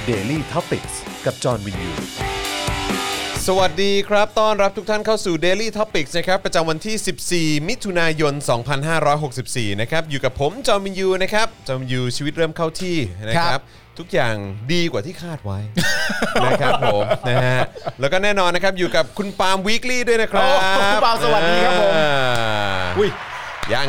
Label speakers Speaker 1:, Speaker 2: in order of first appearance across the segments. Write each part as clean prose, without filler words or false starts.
Speaker 1: Daily Topics กับจอห์นวินยู
Speaker 2: สวัสดีครับต้อนรับทุกท่านเข้าสู่ Daily Topics นะครับประจำวันที่14มิถุนายน2564นะครับอยู่กับผมจอห์นวินยูนะครับจอห์นวินยูชีวิตเริ่มเข้าที่นะครับทุกอย่างดีกว่าที่คาดไว้ นะครับผมนะฮะแล้วก็แน่นอนนะครับอยู่กับคุณปาล์มวีคลี่ด้วยนะครับ
Speaker 3: คุณปาล์มสวัสดีครับผมอุ้ย
Speaker 2: ยัง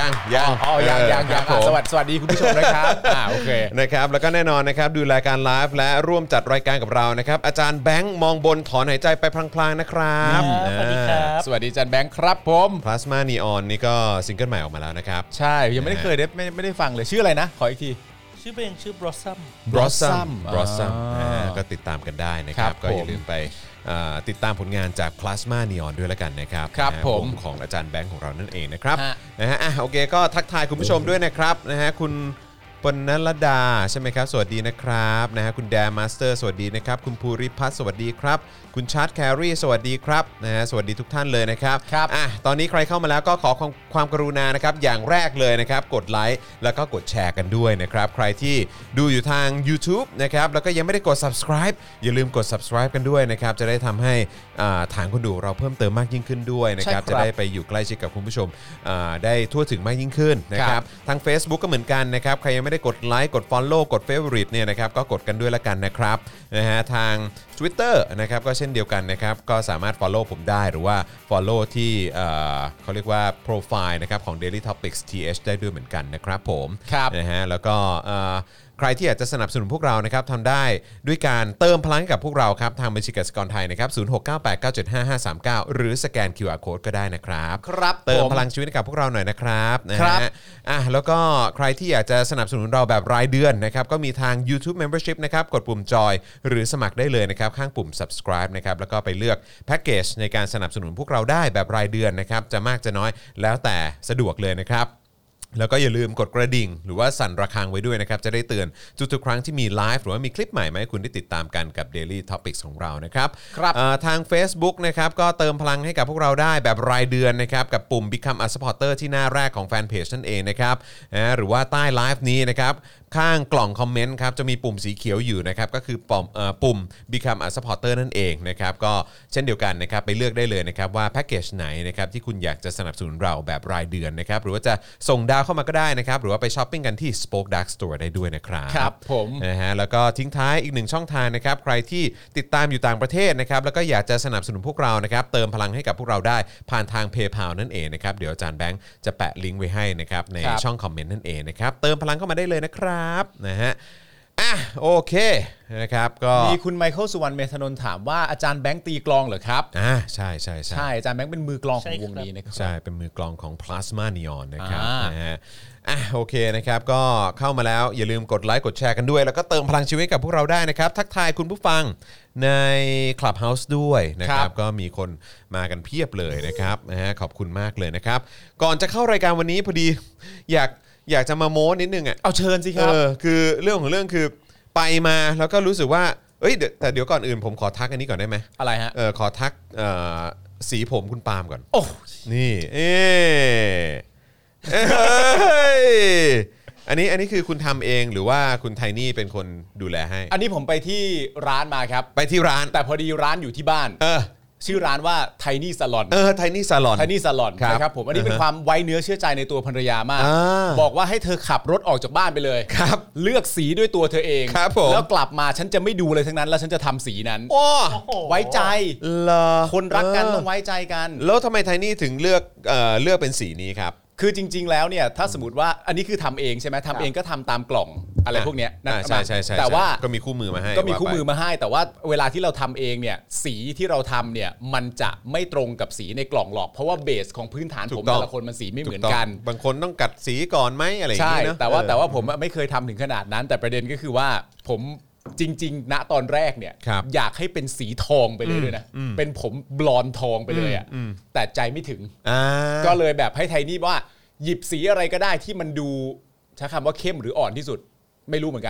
Speaker 3: สวัสดีคุณผู้ชมนะครับโอเค
Speaker 2: นะครับแล้วก็แน่นอนนะครับดูรายการไลฟ์และร่วมจัดรายการกับเรานะครับอาจารย์แบงค์มองบนถอนหายใจไปพลางๆนะครับ
Speaker 3: สวัสดีครับสวัสดีอาจารย์แบงค์ครับผม
Speaker 2: Plasma Neon นี่ก็ซิงเกิลใหม่ออกมาแล้วนะครับ
Speaker 3: ใช่ยังไม่ได้เคยไม่ได้ฟังเลยชื่ออะไรนะขออีกที
Speaker 4: ชื่อเพลงชื่อ
Speaker 2: Blossom ก็ติดตามกันได้นะครับก็อย่าลืมไปติดตามผลงานจาก Plasma Neon ด้วยแล้วกันนะครับผมของอาจารย์แบงค์ของเรานั่นเองนะครับนะฮะโอเคก็ทักทายคุณผู้ชมด้วยนะครับนะฮะคุณปนนลดาใช่ไหมครับสวัสดีนะครับนะฮะคุณแดมาสเตอร์สวัสดีนะครับคุณภูริพัฒน์สวัสดีครับคุณชาร์ตแครีสวัสดีครับนะฮะสวัสดีทุกท่านเลยนะครับตอนนี้ใครเข้ามาแล้วก็ขอความกรุณานะครับอย่างแรกเลยนะครับกดไลค์แล้วก็กดแชร์กันด้วยนะครับใครที่ดูอยู่ทาง YouTube นะครับแล้วก็ยังไม่ได้กด Subscribe อย่าลืมกด Subscribe กันด้วยนะครับจะได้ทำให้ฐานคนดูเราเพิ่มเติมมากยิ่งขึ้นด้วยนะครับจะได้ไปอยู่ใกล้ชิดกับคุณผู้ชมได้ทั่วถึงมากยิ่งขึ้นนะครับทาง Facebook ก็เหมือนกันนะครับใครยังไม่ได้กดไลค์กด Follow กด Favorite เนี่ยนะครับก็กดกันด้วยละกันนะครับนะฮะทาง Twitter นะครับก็เช่นเดียวกันนะครับก็สามารถ Follow ผมได้หรือว่า Follow ที่เขาเรียกว่า Profile นะครับของ Daily Topics TH ได้ด้วยเหมือนกันนะครับผมนะฮะแล้วก็ใครที่อยากจะสนับสนุนพวกเรานะครับทำได้ด้วยการเติมพลังกับพวกเราครับทางบัญชีกสิกรไทยนะครับ0698975539หรือสแกน QR Code ก็ได้นะครับเติมพลังชีวิตกับพวกเราหน่อยนะครับนะฮะแล้วก็ใครที่อยากจะสนับสนุนเราแบบรายเดือนนะครับก็มีทาง YouTube Membership นะครับกดปุ่มจอยหรือสมัครได้เลยนะครับข้างปุ่ม Subscribe นะครับแล้วก็ไปเลือกแพ็คเกจในการสนับสนุนพวกเราได้แบบรายเดือนนะครับจะมากจะน้อยแล้วแต่สะดวกเลยนะครับแล้วก็อย่าลืมกดกระดิ่งหรือว่าสั่นระฆังไว้ด้วยนะครับจะได้เตือนทุกๆครั้งที่มีไลฟ์หรือว่ามีคลิปใหม่มาให้คุณได้ติดตามกันกับ Daily Topics ของเรานะครับทาง Facebook นะครับก็เติมพลังให้กับพวกเราได้แบบรายเดือนนะครับกับปุ่ม Become a Supporter ที่หน้าแรกของแฟนเพจนั่นเองนะครับหรือว่าใต้ไลฟ์นี้นะครับข้างกล่องคอมเมนต์ครับจะมีปุ่มสีเขียวอยู่นะครับก็คือปุ่ม Become a Supporter นั่นเองนะครับก็เช่นเดียวกันนะครับไปเลือกได้เลยนะครับว่าแพ็คเกจไหนนะครับที่คุณอยากจะสนับสนุนเราแบบรายเดือนนะครับหรือว่าจะส่งดาวเข้ามาก็ได้นะครับหรือว่าไปช้อปปิ้งกันที่ Spoke Dark Store ได้ด้วยนะครับ
Speaker 3: ครับผม
Speaker 2: นะฮะแล้วก็ทิ้งท้ายอีกหนึ่งช่องทางนะครับใครที่ติดตามอยู่ต่างประเทศนะครับแล้วก็อยากจะสนับสนุนพวกเรานะครับเติมพลังให้กับพวกเราได้ผ่านทาง PayPal นั่นเองนะครับเดี๋ยวอาจารย์แบงค์จะแปะลิงก์ไว้ให้นะครับในช่องคอมเมนต์นั่นเองนะครับเติมพลังเข้ามาได้เลยนะครับนะฮะโอเคนะครับก็
Speaker 3: มีคุณไมเคิลสุวรรณเมธนนท์ถามว่าอาจารย์แบงค์ตีกลองเหรอครับ
Speaker 2: ใช่
Speaker 3: อาจารย์แบงค์เป็นมือกลองของวงนี้นะครับ
Speaker 2: ใช่เป็นมือกลองของ Plasma Neon นะครับนะฮะโอเคนะครับก็เข้ามาแล้วอย่าลืมกดไลค์กดแชร์กันด้วยแล้วก็เติมพลังชีวิตกับพวกเราได้นะครับทักทายคุณผู้ฟังใน Clubhouse ด้วยนะครับก็มีคนมากันเพียบเลยนะครับนะฮะขอบคุณมากเลยนะครับก่อนจะเข้ารายการวันนี้พอดีอยากจะมาโม้นิดนึง
Speaker 3: เอาเชิญสิครับ
Speaker 2: คือเรื่องของเรื่องคือไปมาแล้วก็รู้สึกว่าแต่เดี๋ยวก่อนอื่นผมขอทักอันนี้ก่อนได้ไหม
Speaker 3: อะไรฮะ
Speaker 2: ขอทักสีผมคุณปาล์มก่อน
Speaker 3: โอ้
Speaker 2: นี่อันนี้คือคุณทำเองหรือว่าคุณไทนี่เป็นคนดูแลให้
Speaker 3: อันนี้ผมไปที่ร้านมาครับ
Speaker 2: ไปที่ร้าน
Speaker 3: แต่พอดีร้านอยู่ที่บ้านชื่อร้านว่า Tiny Salon
Speaker 2: Tiny Salon
Speaker 3: Tiny Salon นะครับผมอันนี้เป็นความไว้เนื้อเชื่อใจในตัวภรรยามากบอกว่าให้เธอขับรถออกจากบ้านไปเลย
Speaker 2: ครับ
Speaker 3: เลือกสีด้วยตัวเธอเอง
Speaker 2: ครับผม
Speaker 3: แล้วกลับมาฉันจะไม่ดูเลยทั้งนั้นแล้วฉันจะทำสีนั้นไว้ใจคนรักกันต้องไว้ใจกัน
Speaker 2: แล้วทำไม Tiny ถึงเลือกเป็นสีนี้ครับ
Speaker 3: คือจริงๆแล้วเนี่ยถ้าสมมติว่าอันนี้คือทำเองใช่ไหมทำเองก็ทำตามกล่องอะไรพวกเนี้ย
Speaker 2: ใช่
Speaker 3: แต่ว่า
Speaker 2: ก็มีคู่มือมาให้
Speaker 3: แต่ว่าเวลาที่เราทำเองเนี่ยสีที่เราทำเนี่ยมันจะไม่ตรงกับสีในกล่องหรอกเพราะว่าเบสของพื้นฐานผมแต่ละคนมันสีไม่เหมือนกัน
Speaker 2: บางคนต้องกัดสีก่อนไหมอะไรอย่างเงี้ย
Speaker 3: นะแต่ว่าผมไม่เคยทำถึงขนาดนั้นแต่ประเด็นก็คือว่าผมจริงๆณตอนแรกเนี่ยอยากให้เป็นสีทองไปเลยด้วยนะเป็นผมบลอนด์ทองไปเลยอ่ะแต่ใจไม่ถึงก็เลยแบบให้ไทนี่ว่าหยิบสีอะไรก็ได้ที่มันดูใช้คำว่าเข้มหรืออ่อนที่สุดไม่รู้เหมือนกัน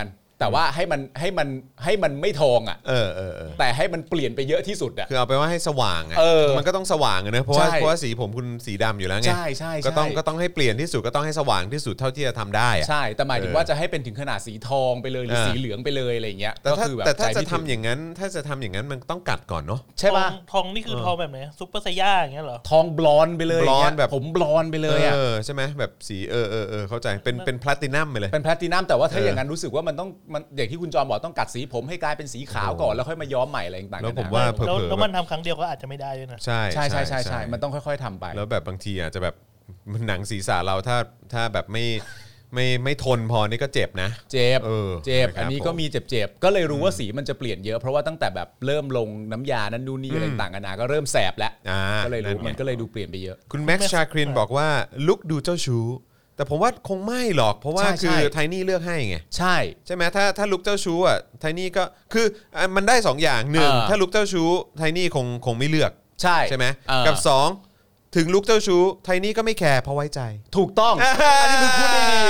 Speaker 3: แต่ว่าให้มันไม่ทองอ่ะแต่ให้มันเปลี่ยนไปเยอะที่สุดอ่ะ
Speaker 2: คือเอาไปว่าให้สว่างอ่ะมันก็ต้องสว่างนะเพราะว่าสีผมคุณสีดำอยู่แล้วไง
Speaker 3: ใช่
Speaker 2: ก็ต้องให้เปลี่ยนที่สุดก็ต้องให้สว่างที่สุดเท่าที่จะทำได้
Speaker 3: ใช่แต่หมายถึงว่าจะให้เป็นถึงขนาดสีทองไปเลยหรือสีเหลืองไปเลยอะไรเงี้ย
Speaker 2: แต่ถ้าจะทำอย่างนั้นมันต้องกัดก่อนเนาะ
Speaker 4: ใช่ป่ะทองนี่คือทองแบบไหนซุปเปอร์ไซย่าอย่างเงี้ยเหรอ
Speaker 3: ทองบลอนด์ไปเลยแบบผมบลอนด์ไปเลยอ่ะ
Speaker 2: ใช่ไหมแบบสีเข้าใจเป็นแพลตินัมไปเลย
Speaker 3: เป็นแพลตินัมแต่ว่าถ้าอย่างนั้นรู้สึกว่ามันอย่างที่คุณจอมบอกต้องกัดสีผมให้กลายเป็นสีขาวก่อนแล้วค่อยมาย้อมใหม่อะไรต่างๆ
Speaker 2: แล้วผมว่า
Speaker 4: แล้วมันทำครั้งเดียวก็อาจจะไม่ได้ด้วยนะ
Speaker 2: ใช่
Speaker 3: มันต้องค่อยๆทำไป
Speaker 2: แล้วแบบบางทีอาจจะแบบหนังศีรษะเราถ้าแบบไม่ทนพอนี่ก็เจ็บนะ
Speaker 3: เจ็บอันนี้ก็มีเจ็บก็เลยรู้ว่าสีมันจะเปลี่ยนเยอะเพราะว่าตั้งแต่แบบเริ่มลงน้ำยานั้นนู่นนี่อะไรต่างกันานาก็เริ่มแสบแล้วก็เลยรู้มันก็เลยดูเปลี่ยนไปเยอะ
Speaker 2: คุณแม็กซ์ชาครินบอกว่าลุคดูเจ้าชู้แต่ผมว่าคงไม่หรอกเพราะว่าคือไทนี่เลือกให้ไงใช่ไหมถ้าลุคเจ้าชู้อ่ะไทนี่ก็คือมันได้2อย่าง1ถ้าลุคเจ้าชู้ไทนี่คงไม่เลือกใช่ไหมกับ2ถึงลุคเจ้าชู้ไทนี่ก็ไม่แคร์เพราะไว้ใจ
Speaker 3: ถูกต้องอันนี้มึงพูดได้ดี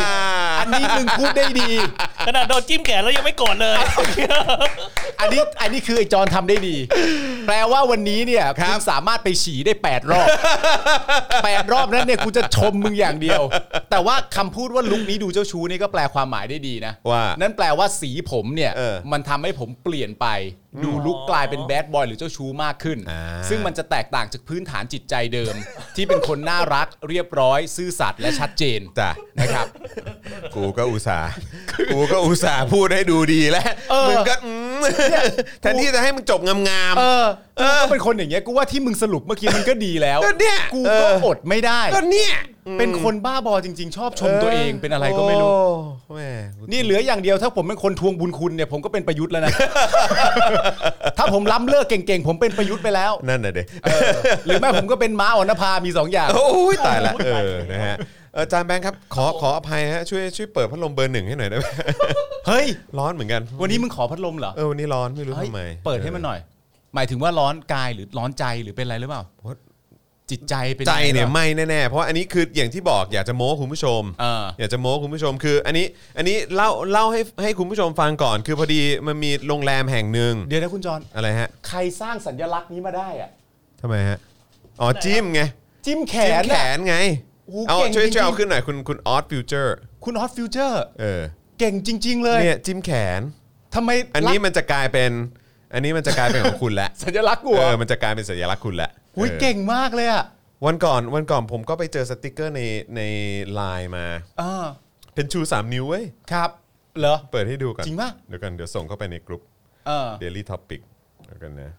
Speaker 4: ขนาดโดนจิ้มแขนแล้วยังไม่โกรธเลย
Speaker 3: อันนี้คือไอ้จอนทำได้ดีแปลว่าวันนี้เนี่ยคุณสามารถไปฉี่ได้8รอบ8รอบนั้นเนี่ยกูจะชมมึงอย่างเดียวแต่ว่าคำพูดว่าลุคนี้ดูเจ้าชู้นี่ก็แปลความหมายได้ดีนะ
Speaker 2: ว่า
Speaker 3: นั่นแปลว่าสีผมเนี่ยมันทำให้ผมเปลี่ยนไปดูลุคกลายเป็นแบดบอยหรือเจ้าชู้มากขึ้นซึ่งมันจะแตกต่างจากพื้นฐานจิตใจเดิมที่เป็นคนน่ารักเรียบร้อยซื่อสัตย์และชัดเจนนะครับ
Speaker 2: กูก็อุตส่าห์พูดให้ดูดีแล้วมึงก็แทนที่จะให้มึงจบงาม
Speaker 3: กูก็เป็นคนอย่างเงี้ยกูว่าที่มึงสรุปเมื่อกี้มันก็ดีแล้วกูก็อดไม่ได้
Speaker 2: ก็เนี่ย
Speaker 3: เป็นคนบ้าบอจริงๆชอบชมตัวเองเป็นอะไรก็ไม่รู้นี่เหลืออย่างเดียวถ้าผมเป็นคนทวงบุญคุณเนี่ยผมก็เป็นประยุทธ์แล้วนะถ้าผมล้ำเลิกเก่งๆผมเป็นประยุทธ์ไปแล้ว
Speaker 2: นั่นน่ะเด็
Speaker 3: หรือไม่ผมก็เป็นม้าอ่อนภามี2อย่าง
Speaker 2: โอ้ยตายละนะฮะอาจารย์แบงค์ครับขออภัยฮะช่วยเปิดพัดลมเบอร์1ให้หน่อยได้ไหม
Speaker 3: เฮ้ย
Speaker 2: ร้อนเหมือนกัน
Speaker 3: วันนี้มึงขอพัดลมเหรอ
Speaker 2: วันนี้ร้อนไม่รู้ทำไม
Speaker 3: เปิดให้มันหน่อยหมายถึงว่าร้อนกายหรือร้อนใจหรือเป็นอะไรหรือเปล่าจิตใจเป็น
Speaker 2: ใจเนี่ยไม่แน่ๆเพราะอันนี้คืออย่างที่บอกอยากจะโม้คุณผู้ชมอยากจะโม้คุณผู้ชมคืออันนี้เล่าให้คุณผู้ชมฟังก่อนคือพอดีมันมีโรงแรมแห่งหนึ่ง
Speaker 3: เดี๋ยวนะคุณจอน
Speaker 2: อะไรฮะ
Speaker 3: ใครสร้างสัญลักษณ์นี้มาได้อะ
Speaker 2: ทำไมฮะอ๋อจิ้มไง
Speaker 3: จิ้มแข
Speaker 2: นไงเอาช่วยเอาขึ้นหน่อยคุณออสฟิวเจอร์
Speaker 3: คุณออสฟิวเจอร์เก่งจริงๆเลย
Speaker 2: เนี่ยจิ้มแขน
Speaker 3: ทำไม
Speaker 2: อันนี้มันจะกลายเป็นของคุณแล้ว
Speaker 3: สัญลักษณ์กู
Speaker 2: มันจะกลายเป็นสัญลักษณ์คุณแล้ว
Speaker 3: อุ้ยเก่งมากเลยอะ
Speaker 2: วันก่อนผมก็ไปเจอสติกเกอร์ในไลน์มาเป็นชู3นิ้วเว้ย
Speaker 3: ครับเหรอ
Speaker 2: เปิดให้ดูก่อน
Speaker 3: จริงป่ะ
Speaker 2: เดี๋ยวส่งเข้าไปในกลุ่มDaily Topic แล้วกันนะ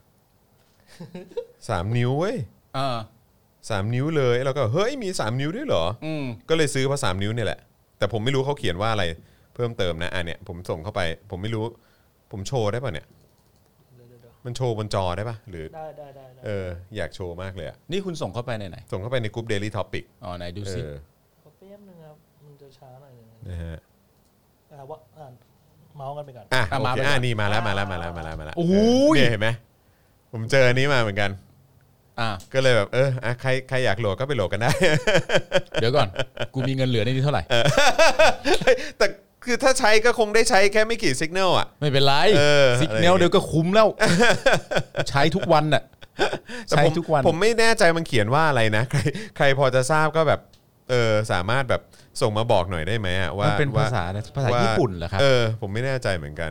Speaker 2: 3นิ้วเว้ย3นิ้วเลยแล้วก็เฮ้ยมี3นิ้วด้วยเหรอก็เลยซื้อเพราะ3นิ้วเนี่ยแหละแต่ผมไม่รู้เขาเขียนว่าอะไรเพิ่มเติมนะเนี่ยผมส่งเข้าไปผมไม่รู้ผมโชว์ได้ป่ะเนี่ยมันโชว์บนจอได้ป่ะหรือ
Speaker 4: ได้
Speaker 2: อยากโชว์มากเลยอ่ะ
Speaker 3: นี่คุณส่งเข้าไปไหน
Speaker 2: ส่งเข้าไปในกลุ่ม Daily Topic
Speaker 3: ไหนดูสิ
Speaker 4: ขอแป๊บนึงครับมันจะช้าหน่อยนึง
Speaker 2: นะฮะ
Speaker 4: ว่าเมาส์กันไปก่อน
Speaker 2: นี่มาแล้วโอ้ยเห็นไหมผมเจออันนี้มาเหมือนกันก็เลยแบบใครอยากโหลดก็ไปโหลดกันได้
Speaker 3: เดี๋ยวก่อนกูมีเงินเหลือในนี้เท่าไหร่
Speaker 2: แต่คือถ้าใช้ก็คงได้ใช้แค่ไม่กี่สัญญาณอ่ะ
Speaker 3: ไม่เป็นไรสัญญาณเดี๋ยวก็คุ้มแล้วใช้ทุกวันน่ะใช้ทุกวัน
Speaker 2: ผมไม่แน่ใจมันเขียนว่าอะไรนะใครพอจะทราบก็แบบสามารถแบบส่งมาบอกหน่อยได้ไหมว่า
Speaker 3: เป็นภาษาญี่ปุ่นเหรอครับ
Speaker 2: ผมไม่แน่ใจเหมือนกัน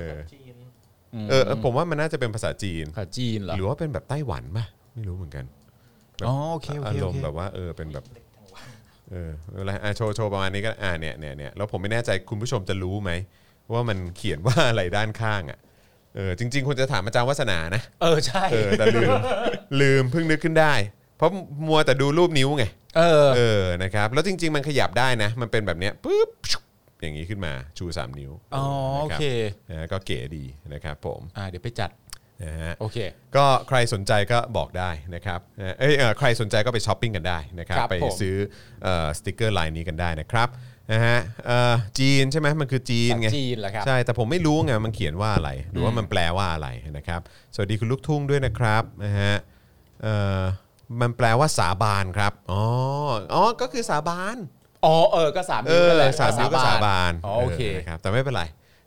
Speaker 2: ผมว่ามันน่าจะเป็นภาษาจีน
Speaker 3: เหรอ
Speaker 2: หรือว่าเป็นแบบไต้หวันป่ะไม่รู้เหมือนกัน
Speaker 3: โอเค
Speaker 2: อารมณ์แบบว่าเป็นแบบอะไรโชว์ประมาณนี้ก็เนี่ยแล้วผมไม่แน่ใจคุณผู้ชมจะรู้ไหมว่ามันเขียนว่าอะไรด้านข้างจริงๆควรจะถามอาจารย์วัฒนานะ
Speaker 3: ใช่
Speaker 2: แต่ลืมเพิ่งนึกขึ้นได้เพราะมัวแต่ดูรูปนิ้วไงนะครับแล้วจริงๆมันขยับได้นะมันเป็นแบบเนี้ยปึ๊บอย่างนี้ขึ้นมาชู3นิ้ว
Speaker 3: โอเค
Speaker 2: ก็เก๋ดีนะครับผม
Speaker 3: เดี๋ยวไปจัด
Speaker 2: นะฮะ
Speaker 3: โอเค
Speaker 2: ก็ใครสนใจก็บอกได้นะครับใครสนใจก็ไปช้อปปิ้งกันได้นะครับไปซื้อสติ๊กเกอร์ไลน์นี้กันได้นะครับนะฮะจีนใช่ไหมมันคือจีนไง
Speaker 3: จีนแหละครับ
Speaker 2: ใช่แต่ผมไม่รู้ไงมันเขียนว่าอะไรหรือว่ามันแปลว่าอะไรนะครับสวัสดีคุณลูกทุ่งด้วยนะครับนะฮะมันแปลว่าสาบานครับก็คือสาบาน
Speaker 3: ก็3นิ้วนั่นแหละ
Speaker 2: 3นิ้วก็สาบาน
Speaker 3: โอเค
Speaker 2: ครับแต่ไม่เป็นไร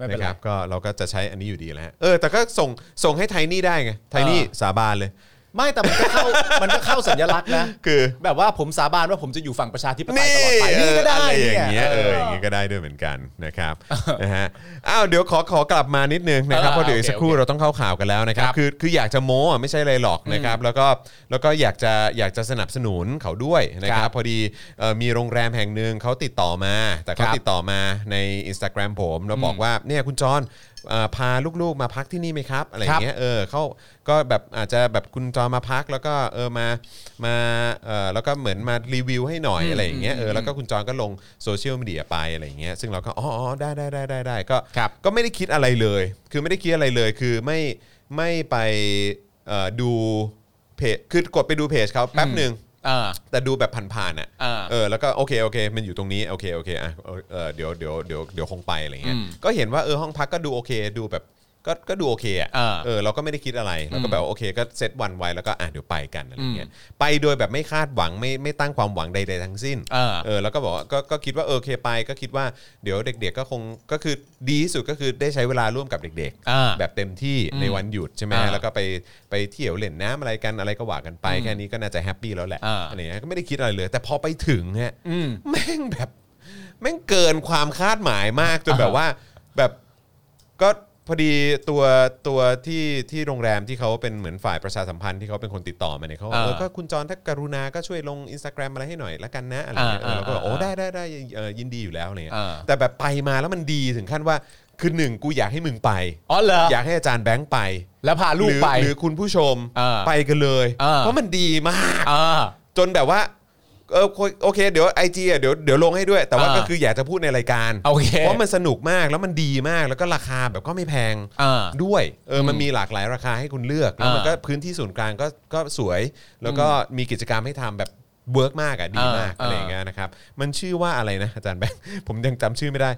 Speaker 2: นะครับก็เราก็จะใช้อันนี้อยู่ดีแหละแต่ก็ส่งให้ไทนี่ได้ไงไทนี่สาบานเลย
Speaker 3: ไม่แต่มันก็เข้าสัญลักษณ์นะคือแบบว่าผมสาบานว่าผมจะอยู่ฝั่งประชาธิปไตยตลอดไปนี่ก็ได้
Speaker 2: อย่างเงี้ยอย่างเงี้ยก็ได้ด้วยเหมือนกันนะครับนะฮะเดี๋ยวขอกลับมานิดนึงนะครับเพราะเดี๋ยวอีกสักครู่เราต้องเข้าข่าวกันแล้วนะครับคืออยากจะโม้ไม่ใช่อะไรหรอกนะครับแล้วก็อยากจะสนับสนุนเขาด้วยนะครับพอดีมีโรงแรมแห่งนึงเขาติดต่อมาแต่เขาติดต่อมาใน Instagram ผมแล้วบอกว่าเนี่ยคุณจอนพาลูกๆมาพักที่นี่ไหมครับอะไรอย่างเงี้ยเขาก็แบบอาจจะแบบคุณจอมาพักแล้วก็มาแล้วก็เหมือนมารีวิวให้หน่อยอะไรอย่างเงี้ยแล้วก็คุณจอนก็ลงโซเชียลมีเดียไปอะไรอย่างเงี้ยซึ่งเราก็ได้ก็ไม่ได้คิดอะไรเลยคือไม่ได้คิดอะไรเลยคือไม่ไปดูเพจคือกดไปดูเพจเขาแป๊บนึงแต่ดูแบบผ่านๆแล้วก็โอเคมันอยู่ตรงนี้โอเคเดี๋ยวคงไปอะไรเงี้ยก็เห็นว่าห้องพักก็ดูโอเคดูแบบก็ดูโอเคเราก็ไม่ได้คิดอะไรเราก็แบบโอเคก็เซตวันไว้แล้วก็เดี๋ยวไปกันอะไรเงี้ยไปโดยแบบไม่คาดหวังไม่ตั้งความหวังใดๆทั้งสิ้นแล้วก็บอกว่าก็คิดว่าโอเคไปก็คิดว่าเดี๋ยวเด็กๆก็คงก็คือดีที่สุดก็คือได้ใช้เวลาร่วมกับเด็กๆแบบเต็มที่ในวันหยุดใช่ไหมแล้วก็ไปเที่ยวเล่นน้ำอะไรกันอะไรก็ว่ากันไปแค่นี้ก็น่าจะแฮปปี้แล้วแหละอะไรเงี้ยก็ไม่ได้คิดอะไรเลยแต่พอไปถึงฮะแม่งเกินความคาดหมายมากจนแบบว่าแบบก็พอดีตัวที่โรงแรมที่เขาเป็นเหมือนฝ่ายประชาสัมพันธ์ที่เขาเป็นคนติดต่อมาเนี่ยเขาก็คุณจรถ้ากรุณาก็ช่วยลง Instagram อะไรให้หน่อยละกันนะอะไรเงี้ยเราก็บอกโอ้ได้ยินดีอยู่แล้วอะไรเงี้ยแต่แบบไปมาแล้วมันดีถึงขั้นว่าคือหนึ่งกูอยากให้มึงไปอยากให้อาจารย์แบงค์ไป
Speaker 3: แล้วพาลูกไป
Speaker 2: หรือคุณผู้ชมไปกันเลยเพราะมันดีมากจนแบบว่าโอเคเดี๋ยว IG เดี๋ยวลงให้ด้วยแต่ว่าก็คืออยากจะพูดในรายการเพราะมันสนุกมากแล้วมันดีมากแล้วก็ราคาแบบก็ไม่แพงด้วยมันมีหลากหลายราคาให้คุณเลือกแล้วมันก็พื้นที่ศูนย์กลางก็สวยแล้วก็มีกิจกรรมให้ทำแบบเวิร์กมากดีมากอะไรอย่างเงี้ยนะครับมันชื่อว่าอะไรนะอาจารย์แบงค์ผมยังจำชื่อไม่ได้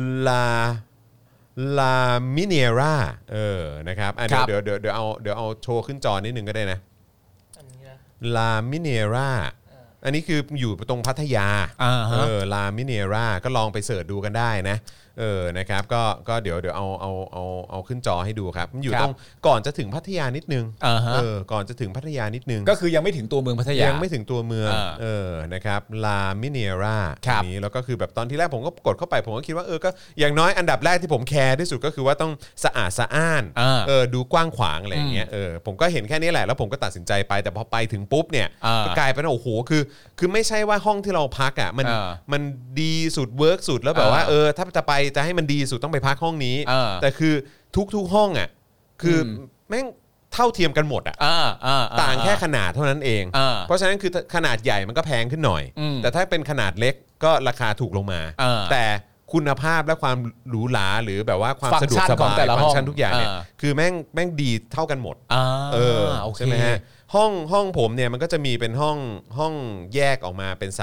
Speaker 2: ลามิเนรานะครับเดี๋ยวเอาโชว์ขึ้นจอนิดนึงก็ได้นะลามิเนราอันนี้คืออยู่ตรงพัทยาลามิเนราก็ลองไปเสิร์ชดูกันได้นะนะครับก็เดี๋ยวเอาขึ้นจอให้ดูครับมันอยู่ตรงก่อนจะถึงพัทยานิดนึงก่อนจะถึงพัทยานิดนึง
Speaker 3: ก็คือยังไม่ถึงตัวเมืองพัทยา
Speaker 2: ยังไม่ถึงตัวเมืองนะครับลามิเนราอันนี้แล้วก็คือแบบตอนที่แรกผมก็กดเข้าไปผมก็คิดว่าก็อย่างน้อยอันดับแรกที่ผมแคร์ที่สุดก็คือว่าต้องสะอาดสะอ้านดูกว้างขวางอะไรอย่างเงี้ยผมก็เห็นแค่นี้แหละแล้วผมก็ตัดสินใจไปแต่พอไปถึงปุ๊บเนี่ยกลายเป็นโอ้โหคือไม่ใช่ว่าห้องที่เราพักอ่ะมันดีสุดเวิร์กสุดแล้วแบบว่าถ้าจะให้มันดีสุดต้องไปพักห้องนี้แต่คือทุกห้องอ่ะคือแม่งเท่าเทียมกันหมดอ่ะต่างแค่ขนาดเท่านั้นเองเพราะฉะนั้นคือขนาดใหญ่มันก็แพงขึ้นหน่อยแต่ถ้าเป็นขนาดเล็กก็ราคาถูกลงมาแต่คุณภาพและความหรูหราหรือแบบว่าความสะดวกสบายฟังก์ชันทุกอย่างเนี่ยคือแม่งดีเท่ากันหมดใช่ไหมฮะห้องผมเนี่ยมันก็จะมีเป็นห้องแยกออกมาเป็น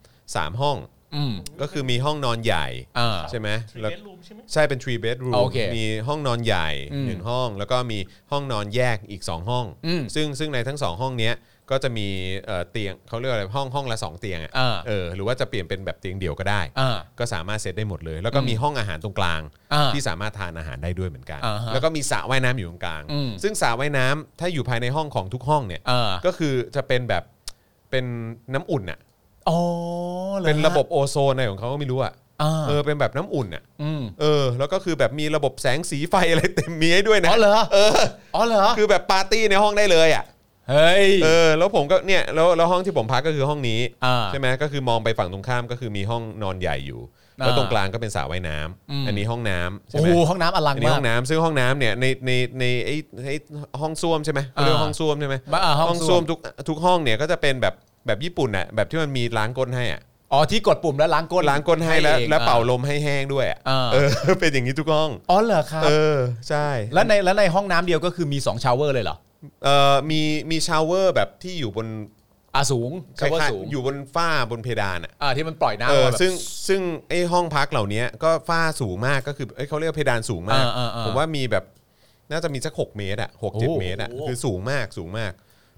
Speaker 2: 3ห้องก็คือมีห้องนอนใหญ่ใช่ไหมใช่เป็น 3 bedroom มีห้องนอนใหญ่1ห้องแล้วก็มีห้องนอนแยกอีก2ห้องซึ่งในทั้ง2ห้องเนี้ยก็จะมีเตียงเขาเรียกอะไรห้องละ2เตียงหรือว่าจะเปลี่ยนเป็นแบบเตียงเดี่ยวก็ได้ก็สามารถเซตได้หมดเลยแล้วก็มีห้องอาหารตรงกลางที่สามารถทานอาหารได้ด้วยเหมือนกันแล้วก็มีสระว่ายน้ำอยู่ตรงกลางซึ่งสระว่ายน้ำถ้าอยู่ภายในห้องของทุกห้องเนี่ยก็คือจะเป็นแบบเป็นน้ำอุ่นอ่ะเป็นระบบโอโซนอะไรของเขาก็ไม่รู้อ่ะเป็นแบบน้ำอุ่นอ่ะแล้วก็คือแบบมีระบบแสงสีไฟอะไรเต็มมีให้ด้วยนะ
Speaker 3: อ๋อเหรอ
Speaker 2: คือแบบปาร์ตี้ในห้องได้เลยอ่ะ
Speaker 3: เฮ้ย
Speaker 2: แล้วผมก็เนี่ยแล้วห้องที่ผมพักก็คือห้องนี้ใช่ไหมก็คือมองไปฝั่งตรงข้ามก็คือมีห้องนอนใหญ่อยู่แล้วตรงกลางก็เป็นสระว่ายน้ำอันนี้ห้องน้ำใช่ไหม
Speaker 3: ห้องน้ำอลังมาก
Speaker 2: อันนี้ห้องน้ำซึ่งห้องน้ำเนี่ยในไอ้ห้องส้วมใช่ไหมเรียกห้องส้วมใช่ไหมห้องส้วมทุกห้องเนี่ยก็จะเป็นแบบญี่ปุ่นน่ะแบบที่มันมีล้างก้นให้อ่ะ
Speaker 3: ที่กดปุ่มแล้วล้างก้น
Speaker 2: ให้แล้วเป่าลมให้แห้งด้วยอ่ะเป็นอย่างนี้ทุกห้อง
Speaker 3: เหรอครับ
Speaker 2: ใช่
Speaker 3: แล้วในห้องน้ำเดียวก็คือมี2ชาวเวอร์เลยเหรอ
Speaker 2: มีชาวเวอร์แบบที่อยู่บน
Speaker 3: สูง
Speaker 2: ชาวเวอร์สูงอยู่บนฝ้าบนเพดาน
Speaker 3: ที่มันปล่อยน้ำ
Speaker 2: ซึ่งไอ้ห้องพักเหล่านี้ก็ฝ้าสูงมากก็คือเขาเรียกเพดานสูงมากผมว่ามีแบบน่าจะมีสัก6 เมตรอ่ะ6-7 เมตรอ่ะคือสูงมาก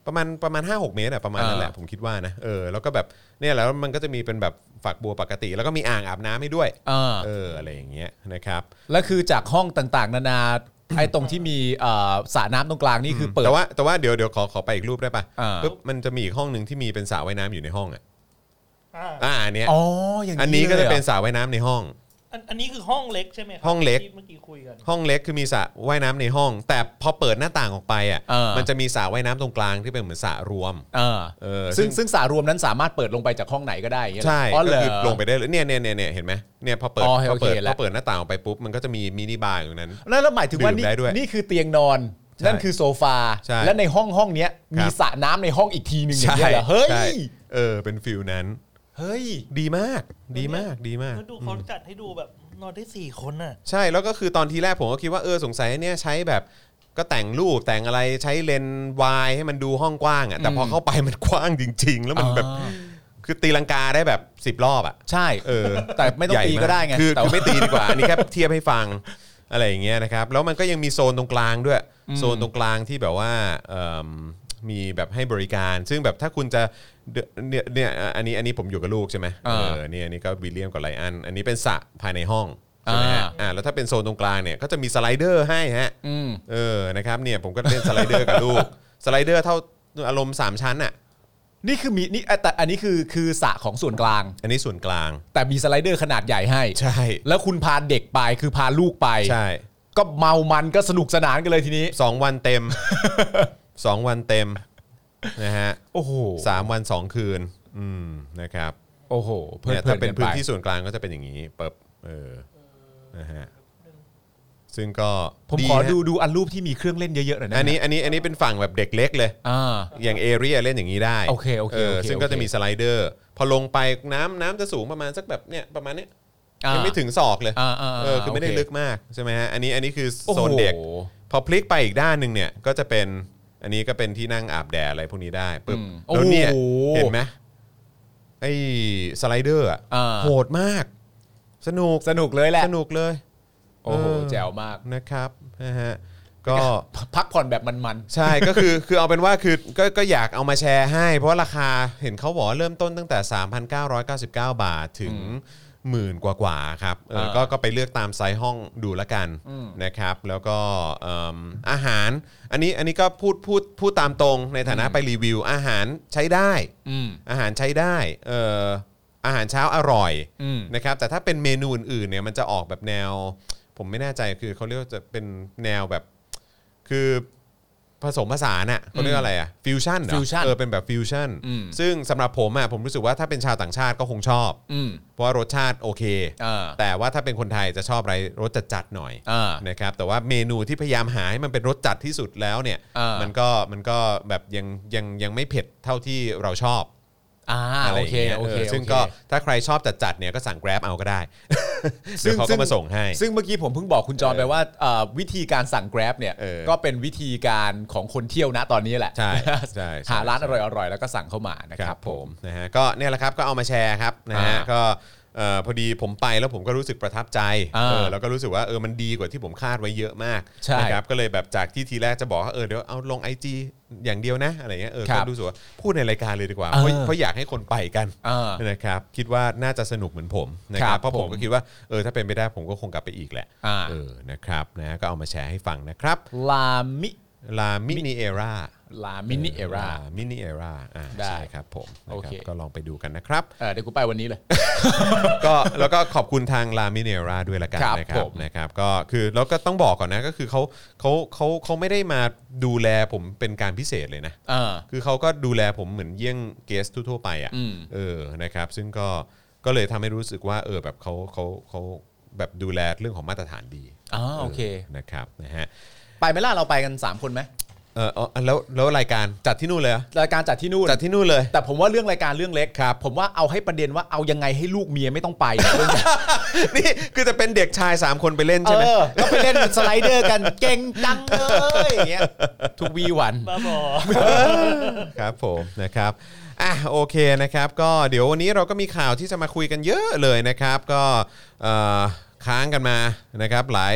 Speaker 2: ประมาณ 5-6 เมตรอะประมาณนั้นแหละผมคิดว่านะแล้วก็แบบเนี่ยแล้วมันก็จะมีเป็นแบบฝักบัวปกติแล้วก็มีอ่างอาบน้ำให้ด้วยอะไรอย่างเงี้ยนะครับ
Speaker 3: แล้วคือจากห้องต่างๆนานาไอ้ตรงที่มีสระน้ำตรงกลางนี่คือเปิด
Speaker 2: แต่ว่าเดี๋ยวขอไปอีกรูปได้ป่ะปุ๊บมันจะมีอีกห้องนึงที่มีเป็นสระว่ายน้ำอยู่ในห้องอันเนี้ยอันนี้ก็จะเป็นสระว่ายน้ำในห้อง
Speaker 4: อันนี้คือห้องเล็กใช่ไหมครับ
Speaker 2: ห้องเล็ก
Speaker 4: เมื่อกี้คุยกัน
Speaker 2: ห้องเล็กคือมีสระว่ายน้ำในห้องแต่พอเปิดหน้าต่างออกไปมันจะมีสระว่ายน้ำตรงกลางที่เป็นเหมือนสระรวม
Speaker 3: ซึ่งสระรวมนั้นสามารถเปิดลงไปจากห้องไหนก็ได้
Speaker 2: ใช่ก็คือลงไปได้เลยเนี่ยเห็นไหมเนี่ยพอเปิดหน้าต่างออกไปปุ๊บมันก็จะมีมินิบาร์อยู่นั้น
Speaker 3: แล้วหมายถึงว่านี่คือเตียงนอนนั่นคือโซฟาและในห้องเนี้ยมีสระน้ำในห้องอีกทีนึงอย่างเงี้ยเหรอเฮ้ย
Speaker 2: เป็นฟิลนั้น
Speaker 3: เฮ้ย
Speaker 2: ดีมาก
Speaker 4: แล้วดูเขาจัดให้ดูแบบนอนได้4 คนน่ะ
Speaker 2: ใช่แล้วก็คือตอนทีแรกผมก็คิดว่าสงสัยเนี่ยใช้แบบก็แต่งรูปแต่งอะไรใช้เลนส์วายให้มันดูห้องกว้างแต่พอเข้าไปมันกว้างจริงๆแล้วมันแบบคือตีลังกาได้แบบ10 รอบ
Speaker 3: ใช่แต่ไม่ต้องตีก็ได้ไง
Speaker 2: คือไม่ตีดีกว่าอันนี้แค่เทียบให้ฟังอะไรอย่างเงี้ยนะครับแล้วมันก็ยังมีโซนตรงกลางด้วยโซนตรงกลางที่แบบว่ามีแบบให้บริการซึ่งแบบถ้าคุณจะเนี่ยอันนี้ผมอยู่กับลูกใช่ไหมเนี่ยอันนี้ก็วิลเลียมกับไลอันอันนี้เป็นสระภายในห้องใช่ไหมฮะแล้วถ้าเป็นโซนตรงกลางเนี่ยก็จะมีสไลเดอร์ให้ฮะนะครับเนี่ยผมก็เล่นสไลเดอร์กับลูกสไลเดอร์เท่าอารมณ์3 ชั้นอ่ะ
Speaker 3: นี่คือมีนี่แต่อันนี้คือสระของส่วนกลาง
Speaker 2: อันนี้ส่วนกลาง
Speaker 3: แต่มีสไลเดอร์ขนาดใหญ่ให้
Speaker 2: ใช่
Speaker 3: แล้วคุณพาเด็กไปคือพาลูกไป
Speaker 2: ใช่
Speaker 3: ก็เมามันก็สนุกสนานกันเลยทีนี้
Speaker 2: 2 วันเต็ม2 วันเต็มนะฮะ
Speaker 3: โอ้โห
Speaker 2: 3 วัน 2 คืนนะครับ
Speaker 3: โอ้โห
Speaker 2: เนี่ยถ้าเป็นพื้นที่ส่วนกลางก็จะเป็นอย่างนี้ปึ๊บนะฮะซึ่งก็
Speaker 3: ผมขอดูอันรูปที่มีเครื่องเล่นเยอะๆหน่อยนะ
Speaker 2: อันนี้เป็นฝั่งแบบเด็กเล็กเลยอย่างเอเรียเล่นอย่างนี้ได้
Speaker 3: โอเค
Speaker 2: ซึ่งก็จะมีสไลเดอร์พอลงไปน้ำจะสูงประมาณสักแบบเนี่ยประมาณนี้ยังไม่ถึงศอกเลยคือไม่ได้ลึกมากใช่ไหมฮะอันนี้คือโซนเด็กพอพลิกไปอีกด้านนึงเนี่ยก็จะเป็นอันนี้ก็เป็นที่นั่งอาบแดดอะไรพวกนี้ได้ปึ๊บแล้วเนี่ยเห็นไหมไอ้สไลเดอร์โหดมากสนุก
Speaker 3: เลยแหละ
Speaker 2: สนุกเลย
Speaker 3: โอ้โหแจ๋วมาก
Speaker 2: นะครับนะฮะก็
Speaker 3: พักผ่อนแบบมัน
Speaker 2: ๆใช่ก็คือเอาเป็นว่าคือก็อยากเอามาแชร์ให้เพราะราคาเห็นเขาบอกเริ่มต้นตั้งแต่ 3,999 บาทถึง10,000 กว่าครับก็ไปเลือกตามไซส์ห้องดูละกันนะครับแล้วก็อาหารอันนี้ก็พูดตามตรงในฐานะไปรีวิวอาหารใช้ได้อาหารใช้ได้อาหารเช้าอร่อยนะครับแต่ถ้าเป็นเมนูอื่นๆเนี่ยมันจะออกแบบแนวผมไม่แน่ใจคือเขาเรียกว่าจะเป็นแนวแบบคือผสมผสานอ่ะเขาเรียกอะไรอ่ะฟิวชั่นเป็นแบบฟิวชั่นซึ่งสำหรับผมรู้สึกว่าถ้าเป็นชาวต่างชาติก็คงชอบเพราะว่ารสชาติโอเคแต่ว่าถ้าเป็นคนไทยจะชอบอะไรรสจัดๆหน่อยนะครับแต่ว่าเมนูที่พยายามหาให้มันเป็นรสจัดที่สุดแล้วเนี่ยมันก็แบบยังไม่เผ็ดเท่าที่เราชอบ
Speaker 3: อะไรอย่างเงี้ย
Speaker 2: ซึ่งก็ถ้าใครชอบจัดๆเนี่ยก็สั่ง Grab เอาก็ได้ซึ่งเขาก็มาส่งให้
Speaker 3: ซึ่งเมื่อกี้ผมเพิ่งบอกคุณจรไปว่าวิธีการสั่ง Grab เนี่ยก็เป็นวิธีการของคนเที่ยวณตอนนี้แหละ
Speaker 2: ใช่
Speaker 3: หาร้านอร่อยๆแล้วก็สั่งเข้ามานะครับ
Speaker 2: ผมนะฮะก็เนี่ยแหละครับก็เอามาแชร์ครับนะฮะก็พอดีผมไปแล้วผมก็รู้สึกประทับใจแล้วก็รู้สึกว่ามันดีกว่าที่ผมคาดไว้เยอะมากนะครับก็เลยแบบจากที่ทีแรกจะบอกว่าเดี๋ยวเอาลง IG อย่างเดียวนะอะไรเงี้ยก็รู้สึกว่าพูดในรายการเลยดีกว่าเพราะอยากให้คนไปกันนะครับคิดว่าน่าจะสนุกเหมือนผมนะครับเพราะผมก็คิดว่าถ้าเป็นไปได้ผมก็คงกลับไปอีกแหละนะครับนะก็เอามาแชร์ให้ฟังนะครับ
Speaker 3: ลามิ
Speaker 2: นิเอร่า
Speaker 3: มินิเอ
Speaker 2: ร่าใช่ครับผมก็ลองไปดูกันนะครับ
Speaker 3: เดี๋ยวกูไปวันนี้เลย
Speaker 2: แล้วก็ขอบคุณทางลามิเนราด้วยละกันนะครับก็คือแล้วก็ต้องบอกก่อนนะก็คือเขาไม่ได้มาดูแลผมเป็นการพิเศษเลยนะคือเขาก็ดูแลผมเหมือนเยี่ยงเกสทั่วไปอ่ะนะครับซึ่งก็เลยทำให้รู้สึกว่าแบบเขาแบบดูแลเรื่องของมาตรฐานดี
Speaker 3: โอเค
Speaker 2: นะครับนะฮะ
Speaker 3: ไปไหมล่ะเราไปกัน3คนไหม
Speaker 2: แล้วรายการจัดที่นู่นเลย
Speaker 3: รายการจัดที่นู่
Speaker 2: นเลย
Speaker 3: แต่ผมว่าเรื่องรายการเรื่องเล็กครับผมว่าเอาให้ประเด็นว่าเอายังไงให้ลูกเมียไม่ต้องไป
Speaker 2: นี่คือจะเป็นเด็กชาย3คนไปเล่นใช่ไหม
Speaker 3: แล้วไปเล่นสไลเดอร์กันเก่งจังเลยอย่างเงี้ยทุกวีวัน
Speaker 4: บ้าบอ
Speaker 2: ครับผมนะครับโอเคนะครับก็เดี๋ยววันนี้เราก็มีข่าวที่จะมาคุยกันเยอะเลยนะครับก็ค้างกันมานะครับห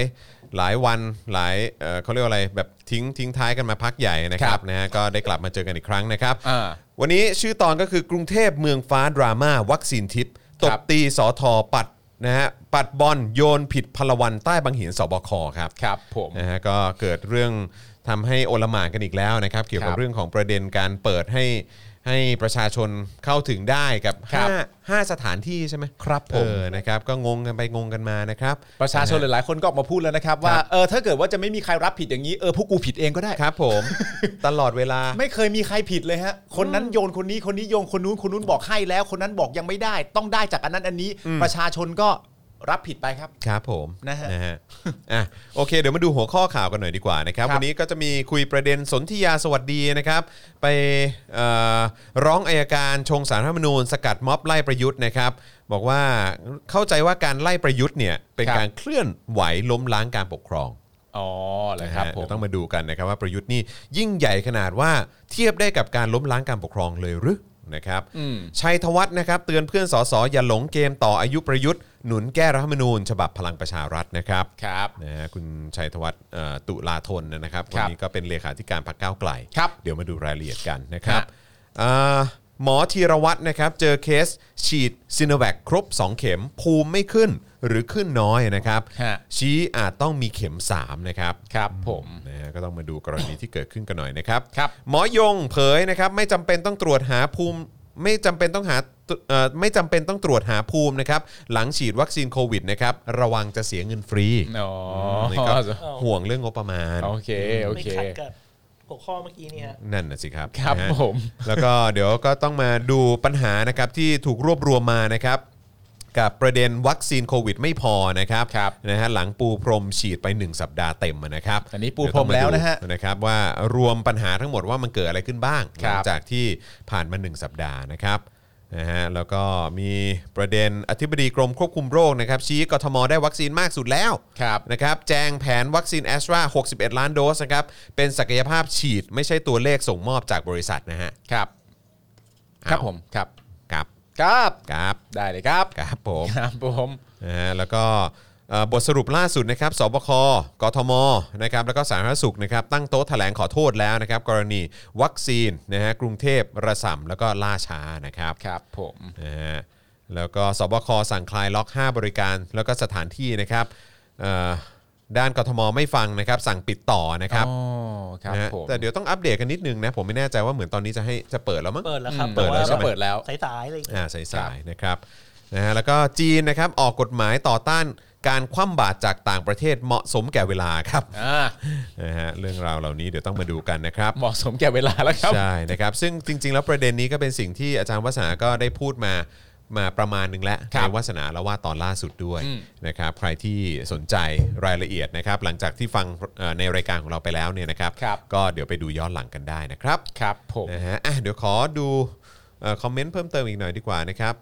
Speaker 2: หลายวันหลายเขาเรียกว่าอะไรแบบทิ้งท้ายกันมาพักใหญ่นะครับนะฮะก็ได้กลับมาเจอกันอีกครั้งนะครับวันนี้ชื่อตอนก็คือกรุงเทพเมืองฟ้าดราม่าวัคซีนทิพย์ตบตีสทปัดนะฮะปัดบอลโยนผิดพลวันใต้บางหินสบคครับ
Speaker 3: ครับผม
Speaker 2: นะฮะก็เกิดเรื่องทำให้โอลหม่านกันอีกแล้วนะครับเกี่ยวกับเรื่องของประเด็นการเปิดให้ประชาชนเข้าถึงได้กับ5สถานที่ใช่ไหม
Speaker 3: ครับผม
Speaker 2: นะครับก็งงกันไปงงกันมานะครับ
Speaker 3: ประชาชนหลายๆคนก็ออกมาพูดแล้วนะครับว่าถ้าเกิดว่าจะไม่มีใครรับผิดอย่างนี้พวกกูผิดเองก็ได้
Speaker 2: ครับผมตลอดเวลา
Speaker 3: ไม่เคยมีใครผิดเลยฮะคนนั้นโยนคนนี้โยนคนนู้นบอกให้แล้วคนนั้นบอกยังไม่ได้ต้องได้จากอันนั้นอันนี้ประชาชนก็รับผิดไปครับ
Speaker 2: ครับผม
Speaker 3: นะฮะ
Speaker 2: โอเคเดี๋ยวมาดูหัวข้อข่าวกันหน่อยดีกว่านะครับวันนี้ก็จะมีคุยประเด็นสนธิยาสวัสดีนะครับไปร้องอัยการชงศาลรัฐธรรมนูญสกัดม็อบไล่ประยุทธ์นะครับบอกว่าเข้าใจว่าการไล่ประยุทธ์เนี่ยเป็นการเคลื่อนไหวล้มล้างการปกครอง
Speaker 3: เลยครับผม
Speaker 2: ต้องมาดูกันนะครับว่าประยุทธ์นี่ยิ่งใหญ่ขนาดว่าเทียบได้กับการล้มล้างการปกครองเลยหรือนะครับชัยธวัฒน์นะครับเตือนเพื่อนสสอย่าหลงเกมต่ออายุประยุทธ์หนุนแก้รัฐธรรมนูญฉบับพลังประชารัฐนะครับนะฮะคุณชัยธวัฒน์ตุลาธนนะครับคนนี้ก็เป็นเลขาธิการพรรคก้าวไกลเดี๋ยวมาดูรายละเอียดกันนะครับหมอธีรวัฒน์นะครับเจอเคสฉีดซิโนแวคครบ2เข็มภูมิไม่ขึ้นหรือขึ้นน้อยนะครับชี้อาจต้องมีเข็ม3นะครับ
Speaker 3: ครับผม
Speaker 2: นะฮะก็ต้องมาดูกรณีที่เกิดขึ้นกันหน่อยนะครับหมอยงเผยนะครับไม่จำเป็นต้องตรวจหาภูมิไม่จำเป็นต้องตรวจหาภูมินะครับหลังฉีดวัคซีนโควิดนะครับระวังจะเสียเงินฟรีนี่ก็ห่วงเรื่องงบประมาณ
Speaker 3: โอเค
Speaker 4: หัวข้อเมื่อกี้นี่ฮะ
Speaker 2: นั่นน่ะสิครับ
Speaker 3: ครับผม
Speaker 2: แล้วก็เดี๋ยวก็ต้องมาดูปัญหานะครับที่ถูกรวบรวมมานะครับกับประเด็นวัคซีนโควิดไม่พอนะครับนะฮะหลังปูพรมฉีดไป1สัปดาห์เต็มนะครับ
Speaker 3: อันนี้ปูพรมแล้ว
Speaker 2: นะครับว่ารวมปัญหาทั้งหมดว่ามันเกิดอะไรขึ้นบ้างหลังจากที่ผ่านมา1สัปดาห์นะครับนะฮะแล้วก็มีประเด็นอธิบดีกรมควบคุมโรคนะครับชี้กทมได้วัคซีนมากสุดแล้วนะครับแจงแผนวัคซีนแอสตรา61ล้านโดสนะครับเป็นศักยภาพฉีดไม่ใช่ตัวเลขส่งมอบจากบริษัทนะฮะ
Speaker 3: ครับผมครับได้เลยครับ
Speaker 2: ผม
Speaker 3: นะ
Speaker 2: ฮะแล้วก็บทสรุปล่าสุดนะครับสบคกทมนะครับแล้วก็สาธารณสุขนะครับตั้งโต๊ะแถลงขอโทษแล้วนะครับกรณีวัคซีนนะฮะกรุงเทพระส่ำแล้วก็ล่าช้านะครับ
Speaker 3: ครับผม
Speaker 2: นะฮะแล้วก็สบคสั่งคลายล็อก5บริการแล้วก็สถานที่นะครับด้านกทมไม่ฟังนะครับสั่งปิดต่อนะครับนะแต่เดี๋ยวต้องอัปเดตกันนิดนึงนะผมไม่แน่ใจว่าเหมือนตอนนี้จะเปิดแล้วมั้ง
Speaker 4: เปิดแล้วครับ
Speaker 2: เปิดแล้วใช่ไหม
Speaker 3: เปิดแล้ว
Speaker 4: สายๆอะไร
Speaker 2: สายๆนะครับนะฮะแล้วก็จีนนะครับออกกฎหมายต่อต้านการคว่ำบาตรจากต่างประเทศเหมาะสมแก่เวลาครับนะฮะเรื่องราวเหล่านี้เดี๋ยวต้องมาดูกันนะครับ
Speaker 3: เหมาะสมแก่เวลาแล้วครับ
Speaker 2: ใช่นะครับซึ่งจริงๆแล้วประเด็นนี้ก็เป็นสิ่งที่อาจารย์วัฒนาก็ได้พูดมาประมาณนึงแล้วในวาสนาแล้วว่าตอนล่าสุดด้วยนะครับใครที่สนใจรายละเอียดนะครับหลังจากที่ฟังในรายการของเราไปแล้วเนี่ยนะครับก็เดี๋ยวไปดูย้อนหลังกันได้นะครับ
Speaker 3: ครับผม
Speaker 2: นะฮะเดี๋ยวขอดูคอมเมนต์เพิ่มเติมอีกหน่อยดีกว่านะครับ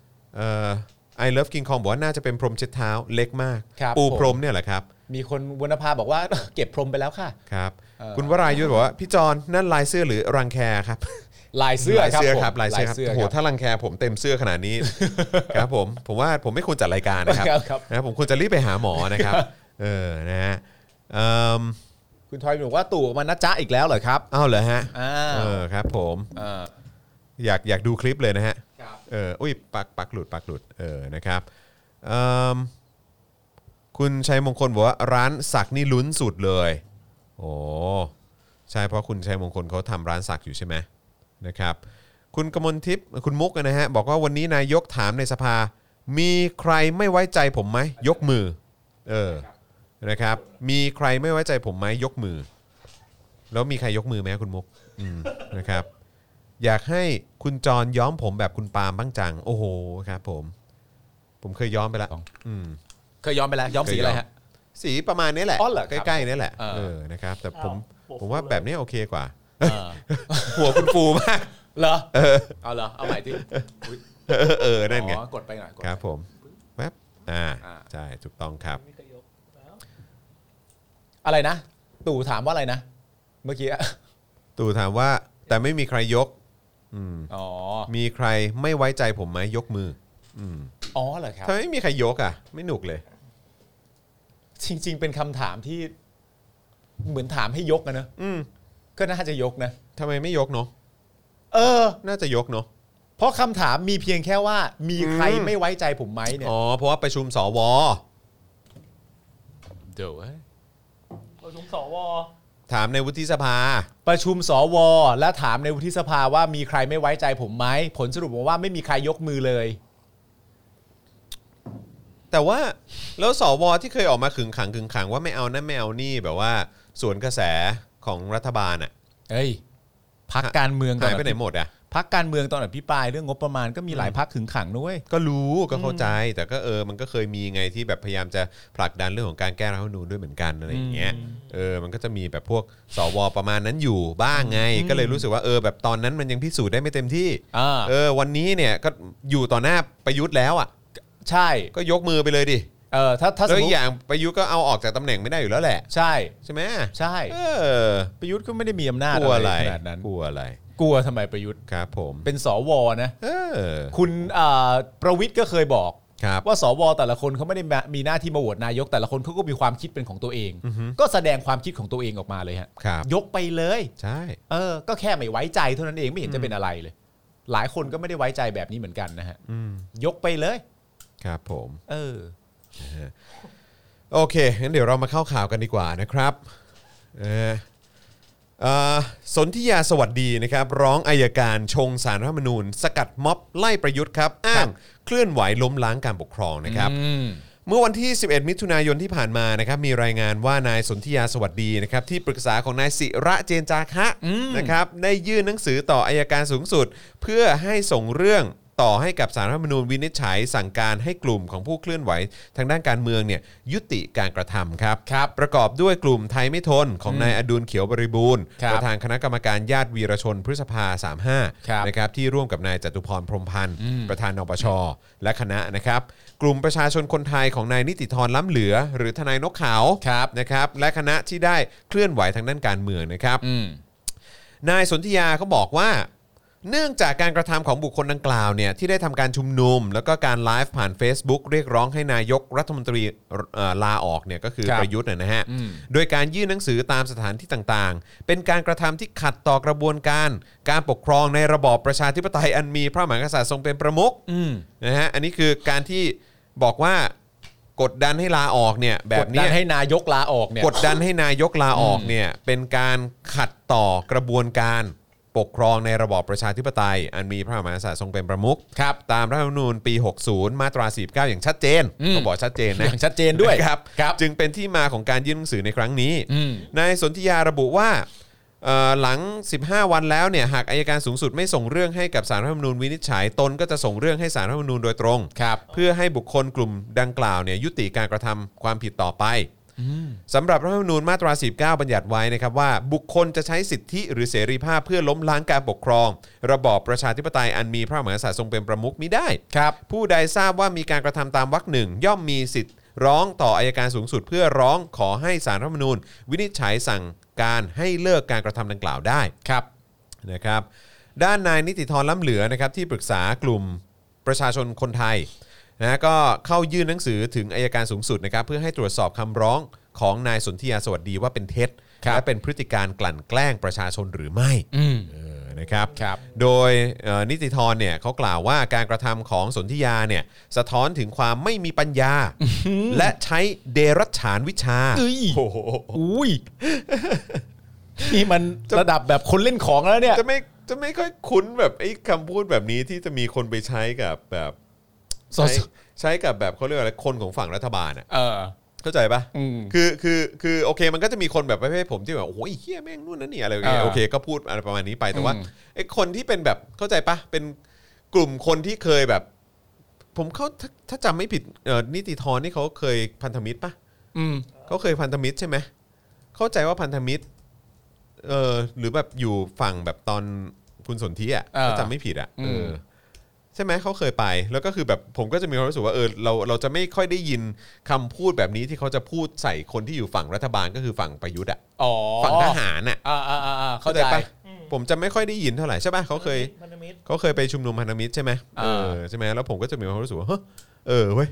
Speaker 2: I Love King Kong บอกว่าน่าจะเป็นพรมเช็ดเท้าเล็กมากปูพรมเนี่ยแหละครับ
Speaker 3: มีคนวรรณภาบอกว่าเก็บพรมไปแล้วค่ะ
Speaker 2: ครับคุณวรายุทธบอกว่าพี่จอนนั่นลายเสื้อหรือรังแคครับ
Speaker 3: ลายเสื้อ
Speaker 2: ครับลายเสื้อครับโอ้โหถ้ารังแคผมเต็มเสื้อขนาดนี้ครับผมว่าผมไม่ควรจัดรายการนะครับนะผมควรจะรีบไปหาหมอนะครับนะฮะ
Speaker 3: คุณทอยบอกว่าตู่มานะจ๊ะอีกแล้วเหรอครับ
Speaker 2: อ้าวเหรอฮะครับผมอยากดูคลิปเลยนะฮะอุ้ยปักหลุดนะครับคุณชัยมงคลบอกว่าร้านสักนี่ลุ้นสุดเลยโอ้ใช่เพราะคุณชัยมงคลเขาทำร้านสักอยู่ใช่ไหมนะครับคุณกมลทิพย์คุณมุกนะฮะบอกว่าวันนี้นายกถามในสภามีใครไม่ไว้ใจผมไหมยกมือนะครับมีใครไม่ไว้ใจผมไหมยกมือแล้วมีใครยกมือไหมคุณมุกนะครับอยากให้คุณจรย้อมผมแบบคุณปาล์มบ้างจังโอ้โหครับผมเคยย้อมไปแล้ว
Speaker 3: เคยย้อมไปแล้วย้อมสีอะไรฮะ
Speaker 2: สีประมาณนี้แหละใกล้ๆนี่แหละนะครับแต่ผมว่าแบบนี้โอเคกว่าหัวคุณฟูมาก
Speaker 3: เหรอเอาเหรอเอาใหม่ที่
Speaker 2: นั่นไง
Speaker 3: กดไปหน่อย
Speaker 2: ครับผมแป๊บใช่ถูกต้องครับ
Speaker 3: อะไรนะตู่ถามว่าอะไรนะเมื่อกี้
Speaker 2: ตู่ถามว่าแต่ไม่มีใครยกมีใครไม่ไว้ใจผมไหมยกมือ
Speaker 3: อ๋อเหรอครับ
Speaker 2: ถ้าไม่มีใครยกอ่ะไม่หนุกเลย
Speaker 3: จริงๆเป็นคำถามที่เหมือนถามให้ยกนะก็น่าจะยกนะ
Speaker 2: ทำไมไม่ยกเนาะน่าจะยกเนาะ
Speaker 3: เพราะคำถามมีเพียงแค่ว่ามีใครไม่ไว้ใจผมไหมเนี่ย
Speaker 2: เพราะว่าประชุมสว
Speaker 3: เดี๋ยว
Speaker 4: ประชุมสว
Speaker 2: ถามในวุฒิสภา
Speaker 3: ประชุมสวและถามในวุฒิสภาว่ามีใครไม่ไว้ใจผมไหมผลสรุปว่าไม่มีใครยกมือเลย
Speaker 2: แต่ว่าแล้วสวที่เคยออกมาขึงขังว่าไม่เอานั่นไม่เอานี่แบบว่าสวนกระแสของรัฐบาลอ่ะ
Speaker 3: พรรคการเมือง
Speaker 2: หายไปไหนหมดอ่ะ
Speaker 3: พรรคการเมืองตอนอภิปรายเรื่องงบประมาณก็มีหลายพรรคขึงขังด้วย
Speaker 2: ก็รู้ก็เข้าใจแต่ก็มันก็เคยมีไงที่แบบพยายามจะผลักดันเรื่องของการแก้รัฐธรรมนูญด้วยเหมือนกันอะไรอย่างเงี้ยมันก็จะมีแบบพวกสวประมาณนั้นอยู่บ้างไงก็เลยรู้สึกว่าแบบตอนนั้นมันยังพิสูจน์ได้ไม่เต็มที่วันนี้เนี่ยก็อยู่ต่อหน้าประยุทธ์แล้วอ่ะ
Speaker 3: ใช่
Speaker 2: ก็ยกมือไปเลยดิ
Speaker 3: ถ้า
Speaker 2: สมมติอย่างประยุทธ์ก็เอาออกจากตำแหน่งไม่ได้อยู่แล้วแหละ
Speaker 3: ใช่
Speaker 2: ไหม
Speaker 3: ใช่ประยุทธ์ก็ไม่ได้มีอำนาจ
Speaker 2: อะไร
Speaker 3: ขนาดนั้น
Speaker 2: กลัวอะไร
Speaker 3: กลัวทำไมประยุทธ์
Speaker 2: ครับผม
Speaker 3: เป็นสวนะคุณประวิตรก็เคยบอกว่าสวแต่ละคนเขาไม่ได้มีหน้าที่มาโหวตนายกแต่ละคนเขาก็มีความคิดเป็นของตัวเองก็แสดงความคิดของตัวเองออกมาเลยฮะยกไปเลย
Speaker 2: ใช่
Speaker 3: ก็แค่ไม่ไว้ใจเท่านั้นเองไม่เห็นจะเป็นอะไรเลยหลายคนก็ไม่ได้ไว้ใจแบบนี้เหมือนกันนะฮะยกไปเลย
Speaker 2: ครับผมโอเคงั้นเดี๋ยวเรามาเข้าข่าวกันดีกว่านะครับสนธิยาสวัสดีนะครับร้องอัยการชงศาลรัฐธรรมนูญสกัดม็อบไล่ประยุทธ์ครับอ้างเคลื่อนไหวล้มล้างการปกครองนะครับเมื่อวันที่11มิถุนายนที่ผ่านมานะครับมีรายงานว่านายสนธิยาสวัสดีนะครับที่ปรึกษาของนายศิระเจนจาคะนะครับได้ยื่นหนังสือต่ออัยการสูงสุดเพื่อให้ส่งเรื่องต่อให้กับศาลรัฐธรรมนูญวินิจฉัยสั่งการให้กลุ่มของผู้เคลื่อนไหวทางด้านการเมืองเนี่ยยุติการกระทำครับประกอบด้วยกลุ่มไทยไม่ทนของนายอดุลเขียวบริบูรณ์ประธานคณะกรรมการญาติวีรชนพฤษภา35นะครับที่ร่วมกับนายจตุพรพรหมพันธ์ประธานนปชและคณะนะครับกลุ่มประชาชนคนไทยของนายนิติธรล้ำเหลือหรือทนายนกเขานะครับและคณะที่ได้เคลื่อนไหวทางด้านการเมืองนะครับนายสนธิยาเขาบอกว่าเนื่องจากการกระทำของบุคคลดังกล่าวเนี่ยที่ได้ทำการชุมนุมแล้วก็การไลฟ์ผ่าน Facebook เรียกร้องให้นายกรัฐมนตรีลาออกเนี่ยก็คือประยุทธ์นะฮะโดยการยื่นหนังสือตามสถานที่ต่างๆเป็นการกระทำที่ขัดต่อกระบวนการปกครองในระบอบประชาธิปไตยอันมีพระมหากษัตริย์ทรงเป็นประมุขนะฮะอันนี้คือการที่บอกว่ากดดันให้ลาออกเนี่ยแบบนี้
Speaker 3: กดดันให้นายกลาออกเนี่ย
Speaker 2: กดดันให้นายกลาออกเนี่ยเป็นการขัดต่อกระบวนการปกครองในระบอบประชาธิปไตยอันมีพระมหากษัตริย์ทรงเป็นประมุขตามรัฐธรรมนูญปี60มาตรา49อย่างชัดเจนก็บอกชัดเจนนะ
Speaker 3: อย่างชัดเจนด้วย
Speaker 2: ครับจึงเป็นที่มาของการยื่นหนังสือในครั้งนี้นายสนธิยาระบุว่าหลัง15วันแล้วเนี่ยหากอัยการสูงสุดไม่ส่งเรื่องให้กับศาลรัฐธรรมนูญวินิจฉัยตนก็จะส่งเรื่องให้ศาลรัฐธรรมนูญโดยตรงเพื่อให้บุคคลกลุ่มดังกล่าวเนี่ยยุติการกระทำความผิดต่อไปสำหรับรัฐธรรมนูญมาตรา49บัญญัติไว้นะครับว่าบุคคลจะใช้สิทธิหรือเสรีภาพเพื่อล้มล้างการปกครองระบอบประชาธิปไตยอันมีพระมหากษัตริย์ทรงเป็นประมุขมิได้ผู้ใดทราบว่ามีการกระทำตามวรรคหนึ่งย่อมมีสิทธิ์ร้องต่ออัยการสูงสุดเพื่อร้องขอให้ศาลรัฐธรรมนูญวินิจฉัยสั่งการให้เลิกการกระทำดังกล่าวได้นะครับด้านนายนิติธรล้ำเหลือนะครับที่ปรึกษากลุ่มประชาชนคนไทยนะก็เข้ายื่นหนังสือถึงอัยการสูงสุดนะครับเพื่อให้ตรวจสอบคำร้องของนายสนธิยาสวัสดีว่าเป็นเท็จและเป็นพฤติการกลั่นแกล้งประชาชนหรือไม่นะครับโดยนิติธรเนี่ยเขากล่าวว่าการกระทำของสนธิยาเนี่ยสะท้อนถึงความไม่มีปัญญาและใช้เดรัจฉานวิชา
Speaker 3: อุ้ยนี่มันระดับแบบคนเล่นของแล้วเนี่ย
Speaker 2: จะไม่ค่อยคุ้นแบบไอ้คำพูดแบบนี้ที่จะมีคนไปใช้กับแบบใช้กับแบบเขาเรียกอะไรคนของฝั่งรัฐบาลอ่ะเข้าใจปะคือโอเคมันก็จะมีคนแบบประเภทผมที่แบบโอ้ยเฮี้ยแม่งนู่นนั่นนี่อะไรอย่างเงี้ยโอเคก็พูดอะไรประมาณนี้ไปแต่ว่าไอ้คนที่เป็นแบบเข้าใจปะเป็นกลุ่มคนที่เคยแบบผมเขาถ้าจำไม่ผิดนิติธรนี่เขาเคยพันธมิตรปะเขาเคยพันธมิตรใช่ไหมเข้าใจว่าพันธมิตรหรือแบบอยู่ฝั่งแบบตอนคุณสนธิอ่ะถ้าจำไม่ผิดอ่ะใช่ไหมเขาเคยไปแล้วก็คือแบบผมก็จะมีความรู้สึกว่าเราจะไม่ค่อยได้ยินคำพูดแบบนี้ที่เขาจะพูดใส่คนที่อยู่ฝั่งรัฐบาลก็คือฝั่งประยุทธ์อ่ะฝั่งทหารอ่ะเข้าใจปะผมจะไม่ค่อยได้ยินเท่าไหร่ใช่ปะเขาเคยไปชุมนุมพันธมิตรใช่ไหมใช่ไหมแล้วผมก็จะมีความรู้สึกว่าเว้ย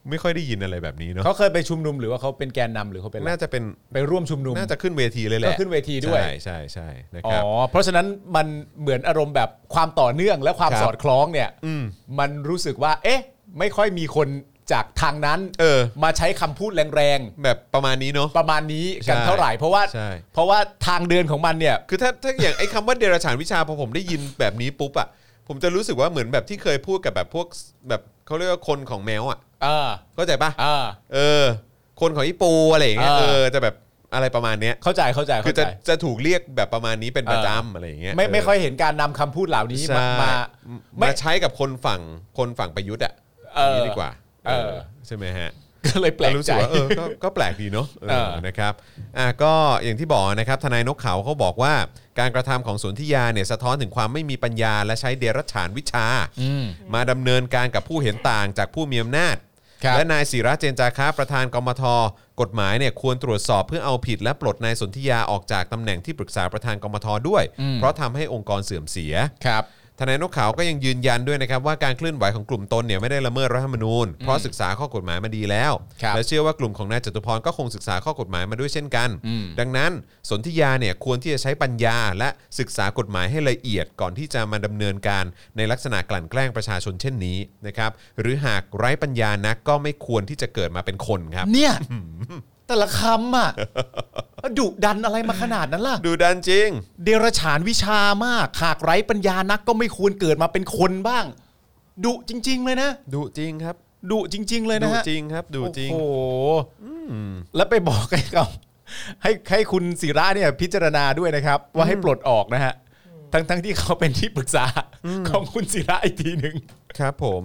Speaker 2: ไม่ค่อยได้ยินอะไรแบบนี้เนาะ
Speaker 3: เขาเคยไปชุมนุมหรือว่าเขาเป็นแกนนำหรือเขาเป็น
Speaker 2: น่าจะเป็น
Speaker 3: ไปร่วมชุมนุม
Speaker 2: น่าจะขึ้นเวทีเลยแหละ
Speaker 3: ก็ขึ้นเวทีด้วย
Speaker 2: ใช่นะครับ
Speaker 3: เพราะฉะนั้นมันเหมือนอารมณ์แบบความต่อเนื่องและความสอดคล้องเนี่ยมันรู้สึกว่าเอ๊ะไม่ค่อยมีคนจากทางนั้นมาใช้คำพูดแรง
Speaker 2: ๆแบบประมาณนี้เนาะ
Speaker 3: ประมาณนี้กันเท่าไหร่เพราะว่าทางเดินของมันเนี่ย
Speaker 2: คือถ้าอย่างไอ้คำว่าเดรัจฉานวิชาพอผมได้ยินแบบนี้ปุ๊บอะผมจะรู้สึกว่าเหมือนแบบที่เคยพูดกับแบบพวกแบบเขาเรียกว่าคนของแมวอะเข้าใจปะคนของอีปูอะไรอย่างเงี้ยจะแบบอะไรประมาณนี้
Speaker 3: เข้าใจ
Speaker 2: คือจะถูกเรียกแบบประมาณนี้เป็นประจำอะไรอย่างเงี้ย
Speaker 3: ไม่ค่อยเห็นการนำคำพูดเหล่านี้
Speaker 2: มาใช้กับคนฝั่งประยุทธ์อ่ะนี้ดีกว่าใช่ไหมฮะ
Speaker 3: ก็เลยแปลก
Speaker 2: ใจก็แปลกดีเนาะนะครับก็อย่างที่บอกนะครับทนายนกเขาเขาบอกว่าการกระทำของสนธิยาเนี่ยสะท้อนถึงความไม่มีปัญญาและใช้เดรัจฉานวิชามาดำเนินการกับผู้เห็นต่างจากผู้มีอำนาจและนายศิระเจนจาคะประธานกมธ.กฎหมายเนี่ยควรตรวจสอบเพื่อเอาผิดและปลดนายสนธิยาออกจากตำแหน่งที่ปรึกษาประธานกมธ.ด้วยเพราะทำให้องค์กรเสื่อมเสียทนายนกเขาก็ยังยืนยันด้วยนะครับว่าการเคลื่อนไหวของกลุ่มตนเนี่ยไม่ได้ละเมิดรัฐธรรมนูญเพราะศึกษาข้อกฎหมายมาดีแล้วและเชื่อว่ากลุ่มของนายจตุพรก็คงศึกษาข้อกฎหมายมาด้วยเช่นกันดังนั้นสนธิยาเนี่ยควรที่จะใช้ปัญญาและศึกษากฎหมายให้ละเอียดก่อนที่จะมาดำเนินการในลักษณะกลั่นแกล้งประชาชนเช่นนี้นะครับหรือหากไร้ปัญญานักก็ไม่ควรที่จะเกิดมาเป็นคนครับ
Speaker 3: เนี่ยแต่ละคำอ่ะดุดันอะไรมาขนาดนั้นล่ะ
Speaker 2: ดุดันจริง
Speaker 3: เดรัจฉานวิชามากหากไร้ปัญญานักก็ไม่ควรเกิดมาเป็นคนบ้างดุจริงๆเลยนะ
Speaker 2: ดุจริงครับ
Speaker 3: ดุจริงๆเลยนะฮะ
Speaker 2: ดุจริงครับดุจริง
Speaker 3: โอ้โหแล้วไปบอกให้เขาให้คุณศิระเนี่ยพิจารณาด้วยนะครับว่าให้ปลดออกนะฮะทั้งที่เขาเป็นที่ปรึกษาของคุณศิระอีกทีนึง
Speaker 2: ครับผม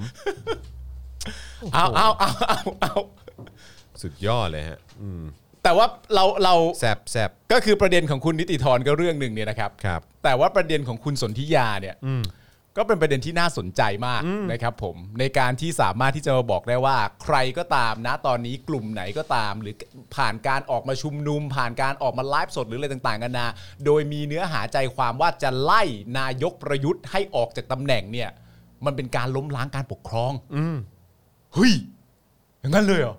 Speaker 3: เอา
Speaker 2: สุดยอดเลยฮะ
Speaker 3: แต่ว่าเรา
Speaker 2: แซบ
Speaker 3: ก็คือประเด็นของคุณนิติธรก็เรื่องหนึ่งเนี่ยนะครับแต่ว่าประเด็นของคุณสนธิยาเนี่ยก็เป็นประเด็นที่น่าสนใจมากนะครับผมในการที่สามารถที่จะมาบอกได้ว่าใครก็ตามนะตอนนี้กลุ่มไหนก็ตามหรือผ่านการออกมาชุมนุมผ่านการออกมาไลฟ์สดหรืออะไรต่างๆกันานาโดยมีเนื้อหาใจความว่าจะไล่นายกประยุทธ์ให้ออกจากตำแหน่งเนี่ยมันเป็นการล้มล้างการปกครองเฮ้ยอย่างนั้นเลยเหรอ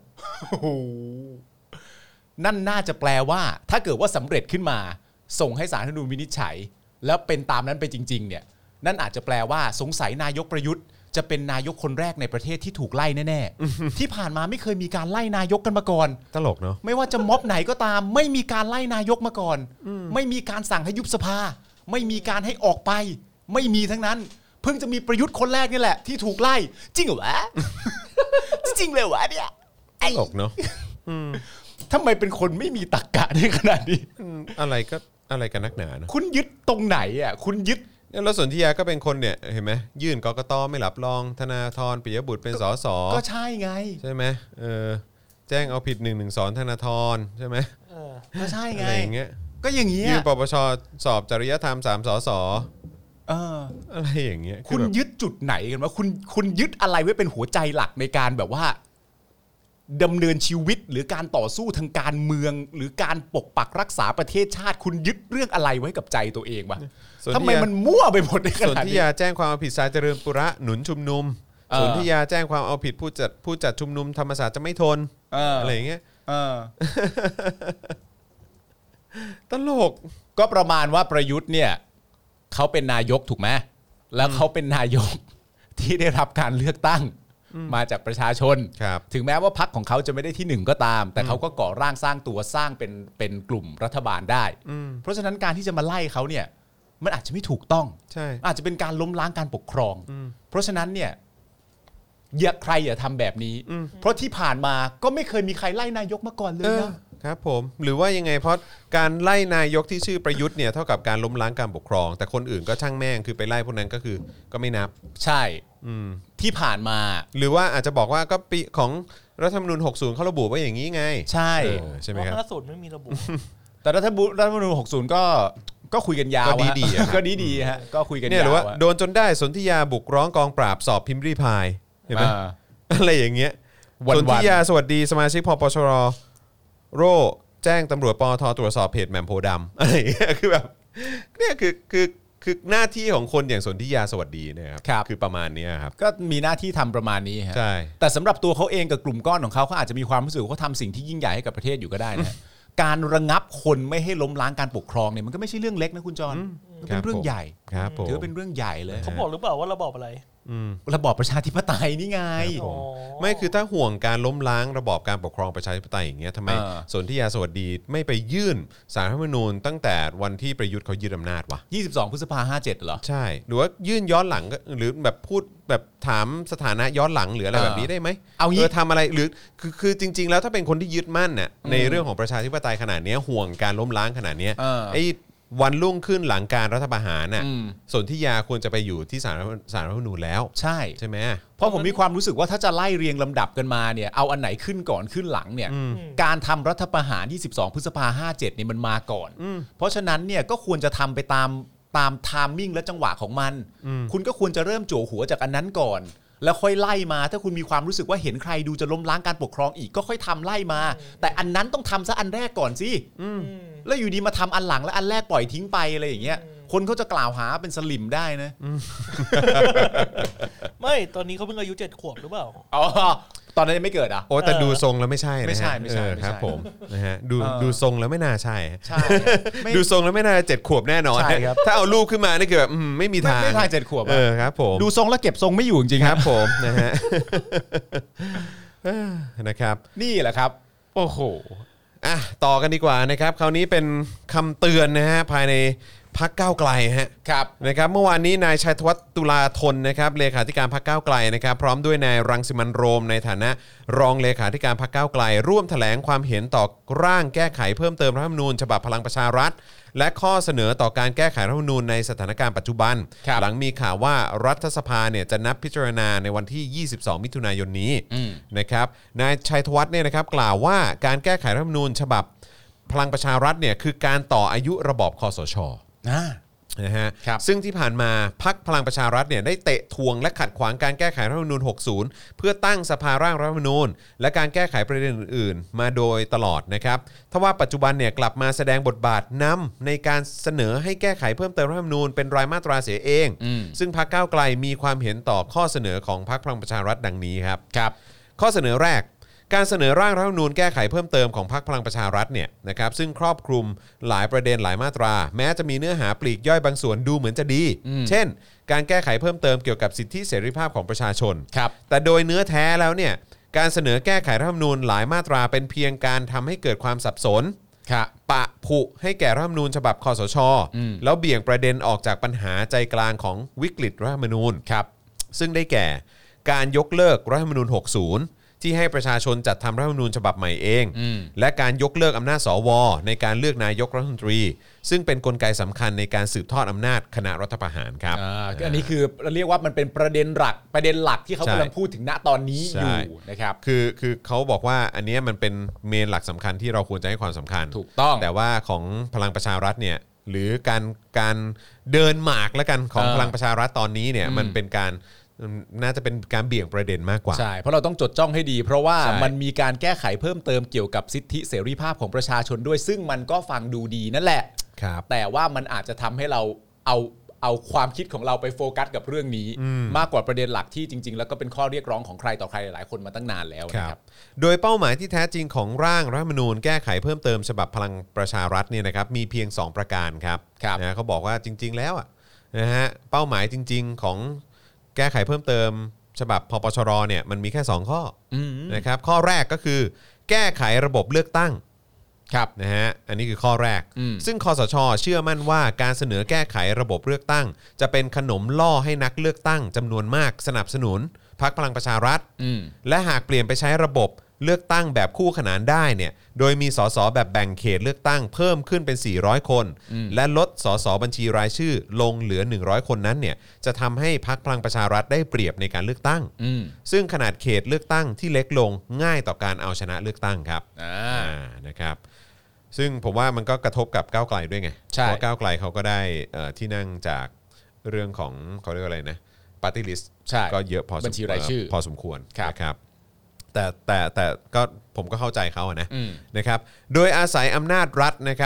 Speaker 3: นั่นน่าจะแปลว่าถ้าเกิดว่าสำเร็จขึ้นมาส่งให้ศาลรัฐธรรมนูญวินิจฉัยแล้วเป็นตามนั้นไปจริงๆเนี่ยนั่นอาจจะแปลว่าสงสัยนายกประยุทธ์จะเป็นนายกคนแรกในประเทศที่ถูกไล่แน่ๆที่ผ่านมาไม่เคยมีการไล่นายกกันมาก่อน
Speaker 2: ตลกเนาะ
Speaker 3: ไม่ว่าจะม็อบไหนก็ตามไม่มีการไล่นายกมาก่อนไม่มีการสั่งให้ยุบสภาไม่มีการให้ออกไปไม่มีทั้งนั้นเพิ่งจะมีประยุทธ์คนแรกนี่แหละที่ถูกไล่จริงเหรอวะ จริงเลยวะเนี่ย
Speaker 2: ตลกเนาะ
Speaker 3: ทำไมเป็นคนไม่มีตรรกะได้ขนาดนี้
Speaker 2: อะไรกันนักหนานะ
Speaker 3: คุณยึดตรงไหนอ่ะคุณยึด
Speaker 2: แล้วสนธิยาก็เป็นคนเนี่ยเห็นไหมยื่นกกตไม่รับรองธนาธรปิยบุตรเป็นสส
Speaker 3: ก็ใช่ไง
Speaker 2: ใช่ไหมแจ้งเอาผิด112ธนาธรใช่ไหม
Speaker 3: ก็ใช่ไง
Speaker 2: อะไรอย่างเงี้ย
Speaker 3: ก็อย่างเงี้ย
Speaker 2: ยื่นปปชสอบจริยธรรม3 สสอะไรอย่างเงี้ย
Speaker 3: คุณยึดจุดไหนกันวะคุณยึดอะไรไว้เป็นหัวใจหลักในการแบบว่าดำเนินชีวิตหรือการต่อสู้ทางการเมืองหรือการปกปักรักษาประเทศชาติคุณยึดเรื่องอะไรไว้กับใจตัวเองวะทำไมมันมั่วไปหมดในขนาดนี้
Speaker 2: สนธิยาแจ้งความเอาผิดสายเจริญปุระหนุนชุมนุมสนธิยาแจ้งความเอาผิดผู้จัดชุมนุมธรรมศาสตร์จะไม่ทนอะไรอย่างเงี้ยตลก
Speaker 3: ก็ประมาณว่าประยุทธ์เนี่ยเขาเป็นนายกถูกไหมแล้วเขาเป็นนายกที่ได้รับการเลือกตั้งมาจากประชาชนถึงแม้ว่าพรรคของเขาจะไม่ได้ที่1ก็ตามแต่เขาก็ก่อร่างสร้างตัวสร้างเป็นกลุ่มรัฐบาลได้เพราะฉะนั้นการที่จะมาไล่เขาเนี่ยมันอาจจะไม่ถูกต้องอาจจะเป็นการล้มล้างการปกครองเพราะฉะนั้นเนี่ยอย่าทำแบบนี้เพราะที่ผ่านมาก็ไม่เคยมีใครไล่นายกมาก่อนเลย
Speaker 2: นะครับผมหรือว่ายังไงเพราะการไล่นายกที่ชื่อประยุทธ์เนี่ยเท่ากับการล้มล้างการปกครองแต่คนอื่นก็ช่างแม่งคือไปไล่พวกนั้นก็คือก็ไม่นับ
Speaker 3: ใช่ที่ผ่านมา
Speaker 2: หรือว่าอาจจะบอกว่าก็ปีของรัฐธรรมนูญ60เขาระบุไว้อย่างนี้ไง
Speaker 3: ใช่
Speaker 2: ใช่ไหมครับ
Speaker 4: 60ไม่มีระบุ
Speaker 3: แต่รัฐธรรมนูญ60ก็คุยกันยาวก็ดีฮะก็คุยกันยาว
Speaker 2: เนี่ยหรือว่าโดนจนได้สนธิยาบุกร้องกองปราบสอบพิมพ์รีพายเห็นไหมอะไรอย่างเงี้ยสนธิยาสวัสดีสมาชิกพปชรโร่แจ้งตำรวจปอทตรวจสอบเพจแหม่มโพธิ์ดำอะไรอย่างเงี้ยคือแบบเนี่ยคือคือหน้าที่ของคนอย่างสนธิยาสวัสดีเนี่ย
Speaker 3: ครับ
Speaker 2: คือประมาณนี้ครับ
Speaker 3: ก็มีหน้าที่ทำประมาณนี้ฮะ
Speaker 2: ใช่
Speaker 3: แต่สำหรับตัวเขาเองกับกลุ่มก้อนของเขาอาจจะมีความรู้สึกว่าเขาทำสิ่งที่ยิ่งใหญ่ให้กับประเทศอยู่ก็ได้นะ การระงับคนไม่ให้ล้มล้างการปกครองเนี่ยมันก็ไม่ใช่เรื่องเล็กนะคุณจรมันเป็นเรื่องใหญ่
Speaker 2: ครับผม
Speaker 3: ถือว่าเป็นเรื่องใหญ่เลย
Speaker 4: เขาบอกหรือเปล่าว่าระบอบอะไร
Speaker 3: ระบอบประชาธิปไตยนี่ไง
Speaker 4: อ๋อ
Speaker 2: ไม่คือถ้าห่วงการล้มล้างระบอบการปกครองประชาธิปไตยอย่างเงี้ยทำไมสนธิยาสวัสดีไม่ไปยื่นศาลรัฐธรรมนูญตั้งแต่วันที่ประยุทธ์เขายึดอำนาจวะ
Speaker 3: 22 พฤษภาคม 57เหรอ
Speaker 2: ใช่หรือว่ายื่นย้อนหลังหรือแบบพูดแบบถามสถานะย้อนหลังหรืออะไรแบบนี้ได้ไหม
Speaker 3: เอางี้
Speaker 2: ทำอะไรหรือคือจริงๆแล้วถ้าเป็นคนที่ยึดมั่นน่ะในเรื่องของประชาธิปไตยขนาดนี้ห่วงการล้มล้างขนาดนี้ไอ้วันรุ่งขึ้นหลังการรัฐประหารน่ะสนธิยาควรจะไปอยู่ที่ศาลรัฐธรรมนูญแล้วใช่ไหม
Speaker 3: เพราะผมมีความรู้สึกว่าถ้าจะไล่เรียงลำดับกันมาเนี่ยเอาอันไหนขึ้นก่อนขึ้นหลังเนี่ยการทำรัฐประหาร22 พฤษภาคม 57เนี่ยมันมาก่อนเพราะฉะนั้นเนี่ยก็ควรจะทำไปตามไทมิ่งและจังหวะของมันคุณก็ควรจะเริ่มโจหัวจากอันนั้นก่อนแล้วค่อยไล่มาถ้าคุณมีความรู้สึกว่าเห็นใครดูจะล้มล้างการปกครองอีกก็ค่อยทำไล่มาแต่อันนั้นต้องทำซะอันแรกก่อนสิแล้วอยู่ดีมาทำอันหลังแล้วอันแรกปล่อยทิ้งไปอะไรอย่างเงี้ยคนเขาจะกล่าวหาเป็นสลิมได้นะ
Speaker 4: ไม่ตอนนี้เขาเพิ่งอายุ7 ขวบหรือเปล่า
Speaker 3: อ๋อตอนนั้นยังไม่เกิดอ่ะ
Speaker 2: โอ้แต่ดูทรงแล้วไม่ใช่นะ
Speaker 3: ไม่ใช่
Speaker 2: ครับผมนะฮะดูทรงแล้วไม่น่าใช่
Speaker 3: ดู
Speaker 2: ทรงแล้วไม่น่า7 ขวบแน่นอนถ้าเอารูปขึ้นมานี่คือแบบไม่มีทาง
Speaker 3: 7 ขวบ
Speaker 2: ครับผม
Speaker 3: ดูทรงแล้วเก็บทรงไม่อยู่จริง
Speaker 2: ครับผมนะฮะนะครับ
Speaker 3: นี่แหละครับโอ้โห
Speaker 2: ต่อกันดีกว่านะครับคราวนี้เป็นคำเตือนนะฮะภายในพรรคก้าวไกลฮะนะครับเมื่อวานนี้นายชัยธวัฒน์ตุลาธนนะครับเลขาธิการพรรคก้าวไกลนะครับพร้อมด้วยนายรังสิมันต์โรมในฐานะรองเลขาธิการพรรคก้าวไกลร่วมแถลงความเห็นต่อร่างแก้ไขเพิ่มเติมรัฐธรรมนูญฉบับพลังประชารัฐและข้อเสนอต่อการแก้ไขรัฐธรรมนูญในสถานการณ์ปัจจุบันหลังมีข่าวว่ารัฐสภาเนี่ยจะนัดพิจารณาในวันที่22 มิถุนายนนี้นะครับนายชัยธวัฒน์เนี่ยนะครับกล่าวว่าการแก้ไขรัฐธรรมนูญฉบับพลังประชารัฐเนี่ยคือการต่ออายุระบอบคสช.นะฮะซึ่งที่ผ่านมาพรรคพลังประชารัฐเนี่ยได้เตะทวงและขัดขวางการแก้ไขรัฐธรรมนูญ 60 เพื่อตั้งสภาร่างรัฐธรรมนูญและการแก้ไขประเด็นอื่นๆมาโดยตลอดนะครับทว่าปัจจุบันเนี่ยกลับมาแสดงบทบาทนำในการเสนอให้แก้ไขเพิ่มเติมรัฐธรรมนูญเป็นรายมาตราเสียเองซึ่งพรรคก้าวไกลมีความเห็นต่อข้อเสนอของพรรคพลังประชารัฐดังนี้ครับข้อเสนอแรกการเสนอร่างรัฐธรรมนูญแก้ไขเพิ่มเติมของพรรคพลังประชารัฐเนี่ยนะครับซึ่งครอบคลุมหลายประเด็นหลายมาตราแม้จะมีเนื้อหาปลีกย่อยบางส่วนดูเหมือนจะดีเช่นการแก้ไขเพิ่มเติมเกี่ยวกับสิทธิเสรีภาพของประชาชนแต่โดยเนื้อแท้แล้วเนี่ยการเสนอแก้ไขรัฐธรรมนูญหลายมาตราเป็นเพียงการทำให้เกิดความสับสนปะผุให้แก่รัฐธรรมนูญฉบับคสช.แล้วเบี่ยงประเด็นออกจากปัญหาใจกลางของวิกฤตรัฐธรรมนูญซึ่งได้แก่การยกเลิกรัฐธรรมนูญ 60ที่ให้ประชาชนจัดทำรัฐธรรมนูญฉบับใหม่เองและการยกเลิกอำนาจสวในการเลือกนายกรัฐมนตรีซึ่งเป็นกลไกสำคัญในการสืบทอดอำนาจคณะรัฐประหารครับ
Speaker 3: อันนี้คือเราเรียกว่ามันเป็นประเด็นหลักที่เขากำลังพูดถึงณตอนนี้อยู่นะครับ
Speaker 2: คือเขาบอกว่าอันนี้มันเป็นเมนหลักสำคัญที่เราควรจะให้ความสำคัญ
Speaker 3: ถูกต้อง
Speaker 2: แต่ว่าของพลังประชารัฐเนี่ยหรือการเดินหมากแล้วกันของพลังประชารัฐตอนนี้เนี่ยมันเป็นการน่าจะเป็นการเบี่ยงประเด็นมากกว่า
Speaker 3: ใช่เพราะเราต้องจดจ้องให้ดีเพราะว่ามันมีการแก้ไขเพิ่มเติมเกี่ยวกับสิทธิเสรีภาพของประชาชนด้วยซึ่งมันก็ฟังดูดีนั่นแหละแต่ว่ามันอาจจะทำให้เราเอาความคิดของเราไปโฟกัสกับเรื่องนี้มากกว่าประเด็นหลักที่จริงๆแล้วก็เป็นข้อเรียกร้องของใครต่อใครหลายๆคนมาตั้งนานแล้วนะครับ
Speaker 2: โดยเป้าหมายที่แท้จริงของร่างรัฐธรรมนูญแก้ไขเพิ่มเติมฉบับพลังประชารัฐเนี่ยนะครับมีเพียง2ประการครับนะเขาบอกว่าจริงๆแล้วนะฮะเป้าหมายจริงๆของแก้ไขเพิ่มเติมฉบับพปชรเนี่ยมันมีแค่2ข้อนะครับข้อแรกก็คือแก้ไขระบบเลือกตั้งนะฮะอันนี้คือข้อแรกซึ่งคสช.เชื่อมั่นว่าการเสนอแก้ไขระบบเลือกตั้งจะเป็นขนมล่อให้นักเลือกตั้งจำนวนมากสนับสนุนพรรคพลังประชารัฐและหากเปลี่ยนไปใช้ระบบเลือกตั้งแบบคู่ขนานได้เนี่ยโดยมีสสแบบแบ่งเขตเลือกตั้งเพิ่มขึ้นเป็น400คนและลดสสบัญชีรายชื่อลงเหลือ100คนนั้นเนี่ยจะทำให้พรรคพลังประชารัฐได้เปรียบในการเลือกตั้งซึ่งขนาดเขตเลือกตั้งที่เล็กลงง่ายต่อการเอาชนะเลือกตั้งครับนะครับซึ่งผมว่ามันก็กระทบกับก้าวไกลด้วยไงเพราะก้าวไกลเขาก็ได้ที่นั่งจากเรื่องของเขาเรียกอะไรนะปาร์ตี้ลิสต์ก็เยอะพอ
Speaker 3: บัญชีรายชื่อ
Speaker 2: พอสมควรนะครับแต่ก็ผมก็เข้าใจเขานะครับโดยอาศัยอำนาจรัฐนะครับ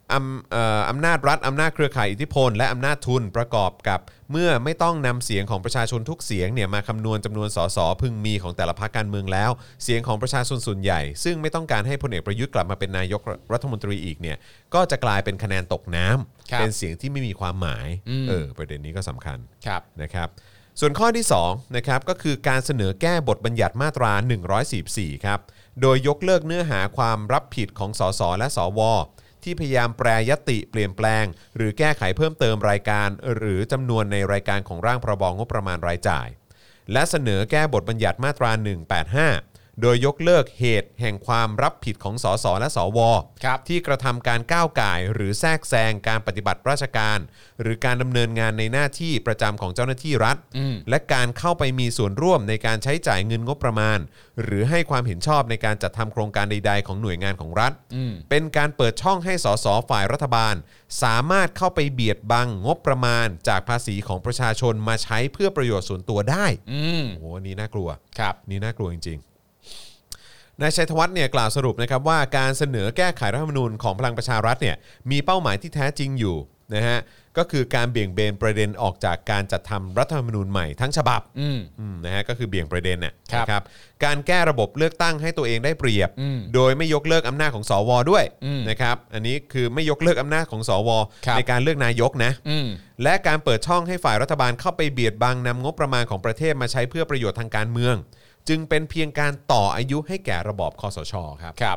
Speaker 2: อำนาจรัฐอำนาจเครือข่ายอิทธิพลและอำนาจทุนประกอบกับเมื่อไม่ต้องนำเสียงของประชาชนทุกเสียงเนี่ยมาคำนวณจำนวนสสพึงมีของแต่ละพรรคการเมืองแล้วเสียงของประชาชนส่วนใหญ่ซึ่งไม่ต้องการให้พลเอกประยุทธ์กลับมาเป็นนายกรัฐมนตรีอีกเนี่ยก็จะกลายเป็นคะแนนตกน้ำเป็นเสียงที่ไม่มีความหมายประเด็นนี้ก็สำคัญนะครับส่วนข้อที่2นะครับก็คือการเสนอแก้บทบัญญัติมาตรา144ครับโดยยกเลิกเนื้อหาความรับผิดของสสและสวที่พยายามแปรยติเปลี่ยนแปลงหรือแก้ไขเพิ่มเติมรายการหรือจำนวนในรายการของร่างพรบงบประมาณรายจ่ายและเสนอแก้บทบัญญัติมาตรา185โดยยกเลิกเหตุแห่งความรับผิดของสสและสวที่กระทำการก้าวก่ายหรือแทรกแซงการปฏิบัติราชการหรือการดำเนินงานในหน้าที่ประจำของเจ้าหน้าที่รัฐและการเข้าไปมีส่วนร่วมในการใช้จ่ายเงินงบประมาณหรือให้ความเห็นชอบในการจัดทำโครงการใดๆของหน่วยงานของรัฐเป็นการเปิดช่องให้สสฝ่ายรัฐบาลสามารถเข้าไปเบียดบังงบประมาณจากภาษีของประชาชนมาใช้เพื่อประโยชน์ส่วนตัวได้โอ้โหนี่น่ากลัวนี่น่ากลัวจริงๆนายชัยธวัฒน์เนี่ยกล่าวสรุปนะครับว่าการเสนอแก้ไขรัฐธรรมนูญของพลังประชารัฐเนี่ยมีเป้าหมายที่แท้จริงอยู่นะฮะก็คือการเบี่ยงเบนประเด็นออกจากการจัดทำรัฐธรรมนูญใหม่ทั้งฉบับนะฮะก็คือเบี่ยงประเด็นนะครับการแก้ระบบเลือกตั้งให้ตัวเองได้เปรียบโดยไม่ยกเลิกอำนาจของสวด้วยนะครับอันนี้คือไม่ยกเลิกอำนาจของสวในการเลือกนายกนะและการเปิดช่องให้ฝ่ายรัฐบาลเข้าไปเบียดบังนำงบประมาณของประเทศมาใช้เพื่อประโยชน์ทางการเมืองจึงเป็นเพียงการต่ออายุให้แก่ระบอบคสช.ครับ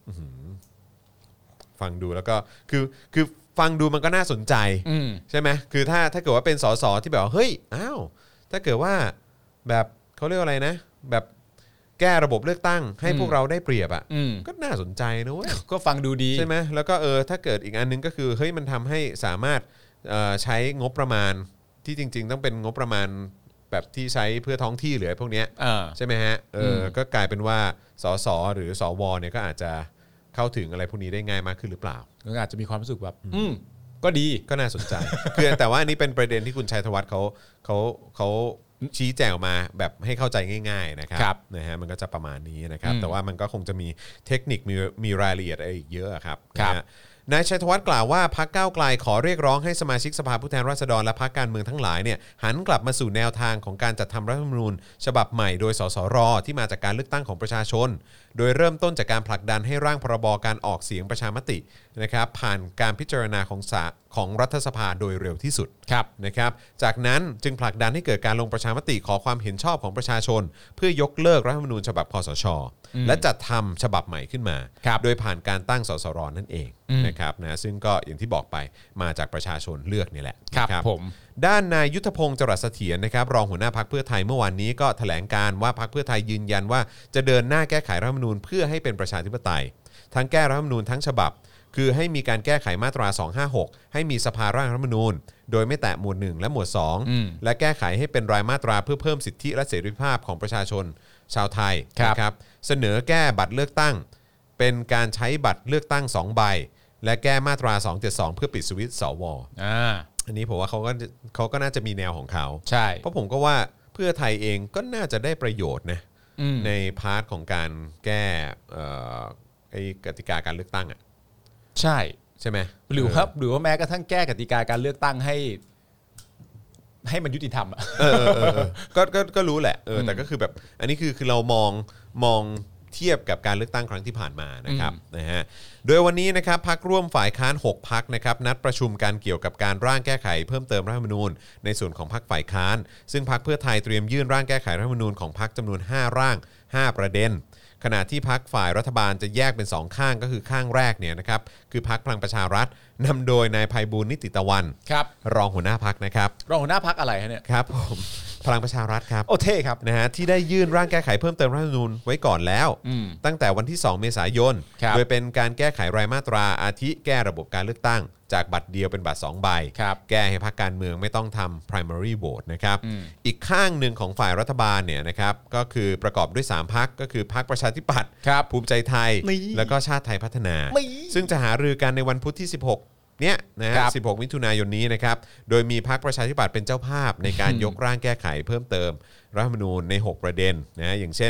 Speaker 2: ฟังดูแล้วก็คือฟังดูมันก็น่าสนใจใช่ไหมคือถ้าเกิดว่าเป็นสสที่แบบเฮ้ยอ้าวถ้าเกิดว่าแบบเขาเรียกอะไรนะแบบแก้ระบบเลือกตั้งให้พวกเราได้เปรียบอ่ะก็น่าสนใจนะเว้ย
Speaker 3: ก็ฟังดูดี
Speaker 2: ใช่ไหมแล้วก็ถ้าเกิดอีกอันนึงก็คือเฮ้ยมันทำให้สามารถใช้งบประมาณที่จริงๆต้องเป็นงบประมาณแบบที่ใช้เพื่อท้องที่หรือพวกนี้ใช่ไหมฮะก็กลายเป็นว่าสสหรือสวเนี่ยก็อาจจะเข้าถึงอะไรพวกนี้ได้ง่ายมากขึ้นหรือเปล่า
Speaker 3: ก็อาจจะมีความรู้สึกแบบก็ดี
Speaker 2: ก็น่าสนใจคือแต่ว่าอันนี้เป็นประเด็นที่คุณชัยธวัฒน์เขาชี้แจงออกมาแบบให้เข้าใจง่ายๆนะครับนะฮะมันก็จะประมาณนี้นะครับแต่ว่ามันก็คงจะมีเทคนิคมีรายละเอียดอะไรอีกเยอะครับนายชัยธวัฒน์กล่าวว่าพรรคก้าวไกลขอเรียกร้องให้สมาชิกสภาผู้แทนราษฎรและพรรคการเมืองทั้งหลายเนี่ยหันกลับมาสู่แนวทางของการจัดทำรัฐธรรมนูญฉบับใหม่โดยสสรที่มาจากการเลือกตั้งของประชาชนโดยเริ่มต้นจากการผลักดันให้ร่างพรบการออกเสียงประชามตินะครับผ่านการพิจารณาของรัฐสภาโดยเร็วที่สุดนะครับจากนั้นจึงผลักดันให้เกิดการลงประชามติขอความเห็นชอบของประชาชนเพื่อยกเลิกรัฐธรรมนูญฉบับคสช.และจัดทำฉบับใหม่ขึ้นมาโดยผ่านการตั้งสสรนั่นเองนะครับนะซึ่งก็อย่างที่บอกไปมาจากประชาชนเลือกนี่แหละ
Speaker 3: ครับผม
Speaker 2: ด้านนายยุทธพงศ์จรัสเสถียรนะครับรองหัวหน้าพรรคเพื่อไทยเมื่อวานนี้ก็แถลงการว่าพรรคเพื่อไทยยืนยันว่าจะเดินหน้าแก้ไขรัฐธรรมนูญเพื่อให้เป็นประชาธิปไตยทั้งแก้รัฐธรรมนูญทั้งฉบับคือให้มีการแก้ไขมาตรา256ให้มีสภาร่างรัฐธรรมนูญโดยไม่แตะหมวด1และหมวด2และแก้ไขให้เป็นรายมาตราเพื่อเพิ่มสิทธิและเสรีภาพของประชาชนชาวไทยนะครับเสนอแก้บัตรเลือกตั้งเป็นการใช้บัตรเลือกตั้ง2ใบและแก้มาตรา272เพื่อปิดสวิตช์สวอันนี้ผมว่าเขาก็น่าจะมีแนวของเขา
Speaker 3: ใช่
Speaker 2: เพราะผมก็ว่าเพื่อไทยเองก็น่าจะได้ประโยชน์นะในพาร์ทของการแก้ไอ้กติกาการเลือกตั้งอ่ะใช่ไหม
Speaker 3: หรือว่าแม้กระทั่งแก้กติกาการเลือกตั้งให้มันยุติธรรมอ่ะ
Speaker 2: ก็รู้แหละแต่ก็คือแบบอันนี้คือเรามองเทียบกับการเลือกตั้งครั้งที่ผ่านมานะครับนะฮะโดยวันนี้นะครับพรรคร่วมฝ่ายค้าน6พรรคนะครับนัดประชุมการเกี่ยวกับการร่างแก้ไขเพิ่มเติมรัฐธรรมนูญในส่วนของพรรคฝ่ายค้านซึ่งพรรคเพื่อไทยเตรียมยื่นร่างแก้ไขรัฐธรรมนูญของพรรคจำนวน5ร่าง5ประเด็นขณะที่พรรคฝ่ายรัฐบาลจะแยกเป็น2ข้างก็คือข้างแรกเนี่ยนะครับคือพรรคพลังประชารัฐนำโดยนายไพบูลย์นิติตะวันรองหัวหน้าพรรคนะครับ
Speaker 3: รองหัวหน้าพรรคอะไรฮะเนี่ย
Speaker 2: ครับผมพลังประชารัฐครับ
Speaker 3: โอเท่ครับ
Speaker 2: นะฮะที่ได้ยื่นร่างแก้ไขเพิ่มเติมรัฐธรรมนูญไว้ก่อนแล้วตั้งแต่วันที่2เมษายนโดยเป็นการแก้ไขรายมาตราอาทิแก้ระบบการเลือกตั้งจากบัตรเดียวเป็นบัตร2ใบแก้ให้พรรคการเมืองไม่ต้องทำ primary vote นะครับอีกข้างหนึ่งของฝ่ายรัฐบาลเนี่ยนะครับก็คือประกอบด้วย3พรรคก็คือพรรคประชาธิปัตย์ภูมิใจไทยแล้วก็ชาติไทยพัฒนาซึ่งจะหารือกันในวันพุธที่16เนี่ยนะ16มิถุนายนนี้นะครับโดยมีพรรคประชาธิปัตย์เป็นเจ้าภาพในการยกร่างแก้ไขเพิ่มเติมรัฐธรรมนูญใน6ประเด็นนะอย่างเช่น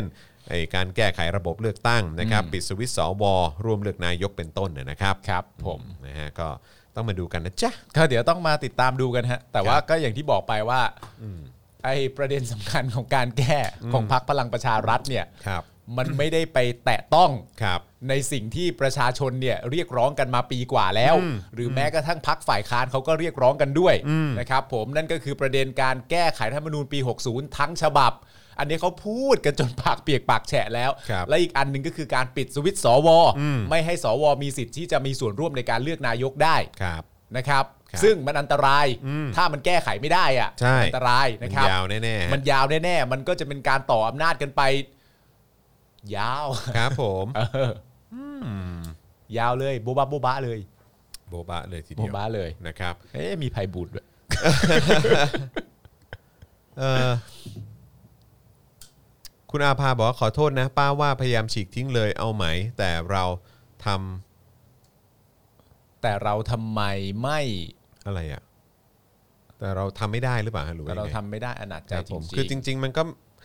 Speaker 2: การแก้ไขระบบเลือกตั้งนะครับปิดสวิตช์สวร่วมเลือกนายกเป็นต้นนะครับ
Speaker 3: ครับผม
Speaker 2: นะฮะก็ต้องมาดูกันนะจ๊ะ
Speaker 3: ก็เดี๋ยวต้องมาติดตามดูกันฮะแต่ว่าก็อย่างที่บอกไปว่าไอ้ประเด็นสำคัญของการแก้ของพรรคพลังประชารัฐเนี่ยมันไม่ได้ไปแตะต้องในสิ่งที่ประชาชนเนี่ยเรียกร้องกันมาปีกว่าแล้วหรือแม้กระทั่งพรรคฝ่ายค้านเขาก็เรียกร้องกันด้วยนะครับผมนั่นก็คือประเด็นการแก้ไขรัฐธรรมนูญปี60ทั้งฉบับอันนี้เขาพูดกันจนปากเปียกปากแฉะแล้วและอีกอันนึงก็คือการปิดสวิตช์สวไม่ให้สวมีสิทธิ์ที่จะมีส่วนร่วมในการเลือกนายกได้นะครับซึ่งมันอันตรายถ้ามันแก้ไขไม่ได้อ่ะอันตรายนะครับ
Speaker 2: มันยาวแน่
Speaker 3: ๆมันยาวแน่ๆมันก็จะเป็นการต่ออำนาจกันไปยาว
Speaker 2: ครับผม
Speaker 3: ยาวเลยโบบะโบบะเลย
Speaker 2: โบบะเลยทีเดียว
Speaker 3: โบบะเลย
Speaker 2: นะครับ
Speaker 3: มีไพบูลย์ด้วย
Speaker 2: คุณอาภาบอกว่าขอโทษนะป้าว่าพยายามฉีกทิ้งเลยเอาไหมแต่เราท
Speaker 3: ำไมไม่
Speaker 2: อะไรอ่ะแต่เราทำไม่ได้หรือเปล่าหรือว่า
Speaker 3: เราทำไม่ได้อนาจใจจริง
Speaker 2: ๆคือจริงๆมัน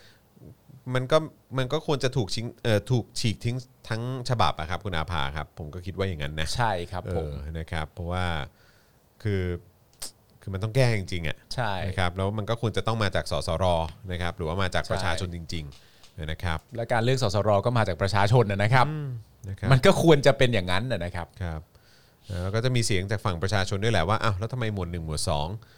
Speaker 2: ก็ควรจะถูกฉีกทิ้งทั้งฉบับอะครับคุณอาภาครับผมก็คิดว่าอย่างนั้นนะ
Speaker 3: ใช่ครับผม
Speaker 2: นะครับเพราะว่าคือมันต้องแก้จริงๆอ่ะ
Speaker 3: ใช่
Speaker 2: นะครับแล้วมันก็ควรจะต้องมาจากสสรนะครับหรือว่ามาจากประชาชนจริงๆนะครับ
Speaker 3: และการเลือกสสรก็มาจากประชาชนนะครับมันก็ควรจะเป็นอย่างนั้นนะครับ
Speaker 2: ครับแล้วก็จะมีเสียงจากฝั่งประชาชนด้วยแหละว่าอ้าวแล้วทำไมหมวด1หมวด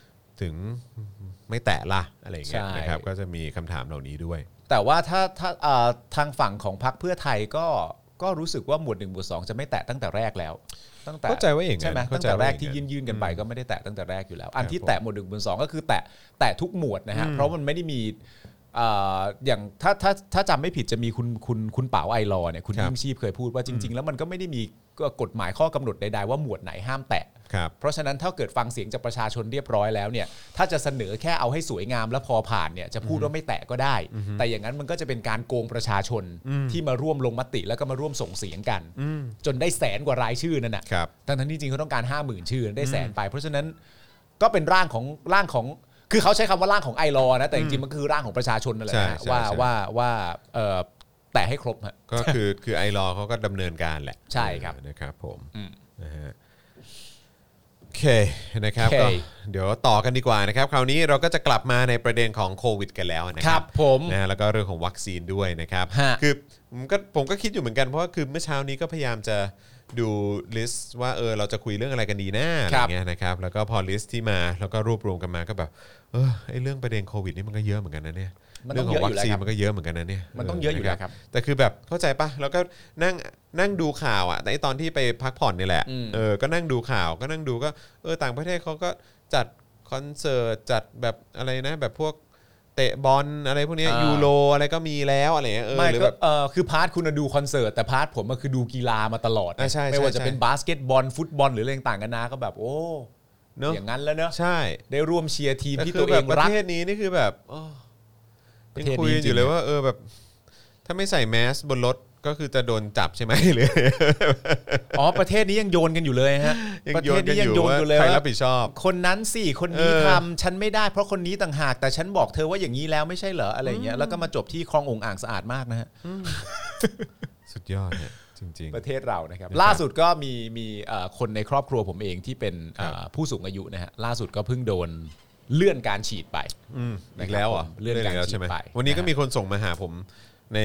Speaker 2: 2ถึงไม่แตะล่ะอะไรอย่างเงี้ยนะครับก็จะมีคำถามเหล่านี้ด้วย
Speaker 3: แต่ว่าถ้าทางฝั่งของพรรคเพื่อไทยก็รู้สึกว่าหมวด1หมวด2จะไม่แตะตั้งแต่แรกแล้ว
Speaker 2: เข้าใจว่าอย่างนั้น
Speaker 3: ใช่ไหมตั้งแต่แรกที่ยื่นกันไปก็ไม่ได้แตะตั้งแต่แรกอยู่แล้วอันที่แตะหมวด1หมวด2ก็คือแตะทุกหมวดนะฮะเพราะมันไม่ได้มีอย่างถ้าจำไม่ผิดจะมีคุณเป๋าไอรอเนี่ยคุณยิ่งชีพเคยพูดว่าจริงๆแล้วมันก็ไม่ได้มีกฎหมายข้อกำหนดใดๆว่าหมวดไหนห้ามแตะเพราะฉะนั้นถ้าเกิดฟังเสียงจากประชาชนเรียบร้อยแล้วเนี่ยถ้าจะเสนอแค่เอาให้สวยงามแล้วพอผ่านเนี่ยจะพูดว่าไม่แตะก็ได้แต่อย่างนั้นมันก็จะเป็นการโกงประชาชนที่มาร่วมลงมติแล้วก็มาร่วมส่งเสียงกันจนได้แสนกว่ารายชื่อนั่นน่ะทั้งที่จริงเขาต้องการ 50,000 ชื่อได้แสนไปเพราะฉะนั้นก็เป็นร่างของคือเขาใช้คำว่าร่างของไอรอนะแต่จริงๆมันคือร่างของประชาชนนั่นแหละนะว่าแต่ให้ครบฮะ
Speaker 2: ก็คือไอรอเขาก็ดำเนินการแหละ
Speaker 3: ใช่ครับ
Speaker 2: นะครับผมนะฮะโอเคนะครับก็เดี๋ยวต่อกันดีกว่านะครับคราวนี้เราก็จะกลับมาในประเด็นของโควิดกันแล้วนะครับ
Speaker 3: ผม
Speaker 2: นะแล้วก็เรื่องของวัคซีนด้วยนะครับคือผมก็คิดอยู่เหมือนกันเพราะว่าคือเมื่อเช้านี้ก็พยายามจะดูลิสต์ว่าเราจะคุยเรื่องอะไรกันดีนะอะไรเงี้ยนะครับแล้วก็พอลิสต์ที่มาแล้วก็รวบรวมกันมาก็แบบไอ้เรื่องประเด็นโควิดนี่มันก็เยอะเหมือนกันนะเนี่ยเรื่องของวัคซีนมันก็เยอะเหมือนกันนะเนี่ย
Speaker 3: มันต้องเยอะอยู่แล้วครับ
Speaker 2: แต่คือแบบเข้าใจปะแล้วก็นั่งดูข่าวอ่ะแต่ตอนที่ไปพักผ่อนนี่แหละก็นั่งดูข่าวก็นั่งดูก็ต่างประเทศเขาก็จัดคอนเสิร์ตจัดแบบอะไรนะแบบพวกเตะบอลอะไรพวกนี้ยูโรอะไรก็มีแล้วอะไรเงี้ย
Speaker 3: ไม่ก็คือพาร์ทคุณดูคอนเสิร์ตแต่พาร์ทผมก็คือดูกีฬามาตลอดไม่ว่าจะเป็นบาสเกตบอลฟุตบอลหรืออะไรต่างๆกันนะก็แบบโอ้อย่างนั้นแล้วเนอะ
Speaker 2: ใช่
Speaker 3: ได้ร่วมเชียร์ทีมที่ตัวเองรัก
Speaker 2: ประเทศนี้นี่คือแบบประเทศนี้อยู่เลยว่าแบบถ้าไม่ใส่แมสบนรถก็คือจะโดนจับใช่ไหมหรือ
Speaker 3: ประเทศนี้ยังโยนกันอยู่เลยฮะประเทศนี้ยังโยนอยู่เลย
Speaker 2: ใครรับผิดชอบ
Speaker 3: คนนั้นสิคนนี้ทำฉันไม่ได้เพราะคนนี้ต่างหากแต่ฉันบอกเธอว่าอย่างนี้แล้วไม่ใช่เหรออะไรเงี้ยแล้วก็มาจบที่คลององอ่างสะอาดมากนะฮะ
Speaker 2: สุดยอดเนี่ยจริง
Speaker 3: ๆประเทศเรานะครับล่าสุดก็มีคนในครอบครัวผมเองที่เป็นผู้สูงอายุนะฮะล่าสุดก็เพิ่งโดนเลื่อนการฉีดไป
Speaker 2: อีกแล้วเลื่อนการฉีดไปวันนี้ก็มีคนส่งมาหาผมใน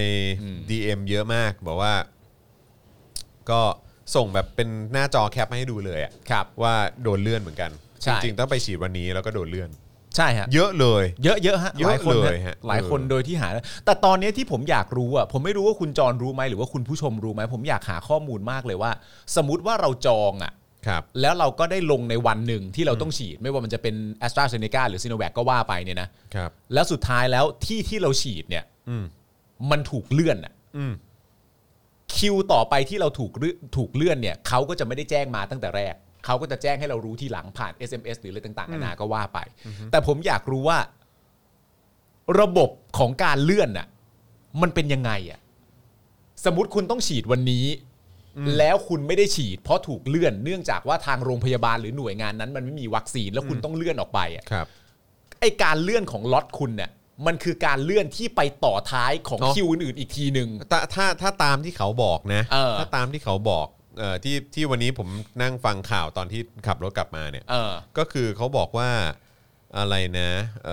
Speaker 2: DM เยอะมากบอกว่าก็ส่งแบบเป็นหน้าจอแคปมาให้ดูเลยอ่ะว่าโดนเลื่อนเหมือนกันจริงๆต้องไปฉีดวันนี้แล้วก็โดนเลื่อน
Speaker 3: ใช่ฮะ
Speaker 2: เยอะเลย
Speaker 3: เยอะฮะหลายคนเลยหลายคนโดยที่หาแต่ตอนนี้ที่ผมอยากรู้อ่ะผมไม่รู้ว่าคุณจรรู้ไหมหรือว่าคุณผู้ชมรู้ไหมผมอยากหาข้อมูลมากเลยว่าสมมุติว่าเราจองอ่ะแล้วเราก็ได้ลงในวันหนึ่งที่เราต้องฉีดไม่ว่ามันจะเป็น AstraZeneca หรือ Sinovac ก็ว่าไปเนี่ยนะแล้วสุดท้ายแล้วที่เราฉีดเนี่ยมันถูกเลื่อนอ่ะคิวต่อไปที่เราถูกเลื่อนเนี่ยเขาก็จะไม่ได้แจ้งมาตั้งแต่แรกเขาก็จะแจ้งให้เรารู้ทีหลังผ่าน SMS หรืออะไรต่างๆนานาก็ว่าไปแต่ผมอยากรู้ว่าระบบของการเลื่อนน่ะมันเป็นยังไงอ่ะสมมุติคุณต้องฉีดวันนี้แล้วคุณไม่ได้ฉีดเพราะถูกเลื่อนเนื่องจากว่าทางโรงพยาบาลหรือหน่วยงานนั้นมันไม่มีวัคซีนแล้วคุณต้องเลื่อนออกไปอ่ะไอ้การเลื่อนของล็อตคุณเนี่ยมันคือการเลื่อนที่ไปต่อท้ายของคิวอื่นๆอีกทีนึง
Speaker 2: ถ้าตามที่เขาบอกนะถ้าตามที่เขาบอกที่วันนี้ผมนั่งฟังข่าวตอนที่ขับรถกลับมาเนี่ยก็คือเขาบอกว่าอะไรนะ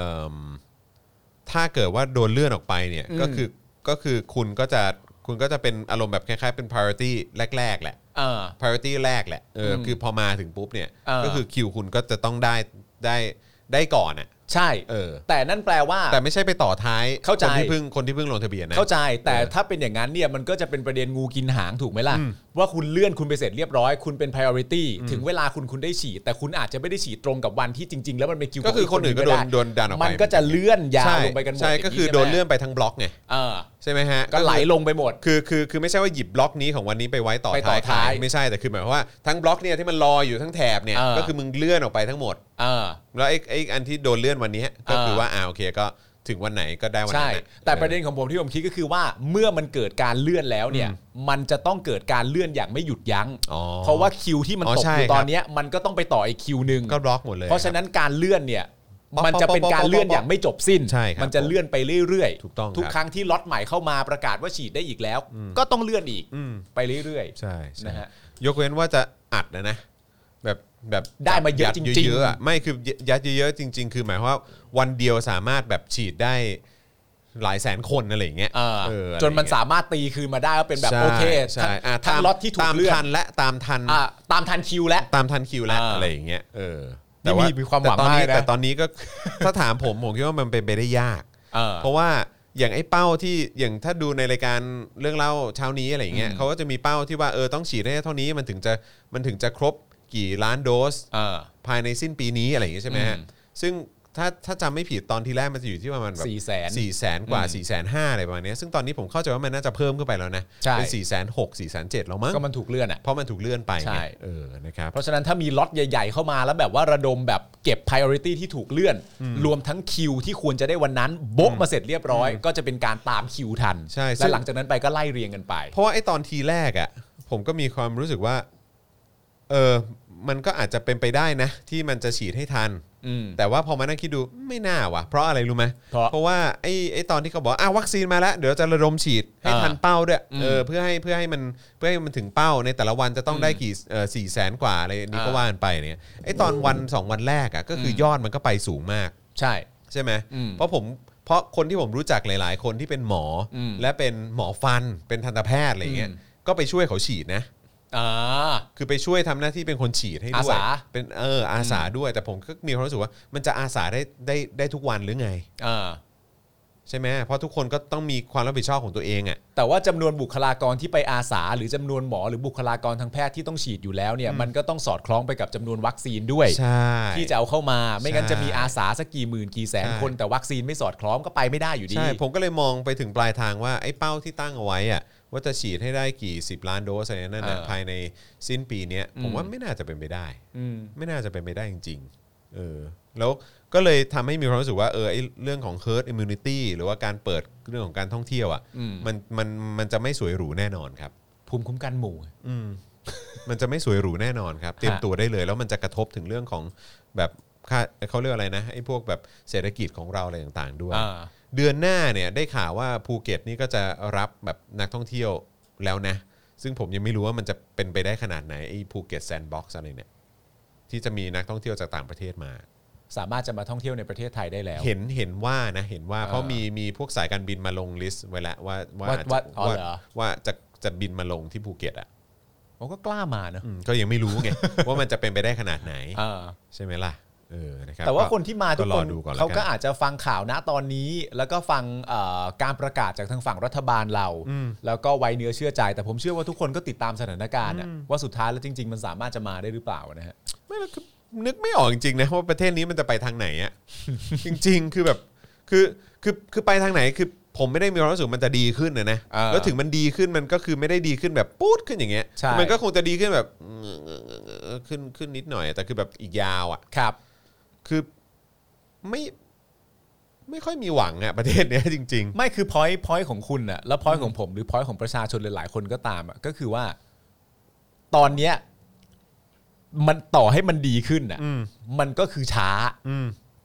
Speaker 2: ถ้าเกิดว่าโดนเลื่อนออกไปเนี่ยก็คือคุณก็จะเป็นอารมณ์แบบคล้ายๆเป็น priority แรกๆแหละpriority แรกแหละคือพอมาถึงปุ๊บเนี่ยก็คือคิวคุณก็จะต้องได้ก่อนอ่ะ
Speaker 3: ใช่แต่นั่นแปลว่า
Speaker 2: แต่ไม่ใช่ไปต่อท้ายคนที่เพิ่งลงทะเบียนนะ
Speaker 3: เข้าใจแต่ถ้าเป็นอย่างนั้นเนี่ยมันก็จะเป็นประเด็นงูกินหางถูกไหมล่ะว่าคุณเลื่อนคุณไปเสร็จเรียบร้อยคุณเป็น priority ถึงเวลาคุณได้ฉีดแต่คุณอาจจะไม่ได้ฉีดตรงกับวันที่จริงๆแล้วมันเป็นคิว
Speaker 2: ก็คือคนอื่นก็โดนดันออกไป
Speaker 3: มันก็จะเลื่อนยาวลงไปกันหมด
Speaker 2: ใช่ก็คือโดนเลื่อนไปทั้งบล็อกไงใช่ไหมฮะ
Speaker 3: ก็ไหลลงไปหมด
Speaker 2: คือไม่ใช่ว่าหยิบบล็อกนี้ของวันนี้ไปไว้ต่อท้ายไม่ใช่แต่คือหมายความว่าทั้งบล็อกเนี่ยที่มันรออยู่ทั้งแถบเนี่ยก็คือมึงเลื่อนออกไปทั้งหมดแล้วไอ้อันที่โดนเลื่อนวันนี้ก็คือว่าโอเคก็ถึงวันไหนก็ได้วันนั้น
Speaker 3: แต่ประเด็นของผมที่ผมคิดก็คือว่าเมื่อมันเกิดการเลื่อนแล้วเนี่ยมันจะต้องเกิดการเลื่อนอย่างไม่หยุดยั้งเพราะว่าคิวที่มันตกอยู่ตอนนี้มันก็ต้องไปต่ออีกคิวนึง
Speaker 2: ก็บล็อกหมดเลย
Speaker 3: เพราะฉะนั้นการเลื่อนเนี่ยมันจะเป็นการเลื่อนอย่างไม่จบสิ้นมันจะเลื่อนไปเรื่อยๆทุกครั้งที่ล็อตใหม่เข้ามาประกาศว่าฉีดได้อีกแล้วก็ต้องเลื่อนอีกไปเรื่อย
Speaker 2: ๆใช่
Speaker 3: นะฮะ
Speaker 2: ยกเว้นว่าจะอัดนะแบบ
Speaker 3: ได้มาเยอะจริง
Speaker 2: ๆไม่คือยัดเยอะๆจริงๆคือหมายความว่าวันเดียวสามารถแบบฉีดได้หลายแสนคนอะไรอย่างเงี้ย
Speaker 3: จนมันสามารถตีคืนมาได้ว่าเป็นแบบโอเคทั้งล็อตที่ถูกเลื่อน
Speaker 2: และตามทัน
Speaker 3: คิวและ
Speaker 2: อะไรอย่างเงี้ย
Speaker 3: แต่ว่ามีความหวังมากนะ
Speaker 2: แต่ตอนนี้ก็ถ้าถามผมคิดว่ามันเป็นไปได้ยากเพราะว่าอย่างไอ้เป้าที่อย่างถ้าดูในรายการเรื่องเล่าเช้านี้อะไรอย่างเงี้ยเขาก็จะมีเป้าที่ว่าต้องฉีดได้เท่านี้มันถึงจะครบกี่ล้านโดสภายในสิ้นปีนี้อะไรอย่างเงี้ยใช่ไหมฮะซึ่งถ้าจำไม่ผิดตอนที่แรกมันจะอยู่ที่ประมาณแบบ400,000 กว่า 450,000 อะไรประมาณนี้ซึ่งตอนนี้ผมเข้าใจว่ามันน่าจะเพิ่มขึ้นไปแล้วนะเป็น460,000 470,000แล้วมั้ง
Speaker 3: ก็มันถูกเลื่อนอ่ะ
Speaker 2: เพราะมันถูกเลื่อนไปนะครับ
Speaker 3: เพราะฉะนั้นถ้ามีล็อตใหญ่ๆเข้ามาแล้วแบบว่าระดมแบบเก็บ priority ที่ถูกเลื่อนรวมทั้งคิวที่ควรจะได้วันนั้นโบ๊ะมาเสร็จเรียบร้อยก็จะเป็นการตามคิวทันและหลังจากนั้นไปก็ไล่เรียงกันไป
Speaker 2: เพราะว่าไอ้ตอนทีแรกอ่ะผมก็มีความรู้สึกว่ามันก็อาจจะเป็นไปได้นะที่มันจะฉีดให้ทันแต่ว่าพอมานั่งคิดดูไม่น่าว่ะเพราะอะไรรู้ไหมเพราะว่าไอ้ตอนที่เขาบอกวัคซีนมาแล้วเดี๋ยวจะระดมฉีดให้ทันเป้าด้วยเพื่อให้มันถึงเป้าในแต่ละวันจะต้องได้กี่400,000 กว่าอะไรนี้ก็ว่ากันไปเนี่ยไอ้ตอนวัน2วันแรกอ่ะก็คือยอดมันก็ไปสูงมากใช่ไหมเพราะคนที่ผมรู้จักหลายๆคนที่เป็นหมอและเป็นหมอฟันเป็นทันตแพทย์อะไรเงี้ยก็ไปช่วยเขาฉีดนะคือไปช่วยทำหน้าที่เป็นคนฉีดให้ด้วยเป็นอาสาด้วยแต่ผมก็มีความรู้สึกว่ามันจะอาสาได้ทุกวันหรือไงใช่ไหมเพราะทุกคนก็ต้องมีความรับผิดชอบของตัวเองอ่ะ
Speaker 3: แต่ว่าจำนวนบุคลากรที่ไปอาสาหรือจำนวนหมอหรือบุคลากรทางแพทย์ที่ต้องฉีดอยู่แล้วเนี่ยมันก็ต้องสอดคล้องไปกับจำนวนวัคซีนด้วยที่จะเอาเข้ามาไม่งั้นจะมีอาสาสักกี่หมื่นกี่แสนคนแต่วัคซีนไม่สอดคล้องก็ไปไม่ได้อยู่ดี
Speaker 2: ใช่ผมก็เลยมองไปถึงปลายทางว่าไอ้เป้าที่ตั้งเอาไว้อ่ะว่าจะฉีดให้ได้กี่10 ล้านโดสอะไรนั่นนะภายในสิ้นปีนี้ผมว่าไม่น่าจะเป็นไปได้ไม่น่าจะเป็นไปได้จริงๆแล้วก็เลยทำให้มีความรู้สึกว่าไอ้เรื่องของ herd immunity หรือว่าการเปิดเรื่องของการท่องเที่ยวอ่ะมันจะไม่สวยหรูแน่นอนครับ
Speaker 3: ภูมิคุ้มกันหมู่
Speaker 2: มันจะไม่สวยหรูแน่นอนครับเตรียมตัวได้เลยแล้วมันจะกระทบถึงเรื่องของแบบเขาเรียกอะไรนะไอ้พวกแบบเศรษฐกิจของเราอะไรต่างๆด้วยเดือนหน้าเนี่ยได้ข่าวว่าภูเก็ตนี่ก็จะรับแบบนักท่องเที่ยวแล้วนะซึ่งผมยังไม่รู้ว่ามันจะเป็นไปได้ขนาดไหนไอ้ภูเก็ตแซนด์บ็อกซ์อะไรเนี่ยที่จะมีนักท่องเที่ยวจากต่างประเทศมา
Speaker 3: สามารถจะมาท่องเที่ยวในประเทศไทยได้แล้ว
Speaker 2: เห็นว่าเพราะมีพวกสายการบินมาลงลิสต์ไว้แล้วว่าจะบินมาลงที่ภูเก็ตอ่ะ
Speaker 3: ผมก็กล้ามาเนอะ
Speaker 2: ก็ยังไม่รู้ไง ว่ามันจะเป็นไปได้ขนาดไหนใช่ไหมล่ะ
Speaker 3: แต่ว่าคนที่มาทุกคนเขาก็อาจจะฟังข่าวณตอนนี้แล้วก็ฟังการประกาศจากทางฝั่งรัฐบาลเราแล้วก็ไว้เนื้อเชื่อใจแต่ผมเชื่อว่าทุกคนก็ติดตามสถานการณ์ว่าสุดท้ายแล้วจริงๆมันสามารถจะมาได้หรือเปล่านะฮะ
Speaker 2: ไม่นึกไม่ออกจริงๆนะว่าประเทศนี้มันจะไปทางไหนอ่ะ จริงๆคือแบบคือไปทางไหนคือผมไม่ได้มีความรู้สึกมันจะดีขึ้นนะแล้วถึงมันดีขึ้นมันก็คือไม่ได้ดีขึ้นแบบปุ๊ดขึ้นอย่างเงี้ยมันก็คงจะดีขึ้นแบบขึ้นนิดหน่อยแต่คือแบบอีกยาวอ่ะ
Speaker 3: ครับ
Speaker 2: คือไม่ค่อยมีหวังอะประเทศเนี้ยจริง
Speaker 3: ๆไม่คือ point ของคุณอะแล้ว point ของผมหรือ point ของประชาชนหลายๆคนก็ตามอะก็คือว่าตอนเนี้ยมันต่อให้มันดีขึ้นอะมันก็คือช้า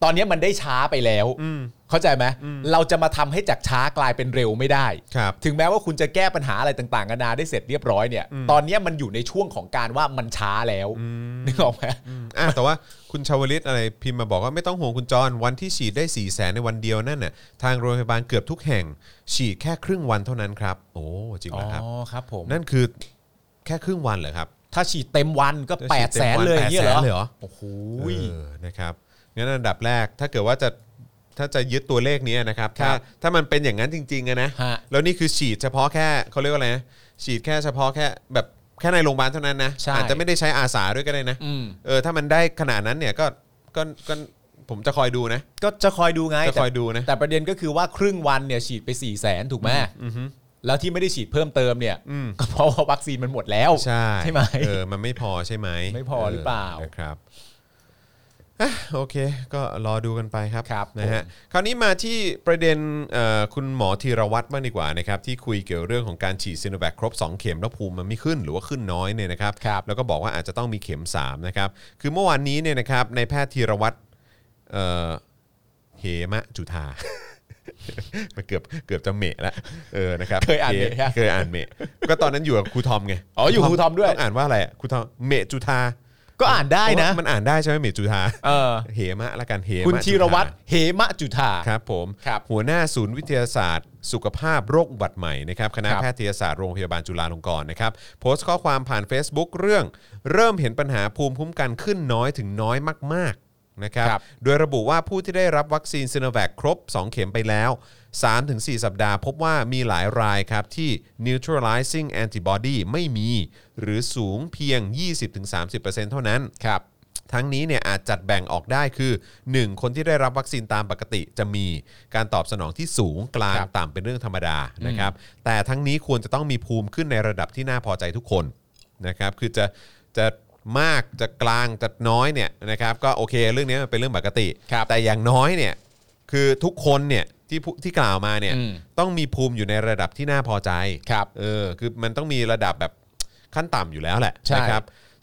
Speaker 3: ตอนนี้มันได้ช้าไปแล้วเข้าใจไหมเราจะมาทำให้จากช้ากลายเป็นเร็วไม่ได้ถึงแม้ว่าคุณจะแก้ปัญหาอะไรต่างๆกันานาได้เสร็จเรียบร้อยเนี่ยตอนนี้มันอยู่ในช่วงของการว่ามันช้าแล้วนึกออกไหม
Speaker 2: แต่ว่าคุณชาวลิตอะไรพิมพ์มาบอกว่าไม่ต้องห่วงคุณจรวันที่ฉีดได้ 400,000 ในวันเดียวนั่นน่ะทางโรงพยาบาลเกือบทุกแห่งฉีดแค่ครึ่งวันเท่านั้นครับโอ้จริงเหรอครับ
Speaker 3: ครับผม
Speaker 2: นั่นคือแค่ครึ่งวันเหรอครับ
Speaker 3: ถ้าฉีดเต็มวันก็ 800,000 เลยอย่างเงี้ยเหรอโอ้โห
Speaker 2: นะครับงั้นอันดับแรกถ้าเกิดว่าถ้าจะยึดตัวเลขนี้นะครับถ้ามันเป็นอย่างนั้นจริงๆนะแล้วนี่คือฉีดเฉพาะแค่เขาเรียกว่าอะไรนะฉีดแค่เฉพาะแค่แบบแค่ในโรงพยาบาลเท่านั้นนะอาจจะไม่ได้ใช้อาสาด้วยก็ได้นะถ้ามันได้ขนาดนั้นเนี่ยก็ผมจะคอยดูนะ
Speaker 3: ก็จะคอยดูไง
Speaker 2: จะคอยดูนะ
Speaker 3: แต่ประเด็นก็คือว่าครึ่งวันเนี่ยฉีดไป 400,000 ถูกไหมแล้วที่ไม่ได้ฉีดเพิ่มเติมเนี่ยก็เพราะว่าวัคซีนมันหมดแล้วใช่ไหม
Speaker 2: มันไม่พอใช่ไหม
Speaker 3: ไม่พอหรือเปล่า
Speaker 2: นะครับโอเคก็รอดูกันไปครับนะฮะคราวนี้มาที่ประเด็นคุณหมอธีรวัตรบ้างดีกว่านะครับที่คุยเกี่ยวเรื่องของการฉีดซิโนแวคครบ2เข็มแล้วภูมิมันไม่ขึ้นหรือว่าขึ้นน้อยเนี่ยนะครับแล้วก็บอกว่าอาจจะต้องมีเข็ม3นะครับคือเมื่อวานนี้เนี่ยนะครับในแพทย์ธีรวัตรเหมะจุฑามันเกือบจะเมะแล้วนะครับ
Speaker 3: เคยอ่าน
Speaker 2: เมะก็ตอนนั้นอยู่กับครูทอมไง
Speaker 3: อยู่ครูทอมด้วย
Speaker 2: ต้องอ่านว่าอะไรครูทอมเมะจุฑา
Speaker 3: ก็อ่านได้นะ
Speaker 2: มันอ่านได้ใช่ไหมเมจุฑาเหมะละกันเหมะ
Speaker 3: คุณธีรวัตรเหมะจุฑา
Speaker 2: ครับผมหัวหน้าศูนย์วิทยาศาสตร์สุขภาพโรคอุบัติใหม่นะครับคณะแพทยศาสตร์โรงพยาบาลจุฬาลงกรณ์นะครับโพสต์ข้อความผ่าน Facebook เรื่องเริ่มเห็นปัญหาภูมิคุ้มกันขึ้นน้อยถึงน้อยมากๆนะครับโดยระบุว่าผู้ที่ได้รับวัคซีนซิโนแวคครบ2เข็มไปแล้ว 3-4 สัปดาห์พบว่ามีหลายรายครับที่ neutralizing antibody ไม่มีหรือสูงเพียง 20-30% เท่านั้นครับทั้งนี้เนี่ยอาจจัดแบ่งออกได้คือ 1. คนที่ได้รับวัคซีนตามปกติจะมีการตอบสนองที่สูงกลางต่ำเป็นเรื่องธรรมดานะครับแต่ทั้งนี้ควรจะต้องมีภูมิขึ้นในระดับที่น่าพอใจทุกคนนะครับคือจะมากจะกลางจะน้อยเนี่ยนะครับก็โอเคเรื่องนี้มันเป็นเรื่องปกติแต่อย่างน้อยเนี่ยคือทุกคนเนี่ยที่กล่าวมาเนี่ยต้องมีภูมิอยู่ในระดับที่น่าพอใจ
Speaker 3: ครับ
Speaker 2: คือมันต้องมีระดับแบบขั้นต่ำอยู่แล้วแหละนะครับ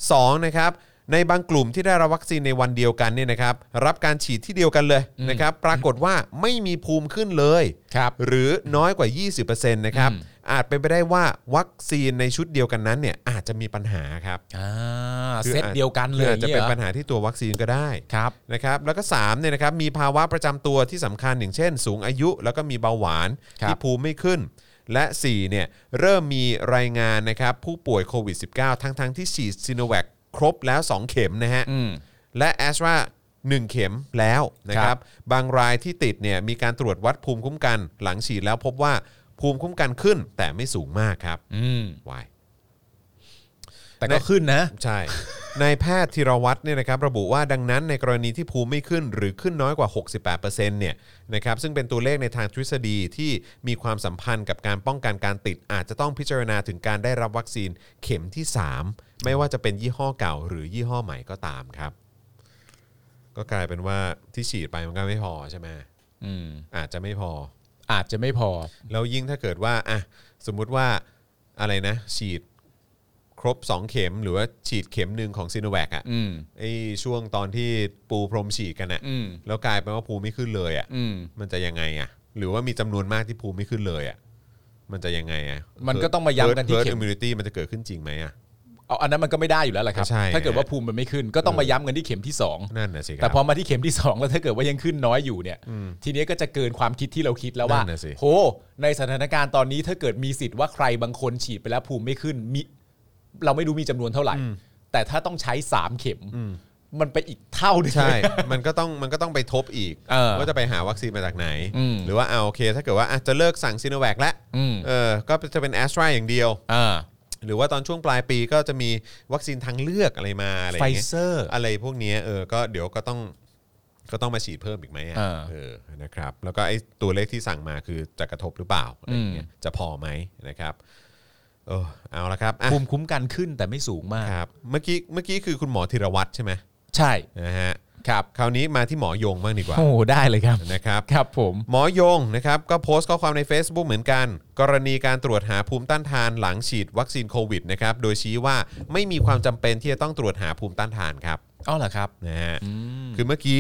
Speaker 2: 2นะครับในบางกลุ่มที่ได้รับวัคซีนในวันเดียวกันเนี่ยนะครับรับการฉีดที่เดียวกันเลยนะครับปรากฏว่าไม่มีภูมิขึ้นเลยหรือน้อยกว่า 20% นะครับอาจเป็นไปได้ว่าวัคซีนในชุดเดียวกันนั้นเนี่ยอาจจะมีปัญหาครับ
Speaker 3: เซตเดียวกันเลย
Speaker 2: อาจจะเป็นปัญหาที่ตัววัคซีนก็ได้นะครับแล้วก็3เนี่ยนะครับมีภาวะประจำตัวที่สำคัญอย่างเช่นสูงอายุแล้วก็มีเบาหวานที่ภูมิไม่ขึ้นและ4เนี่ยเริ่มมีรายงานนะครับผู้ป่วยโควิด -19 ทั้งที่ฉีดซิโนแวคครบแล้ว2เข็มนะฮะและแอสตรา1เข็มแล้วนะครับบางรายที่ติดเนี่ยมีการตรวจวัดภูมิคุ้มกันหลังฉีดแล้วพบว่าภูมิคุ้มกันขึ้นแต่ไม่สูงมากครับวาย
Speaker 3: แต่ก็ขึ้นนะ
Speaker 2: ใช่นายแพทย์ธีรวัตรเนี่ยนะครับระบุว่าดังนั้นในกรณีที่ภูมิไม่ขึ้นหรือขึ้นน้อยกว่า 68% เนี่ยนะครับซึ่งเป็นตัวเลขในทางทฤษฎีที่มีความสัมพันธ์กับการป้องกันการติดอาจจะต้องพิจารณาถึงการได้รับวัคซีนเข็มที่3ไม่ว่าจะเป็นยี่ห้อเก่าหรือยี่ห้อใหม่ก็ตามครับก็กลายเป็นว่าที่ฉีดไปมันก็ไม่พอใช่ไหมอาจจะไม่พอแล้วยิ่งถ้าเกิดว่าสมมุติว่าอะไรนะฉีดครบ2เข็มหรือว่าฉีดเข็มนึงของซิโนแวคไอ้ช่วงตอนที่ปูพรมฉีดกันแล้วกลายเป็นว่าภูมิไม่ขึ้นเลยมันจะยังไงหรือว่ามีจำนวนมากที่ภูมิไม่ขึ้นเลยมันจะยังไง
Speaker 3: มันก็ต้องมาย้ำกันที่เข็ม
Speaker 2: herd immunity มันจะเกิดขึ้นจริงไหม
Speaker 3: อันนั้นมันก็ไม่ได้อยู่แล้วแหละครับถ้าเกิดว่าภูมิมันไม่ขึ้นก็ต้องมาย้ำกันที่เข็มที่2
Speaker 2: นั่นน่ะสิครับ
Speaker 3: แต่พอมาที่เข็มที่2แล้วถ้าเกิดว่ายังขึ้นน้อยอยู่เนี่ยทีนี้ก็จะเกินความคิดที่เราคิดแล้วว่าโหในสถานการณ์ตอนนี้ถ้าเกิดมีสิทธิ์ว่าใครบางคนฉีดไปแล้วภูมิไม่ขึ้นเราไม่รู้มีจำนวนเท่าไหร่แต่ถ้าต้องใช้3เข็มมันไปอีกเท่านึง
Speaker 2: ใช่มันก็ต้องไปทบอีกว่าจะไปหาวัคซีนมาจากไหนหรือว่าโอเคถ้าเกิดว่าจะเลิกสั่งซิโนแวคแล้วก็จะเป็นแอสตราอย่างเดียวหรือว่าตอนช่วงปลายปีก็จะมีวัคซีนทางเลือกอะไรมาอะไรอย่างเงี้ย
Speaker 3: Pfizer
Speaker 2: อะไรพวกนี้ก็เดี๋ยวก็ต้องมาฉีดเพิ่มอีกไหมนะครับแล้วก็ไอ้ตัวเลขที่สั่งมาคือจะกระทบหรือเปล่าอะไรอย่างเงี้ยจะพอไหมนะครับเอาละครับ
Speaker 3: ภูมิคุ้มกันขึ้นแต่ไม่สูงมาก
Speaker 2: ครับเมื่อกี้คือคุณหมอธีรวัตรใช่ไหม
Speaker 3: ใช่
Speaker 2: นะฮะครับคราวนี้มาที่หมอยงบ้างดีกว่า
Speaker 3: โอ้ได้เลยครับ
Speaker 2: นะครับ
Speaker 3: ครับผม
Speaker 2: หมอยงนะครับก็โพสต์ข้อความใน Facebook เหมือนกันกรณีการตรวจหาภูมิต้านทานหลังฉีดวัคซีนโควิดนะครับโดยชี้ว่าไม่มีความจำเป็นที่จะต้องตรวจหาภูมิต้านทานครับ
Speaker 3: เหรอครับ
Speaker 2: นะฮะคือเมื่อกี้เนี่ย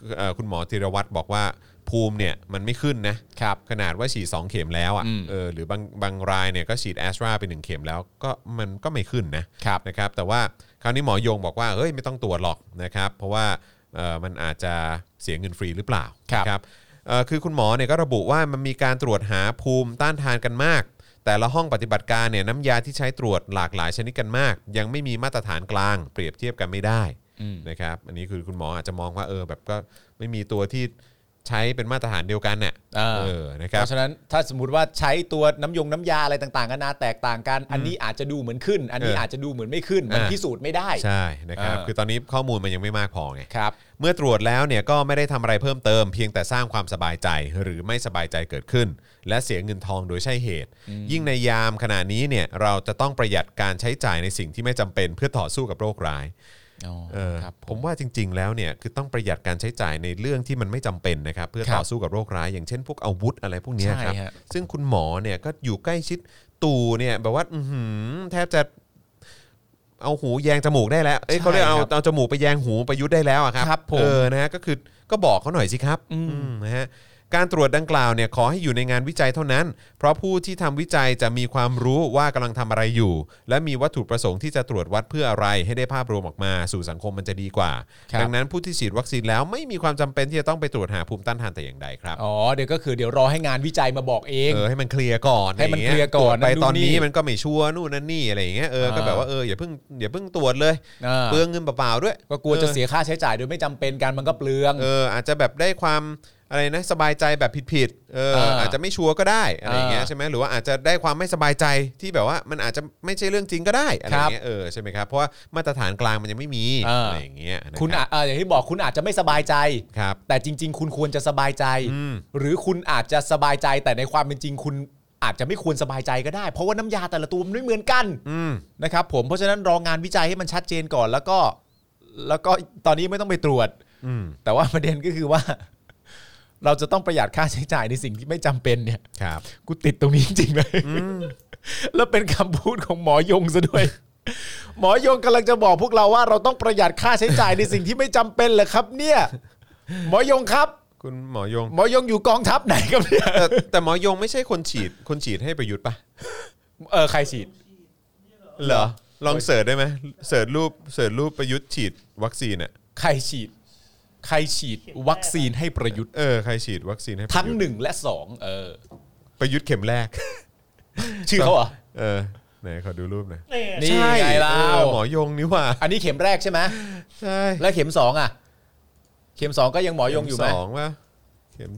Speaker 2: คุณหมอธีรวัตรบอกว่าภูมิเนี่ยมันไม่ขึ้นนะครับขนาดว่าฉีด2เข็มแล้วหรือบางรายเนี่ยก็ฉีดแอสตราไป1เข็มแล้วก็มันก็ไม่ขึ้นนะครับแต่ว่าคราวนี้หมอยงบอกว่าเฮ้ยไม่ต้องตรวจหรอกนะครับเพราะว่ามันอาจจะเสียเงินฟรีหรือเปล่าครับคือคุณหมอเนี่ยก็ระบุว่ามันมีการตรวจหาภูมิต้านทานกันมากแต่ละห้องปฏิบัติการเนี่ยน้ำยาที่ใช้ตรวจหลากหลายชนิดกันมากยังไม่มีมาตรฐานกลางเปรียบเทียบกันไม่ได้นะครับอันนี้คือคุณหมออาจจะมองว่าแบบก็ไม่มีตัวที่ใช้เป็นมาตรฐานเดียวกันเนี่ยนะครับ
Speaker 3: เพราะฉะนั้นถ้าสมมติว่าใช้ตัวน้ำยาอะไรต่างๆกันานาแตกต่างกันอันนี้อาจจะดูเหมือนขึ้นอันนี้อาจจะดูเหมือนไม่ขึ้นมันพิสูจน์ไม่ได้
Speaker 2: ใช่นะครับคือตอนนี้ข้อมูลมันยังไม่มากพอไง
Speaker 3: ครับ
Speaker 2: เมื่อตรวจแล้วเนี่ยก็ไม่ได้ทำอะไรเพิ่มเติมเพียงแต่สร้างความสบายใจหรือไม่สบายใจเกิดขึ้นและเสียเงินทองโดยใช่เหตุยิ่งในยามขณะนี้เนี่ยเราจะต้องประหยัดการใช้จ่ายในสิ่งที่ไม่จำเป็นเพื่อต่อสู้กับโรคร้ายผมว่าจริงๆแล้วเนี่ยคือต้องประหยัดการใช้จ่ายในเรื่องที่มันไม่จำเป็นนะครับเพื่อต่อสู้กับโรคร้ายอย่างเช่นพวกอาวุธอะไรพวกนี้ครับซึ่งคุณหมอเนี่ยก็อยู่ใกล้ชิดตู่เนี่ยแบบว่าแทบจะเอาหูแยงจมูกได้แล้วเขาเรียกเอาจมูกไปแยงหูประยุทธ์ได้แล้วอะครับนะฮะก็คือก็บอกเขาหน่อยสิครับนะฮะการตรวจดังกล่าวเนี่ยขอให้อยู่ในงานวิจัยเท่านั้นเพราะผู้ที่ทำวิจัยจะมีความรู้ว่ากำลังทำอะไรอยู่และมีวัตถุประสงค์ที่จะตรวจวัดเพื่ออะไรให้ได้ภาพรวมออกมาสู่สังคมมันจะดีกว่าดังนั้นผู้ที่ฉีดวัคซีนแล้วไม่มีความจำเป็นที่จะต้องไปตรวจหาภูมิต้านทานแต่อย่างใดครับ
Speaker 3: เดี๋ยวรอให้งานวิจัยมาบอกเอง
Speaker 2: ให้มันเคลียร์ก่อน
Speaker 3: ให้มันเคลียร์ก่อน
Speaker 2: ไปตอนนี้มันก็ไม่ชัวร์นู่นนั่นนี่อะไรอย่างเงี้ยก็แบบว่าอย่าเพิ่งตรวจเลยเปลืองเงินเปล่าๆด้วย
Speaker 3: ก็กลัวจะเสียค่าใช้จ่ายโดยไม่จำเป็นกันมันก็เปลือง
Speaker 2: อาจจะแบบได้ความอะไรนะสบายใจแบบผิดๆอาจจะไม่ชัวร์ก็ได้อะไรอย่างเงี้ยใช่ไหมหรือว่าอาจจะได้ความไม่สบายใจที่แบบว่ามันอาจจะไม่ใช่เรื่องจริงก็ได้อะไรอย่างเงี้ยใช่ไหมครับเพราะว่ามาตรฐานกลางมันยังไม่มีอะไรอย่างเงี้ย
Speaker 3: คุณอย่างที่บอกคุณอาจจะไม่สบายใจแต่จริงๆคุณควรจะสบายใจหรือคุณอาจจะสบายใจแต่ในความเป็นจริงคุณอาจจะไม่ควรสบายใจก็ได้เพราะว่าน้ำยาแต่ละตัวมันไม่เหมือนกันนะครับผมเพราะฉะนั้นรองานวิจัยให้มันชัดเจนก่อนแล้วก็ตอนนี้ไม่ต้องไปตรวจแต่ว่าประเด็นก็คือว่าเราจะต้องประหยัดค่าใช้จ่ายในสิ่งที่ไม่จำเป็นเนี่ยกูติดตรงนี้จริงๆเลยแล้วเป็นคำพูดของหมอยงซะด้วยหมอยงกำลังจะบอกพวกเราว่าเราต้องประหยัดค่าใช้จ่ายในสิ่งที่ไม่จำเป็นเหรอครับเนี่ยหมอยงครับ
Speaker 2: คุณหมอยง
Speaker 3: อยู่กองทัพไหนครับเนี่ย
Speaker 2: แต่หมอยงไม่ใช่คนฉีดให้ประยุทธ์ป่ะ
Speaker 3: ใครฉีด
Speaker 2: เหรอลองเสิร์ชได้ไหมเสิร์ชรูปประยุทธ์ฉีดวัคซีนอ่ะ
Speaker 3: ใครฉีดวัคซีนให้ประยุทธ์
Speaker 2: ใครฉีดวัคซีนให้
Speaker 3: ทั้ง1และ2
Speaker 2: ประยุทธ์เข็มแรก
Speaker 3: ชื่อเขาเหรอ
Speaker 2: ไหนขอดูรูปหน่อย
Speaker 3: นี่ไงล่ะ
Speaker 2: หมอยงนี่ว่า
Speaker 3: อันนี้เข็มแรกใช่ไหม
Speaker 2: ใช่
Speaker 3: แล้วเข็ม2อ่ะเข็ม2ก็ยังหมอยงอยู่ไหม
Speaker 2: ป่ะเข็ม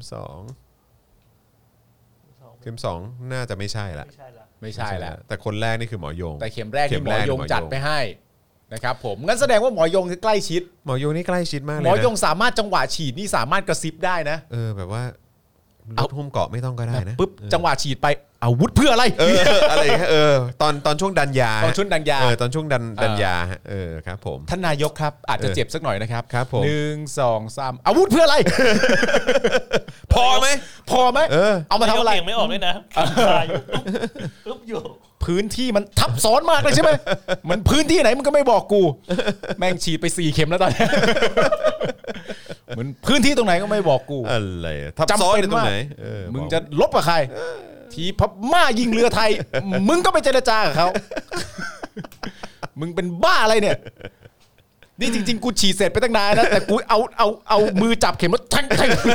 Speaker 2: 2น่าจะไม่ใช่ละ
Speaker 3: ไม่ใช่ละ
Speaker 2: แต่คนแรกนี่คือหมอยง
Speaker 3: แต่เข็มแรกที่หมอยงจัดไปให้นะครับผมงั้นแสดงว่าหมอยงคือใกล้ชิด
Speaker 2: หมอยงนี่ใกล้ชิดมากเลย
Speaker 3: หมอยงสามารถจังหวะฉีดนี่สามารถกระซิบได้นะ
Speaker 2: แบบว่าลดหุ้มเกาะไม่ต้องก็ได้นะ
Speaker 3: ปุ๊บจังหวะฉีดไปอาวุธเพื่ออะไร
Speaker 2: อะไรตอนช่วงดันยา
Speaker 3: ตอนช่วงดันยา
Speaker 2: ตอนช่วงดันยาครับผม
Speaker 3: ท่านนายกครับอาจจะเจ็บสักหน่อยนะครับ
Speaker 2: ครับผม
Speaker 3: 1 2 3อาวุธเพื่ออะไร
Speaker 2: พอไหม
Speaker 3: เอามาทำอะไร
Speaker 4: ไม่ออกเลยนะปุ๊บอยู่
Speaker 3: พื้นที่มันทับซ้อนมากเลยใช่ไหมมันพื้นที่ไหนมันก็ไม่บอกกูแม่งฉีดไป4เข็มแล้วตอนนี้เหมือนพื้นที่ตรงไหนก็ไม่บอกกู
Speaker 2: อะไรทับซ้อนตรงไหน
Speaker 3: มึงจะลบกับใครทีพม่ายิงเรือไทยมึงก็ไปเจรจากับเขามึงเป็นบ้าอะไรเนี่ยนี่จริงๆกูฉีดเสร็จไปตั้งนานนะแต่กูเอามือจับเข็มแล้วทั้ง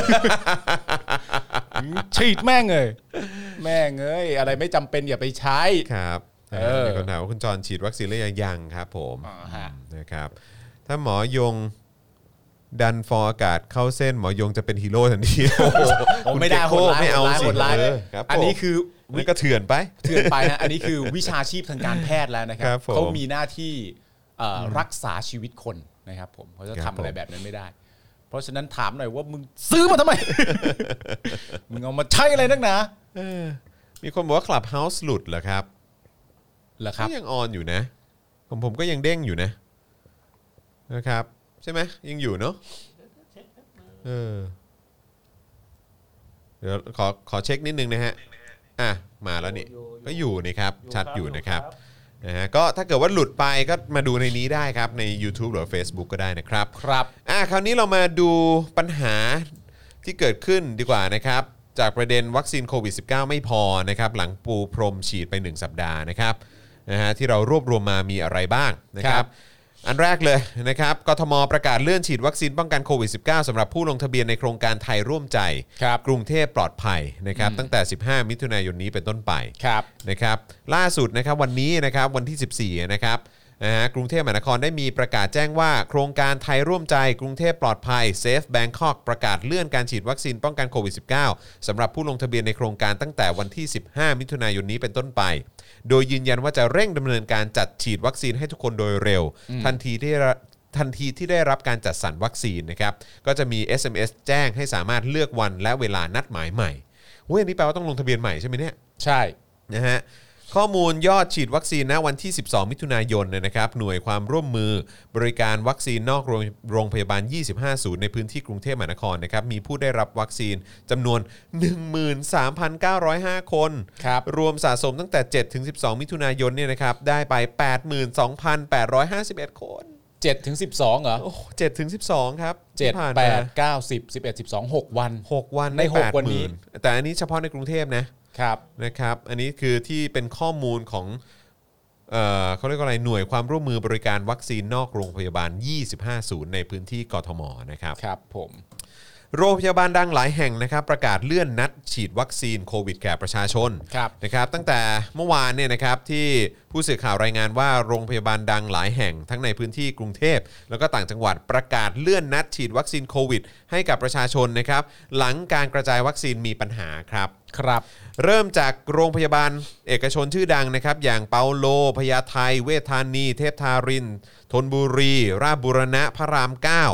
Speaker 3: ฉีดแม่งเลยอะไรไม่จำเป็นอย่าไปใช้
Speaker 2: ครับมีคนถามว่าคุณจรฉีดวัคซีนหรือยังครับผมนะครับถ้าหมอยงดันฟอร์อากาศเข้าเส้นหมอยงจะเป็นฮีโร่ทันที
Speaker 3: ไม่ได้
Speaker 2: ไม่เอาสิ
Speaker 3: อันนี้คือ
Speaker 2: นี่ก็เถื่อนไป
Speaker 3: นะอันนี้คือวิชาชีพทางการแพทย์แล้วนะครับเขามีหน้าที่รักษาชีวิตคนนะครับผมเขาจะทำอะไรแบบนั้นไม่ได้เพราะฉะนั้นถามหน่อยว่ามึงซื้อมาทำไมมึงเอามาใช้อะไรนักหนา
Speaker 2: มีคนบอกว่า Clubhouse หลุดเหรอครับก็ยังออนอยู่นะผมก็ยังเด้งอยู่นะครับใช่ไหมยังอยู่เนาะเดี๋ยวขอเช็คนิดนึงนะฮะมาแล้วนี่ก็อยู่นี่ครับชัดอยู่นะครับนะฮะก็ถ้าเกิดว่าหลุดไปก็มาดูในนี้ได้ครับใน YouTube หรือ Facebook ก็ได้นะครับ
Speaker 3: ครับ
Speaker 2: คราวนี้เรามาดูปัญหาที่เกิดขึ้นดีกว่านะครับจากประเด็นวัคซีนโควิด -19 ไม่พอนะครับหลังปูพรมฉีดไป1สัปดาห์นะครับนะฮะที่เรารวบรวมมามีอะไรบ้างนะครับอันแรกเลยนะครับกทมประกาศเลื่อนฉีดวัคซีนป้องกันโควิด -19 สำหรับผู้ลงทะเบียนในโครงการไทยร่วมใจกรุงเทพปลอดภัยนะครับตั้งแต่15มิถุนายนนี้เป็นต้นไปนะครับล่าสุดนะครับวันนี้นะครับวันที่14นะครับกรุงเทพมหานครได้มีประกาศแจ้งว่าโครงการไทยร่วมใจกรุงเทพปลอดภัย Safe Bangkok ประกาศเลื่อนการฉีดวัคซีนป้องกันโควิด -19 สำหรับผู้ลงทะเบียนในโครงการตั้งแต่วันที่15มิถุนายนนี้เป็นต้นไปโดยยืนยันว่าจะเร่งดำเนินการจัดฉีดวัคซีนให้ทุกคนโดยเร็วทันทีที่ได้รับการจัดสรรวัคซีนนะครับก็จะมี SMS แจ้งให้สามารถเลือกวันและเวลานัดหมายใหม่อันนี้แปลว่าต้องลงทะเบียนใหม่ใช่ไหมเนี่ย
Speaker 3: ใช่
Speaker 2: นะฮะข้อมูลยอดฉีดวัคซีนณวันที่12มิถุนายนนะครับหน่วยความร่วมมือบริการวัคซีนนอกโรงพยาบาล25ศูนย์ในพื้นที่กรุงเทพมหานครนะครับมีผู้ได้รับวัคซีนจำนวน 13,905 คนรวมสะสมตั้งแต่7ถึง12มิถุนายนเนี่ยนะครับได้ไป 82,851 คน
Speaker 3: 7ถึง12เหรอ
Speaker 2: 7ถึง12ครับ
Speaker 3: 7 8 9 10 11 12 6วัน
Speaker 2: ใน
Speaker 3: 6วันนี้
Speaker 2: แต่อันนี้เฉพาะในกรุงเทพนะครับอันนี้คือที่เป็นข้อมูลของเขาเรียกว่าอะไรหน่วยความร่วมมือบริการวัคซีนนอกโรงพยาบาล25ศูนย์ในพื้นที่กทมนะครับ
Speaker 3: ครับผม
Speaker 2: โรงพยาบาลดังหลายแห่งนะครับประกาศเลื่อนนัดฉีดวัคซีนโควิดแก่ประชาชนนะครับตั้งแต่เมื่อวานเนี่ยนะครับที่ผู้สื่อข่าวรายงานว่าโรงพยาบาลดังหลายแห่งทั้งในพื้นที่กรุงเทพแล้วก็ต่างจังหวัดประกาศเลื่อนนัดฉีดวัคซีนโควิดให้กับประชาชนนะครับหลังการกระจายวัคซีนมีปัญหาครับเริ่มจากโรงพยาบาลเอกชนชื่อดังนะครับอย่างเปาโลพญาไทเวชธานีเทพทารินธนบุรีราชบูรณะพระราม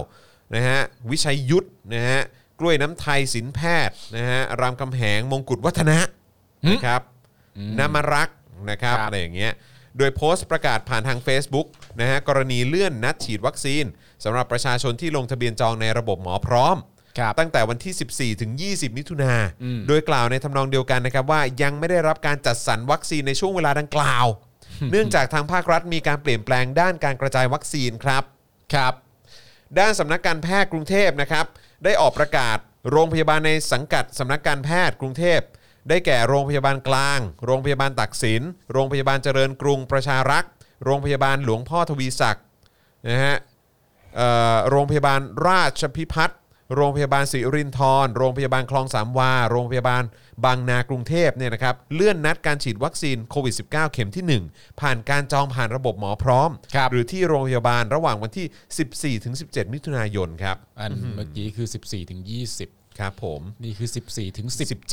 Speaker 2: 9นะฮะวิชัยยุทธนะฮะกล้วยน้ำไทยศิลป์แพทย์นะฮะรามคำแหงมงกุฎวัฒนะนะครับนามรักนะครับอะไรอย่างเงี้ยโดยโพสต์ประกาศผ่านทาง Facebook นะฮะกรณีเลื่อนนัดฉีดวัคซีนสำหรับประชาชนที่ลงทะเบียนจองในระบบหมอพร้อมตั้งแต่วันที่14ถึง20มิถุนายนโดยกล่าวในทำนองเดียวกันนะครับว่ายังไม่ได้รับการจัดสรรวัคซีนในช่วงเวลาดังกล่าวเนื่องจากทางภาครัฐมีการเปลี่ยนแปลงด้านการกระจายวัคซีนครับด้านสำนักการแพทย์กรุงเทพนะครับได้ออกประกาศโรงพยาบาลในสังกัดสำนักการแพทย์กรุงเทพได้แก่โรงพยาบาลกลางโรงพยาบาลตักสินโรงพยาบาลเจริญกรุงประชารักษ์โรงพยาบาลหลวงพ่อทวีศักดิ์นะฮะโรงพยาบาลราชพิพัฒน์โรงพยาบาลศิรินธรโรงพยาบาลคลองสามวาโรงพยาบาลบางนากรุงเทพเนี่ยนะครับเลื่อนนัดการฉีดวัคซีนโควิด -19 เข็มที่1ผ่านการจองผ่านระบบหมอพร้อมหรือที่โรงพยาบาลระหว่างวันที่14ถึง17มิถุนายนครับ
Speaker 3: อันเมื่อกี้คือ14ถึง20
Speaker 2: ครับผม
Speaker 3: นี่คือ14ถึง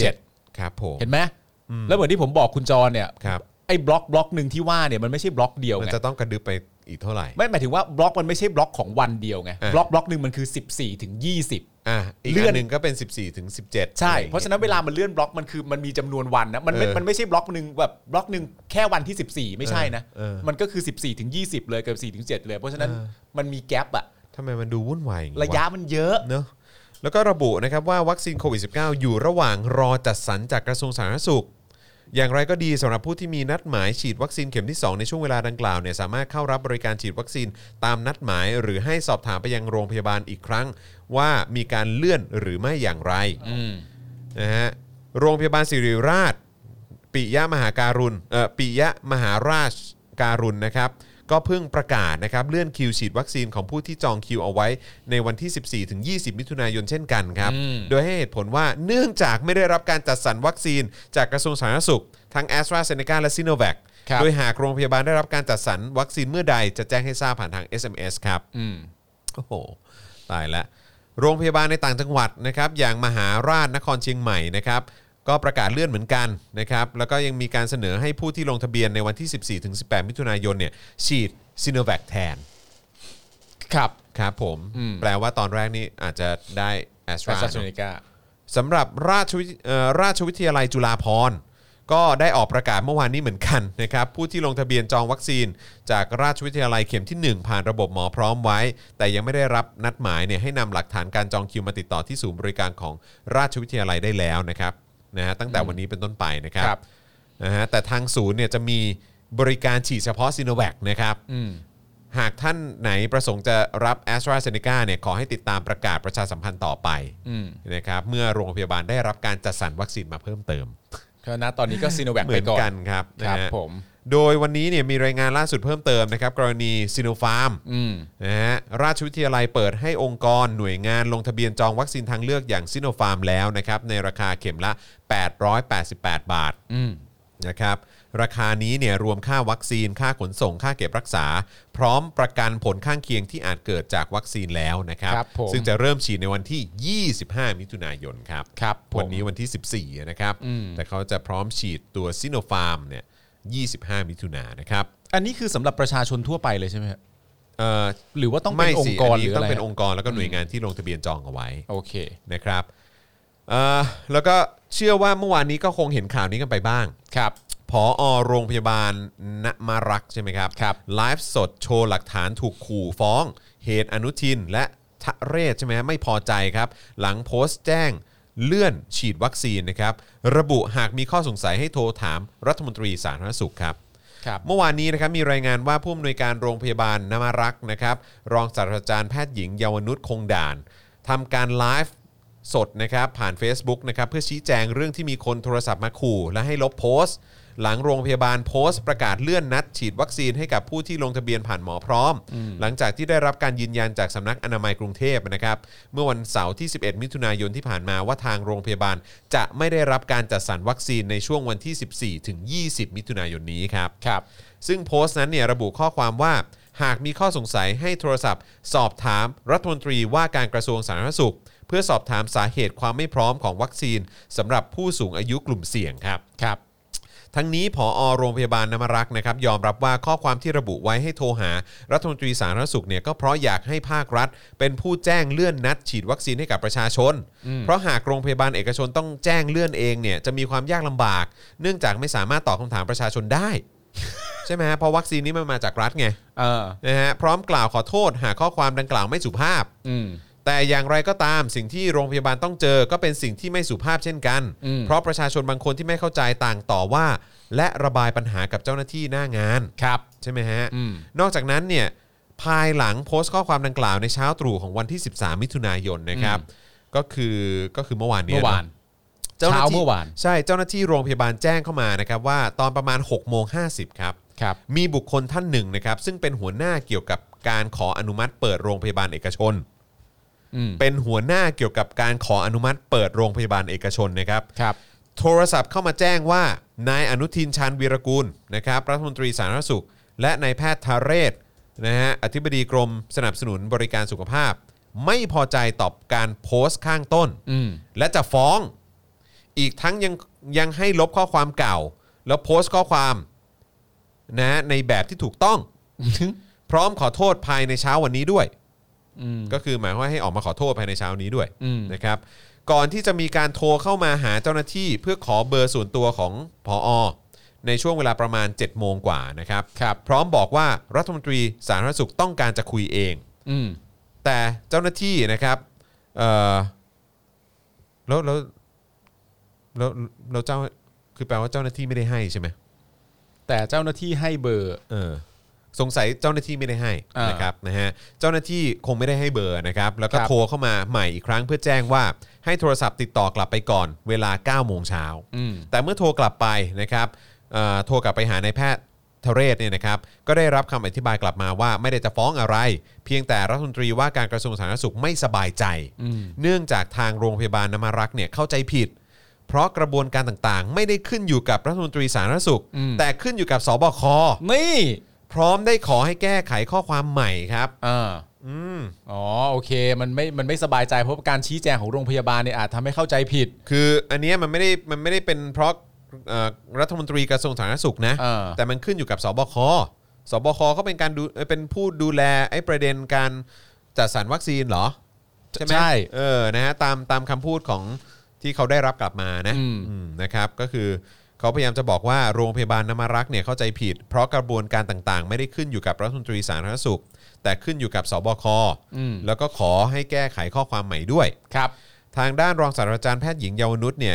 Speaker 3: 17
Speaker 2: ครับผม
Speaker 3: เห็นไหมแล้วเหมือนที่ผมบอกคุณจรเนี่ยไอ้บล็อกนึงที่ว่าเนี่ยมันไม่ใช่บล็อกเดียวไง
Speaker 2: มันจะต้องกระดึบไปอีกเท่าไหร่
Speaker 3: ไม่หมายถึงว่าบล็อกมันไม่ใช่บล็อกของวันเดียวไงบล็อกนึงมันคือ14ถึง20
Speaker 2: อีกอันนึงก็เป็น14ถึง17
Speaker 3: ใช่เพราะฉะนั้นเวลามันเลื่อนบล็อกมันคือมันมีจำนวนวันนะมันไม่ใช่บล็อกนึงแบบบล็อกนึงแค่วันที่14ไม่ใช่นะมันก็คือ14ถึง20เลยกับ4ถึง7เลยเพราะฉะนั้นมันมีแกปอะ
Speaker 2: ทำไมมันดูวุ่นวาย
Speaker 3: ระยะมันเยอะ
Speaker 2: เนอะแล้วก็ระบุนะครับว่าวัคซีนโควิด -19 อยู่ระหว่างรอจัดสรรจากกระทรวงสาธารณสุขอย่างไรก็ดีสำหรับผู้ที่มีนัดหมายฉีดวัคซีนเข็มที่2ในช่วงเวลาดังกล่าวเนี่ยสามารถเข้ารับบริการฉีดวัคซีนตามนัดหมายหรือให้สอบถามไปยังโรงพยาบาลอีกครั้งว่ามีการเลื่อนหรือไม่อย่างไรนะฮะโรงพยาบาลศิริราชปิยมหาราชการุณนะครับก็เพิ่งประกาศนะครับเลื่อนคิวฉีดวัคซีนของผู้ที่จองคิวเอาไว้ในวันที่14ถึง20มิถุนายนเช่นกันครับโดยให้เหตุผลว่าเนื่องจากไม่ได้รับการจัดสรรวัคซีนจากกระทรวงสาธารณสุขทั้ง AstraZeneca และ Sinovac โดยหากโรงพยาบาลได้รับการจัดสรรวัคซีนเมื่อใดจะแจ้งให้ทราบผ่านทาง SMS ครับโอ้โหตายแล้วโรงพยาบาลในต่างจังหวัดนะครับอย่างมหาราชนครเชียงใหม่นะครับก็ประกาศเลื่อนเหมือนกันนะครับแล้วก็ยังมีการเสนอให้ผู้ที่ลงทะเบียนในวันที่14ถึง18มิถุนายนเนี่ยฉีด Sinovac แทนครับผมแปลว่าตอนแรกนี่อาจจะได้ AstraZeneca สำหรับราชวิทยาลัยจุฬาภรณ์ก็ได้ออกประกาศเมื่อวานนี้เหมือนกันนะครับผู้ที่ลงทะเบียนจองวัคซีนจากราชวิทยาลัยเข็มที่1ผ่านระบบหมอพร้อมไว้แต่ยังไม่ได้รับนัดหมายเนี่ยให้นำหลักฐานการจองคิวมาติดต่อที่ศูนย์บริการของราชวิทยาลัยได้แล้วนะครับนะฮะตั้งแต่วันนี้เป็นต้นไปนะครับนะฮะแต่ทางศูนย์เนี่ยจะมีบริการฉีดเฉพาะซิโนแวคนะครับหากท่านไหนประสงค์จะรับ AstraZeneca เนี่ยขอให้ติดตามประกาศประชาสัมพันธ์ต่อไปนะครับเมื่อโรงพยาบาลได้รับการจัดสรรวัคซีนมาเพิ่มเติม
Speaker 3: เพราะนะตอนนี้ก็ซิโนแวคไปก่อน
Speaker 2: เหมือนกันครับ
Speaker 3: ครับผม
Speaker 2: โดยวันนี้เนี่ยมีรายงานล่าสุดเพิ่มเติมนะครับกรณีซิโนฟาร์มนะฮะราชวิทยาลัยเปิดให้องค์กรหน่วยงานลงทะเบียนจองวัคซีนทางเลือกอย่างซิโนฟาร์มแล้วนะครับในราคาเข็มละ888 บาทนะครับราคานี้เนี่ยรวมค่าวัคซีนค่าขนส่งค่าเก็บรักษาพร้อมประกันผลข้างเคียงที่อาจเกิดจากวัคซีนแล้วนะครับซึ่งจะเริ่มฉีดในวันที่25มิถุนายนครับวันนี้วันที่14นะครับแต่เขาจะพร้อมฉีดตัวซิโนฟาร์มเนี่ย25มิถุนายนนะครับ
Speaker 3: อันนี้คือสำหรับประชาชนทั่วไปเลยใช่ไหมครับหรือว่าต้องเป็นองค์กรหรืออะไร
Speaker 2: ต้องเป็นองค์กรแล้วก็หน่วยงานที่ลงทะเบียนจองเอาไว้
Speaker 3: โอเค
Speaker 2: นะครับแล้วก็เชื่อว่าเมื่อวานนี้ก็คงเห็นข่าวนี้กันไปบ้าง
Speaker 3: ครับ
Speaker 2: ผอ.โรงพยาบาลณมารักษ์ใช่ไหมครับไลฟ์สดโชว์หลักฐานถูกขู่ฟ้องเหตุอนุทินและทะเรศใช่ไหมไม่พอใจครับหลังโพสต์แจ้งเลื่อนฉีดวัคซีนนะครับระบุหากมีข้อสงสัยให้โทรถามรัฐมนตรีสาธารณสุขครับเมื่อวานนี้นะครับมีรายงานว่าผู้อำนวยการโรงพยาบาลณมารักษ์นะครับรองศาสตราจารย์แพทย์หญิงเยาวนุชคงด่านทำการไลฟ์สดนะครับผ่าน Facebook นะครับเพื่อชี้แจงเรื่องที่มีคนโทรศัพท์มาขู่และให้ลบโพสต์หลังโรงพยาบาลโพสต์ประกาศเลื่อนนัดฉีดวัคซีนให้กับผู้ที่ลงทะเบียนผ่านหมอพร้อมหลังจากที่ได้รับการยืนยันจากสำนักอนามัยกรุงเทพนะครับเมื่อวันเสาร์ที่11มิถุนายนที่ผ่านมาว่าทางโรงพยาบาลจะไม่ได้รับการจัดสรรวัคซีนในช่วงวันที่14ถึง20มิถุนายนนี้ครับซึ่งโพสต์นั้นเนี่ยระบุข้อความว่าหากมีข้อสงสัยให้โทรศัพท์สอบถามรัฐมนตรีว่าการกระทรวงสาธารณสุขเพื่อสอบถามสาเหตุความไม่พร้อมของวัคซีนสำหรับผู้สูงอายุกลุ่มเสี่ยงครับทั้งนี้ผอ.โรงพยาบาลนมรักษ์นะครับยอมรับว่าข้อความที่ระบุไว้ให้โทรหารัฐมนตรีสาธารณสุขเนี่ยก็เพราะอยากให้ภาครัฐเป็นผู้แจ้งเลื่อนนัดฉีดวัคซีนให้กับประชาชนเพราะหากโรงพยาบาลเอกชนต้องแจ้งเลื่อนเองเนี่ยจะมีความยากลำบากเนื่องจากไม่สามารถตอบคำถามประชาชนได้ใช่ไหมฮะเพราะวัคซีนนี้มันมาจากรัฐไงนะฮะพร้อมกล่าวขอโทษหากข้อความดังกล่าวไม่สุภาพแต่อย่างไรก็ตามสิ่งที่โรงพยาบาลต้องเจอก็เป็นสิ่งที่ไม่สุภาพเช่นกันเพราะประชาชนบางคนที่ไม่เข้าใจต่างต่อว่าและระบายปัญหากับเจ้าหน้าที่หน้างานใช่ไหมฮะนอกจากนั้นเนี่ยภายหลังโพสต์ข้อความดังกล่าวในเช้าตรู่ของวันที่13มิถุนายนนะครับก็คือเมื่อวานนี้เจ้าหน้าที่ใช่เจ้าหน้าที่โรงพยาบาลแจ้งเข้ามานะครับว่าตอนประมาณ 6:50 ครับมีบุคคลท่านหนึ่งนะครับซึ่งเป็นหัวหน้าเกี่ยวกับการขออนุมัติเปิดโรงพยาบาลเอกชนเป็นหัวหน้าเกี่ยวกับการขออนุมัติเปิดโรงพยาบาลเอกชนนะครับโทรศัพท์เข้ามาแจ้งว่านายอนุทินชาญวีรกูลนะครับรัฐมนตรีสาธารณสุขและนายแพทย์ทาเรศนะฮะอธิบดีกรมสนับสนุนบริการสุขภาพไม่พอใจต่อการโพสต์ข้างต้นและจะฟ้องอีกทั้งยังให้ลบข้อความเก่าแล้วโพสต์ข้อความนะในแบบที่ถูกต้อง พร้อมขอโทษภายในเช้าวันนี้ด้วยก็คือหมายว่าให้ออกมาขอโทษภายในเช้านี้ด้วยนะครับก่อนที่จะมีการโทรเข้ามาหาเจ้าหน้าที่เพื่อขอเบอร์ส่วนตัวของผอ.ในช่วงเวลาประมาณ 7 โมงกว่านะครับพร้อมบอกว่ารัฐมนตรีสาธารณสุขต้องการจะคุยเองแต่เจ้าหน้าที่นะครับแล้วเจ้าคือแปลว่าเจ้าหน้าที่ไม่ได้ให้ใช่ไหม
Speaker 3: แต่เจ้าหน้าที่ให้เบอร์
Speaker 2: สงสัยเจ้าหน้าที่ไม่ได้ให้นะครับนะฮะเจ้าหน้าที่คงไม่ได้ให้เบอร์นะครับแล้วก็โทรเข้ามาใหม่อีกครั้งเพื่อแจ้งว่าให้โทรศัพท์ติดต่อกลับไปก่อนเวลา 9 โมงเช้าแต่เมื่อโทรกลับไปนะครับโทรกลับไปหานายแพทย์ทเรศเนี่ยนะครับก็ได้รับคำอธิบายกลับมาว่าไม่ได้จะฟ้องอะไรเพียงแต่รัฐมนตรีว่าการกระทรวงสาธารณสุขไม่สบายใจเนื่องจากทางโรงพยาบาลนมรักษ์เนี่ยเข้าใจผิดเพราะกระบวนการต่างๆไม่ได้ขึ้นอยู่กับรัฐมนตรีสาธารณสุขแต่ขึ้นอยู่กับสบค
Speaker 3: นี่
Speaker 2: พร้อมได้ขอให้แก้ไขข้อความใหม่ครับ
Speaker 3: อ๋อโอเคมันไม่สบายใจเพราะการชี้แจงของโรงพยาบาลเนี่ยอาจทำให้เข้าใจผิด
Speaker 2: คืออันนี้มันไม่ได้เป็นเพราะรัฐมนตรีกระทรวงสาธารณสุขนะแต่มันขึ้นอยู่กับสบคเขาเป็นผู้ดูแลไอ้ประเด็นการจัดสรรวัคซีนเหรอใช่ไหมนะฮะตามคำพูดของที่เขาได้รับกลับมานะครับก็คือเขาพยายามจะบอกว่าโรงพยาบาลนมรักษ์เนี่ยเข้าใจผิดเพราะกระบวนการต่างๆไม่ได้ขึ้นอยู่กับรัฐมนตรีสาธารณสุขแต่ขึ้นอยู่กับสบคแล้วก็ขอให้แก้ไขข้อความใหม่ด้วย
Speaker 3: ครับ
Speaker 2: ทางด้านรองศาสตราจารย์แพทย์หญิงเยาวนุชเนี่ย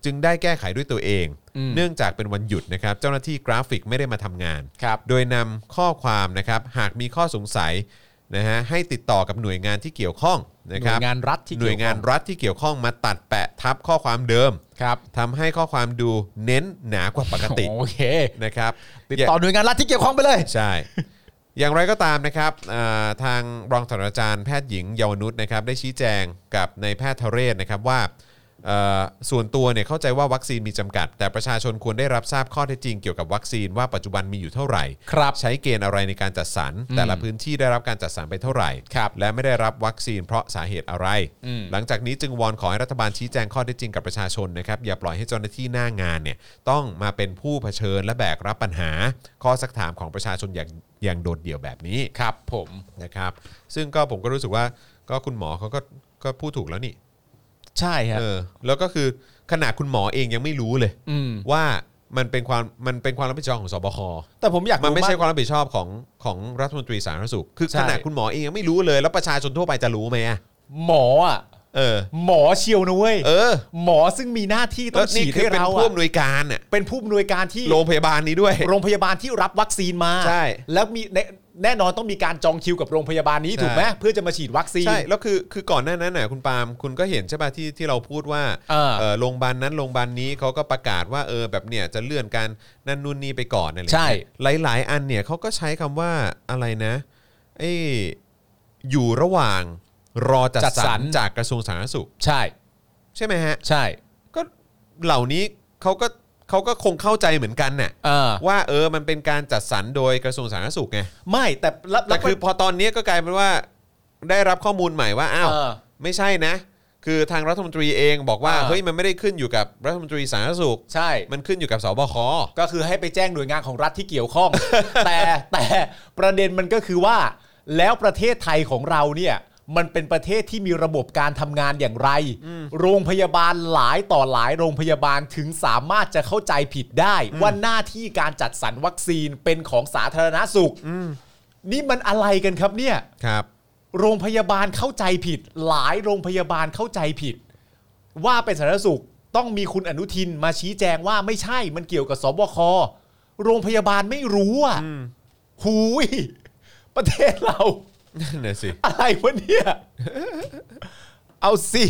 Speaker 2: จึงได้แก้ไขด้วยตัวเองเนื่องจากเป็นวันหยุดนะครับเจ้าหน้าที่กราฟิกไม่ได้มาทำงานโดยนำข้อความนะครับหากมีข้อสงสัยนะฮะให้ติดต่อกับหน่วยงานที่เกี่ยวข้องนะครับหน่วยงานรัฐที่เกี่ยวข้องมาตัดแปะทับข้อความเดิมทำให้ข้อความดูเน้นหนากว่าปกติโอเคนะครับ
Speaker 3: ติดต่อหน่วยงานรัฐที่เกี่ยวข้องไปเลย
Speaker 2: ใช่อย่างไรก็ตามนะครับทางรองศาสตราจารย์แพทย์หญิงเยาวนุชนะครับได้ชี้แจงกับนายแพทย์ทเรศนะครับว่าส่วนตัวเนี่ยเข้าใจว่าวัคซีนมีจำกัดแต่ประชาชนควรได้รับทราบข้อเท็จจริงเกี่ยวกับวัคซีนว่าปัจจุบันมีอยู่เท่าไหร่ใช้เกณฑ์อะไรในการจัดสรรแต่ละพื้นที่ได้รับการจัดสรรไปเท่าไหร่และไม่ได้รับวัคซีนเพราะสาเหตุอะไรหลังจากนี้จึงวอนขอให้รัฐบาลชี้แจงข้อเท็จจริงกับประชาชนนะครับอย่าปล่อยให้เจ้าหน้าที่หน้างานเนี่ยต้องมาเป็นผู้เผชิญและแบกรับปัญหาข้อซักถามของประชาชนอย่างโดดเดี่ยวแบบนี้
Speaker 3: ครับผม
Speaker 2: นะครับซึ่งก็ผมก็รู้สึกว่าก็คุณหมอเขาก็พูดถูกแล้วนี่
Speaker 3: ใช่ครับ
Speaker 2: แล้วก็คือขนาดคุณหมอเองยังไม่รู้เลยว่ามันเป็นความรับผิดชอบของสบค
Speaker 3: แต่ผมอยาก
Speaker 2: มันไม่ใช่ความรับผิดชอบของรัฐมนตรีสาธารณสุขคือขนาดคุณหมอเองยังไม่รู้เลยแล้วประชาชนทั่วไปจะรู้ไหม
Speaker 3: หมออ่ะหมอเชียวนะเว้ยหมอซึ่งมีหน้าที่ต้องฉีดให้เรา
Speaker 2: เป็นผู้อำนวยการอ่ะ
Speaker 3: เป็นผู้อำนวยการที่
Speaker 2: โรงพยาบาลนี้ด้วย
Speaker 3: โรงพยาบาลที่รับวัคซีนมา
Speaker 2: ใช่
Speaker 3: แล้วมีแน่นอนต้องมีการจองคิวกับโรงพยาบาลนี้ถูกไหมเพื่อจะมาฉีดวัคซีน
Speaker 2: ใช่แล้วคือก่อนหน้านั้นน่ะคุณปาล์มคุณก็เห็นใช่ป่ะที่เราพูดว่าโรงพยาบาลนั้นโรงพยาบาลนี้เขาก็ประกาศว่าแบบเนี่ยจะเลื่อนการนั่นนู่นนี่ไปก่อนอะไร
Speaker 3: ใช่
Speaker 2: หลายๆอันเนี่ยเขาก็ใช้คำว่าอะไรนะอยู่ระหว่างรอจัดสรรจากกระทรวงสาธารณสุขใช่ไหมฮะ
Speaker 3: ใช่
Speaker 2: ก็เหล่านี้เขาก็คงเข้าใจเหมือนกันน่ะว่ามันเป็นการจัดสรรโดยกระทรวงสาธารณสุขไง
Speaker 3: ไม่แต่
Speaker 2: คือพอตอนนี้ก็กลายเป็นว่าได้รับข้อมูลใหม่ว่าอ้าวไม่ใช่นะคือทางรัฐมนตรีเองบอกว่าเฮ้ยมันไม่ได้ขึ้นอยู่กับรัฐมนตรีสาธารณสุข
Speaker 3: ใช่
Speaker 2: มันขึ้นอยู่กับสบค
Speaker 3: ก็คือให้ไปแจ้งหน่วยงานของรัฐที่เกี่ยวข้อง แต่ประเด็นมันก็คือว่าแล้วประเทศไทยของเราเนี่ยมันเป็นประเทศที่มีระบบการทำงานอย่างไรโรงพยาบาลหลายต่อหลายโรงพยาบาลถึงสามารถจะเข้าใจผิดได้ว่าหน้าที่การจัดสรรวัคซีนเป็นของสาธารณสุขนี่มันอะไรกันครับเนี่ย
Speaker 2: ครับ
Speaker 3: โรงพยาบาลเข้าใจผิดหลายโรงพยาบาลเข้าใจผิดว่าเป็นสาธารณสุขต้องมีคุณอนุทินมาชี้แจงว่าไม่ใช่มันเกี่ยวกับสบคโรงพยาบาลไม่รู้อ่ะหูยประเทศเรา
Speaker 2: นั่นน่ะสิ
Speaker 3: อะไรวะเนี่ยเอาสิ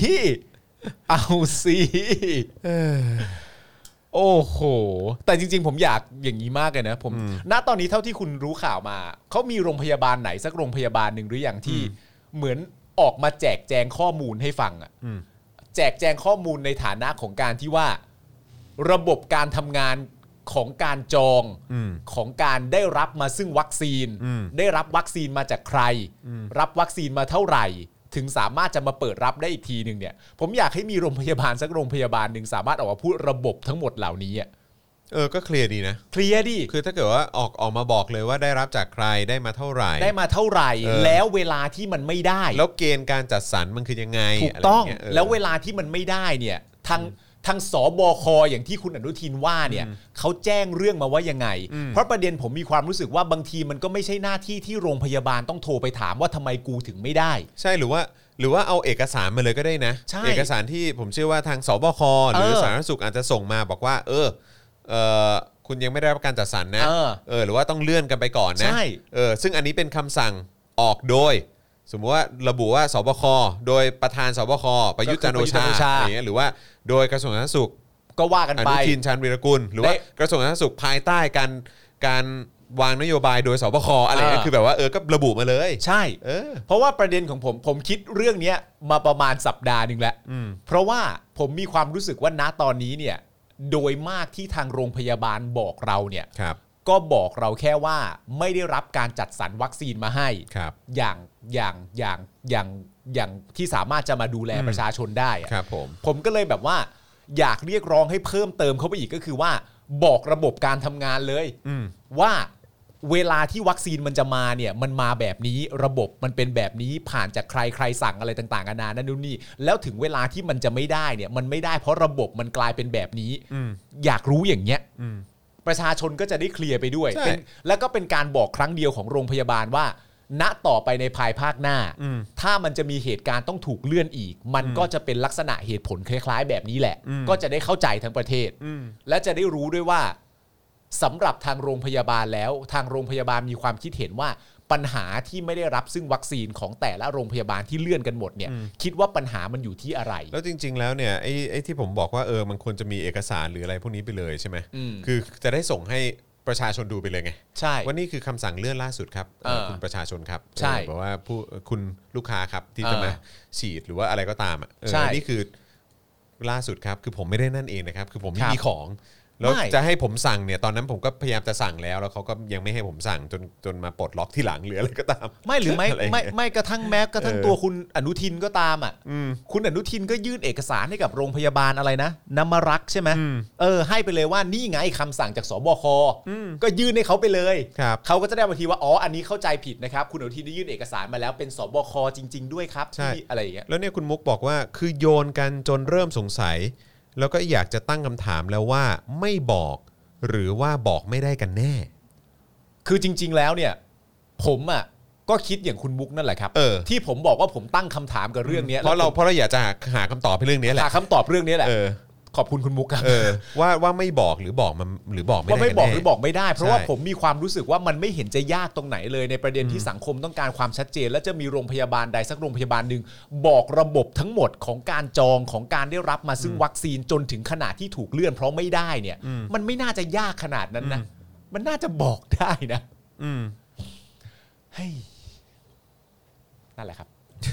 Speaker 3: โอ้โหแต่จริงๆผมอยากอย่างนี้มากเลยนะผมณตอนนี้เท่าที่คุณรู้ข่าวมาเขามีโรงพยาบาลไหนสักโรงพยาบาลหนึ่งหรืออย่างที่เหมือนออกมาแจกแจงข้อมูลให้ฟังอ่ะแจกแจงข้อมูลในฐานะของการที่ว่าระบบการทำงานของการจองของการได้รับมาซึ่งวัคซีนได้รับวัคซีนมาจากใครรับวัคซีนมาเท่าไหร่ถึงสามารถจะมาเปิดรับได้อีกทีนึงเนี่ยผมอยากให้มีโรงพยาบาลสักโรงพยาบาลนึงสามารถออกมาพูดระบบทั้งหมดเหล่านี้
Speaker 2: ก็เคลียร์ดีนะ
Speaker 3: เคลียร์ดี
Speaker 2: คือถ้าเกิดว่าออกมาบอกเลยว่าได้รับจากใครได้มาเท่าไหร่
Speaker 3: แล้วเวลาที่มันไม่ได้
Speaker 2: แล้วเกณฑ์การจัดสรรมันคือยังไง
Speaker 3: ถูกต้องแล้วเวลาที่มันไม่ได้เนี่ยทางสบคอย่างที่คุณอนุทินว่าเนี่ยเขาแจ้งเรื่องมาว่ายังไงเพราะประเด็นผมมีความรู้สึกว่าบางทีมันก็ไม่ใช่หน้าที่ที่โรงพยาบาลต้องโทรไปถามว่าทำไมกูถึงไม่ได้
Speaker 2: ใช่หรือว่าเอาเอกสารมาเลยก็ได้นะเอกสารที่ผมเชื่อว่าทางสบคหรือสาธารณสุขอาจจะส่งมาบอกว่าคุณยังไม่ได้รับการจัดสรรนะหรือว่าต้องเลื่อนกันไปก่อนนะซึ่งอันนี้เป็นคำสั่งออกโดยสมมติว่าระบุว่าสบคโดยประธานสบคประยุทธ์จันทร์โอชาอย่างเงี้ยหรือว่าโดยกระทรวงสาธารณสุข
Speaker 3: ก็ว่ากันไป
Speaker 2: อนุทินชาญวีรกุลหรือว่ากระทรวงสาธารณสุขภายใต้การวางนโยบายโดยสบคอะไรคือแบบว่าก็ระบุมาเลย
Speaker 3: ใช่เพราะว่าประเด็นของผมคิดเรื่องนี้มาประมาณสัปดาห์นึงแล้วเพราะว่าผมมีความรู้สึกว่าณตอนนี้เนี่ยโดยมากที่ทางโรงพยาบาลบอกเราเนี่ยก็บอกเราแค่ว่าไม่ได้รับการจัดสรรวัคซีนมาให้อย่างที่สามารถจะมาดูแลประชาชนได้
Speaker 2: ครับ
Speaker 3: ผมก็เลยแบบว่าอยากเรียกร้องให้เพิ่มเติมเข้าไปอีกก็คือว่าบอกระบบการทำงานเลยว่าเวลาที่วัคซีนมันจะมาเนี่ยมันมาแบบนี้ระบบมันเป็นแบบนี้ผ่านจากใครสั่งอะไรต่างๆนานานั่นนู่นนี่แล้วถึงเวลาที่มันจะไม่ได้เนี่ยมันไม่ได้เพราะระบบมันกลายเป็นแบบนี้อยากรู้อย่างเงี้ยประชาชนก็จะได้เคลียร์ไปด้วยแล้วก็เป็นการบอกครั้งเดียวของโรงพยาบาลว่าณต่อไปในภายภาคหน้าถ้ามันจะมีเหตุการณ์ต้องถูกเลื่อนอีกมันก็จะเป็นลักษณะเหตุผลคล้ายๆแบบนี้แหละก็จะได้เข้าใจทั้งประเทศและจะได้รู้ด้วยว่าสำหรับทางโรงพยาบาลแล้วทางโรงพยาบาลมีความคิดเห็นว่าปัญหาที่ไม่ได้รับซึ่งวัคซีนของแต่ละโรงพยาบาลที่เลื่อนกันหมดเนี่ยคิดว่าปัญหามันอยู่ที่อะไร
Speaker 2: แล้วจริงๆแล้วเนี่ยไอ้ที่ผมบอกว่ามันควรจะมีเอกสารหรืออะไรพวกนี้ไปเลยใช่ไหมคือจะได้ส่งให้ประชาชนดูไปเลยไง
Speaker 3: ใช่
Speaker 2: ว่านี่คือคำสั่งเลื่อนล่าสุดครับคุณประชาชนครับ
Speaker 3: ใช่
Speaker 2: บอกว่าคุณลูกค้าครับที่จะมาฉีดหรือว่าอะไรก็ตามนี่คือล่าสุดครับคือผมไม่ได้นั่นเองนะครับคือผมไม่มีของแล้วจะให้ผมสั่งเนี่ยตอนนั้นผมก็พยายามจะสั่งแล้วเขาก็ยังไม่ให้ผมสั่งจนมาปลดล็อกที่หลังหรืออะไรก็ตาม
Speaker 3: ไม่หรือไม่กระทั่งแม้กระทั่งตัวคุณอนุทินก็ตามคุณอนุทินก็ยื่นเอกสารให้กับโรงพยาบาลอะไรนะนมรักใช่ไหมให้ไปเลยว่านี่ไงคำสั่งจากสบคก็ยื่นให้เขาไปเลยเขาก็จะได้บางทีว่าอ๋ออันนี้เข้าใจผิดนะครับคุณอนุทินได้ยื่นเอกสารมาแล้วเป็นสบคจริงๆด้วยครับที่อะไรอย่างเงี้ย
Speaker 2: แล้วเนี่ยคุณมุกบอกว่าคือโยนกันจนเริ่มสงสัยแล้วก็อยากจะตั้งคำถามแล้วว่าไม่บอกหรือว่าบอกไม่ได้กันแน่
Speaker 3: คือจริงๆแล้วเนี่ยผมก็คิดอย่างคุณมุกนั่นแหละครับที่ผมบอกว่าผมตั้งคำถามกับเรื่องนี้
Speaker 2: เพราะเราอยากจะหาคำตอบให้เรื่องนี้แหละ
Speaker 3: หาคำตอบเรื่องนี้แหละขอบคุณคุณมุกครับ
Speaker 2: ว่าไม่บอกหรือบอกมันหรือบอกไม่ได้
Speaker 3: ว่าไม่บอกหรือบอกไม่ได้เพราะว่าผมมีความรู้สึกว่ามันไม่เห็นจะยากตรงไหนเลยในประเด็นที่สังคมต้องการความชัดเจนและจะมีโรงพยาบาลใดสักโรงพยาบาลนึงบอกระบบทั้งหมดของการจองของการได้รับมาซึ่งวัคซีนจนถึงขนาดที่ถูกเลื่อนเพราะไม่ได้เนี่ยมันไม่น่าจะยากขนาดนั้นนะมันน่าจะบอกได้นะเฮ้ยนั่นแหละครับ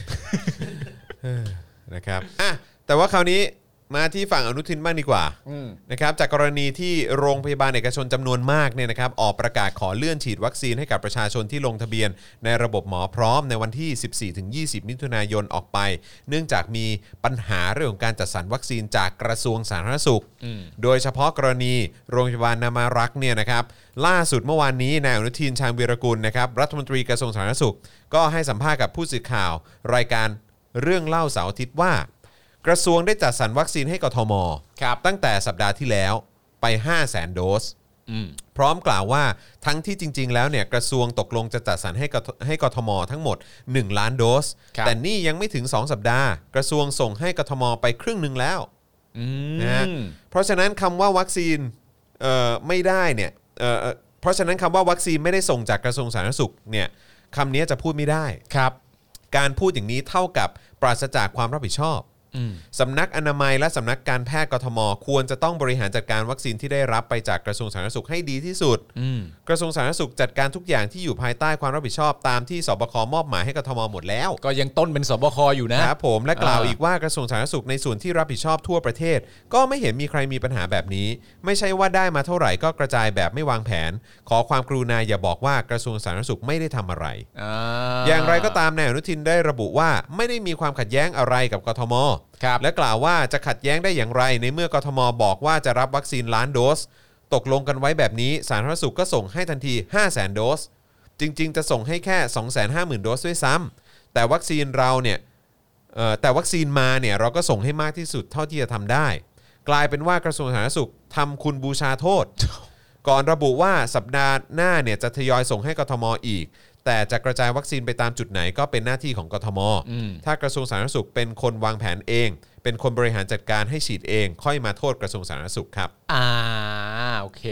Speaker 2: นะครับแต่ว่าคราวนี้มาที่ฝั่งอนุทินบ้างดีกว่านะครับจากกรณีที่โรงพยาบาลเอกชนจำนวนมากเนี่ยนะครับออกประกาศขอเลื่อนฉีดวัคซีนให้กับประชาชนที่ลงทะเบียนในระบบหมอพร้อมในวันที่ 14-20 มิถุนายนออกไปเนื่องจากมีปัญหาเรื่องของการจัดสรรวัคซีนจากกระทรวงสาธารณสุขโดยเฉพาะกรณีโรงพยาบาลนามารักษ์เนี่ยนะครับล่าสุดเมื่อวานนี้นายอนุทินชาญวีรกุลนะครับรัฐมนตรีกระทรวงสาธารณสุขก็ให้สัมภาษณ์กับผู้สื่อข่าวรายการเรื่องเล่าเสาร์อาทิตย์ว่ากระทรวงได้จัดสรรวัคซีนให้กทม.ตั้งแต่สัปดาห์ที่แล้วไป 500,000 โดสพร้อมกล่าวว่าทั้งที่จริงๆแล้วเนี่ยกระทรวงตกลงจะจัดสรรให้กทม.ทั้งหมด1ล้านโดสแต่นี่ยังไม่ถึง2สัปดาห์กระทรวงส่งให้กทม.ไปครึ่งนึงแล้วนะฮะเพราะฉะนั้นคำว่าวัคซีนไม่ได้เนี่ยเพราะฉะนั้นคำว่าวัคซีนไม่ได้ส่งจากกระทรวงสาธารณสุขเนี่ยคำนี้จะพูดไม่ได้
Speaker 3: ครับ
Speaker 2: การพูดอย่างนี้เท่ากับปราศจากความรับผิดชอบสำนักอนามัยและสำนักการแพทย์กทม.ควรจะต้องบริหารจัดการวัคซีนที่ได้รับไปจากกระทรวงสาธารณสุขให้ดีที่สุดกระทรวงสาธารณสุขจัดการทุกอย่างที่อยู่ภายใต้ความรับผิดชอบตามที่สบคมอบหมายให้กทม.หมดแล้ว
Speaker 3: ก็ยังต้นเป็นสบคอยู่นะครับ
Speaker 2: ผมและกล่าวอีกว่ากระทรวงสาธารณสุขในส่วนที่รับผิดชอบทั่วประเทศก็ไม่เห็นมีใครมีปัญหาแบบนี้ไม่ใช่ว่าได้มาเท่าไหร่ก็กระจายแบบไม่วางแผนขอความกรุณาอย่าบอกว่ากระทรวงสาธารณสุขไม่ได้ทำอะไรอย่างไรก็ตามนายอนุทินได้ระบุว่าไม่ได้มีความขัดแย้งอะไรกับกทม.และกล่าวว่าจะขัดแย้งได้อย่างไรในเมื่อกทม.บอกว่าจะรับวัคซีนล้านโดสตกลงกันไว้แบบนี้สาธารณสุขก็ส่งให้ทันที 500,000 โดสจริงๆจะส่งให้แค่ 250,000 โดสด้วยซ้ำแต่วัคซีนเราเนี่ยแต่วัคซีนมาเนี่ยเราก็ส่งให้มากที่สุดเท่าที่จะทำได้กลายเป็นว่ากระทรวงสาธารณสุขทำคุณบูชาโทษก่อนระบุว่าสัปดาห์หน้าเนี่ยจะทยอยส่งให้กทม.อีกแต่จะกระจายวัคซีนไปตามจุดไหนก็เป็นหน้าที่ของกทม.ถ้ากระทรวงสาธารณสุขเป็นคนวางแผนเองเป็นคนบริหารจัดการให้ฉีดเองค่อยมาโทษกระทรวงสาธารณสุขครับ
Speaker 3: โอเค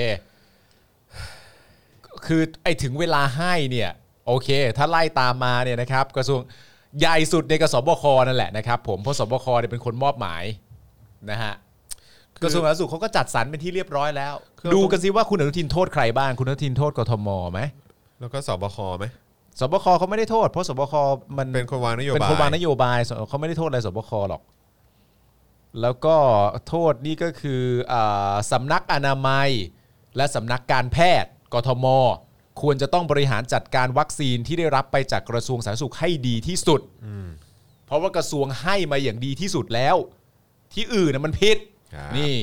Speaker 3: คือไอ้ถึงเวลาให้เนี่ยโอเคถ้าไล่ตามมาเนี่ยนะครับกระทรวงใหญ่สุดในกสบคนั่นแหละนะครับผมเพราะสบคเนี่ยเป็นคนมอบหมายนะฮะกระทรวงสาธารณสุขเขาก็จัดสรรเป็นที่เรียบร้อยแล้วดูกันสิว่าคุณอนุทินโทษใครบ้างคุณอนุทินโทษกทม.ไหม
Speaker 2: แล้วก็สบคไหม
Speaker 3: สบคเขาไม่ได้โทษเพราะสบคมัน
Speaker 2: เป็นคนวางนโยบาย
Speaker 3: เขาไม่ได้โทษอะไรสบคหรอกแล้วก็โทษนี่ก็คือสำนักอนามัยและสำนักการแพทย์กทม.ควรจะต้องบริหารจัดการวัคซีนที่ได้รับไปจากกระทรวงสาธารณสุขให้ดีที่สุดเพราะว่ากระทรวงให้มาอย่างดีที่สุดแล้วที่อื่นมันผิดนี่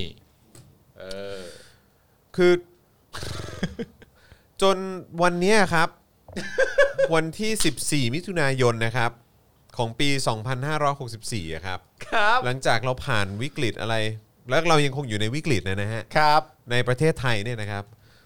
Speaker 2: คือจนวันนี้ครับวันที่14มิถุนายนนะครับของปี2564ครับหลังจากเราผ่านวิกฤตอะไรแล้วเรายังคงอยู่ในวิกฤตนะฮะ
Speaker 3: ครับ
Speaker 2: ในประเทศไทยเนี่ยนะครับ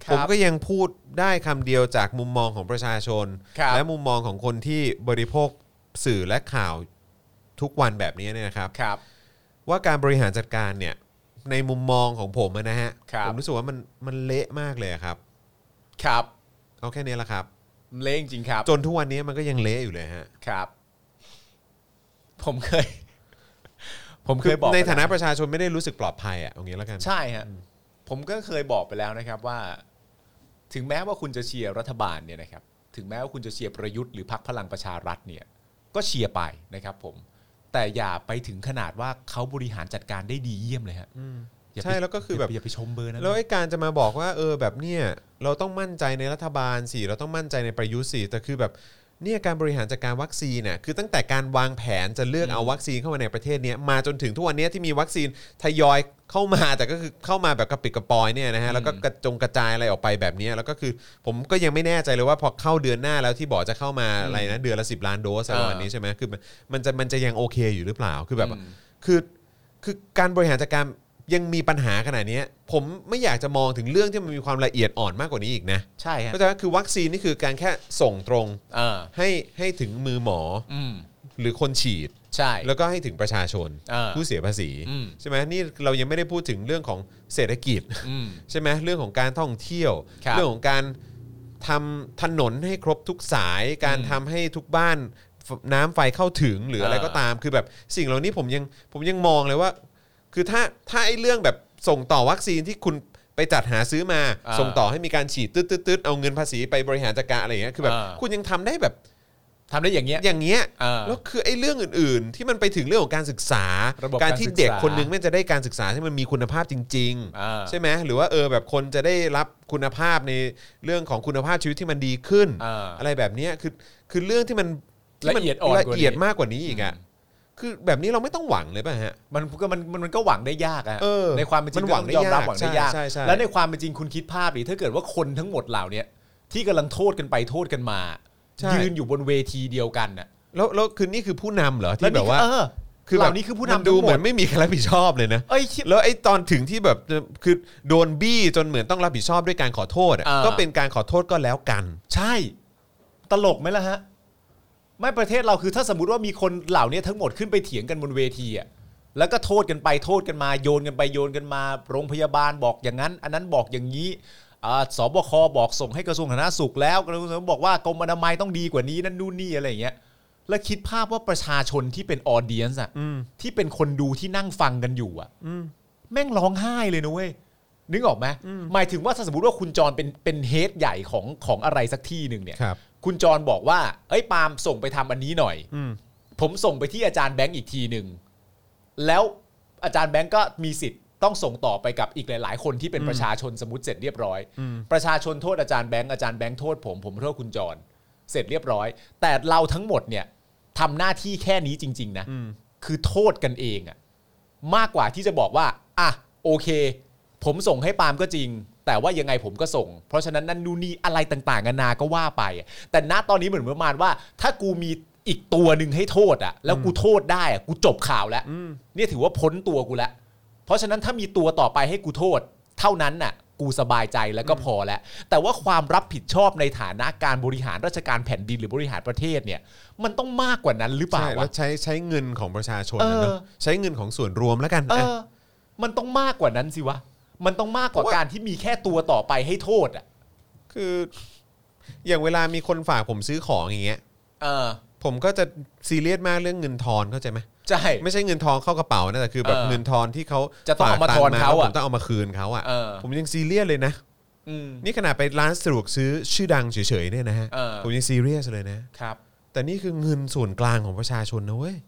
Speaker 2: ผมก็ยังพูดได้คำเดียวจากมุมมองของประชาชนและมุมมองของคนที่บริโภคสื่อและข่าวทุกวันแบบนี้เนี่ยนะครับว่าการบริหารจัดการเนี่ยในมุมมองของผมนะฮะผมรู้สึกว่ามันเละมากเลยครับเอาแค่นี้ละครับ
Speaker 3: เละจริงครับ
Speaker 2: จนทุกวันนี้มันก็ยังเละอยู่เลยฮะ
Speaker 3: ครับผมเคยบอก
Speaker 2: ในฐานะประชาชนไม่ได้รู้สึกปลอดภัยอ่ะอย่างนี้แล้วกัน
Speaker 3: ใช่ฮะผมก็เคยบอกไปแล้วนะครับว่าถึงแม้ว่าคุณจะเชียร์รัฐบาลเนี่ยนะครับถึงแม้ว่าคุณจะเชียร์ประยุทธ์หรือพรรคพลังประชารัฐเนี่ยก็เชียร์ไปนะครับผมแต่อย่าไปถึงขนาดว่าเขาบริหารจัดการได้ดีเยี่ยมเลยฮะ
Speaker 2: ใช่แล้วก็คือแบบ
Speaker 3: อย่าไปชมเบอร์นะ
Speaker 2: แล้วไอ้การจะมาบอกว่าแบบเนี้ยเราต้องมั่นใจในรัฐบาลสิเราต้องมั่นใจในประยุทธ์สิแต่คือแบบเนี่ยการบริหารจัดการวัคซีนน่ะคือตั้งแต่การวางแผนจะเลือกเอาวัคซีนเข้ามาในประเทศนี้มาจนถึงทุกวันนี้ที่มีวัคซีนทยอยเข้ามาแต่ก็คือเข้ามาแบบกระปิดกระปอยเนี่ยนะฮะแล้วก็กระจายอะไรออกไปแบบนี้แล้วก็คือผมก็ยังไม่แน่ใจเลยว่าพอเข้าเดือนหน้าแล้วที่บอกจะเข้ามาอะไรนะเดือนละ10 ล้านโดสอะไรแบบนี้ใช่ไหมคือมันจะยังโอเคอยู่หรือเปล่าคือแบบคือการบริหารจัดการยังมีปัญหาขนาดนี้ผมไม่อยากจะมองถึงเรื่องที่มันมีความละเอียดอ่อนมากกว่านี้อีกนะ
Speaker 3: ใช่ครับ
Speaker 2: เพราะฉะนั้นคือวัคซีนนี่คือการแค่ส่งตรงให้ถึงมือหมอหรือคนฉีด
Speaker 3: ใช่
Speaker 2: แล้วก็ให้ถึงประชาชนผู้เสียภาษีใช่ไหมนี่เรายังไม่ได้พูดถึงเรื่องของเศรษฐกิจใช่ไหมเรื่องของการท่องเที่ยวเรื่องของการทำถนนให้ครบทุกสายการทำให้ทุกบ้านน้ำไฟเข้าถึงหรืออะไรก็ตามคือแบบสิ่งเหล่านี้ผมยังมองเลยว่าคือถ้าไอ้เรื่องแบบส่งต่อวัคซีนที่คุณไปจัดหาซื้อมาส่งต่อให้มีการฉีดตืดเอาเงินภาษีไปบริหารจัดการอะไรอย่างเงี้ยคือแบบคุณยังทำได้แบบ
Speaker 3: ทำได้อย่างเงี้ย
Speaker 2: แล้วคือไอ้เรื่องอื่นๆที่มันไปถึงเรื่องของการศึกษาการที่เด็กคนนึงมันจะได้การศึกษาที่มันมีคุณภาพจริงๆใช่ไหมหรือว่าแบบคนจะได้รับคุณภาพในเรื่องของคุณภาพชีวิตที่มันดีขึ้นอะไรแบบนี้คือเรื่องที่มัน
Speaker 3: ละเอี
Speaker 2: ยดมากกว่านี้อีกอะคือแบบนี้เราไม่ต้องหวังเลยป่ะฮะ
Speaker 3: มันก็หวังได้ยากอะในความเป็นจริงก็ยอมรับหวังได้ยากแล้วในความเป็นจริงคุณคิดภาพดิถ้าเกิดว่าคนทั้งหมดเหล่านี้ที่กำลังโทษกันไปโทษกันมายืนอยู่บนเวทีเดียวกันน่ะ
Speaker 2: แล้วคือนี่คือผู้นำเหรอที่แบบว่า
Speaker 3: คือแบบนี้คือผู้นำ
Speaker 2: ดูเหมือนไม่มีใครรับผิดชอบเลยนะแล้วไอ้ตอนถึงที่แบบคือโดนบี้จนเหมือนต้องรับผิดชอบด้วยการขอโทษก็เป็นการขอโทษก็แล้วกัน
Speaker 3: ใช่ตลกไหมล่ะฮะไม่ประเทศเราคือถ้าสมมุติว่ามีคนเหล่านี้ทั้งหมดขึ้นไปเถียงกันบนเวทีอ่ะแล้วก็โทษกันไปโทษกันมาโยนกันไปโยนกันมาโรงพยาบาลบอกอย่างนั้นอันนั้นบอกอย่างนี้สบคบอกส่งให้กระทรวงสาธารณสุขแล้วกระทรวงสาธารณสุขบอกว่ากรมอนามัยต้องดีกว่านี้นั่นนู่นนี่อะไรอย่างเงี้ยแล้วคิดภาพว่าประชาชนที่เป็นออเดียนส์อ่ะที่เป็นคนดูที่นั่งฟังกันอยู่อ่ะแม่งร้องไห้เลยนะเว้ยนึกออกไหมหมายถึงว่าถ้าสมมติว่าคุณจรเป็นเฮดใหญ่ของอะไรสักที่นึงเนี่ยคุณจรบอกว่าเอ้ยปาล์มส่งไปทำอันนี้หน่อยผมส่งไปที่อาจารย์แบงค์อีกทีนึงแล้วอาจารย์แบงค์ก็มีสิทธิ์ต้องส่งต่อไปกับอีกหลายๆคนที่เป็นประชาชนสมมุติเสร็จเรียบร้อยประชาชนโทษอาจารย์แบงค์อาจารย์แบงค์โทษผมโทษคุณจรเสร็จเรียบร้อยแต่เราทั้งหมดเนี่ยทำหน้าที่แค่นี้จริงๆนะคือโทษกันเองอะมากกว่าที่จะบอกว่าอ่ะโอเคผมส่งให้ปาล์มก็จริงแต่ว่ายังไงผมก็ส่งเพราะฉะนั้นนั่นนู่นนี่อะไรต่างๆนานาก็ว่าไปแต่ณตอนนี้เหมือนประมาณว่าถ้ากูมีอีกตัวนึงให้โทษอะแล้วกูโทษได้อะกูจบข่าวแล้วเนี่ยถือว่าพ้นตัวกูแล้วเพราะฉะนั้นถ้ามีตัวต่อไปให้กูโทษเท่านั้นน่ะกูสบายใจแล้วก็พอแล้วแต่ว่าความรับผิดชอบในฐานะการบริหารราชการแผ่นดินหรือบริหารประเทศเนี่ยมันต้องมากกว่านั้นหรือเปล่าวะ
Speaker 2: แล้วใช้เงินของประชาชนนะเนาะใช้เงินของส่วนรวมแล้วกัน
Speaker 3: มันต้องมากกว่านั้นสิวะมันต้องมากกว่าการที่มีแค่ตัวต่อไปให้โทษอ่ะ
Speaker 2: คืออย่างเวลามีคนฝากผมซื้อของอย่างเงี้ยผมก็จะซีเรียสมากเรื่องเงินทอนเข้าใจไหม
Speaker 3: ใช่
Speaker 2: ไม่ใช่เงินทอนเข้ากระเป๋านะแต่คือแบบเงินทอนที่เขา
Speaker 3: จะต้องเอามาทอนเขา
Speaker 2: ผมต้องเอามาคืนเขาอ่ะผมยังซีเรียสเลยนะนี่ขนาดไปร้านสะดวกซื้อชื่อดังเฉยๆเนี่ยนะฮะผมยังซีเรียสเลยนะครับแต่นี่คือเงินส่วนกลางของประชาชนนะเว้ย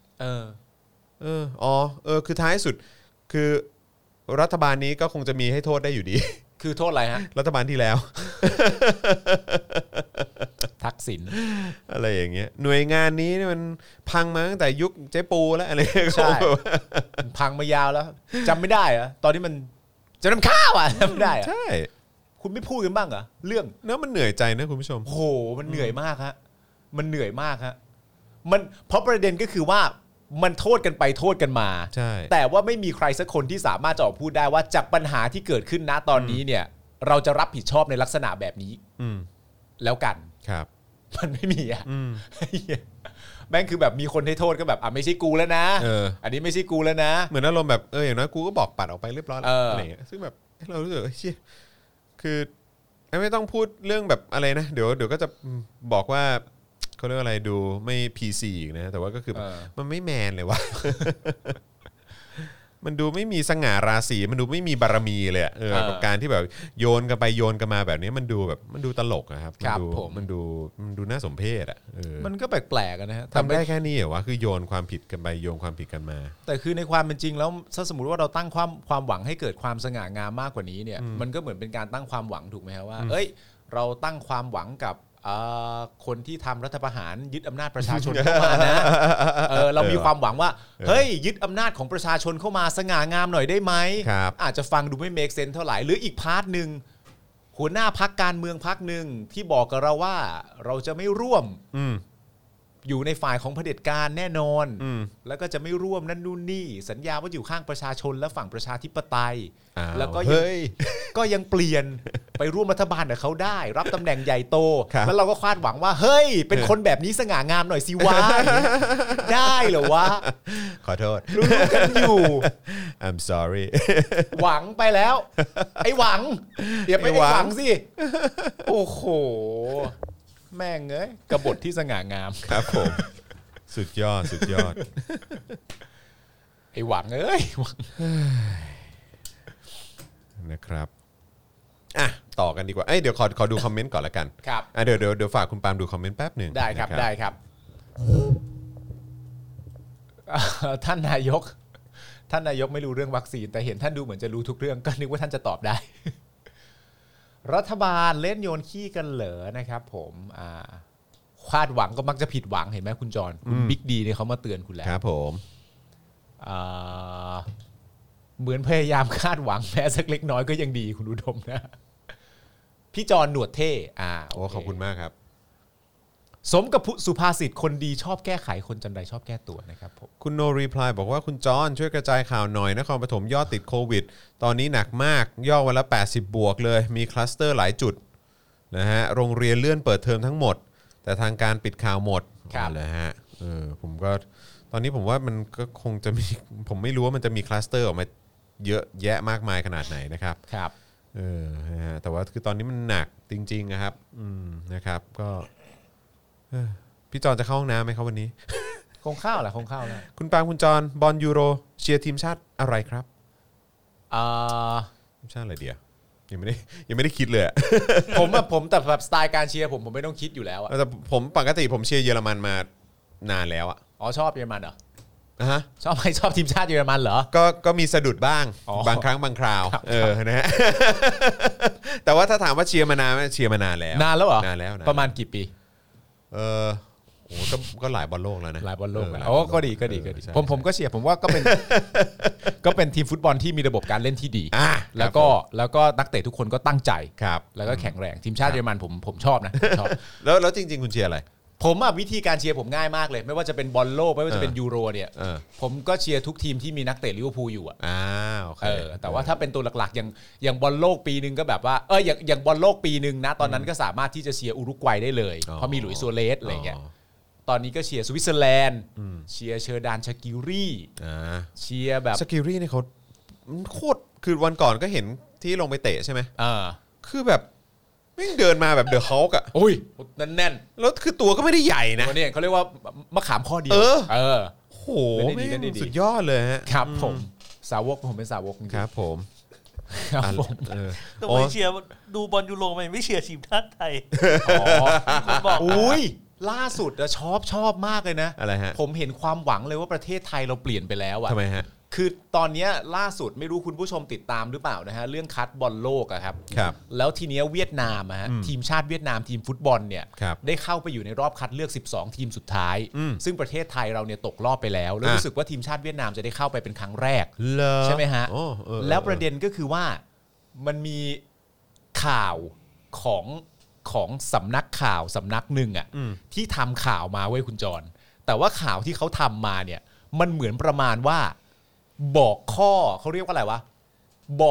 Speaker 2: คือท้ายสุดคือรัฐบาลนี้ก็คงจะมีให้โทษได้อยู่ดี
Speaker 3: คือโทษอะไรฮะ
Speaker 2: รัฐบาลที่แล้ว
Speaker 3: ทักษิณ
Speaker 2: อะไรอย่างเงี้ยหน่วยงานนี้มันพังมาตั้งแต่ยุคเจ๊ปูแล้วอะไร
Speaker 3: ใช่พังมายาวแล้วจำไม่ได้เหรอตอนนี้มันจะนำข้าวอ่ะจำไม่ได้
Speaker 2: ใช่
Speaker 3: คุณไม่พูดกันบ้างเหรอเรื่อง
Speaker 2: เนอะมันเหนื่อยใจนะคุณผู้ชม
Speaker 3: โอ้โหมันเหนื่อยมากฮะมันเหนื่อยมากฮะมันเพราะประเด็นก็คือว่ามันโทษกันไปโทษกันมาแต่ว่าไม่มีใครสักคนที่สามารถจะออกพูดได้ว่าจากปัญหาที่เกิดขึ้นณตอนนี้เนี่ยเราจะรับผิดชอบในลักษณะแบบนี้แล้วกัน
Speaker 2: ครับ
Speaker 3: มันไม่มีอ่ะแม่งคือแบบมีคนให้โทษก็แบบไม่ใช่กูแล้วนะอันนี้ไม่ใช่กูแล้วนะ
Speaker 2: เหมือนอารมณ์แบบอย่างน้อยกูก็บอกปัดออกไปเรียบร้อยแล้วอะไรอย่างเงี้ยซึ่งแบบเรารู้สึกคือไม่ต้องพูดเรื่องแบบอะไรนะเดี๋ยวก็จะบอกว่าเขาเรียกอะไรดูไม่ PC อีกนะแต่ว่าก็คือมันไม่แมนเลยวะ มันดูไม่มีสง่าราศีมันดูไม่มีบารมีเลยกับการที่แบบโยนกันไปโยนกันมาแบบนี้มันดูแบบมันดูตลกอะครับมันดูน่าสมเพชอ่ะ
Speaker 3: มันก็แปลกๆนะฮะ
Speaker 2: ทำได้แค่นี้เหรอวะคือโยนความผิดกันไปโยนความผิดกันมา
Speaker 3: แต่คือในความเป็นจริงแล้วถ้าสมมติว่าเราตั้งความหวังให้เกิดความสง่างามมากกว่านี้เนี่ยมันก็เหมือนเป็นการตั้งความหวังถูกไหมครับว่าเอ้ยเราตั้งความหวังกับคนที่ทำรัฐประหารยึดอำนาจประชาชนเข้ามานะเรามีความหวังว่าเฮ้ยยึดอำนาจของประชาชนเข้ามาสง่างามหน่อยได้ไหมอาจจะฟังดูไม่เมคเซนส์เท่าไหร่หรืออีกพาร์ทนึงหัวหน้าพรรคการเมืองพรรคนึงที่บอกกับเราว่าเราจะไม่ร่วมอยู่ในฝ่ายของเผด็จการแน่นอนแล้วก็จะไม่ร่วมนั่นนู่นนี่สัญญาว่าอยู่ข้างประชาชนและฝั่งประชาธิปไตยแล้วก็ยังเปลี่ยนไปร่วมรัฐบาลกับเขาได้รับตำแหน่งใหญ่โตแล้วเราก็คาดหวังว่าเฮ้ยเป็นคนแบบนี้สง่างามหน่อยสิวะได้เหรอวะ
Speaker 2: ขอโทษ
Speaker 3: รู้กันอยู่
Speaker 2: I'm sorry
Speaker 3: หวังไปแล้วไอ้หวังเดี๋ยวไปหวังสิโอ้โหแม่งเอ้ยกบฏที่สง่างาม
Speaker 2: ครับผมสุดยอด
Speaker 3: ไอ้หวังเอ้ย
Speaker 2: นะครับต่อกันดีกว่าเดี๋ยวขอดูคอมเมนต์ก่อนละกัน
Speaker 3: ครับ
Speaker 2: เดี๋ยวฝากคุณปาล์มดูคอมเมนต์แป๊บนึง
Speaker 3: ได้ครับท่านนายกไม่รู้เรื่องวัคซีนแต่เห็นท่านดูเหมือนจะรู้ทุกเรื่องก็นึกว่าท่านจะตอบได้รัฐบาลเล่นโยนขี้กันเหรอนะครับผมคาดหวังก็มักจะผิดหวังเห็นไหมคุณจรคุณบิ๊กดีเนี่ยเขามาเตือนคุณแล้ว
Speaker 2: ครับผม
Speaker 3: เหมือนพยายามคาดหวังแม้สักเล็กน้อยก็ยังดีคุณอุดมนะพี่จรหนวดเท่
Speaker 2: โอ้ขอบคุณมากครับ
Speaker 3: สมกับสุภาษิตคนดีชอบแก้ไขคนจันไรชอบแก้ตัวนะครับผม
Speaker 2: คุณโนรีพลายบอกว่าคุณจอนช่วยกระจายข่าวหน่อยนครปฐมยอดติดโควิดตอนนี้หนักมากยอดวันละ80บวกเลยมีคลัสเตอร์หลายจุดนะฮะโรงเรียนเลื่อนเปิดเทอมทั้งหมดแต่ทางการปิดข่าวหมดเลยฮะผมก็ตอนนี้ผมว่ามันก็คงจะมีผมไม่รู้ว่ามันจะมีคลัสเตอร์ออกมาเยอะแยะมากมายขนาดไหนนะครับ
Speaker 3: ครับ
Speaker 2: นะฮะแต่ว่าคือตอนนี้มันหนักจริงๆนะครับนะครับก็พี่จอนจะเข้าห้องน้ำไหมครับวันนี้
Speaker 3: คงเข้าแหละคงเข้าแล้ว
Speaker 2: คุณปางคุณจอนบอลยูโรเชียร์ทีมชาติอะไรครับทีมชาติอะไรเดียวยังไม่ได้คิดเลย
Speaker 3: ผมแต่แบบสไตล์การเชียร์ผมไม่ต้องคิดอยู่แล้วอะ
Speaker 2: แต่ผมปกติผมเชียร์เยอรมันมานานแล้วอะ
Speaker 3: ชอบเยอรมันเหรอชอบทีมชาติเยอรมันเหรอ
Speaker 2: ก็มีสะดุดบ้างบางครั้งบางคราวนะฮะแต่ว่าถ้าถามว่าเชียร์มานานไหมเชียร์มานานแล้ว
Speaker 3: นานแล้วเหรอน
Speaker 2: านแล้ว
Speaker 3: ประมาณกี่ปี
Speaker 2: โอ้ก็หลายบอลโลกแล้วนะ
Speaker 3: หลายบอลโลกแล้วก็ดีผมก็เชียร์ผมว่าก็เป็นทีมฟุตบอลที่มีระบบการเล่นที่ดีแล้วก็นักเตะทุกคนก็ตั้งใจแล้วก็แข็งแรงทีมชาติเยอรมันผมชอบนะชอบ
Speaker 2: แล้วจริงๆคุณเชียร์อะไร
Speaker 3: ผมวิธีการเชียร์ผมง่ายมากเลยไม่ว่าจะเป็นบอลโลกไม่ว่าจะเป็นยูโรเนี่ยผมก็เชียร์ทุกทีมที่มีนักเตะลิเวอร์พูลอยู่แต่ว่าถ้าเป็นตัวหลักๆอย่างบอลโลกปีนึงก็แบบว่าอย่างบอลโลกปีนึงนะตอนนั้นก็สามารถที่จะเชียร์อุรุกวัยได้เลยเพราะมีหลุยส์ซัวเรสอะไรเงี้ยตอนนี้ก็เชียร์สวิตเซอร์แลนด์เชียร์เชอร์ดานชากิรี่เชียร์แบบ
Speaker 2: ชากิรี่นี่เขาโคตรคือวันก่อนก็เห็นที่ลงไปเตะใช่ไหมคือแบบไม่เดินมาแบบเดอะฮอลก์อ่ะ
Speaker 3: โอ้ยแน่น
Speaker 2: แล้วคือตัวก็ไม่ได้ใหญ่นะ
Speaker 3: เนี่ยเขาเรียกว่ามะขามข้อเดียว
Speaker 2: โอ้โหสุดยอดเลยฮะ
Speaker 3: ครับผมผมเป็นสาวก
Speaker 2: ครับผม
Speaker 4: ทำไมเชียร์ดูบอลยูโรไม่เชียร์ทีมชาติไทย
Speaker 3: คุณบอกอุ้ยล่าสุดชอบมากเลยนะ
Speaker 2: อะไรฮะ
Speaker 3: ผมเห็นความหวังเลยว่าประเทศไทยเราเปลี่ยนไปแล้วอ่ะ
Speaker 2: ทำไมฮะ
Speaker 3: คือตอนนี้ล่าสุดไม่รู้คุณผู้ชมติดตามหรือเปล่านะฮะเรื่องคัดบอลโลกอะครับแล้วทีนี้เวียดนามฮะทีมชาติเวียดนามทีมฟุตบอลเนี่ยได้เข้าไปอยู่ในรอบคัดเลือก12ทีมสุดท้ายซึ่งประเทศไทยเราเนี่ยตกรอบไปแล้วแล้วรู้สึกว่าทีมชาติเวียดนามจะได้เข้าไปเป็นครั้งแรกใช่ไหมฮะแล้วประเด็นก็คือว่ามันมีข่าวของสำนักข่าวสำนักหนึ่งอ่ะที่ทำข่าวมาไว้คุณจรแต่ว่าข่าวที่เขาทำมาเนี่ยมันเหมือนประมาณว่าบอกข้อเขาเรียกว่าอะไรวะ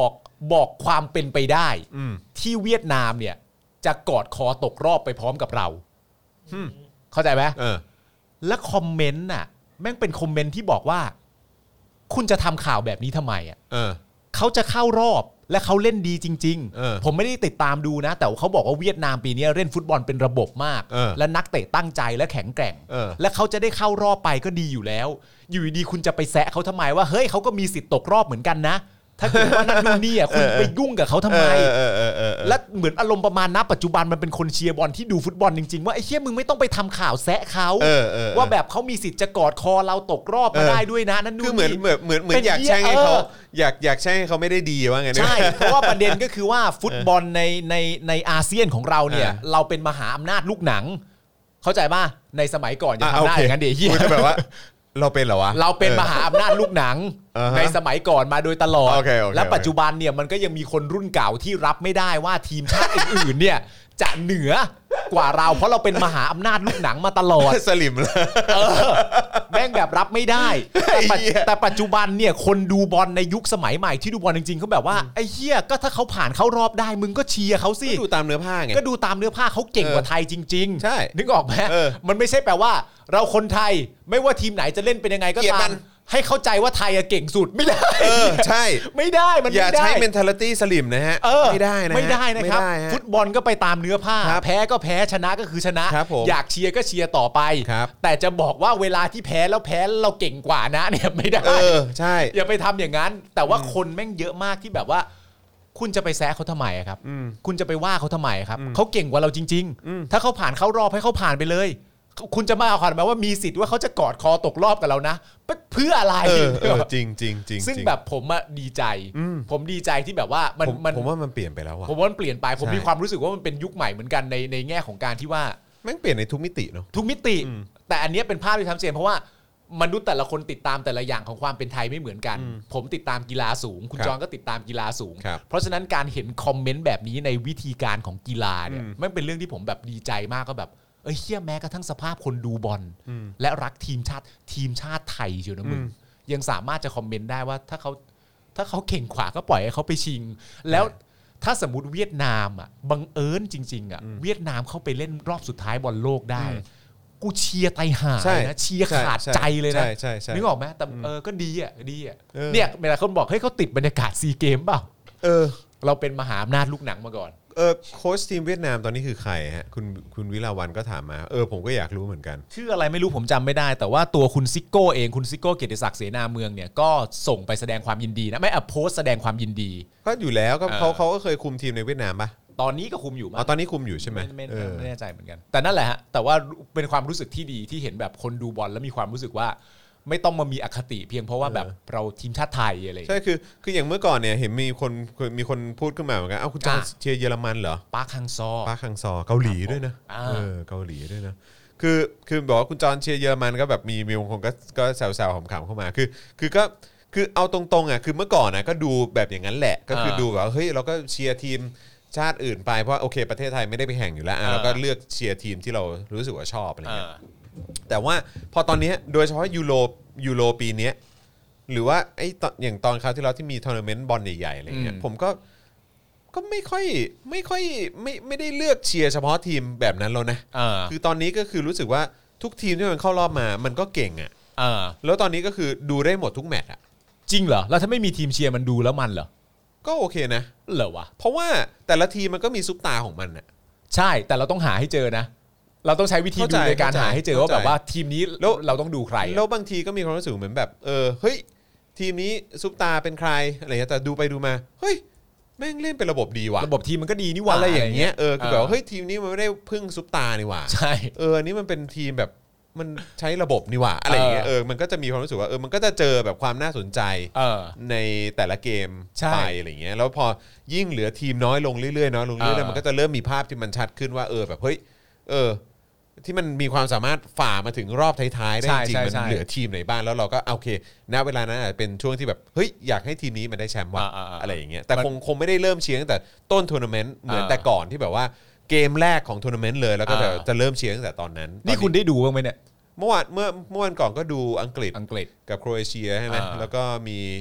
Speaker 3: บอกความเป็นไปได้ที่เวียดนามเนี่ยจะกอดคอตกรอบไปพร้อมกับเราเข้าใจไหมและคอมเมนต์น่ะแม่งเป็นคอมเมนต์ที่บอกว่าคุณจะทำข่าวแบบนี้ทำไมอ่ะเขาจะเข้ารอบและเขาเล่นดีจริงๆผมไม่ได้ติดตามดูนะแต่เขาบอกว่าเวียดนามปีนี้เล่นฟุตบอลเป็นระบบมากและนักเตะตั้งใจและแข็งแกร่งและเขาจะได้เข้ารอบไปก็ดีอยู่แล้วอยู่ดีคุณจะไปแซะเขาทำไมว่าเฮ้ยเขาก็มีสิทธิ์ตกรอบเหมือนกันนะถ้าเกิดว่านั่นนู่นนี่อ่ะคุณไปยุ่งกับเขาทำไมและเหมือนอารมณ์ประมาณณปัจจุบันมันเป็นคนเชียร์บอลที่ดูฟุตบอลจริงๆว่าไอ้เหี้ยมึงไม่ต้องไปทำข่าวแซะเขาว่าแบบเขามีสิทธิ์จะกอดคอเราตกรอบมาได้ด้วยนะนั่นนู่นนี่คือเห
Speaker 2: มือนอยากแช่งให้เขาอยากแช่งให้เขาไม่ได้ดีว่าไง
Speaker 3: ใช่เพราะว่าประเด็นก็คือว่าฟุตบอลในอาเซียนของเราเนี่ยเราเป็นมหาอำนาจลูกหนังเข้าใจป่ะในสมัยก่อนจะทำได้อย่างนั้นเดี๋ยวเหี้ย
Speaker 2: แบบว่าเราเป็นเหรอวะ
Speaker 3: เราเป็นมหาอำนาจลูกหนังในสมัยก่อนมาโดยตลอดและปัจจุบันเนี่ยมันก็ยังมีคนรุ่นเก่าที่รับไม่ได้ว่าทีมชาติอื่นๆเนี่ยจะเหนือกว่าเราเพราะเราเป็นมหาอำนาจลูกหนังมาตลอด
Speaker 2: สลิมเลย
Speaker 3: แม่งแบบรับไม่ได้แต่ปัจจุบันเนี่ยคนดูบอลในยุคสมัยใหม่ที่ดูบอลจริงๆเขาแบบว่าไอ้เหี้ยก็ถ้าเขาผ่านเข้ารอบได้มึงก็เชียร์เขาสิ
Speaker 2: ก็ดูตามเนื้อผ้าไง
Speaker 3: ก็ดูตามเนื้อผ้าเขาเก่งกว่าไทยจริง
Speaker 2: ๆใช่
Speaker 3: นึกออกไหมมันไม่ใช่แปลว่าเราคนไทยไม่ว่าทีมไหนจะล่นเป็นยังไงก็ตามให้เข้าใจว่าไทยเก่งสุดไม่ได้
Speaker 2: ใช่
Speaker 3: ไม่ได้มันไม่ได้
Speaker 2: อย่าใช้ mentality สลิมนะฮะไม่ได้
Speaker 3: นะครับฟุตบอลก็ไปตามเนื้อผ้าแพ้ก็แพ้ชนะก็คือชนะอยากเชียร์ก็เชียร์ต่อไปแต่จะบอกว่าเวลาที่แพ้แล้วเราเก่งกว่านะเนี่ยไม่ได้
Speaker 2: ใช่
Speaker 3: อย่าไปทำอย่างนั้นแต่ว่าคนแม่งเยอะมากที่แบบว่าคุณจะไปแซะเขาทำไมครับคุณจะไปว่าเขาทำไมครับเขาเก่งกว่าเราจริงๆถ้าเขาผ่านเข้ารอบให้เขาผ่านไปเลยคุณจะมาเอาความหมายว่ามีสิทธิ์ว่าเขาจะกอดคอตกรอบกับเรานะเพื่ออะไร
Speaker 2: จริงจริงจริง
Speaker 3: ซึ่งแบบผมดีใจผมดีใจที่แบบว่า
Speaker 2: ผมว่ามันเปลี่ยนไปแล้วว่ะ
Speaker 3: ผมว่ามันเปลี่ยนไปผมมีความรู้สึกว่ามันเป็นยุคใหม่เหมือนกันในแง่ของการที่ว่า
Speaker 2: แม่งเปลี่ยนในทุกมิติเนาะ
Speaker 3: ทุกมิติแต่อันนี้เป็นภาพที่ชัดเจนเพราะว่ามนุษย์แต่ละคนติดตามแต่ละอย่างของความเป็นไทยไม่เหมือนกันผมติดตามกีฬาสูงคุณจองก็ติดตามกีฬาสูงเพราะฉะนั้นการเห็นคอมเมนต์แบบนี้ในวิธีการของกีฬาเนี่ยมันเป็นเรื่องที่ผมแบบดีใจมากก็แบบเฮียแม้กระทั่งสภาพคนดูบอลและรักทีมชาติไทยเชียวนะมึงยังสามารถจะคอมเมนต์ได้ว่าถ้าเขาเก่งขวาก็ปล่อยให้เขาไปชิงแล้วถ้าสมมุติเวียดนามอ่ะบังเอิญจริงๆอ่ะเวียดนามเข้าไปเล่นรอบสุดท้ายบอลโลกได้กูเชียร์ไตห่านะเชียร์ขาดใจเลยนะนึกออกไหมแต่ก็ดีอ่ะเนี่ยเวลาคนบอกเฮ้ยเขาติดบรรยากาศซีเกมเปล่าเราเป็นมหาอำนาจลูกหนังมาก่อน
Speaker 2: โค้ชทีมเวียดนามตอนนี้คือใครฮะคุณวิลาวันก็ถามมาผมก็อยากรู้เหมือนกัน
Speaker 3: ชื่ออะไรไม่รู้ผมจำไม่ได้แต่ว่าตัวคุณซิโก้เองคุณซิโก้เกียรติศักดิ์เสนาเมืองเนี่ยก็ส่งไปแสดงความยินดีนะไม่โพสแสดงความยินดี
Speaker 2: ก็อยู่แล้วก็เขาก็เคยคุมทีมในเวียดนามปะ
Speaker 3: ตอนนี้ก็คุมอยู่มั้
Speaker 2: ยตอนนี้คุมอยู่ใช่ไหม
Speaker 3: ไม่แน่ใจเหมือนกันแต่นั่นแหละฮะแต่ว่าเป็นความรู้สึกที่ดีที่เห็นแบบคนดูบอลแล้วมีความรู้สึกว่าไม่ต้องมามีอคติเพียงเพราะว่าแบบเราทีมชาติไทยอะไร
Speaker 2: ใช่คืออย่างเมื่อก่อนเนี่ยเห็นมีคนพูดขึ้นมาเหมือนกันคุณจองเชียร์เยอรมันเหรอ
Speaker 3: ปาร์คฮังซอ
Speaker 2: เกาหลีด้วยนะเกาหลีด้วยนะคือบอกว่าคุณจองเชียร์เยอรมันก็แบบมีบางคนก็แซวๆขำๆเข้ามาคือเอาตรงๆอ่ะคือเมื่อก่อนนะก็ดูแบบอย่างนั้นแหละก็คือดูแบบเฮ้ยเราก็เชียร์ทีมชาติอื่นไปเพราะโอเคประเทศไทยไม่ได้ไปแข่งอยู่แล้วเราก็เลือกเชียร์ทีมที่เรารู้สึกว่าชอบอะไรเงี้ยแต่ว่าพอตอนนี้โดยเฉพาะยูโรปีนี้หรือว่าไอ้อย่างตอนคราวที่เราที่มีทัวร์นาเมนต์บอลใหญ่ๆอะไรเงี้ยผมก็ไม่ได้เลือกเชียร์เฉพาะทีมแบบนั้นแล้วนะคือตอนนี้ก็คือรู้สึกว่าทุกทีมที่มันเข้ารอบมามันก็เก่งอ่ะแล้วตอนนี้ก็คือดูได้หมดทุกแมตช์อ่ะ
Speaker 3: จริงเหรอแล้วถ้าไม่มีทีมเชียร์มันดูแล้วมันเหรอ
Speaker 2: ก็โอเคนะ
Speaker 3: เหรอวะ
Speaker 2: เพราะว่าแต่ละทีมมันก็มีซุปตาของมันอ่ะ
Speaker 3: ใช่แต่เราต้องหาให้เจอนะเราต้องใช้วิธีดูในการหาให้เจอว่าแบบว่าทีมนี้เราต้องดูใคร
Speaker 2: แล้วบางทีก็มีความรู้สึกเหมือนแบบเฮ้ยทีมนี้ซุปตาเป็นใครอะไรเงี้ยแต่ดูไปดูมาเฮ้ยแม่งเล่นเป็นระบบดีว่ะ
Speaker 3: ระบบทีมมันก็ดีนี่หว่า
Speaker 2: อะไรอย่างเงี้ยคือแบบเฮ้ยทีมนี้มันไม่ได้พึ่งซุปตานี่หว่า
Speaker 3: ใช่
Speaker 2: อันนี้มันเป็นทีมแบบมันใช้ระบบนี่หว่าอะไรอย่างเงี้ยมันก็จะมีความรู้สึกว่ามันก็จะเจอแบบความน่าสนใจในแต่ละเกมไปอะไรเงี้ยแล้วพอยิ่งเหลือทีมน้อยลงเรื่อยๆน้อยลงเรื่อยๆมันก็จะเริ่มมีภาพที่มันชัดขึ้นว่าแบบเฮ้ยที่มันมีความสามารถฝ่ามาถึงรอบท้ายๆได้จริงมันเหลือทีมไหนบ้างแล้วเราก็โอเคณเวลานั้นอาจจะเป็นช่วงที่แบบเฮ้ยอยากให้ทีมนี้มันได้แชมป์ว่ะอะไรอย่างเงี้ยแต่คงไม่ได้เริ่มเชียร์ตั้งแต่ต้นทัวร์นาเมนต์เหมือนแต่ก่อนที่แบบว่าเกมแรกของทัวร์นาเมนต์เลยแล้วก็แบบจะเริ่มเชียร์ตั้งแต่ตอนนั้น
Speaker 3: นี่คุณได้ดูบ้างไหมเนี่ย
Speaker 2: เมื่อวันก่อนก็ดูอังกฤษกับโครเอเชียใช่ไหมแล้วก็มี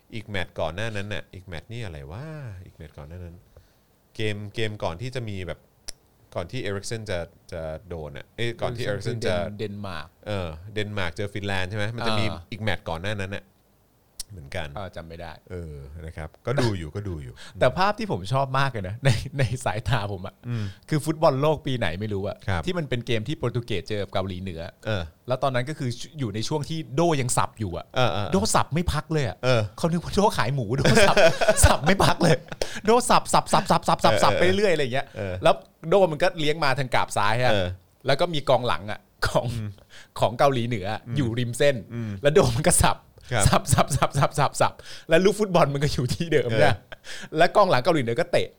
Speaker 2: อีกแมตช์ก่อนหน้านั้นน่ะอีกแมตช์นี่อะไรวะอีกแมตช์ก่อนหน้านั้นเกมก่อนที่จะมีแบบก่อนที่เอริกเซนจะโดนอ่ะก่อนที่เอริกเซนจะ
Speaker 3: เดนมาร์ก
Speaker 2: เดนมาร์กเจอฟินแลนด์ใช่ไหมมันจะมีอีกแมตช์ก่อนหน้านั้นน่ะเหมือนกัน
Speaker 3: จำไม่ได้
Speaker 2: นะครับก็ดูอยู่
Speaker 3: แต่ภาพที่ผมชอบมากเลยนะในสายตาผมอ่ะคือฟุตบอลโลกปีไหนไม่รู้อ่ะที่มันเป็นเกมที่โปรตุเกสเจอกับเกาหลีเหนือแล้วตอนนั้นก็คืออยู่ในช่วงที่โดยังสับอยู่อ่ะโดสับไม่พักเลยอ่ะเขานึกว่าโดขายหมูโดสับไม่พักเลยโดสับไปเรื่อยอะไรอย่างเงี้ยแล้วโดมันก็เลี้ยงมาทางกาบซ้ายฮะแล้วก็มีกองหลังอ่ะของเกาหลีเหนืออยู่ริมเส้นแล้วโดมันก็สับแล้วลูกฟุตบอลมันก็อยู่ที่เดิมเนี่ยแล้วกองหลังเกาหลีเหนือก็เตะ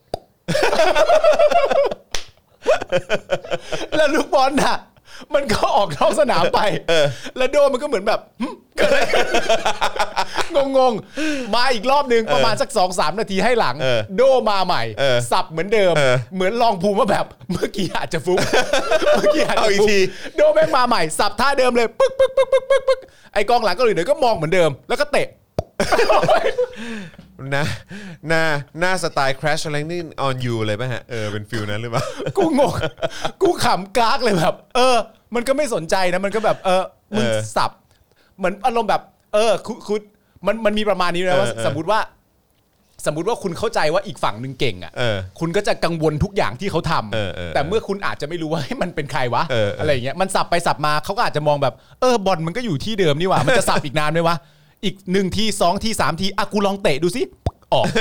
Speaker 3: แล้วลูกบอลน่ะมันก็ออกนอกสนามไปแล้วโดมันก็เหมือนแบบเกิดอะไรงงมาอีกรอบนึงประมาณสัก 2-3 นาทีให้หลังโดมาใหม่สับเหมือนเดิมเหมือนลองภูมิว่าแบบเมื่อกี้อาจจะฟุกโดแม่งมาใหม่สับท่าเดิมเลยปึ๊กไอ้กองหลังเกาหลีเหนือก็มองเหมือนเดิมแล้วก็เตะ
Speaker 2: นะหน้าสไตล์ Crash Landing on You เลยป่ะฮะเป็นฟิลนั้นหรือเปล่า
Speaker 3: กูงงกูขำกากเลยแบบมันก็ไม่สนใจนะมันก็แบบมึงสับเหมือนอารมณ์แบบคุณมันมีประมาณนี้นะว่าสมมติว่าคุณเข้าใจว่าอีกฝั่งนึงเก่งอ่ะคุณก็จะกังวลทุกอย่างที่เขาทำแต่เมื่อคุณอาจจะไม่รู้ว่าให้มันเป็นใครวะอะไรอย่างเงี้ยมันสับไปสับมาเขาก็อาจจะมองแบบบอลมันก็อยู่ที่เดิมนี่หว่ามันจะสับอีกนานไหมวะอีก1ที2ที3ทีอ่ะกูลองเตะดูสิออก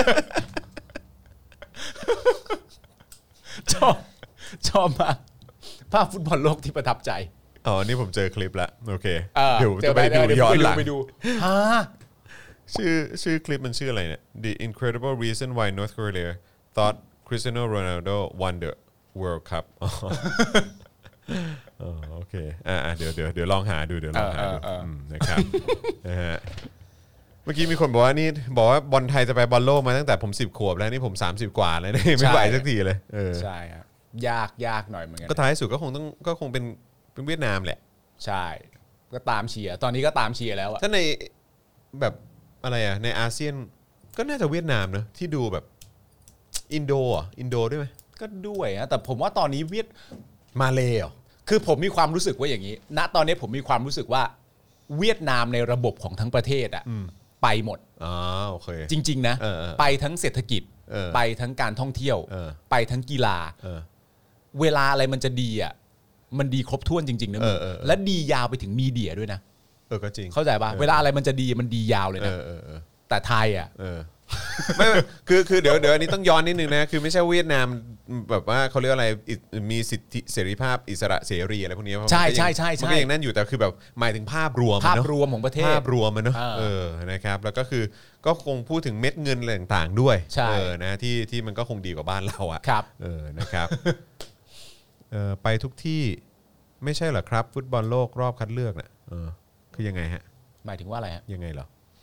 Speaker 3: ชอบมากภาพฟุตบอลโลกที่ประทับใจ
Speaker 2: นี่ผมเจอคลิปแล้วโอเคเดี๋ยวจะไปดูย้อนหลังชื่อคลิปมันชื่ออะไรเนี่ย The Incredible Reason Why North Korea Thought Cristiano Ronaldo Won the World Cup โอเคเดี๋ยวลองหาดูนะครับเมื่อกี้มีคนบอกว่าบอลไทยจะไปบอลโลกมาตั้งแต่ผม10ขวบแล้วนี่ผม30กว่าแล้วนี่ไม่ไหวสักทีเลย
Speaker 3: ใช่ครับยากหน่อยเหมือนกัน
Speaker 2: ก็ท้ายสุดก็คงเป็นเวียดนามแหละ
Speaker 3: ใช่ก็ตามเชียร์ตอนนี้ก็ตามเชียร์แล้วอะ
Speaker 2: ถ้าในแบบอะไรอ่ะในอาเซียนก็น่าจะเวียดนามเนอะที่ดูแบบอินโดด้วยไหม
Speaker 3: ก็ด้วยนะแต่ผมว่าตอนนี้
Speaker 2: มาเลย์
Speaker 3: คือผมมีความรู้สึกว่าอย่างนี้ณตอนนี้ผมมีความรู้สึกว่าเวียดนามในระบบของทั้งประเทศอ่ะไปหมด
Speaker 2: โอเค
Speaker 3: จริงๆนะไปทั้งเศรษฐกิจไปทั้งการท่องเที่ยวไปทั้งกีฬาเวลาอะไรมันจะดีอ่ะมันดีครบถ้วนจริงๆนะและดียาวไปถึงมีเดียด้วยนะ
Speaker 2: ก็จริง
Speaker 3: เข้าใจป่ะเวลาอะไรมันจะดีมันดียาวเลยนะแต่ไทยอ่ะ
Speaker 2: ไม่คือเดี๋ยวอันนี้ต้องย้อนนิดนึงนะคือไม่ใช่เวียดนามแบบว่าเขาเรียกอะไรมีสิทธิเสรีภาพอิสระเสรีอะไรพวกนี้
Speaker 3: ใช่
Speaker 2: มันก็อย่างนั้นอยู่แต่คือแบบหมายถึงภาพรวม
Speaker 3: ของประเทศ
Speaker 2: ภาพรวมมันเนอะนะครับแล้วก็คือก็คงพูดถึงเม็ดเงินอะไรต่างๆด้วยนะที่มันก็คงดีกว่าบ้านเราอ่ะนะครับไปทุกที่ไม่ใช่เหรอครับฟุตบอลโลกรอบคัดเลือกน่ะคือยังไงฮะ
Speaker 3: หมายถึงว่าอะไรฮะ
Speaker 2: ยังไงเหรอ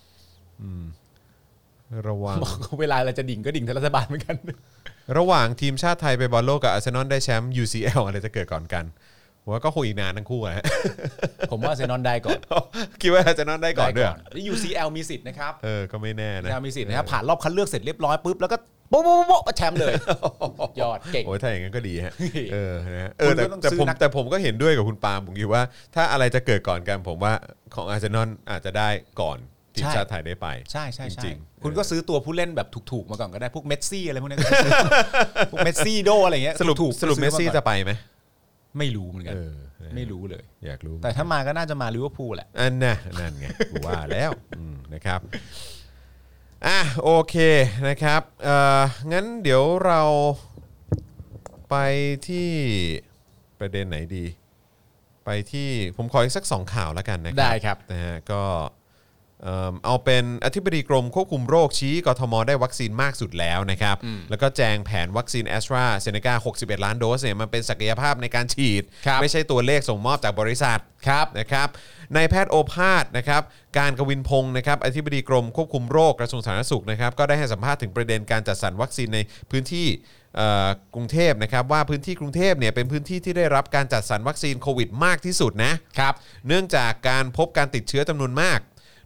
Speaker 2: ระวัง
Speaker 3: เวลาเราจะดิ่งก็ดิ่งทางรัฐบาลเหมือนกัน
Speaker 2: ระหว่างทีมชาติไทยไปบอลโลกกับอาร์เซนอลได้แชมป์ UCL อะไรจะเกิดก่อนกันผมว่าก็คงอีกนานทั้งคู่ฮะ
Speaker 3: ผมว่าอาร์เซนอลได้ก่อน
Speaker 2: คิดว่าอาร์เซนอลได้ก่อนด้วย
Speaker 3: แล้ว UCL มีสิทธิ์นะครับ
Speaker 2: ก็ไม่แน่นะ
Speaker 3: มีสิทธิ์นะครับผ่านรอบคัดเลือกเสร็จเรียบร้อยปุ๊บแล้วก็โป๊ะแชมป์เลยยอดเก่ง
Speaker 2: โอ้ยถ้าอย่างนั้นก็ดีฮะนะแต่ผมก็เห็นด้วยกับคุณปาล์มผมคิดว่าถ้าอะไรจะเกิดก่อนกันผมว่าของอาร์เซนอลอาจจะได้ก่อนทีมชาติไทยได้ไป
Speaker 3: ใช่จริงคุณก็ซื้อตัวผู้เล่นแบบถูกๆมาก่อนก็ได้พวกเมสซี่อะไรพวกนี้ก็พวกเมสซี่โดอะไรเงี้ย
Speaker 2: สรุปเมสซี่จะไปไหม
Speaker 3: ไม่รู้เหมือนกันไม่รู้เลย
Speaker 2: อยากรู้
Speaker 3: แต่ถ้ามาก็น่าจะมาลิเวอร์พูลแหละ
Speaker 2: นั่นไงกูว่าแล้วนะครับโอเคนะครับงั้นเดี๋ยวเราไปที่ประเด็นไหนดีไปที่ผมขออีกสัก2ข่าวแล้วกันนะครับ
Speaker 3: ได้ครับ
Speaker 2: นะฮะก็เอาเป็นอธิบดีกรมควบคุมโรคชี้กทมได้วัคซีนมากสุดแล้วนะครับแล้วก็แจงแผนวัคซีนแอสตราเซเนกา61ล้านโดสเนี่ยมันเป็นศักยภาพในการฉีดไม่ใช่ตัวเลขส่งมอบจากบริษัทนะครับนายแพทย์โอภาสนะครับการกวินพงศ์นะครับอธิบดีกรมควบคุมโรคกระทรวงสาธารณสุขนะครับก็ได้ให้สัมภาษณ์ถึงประเด็นการจัดสรรวัคซีนในพื้นที่กรุงเทพนะครับว่าพื้นที่กรุงเทพเนี่ยเป็นพื้นที่ที่ได้รับการจัดสรรวัคซีนโควิดมากที่สุดนะครับเนื่องจากการพบการติดเชื้อจำนวนมาก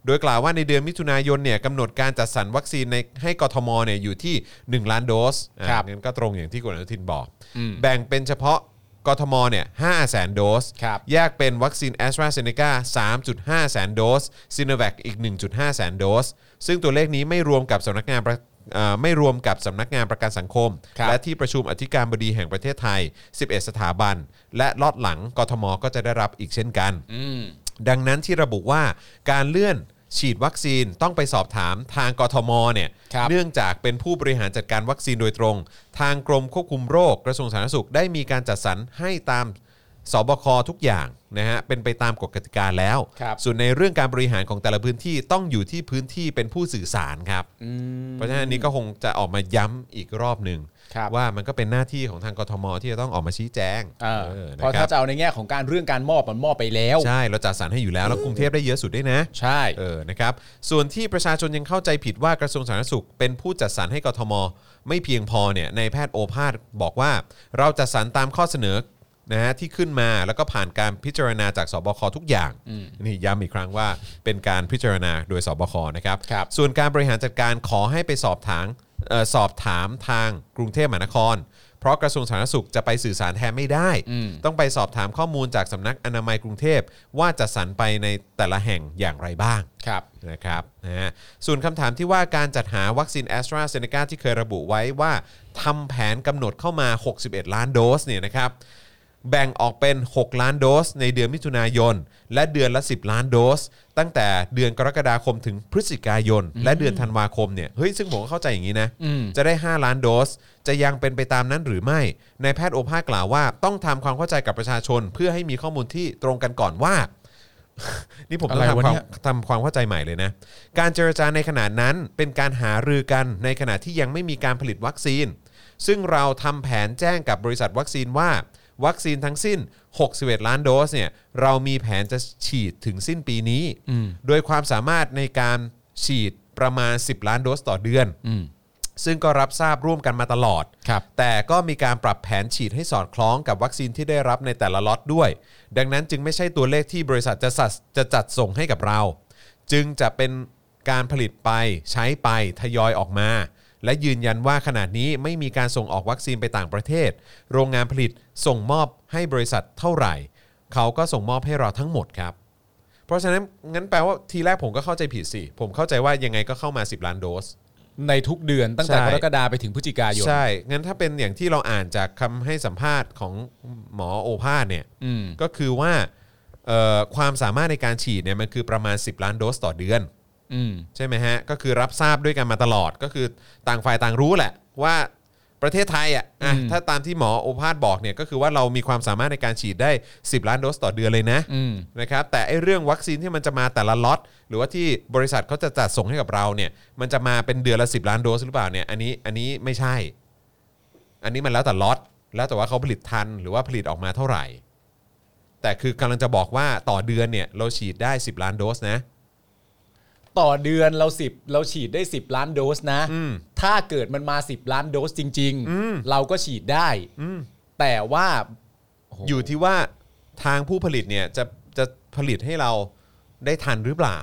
Speaker 2: โดยกล่าวว่าในเดือนมิถุนายนเนี่ยกำหนดการจัดสรรวัคซีนให้กทมเนี่ยอยู่ที่1ล้านโดสงั้นก็ตรงอย่างที่คุณอนุทินบอกแบ่งเป็นเฉพาะกทมเนี่ย 500,000 โดสแยกเป็นวัคซีน AstraZeneca 3.5 แสนโดส Sinovac อีก 1.5 แสนโดสซึ่งตัวเลขนี้ไม่รวมกับสำนักงานประกันสังคมและที่ประชุมอธิการบดีแห่งประเทศไทย11สถาบันและล็อตหลังกทมก็จะได้รับอีกเช่นกันดังนั้นที่ระบุว่าการเลื่อนฉีดวัคซีนต้องไปสอบถามทางกทมเนี่ยเนื่องจากเป็นผู้บริหารจัดการวัคซีนโดยตรงทางกรมควบคุมโรคกระทรวงสาธารณสุขได้มีการจัดสรรให้ตามสบคทุกอย่างนะฮะเป็นไปตามกฎกติกาแล้วส่วนในเรื่องการบริหารของแต่ละพื้นที่ต้องอยู่ที่พื้นที่เป็นผู้สื่อสารครับเพราะฉะนั้นนี้ก็คงจะออกมาย้ำอีกรอบหนึ่งว่ามันก็เป็นหน้าที่ของทางกทมที่จะต้องออกมาชี้แจง
Speaker 3: เพราะถ้าจะเอาในแง่ของการเรื่องการมอบมันมอบไปแล้ว
Speaker 2: ใช่เราจัดสรรให้อยู่แล้วกรุงเทพได้เยอะสุดด้วยนะ
Speaker 3: ใช่
Speaker 2: นะครับส่วนที่ประชาชนยังเข้าใจผิดว่ากระทรวงสาธารณสุขเป็นผู้จัดสรรให้กทมไม่เพียงพอเนี่ยในแพทย์โอภาสบอกว่าเราจัดสรรตามข้อเสนอนะฮะที่ขึ้นมาแล้วก็ผ่านการพิจารณาจากสบคทุกอย่างนี่ย้ำอีกครั้งว่าเป็นการพิจารณาโดยสบคนะครับส่วนการบริหารจัดการขอให้ไปสอบถามทางกรุงเทพมหานครเพราะกระทรวงสาธารณสุขจะไปสื่อสารแทนไม่ได้ต้องไปสอบถามข้อมูลจากสำนักอนามัยกรุงเทพว่าจัดสรรไปในแต่ละแห่งอย่างไรบ้างนะครับนะฮะส่วนคำถามที่ว่าการจัดหาวัคซีน AstraZeneca ที่เคยระบุไว้ว่าทำแผนกำหนดเข้ามา61ล้านโดสเนี่ยนะครับแบ่งออกเป็น6ล้านโดสในเดือนมิถุนายนและเดือนละ10ล้านโดสตั้งแต่เดือนกรกฎาคมถึงพฤศจิกายนและเดือนธันวาคมเนี่ยเฮ้ยซึ่งผมก็เข้าใจอย่างนี้นะจะได้5ล้านโดสจะยังเป็นไปตามนั้นหรือไม่นายแพทย์โอภาสกล่าวว่าต้องทำความเข้าใจกับประชาชนเพื่อให้มีข้อมูลที่ตรงกันก่อนว่า นี่ผมต้องทำความเข้าใจใหม่เลยนะการเจรจาในขณะนั้นเป็นการหารือกันในขณะที่ยังไม่มีการผลิตวัคซีนซึ่งเราทำแผนแจ้งกับบริษัทวัคซีนว่าวัคซีนทั้งสิ้น61ล้านโดสเนี่ยเรามีแผนจะฉีดถึงสิ้นปีนี้โดยความสามารถในการฉีดประมาณ10ล้านโดสต่อเดือนซึ่งก็รับทราบร่วมกันมาตลอดแต่ก็มีการปรับแผนฉีดให้สอดคล้องกับวัคซีนที่ได้รับในแต่ละล็อตด้วยดังนั้นจึงไม่ใช่ตัวเลขที่บริษัทจะจัดส่งให้กับเราจึงจะเป็นการผลิตไปใช้ไปทยอยออกมาและยืนยันว่าขณะนี้ไม่มีการส่งออกวัคซีนไปต่างประเทศโรงงานผลิตส่งมอบให้บริษัทเท่าไหร่เขาก็ส่งมอบให้เราทั้งหมดครับเพราะฉะนั้นงั้นแปลว่าทีแรกผมก็เข้าใจผิดสิผมเข้าใจว่ายังไงก็เข้ามา10ล้านโดส
Speaker 3: ในทุกเดือนตั้งแต่กรกฎาคมไปถึงพฤศจิกายน
Speaker 2: ใช่งั้นถ้าเป็นอย่างที่เราอ่านจากคำให้สัมภาษณ์ของหมอโอภาสเนี่ยก็คือว่าความสามารถในการฉีดเนี่ยมันคือประมาณ10ล้านโดสต่อเดือนใช่ไหมฮะก็คือรับทราบด้วยกันมาตลอดก็คือต่างฝ่ายต่างรู้แหละว่าประเทศไทยถ้าตามที่หมอโอภาสบอกเนี่ยก็คือว่าเรามีความสามารถในการฉีดได้10ล้านโดสต่อเดือนเลยนะครับแต่ไอ้เรื่องวัคซีนที่มันจะมาแต่ละล็อตหรือว่าที่บริษัทเขาจะจัดส่งให้กับเราเนี่ยมันจะมาเป็นเดือนละ10ล้านโดสหรือเปล่าเนี่ยอันนี้ไม่ใช่อันนี้มันแล้วแต่ล็อตแล้วแต่ว่าเขาผลิตทันหรือว่าผลิตออกมาเท่าไหร่แต่คือกำลังจะบอกว่าต่อเดือนเนี่ยเราฉีดได้10ล้านโดสนะ
Speaker 3: ต่อเดือนเราฉีดได้10ล้านโดสนะถ้าเกิดมันมา10ล้านโดสจริงๆเราก็ฉีดได้แต่ว่า
Speaker 2: อยู่ที่ว่าทางผู้ผลิตเนี่ยจะผลิตให้เราได้ทันหรือเปล่า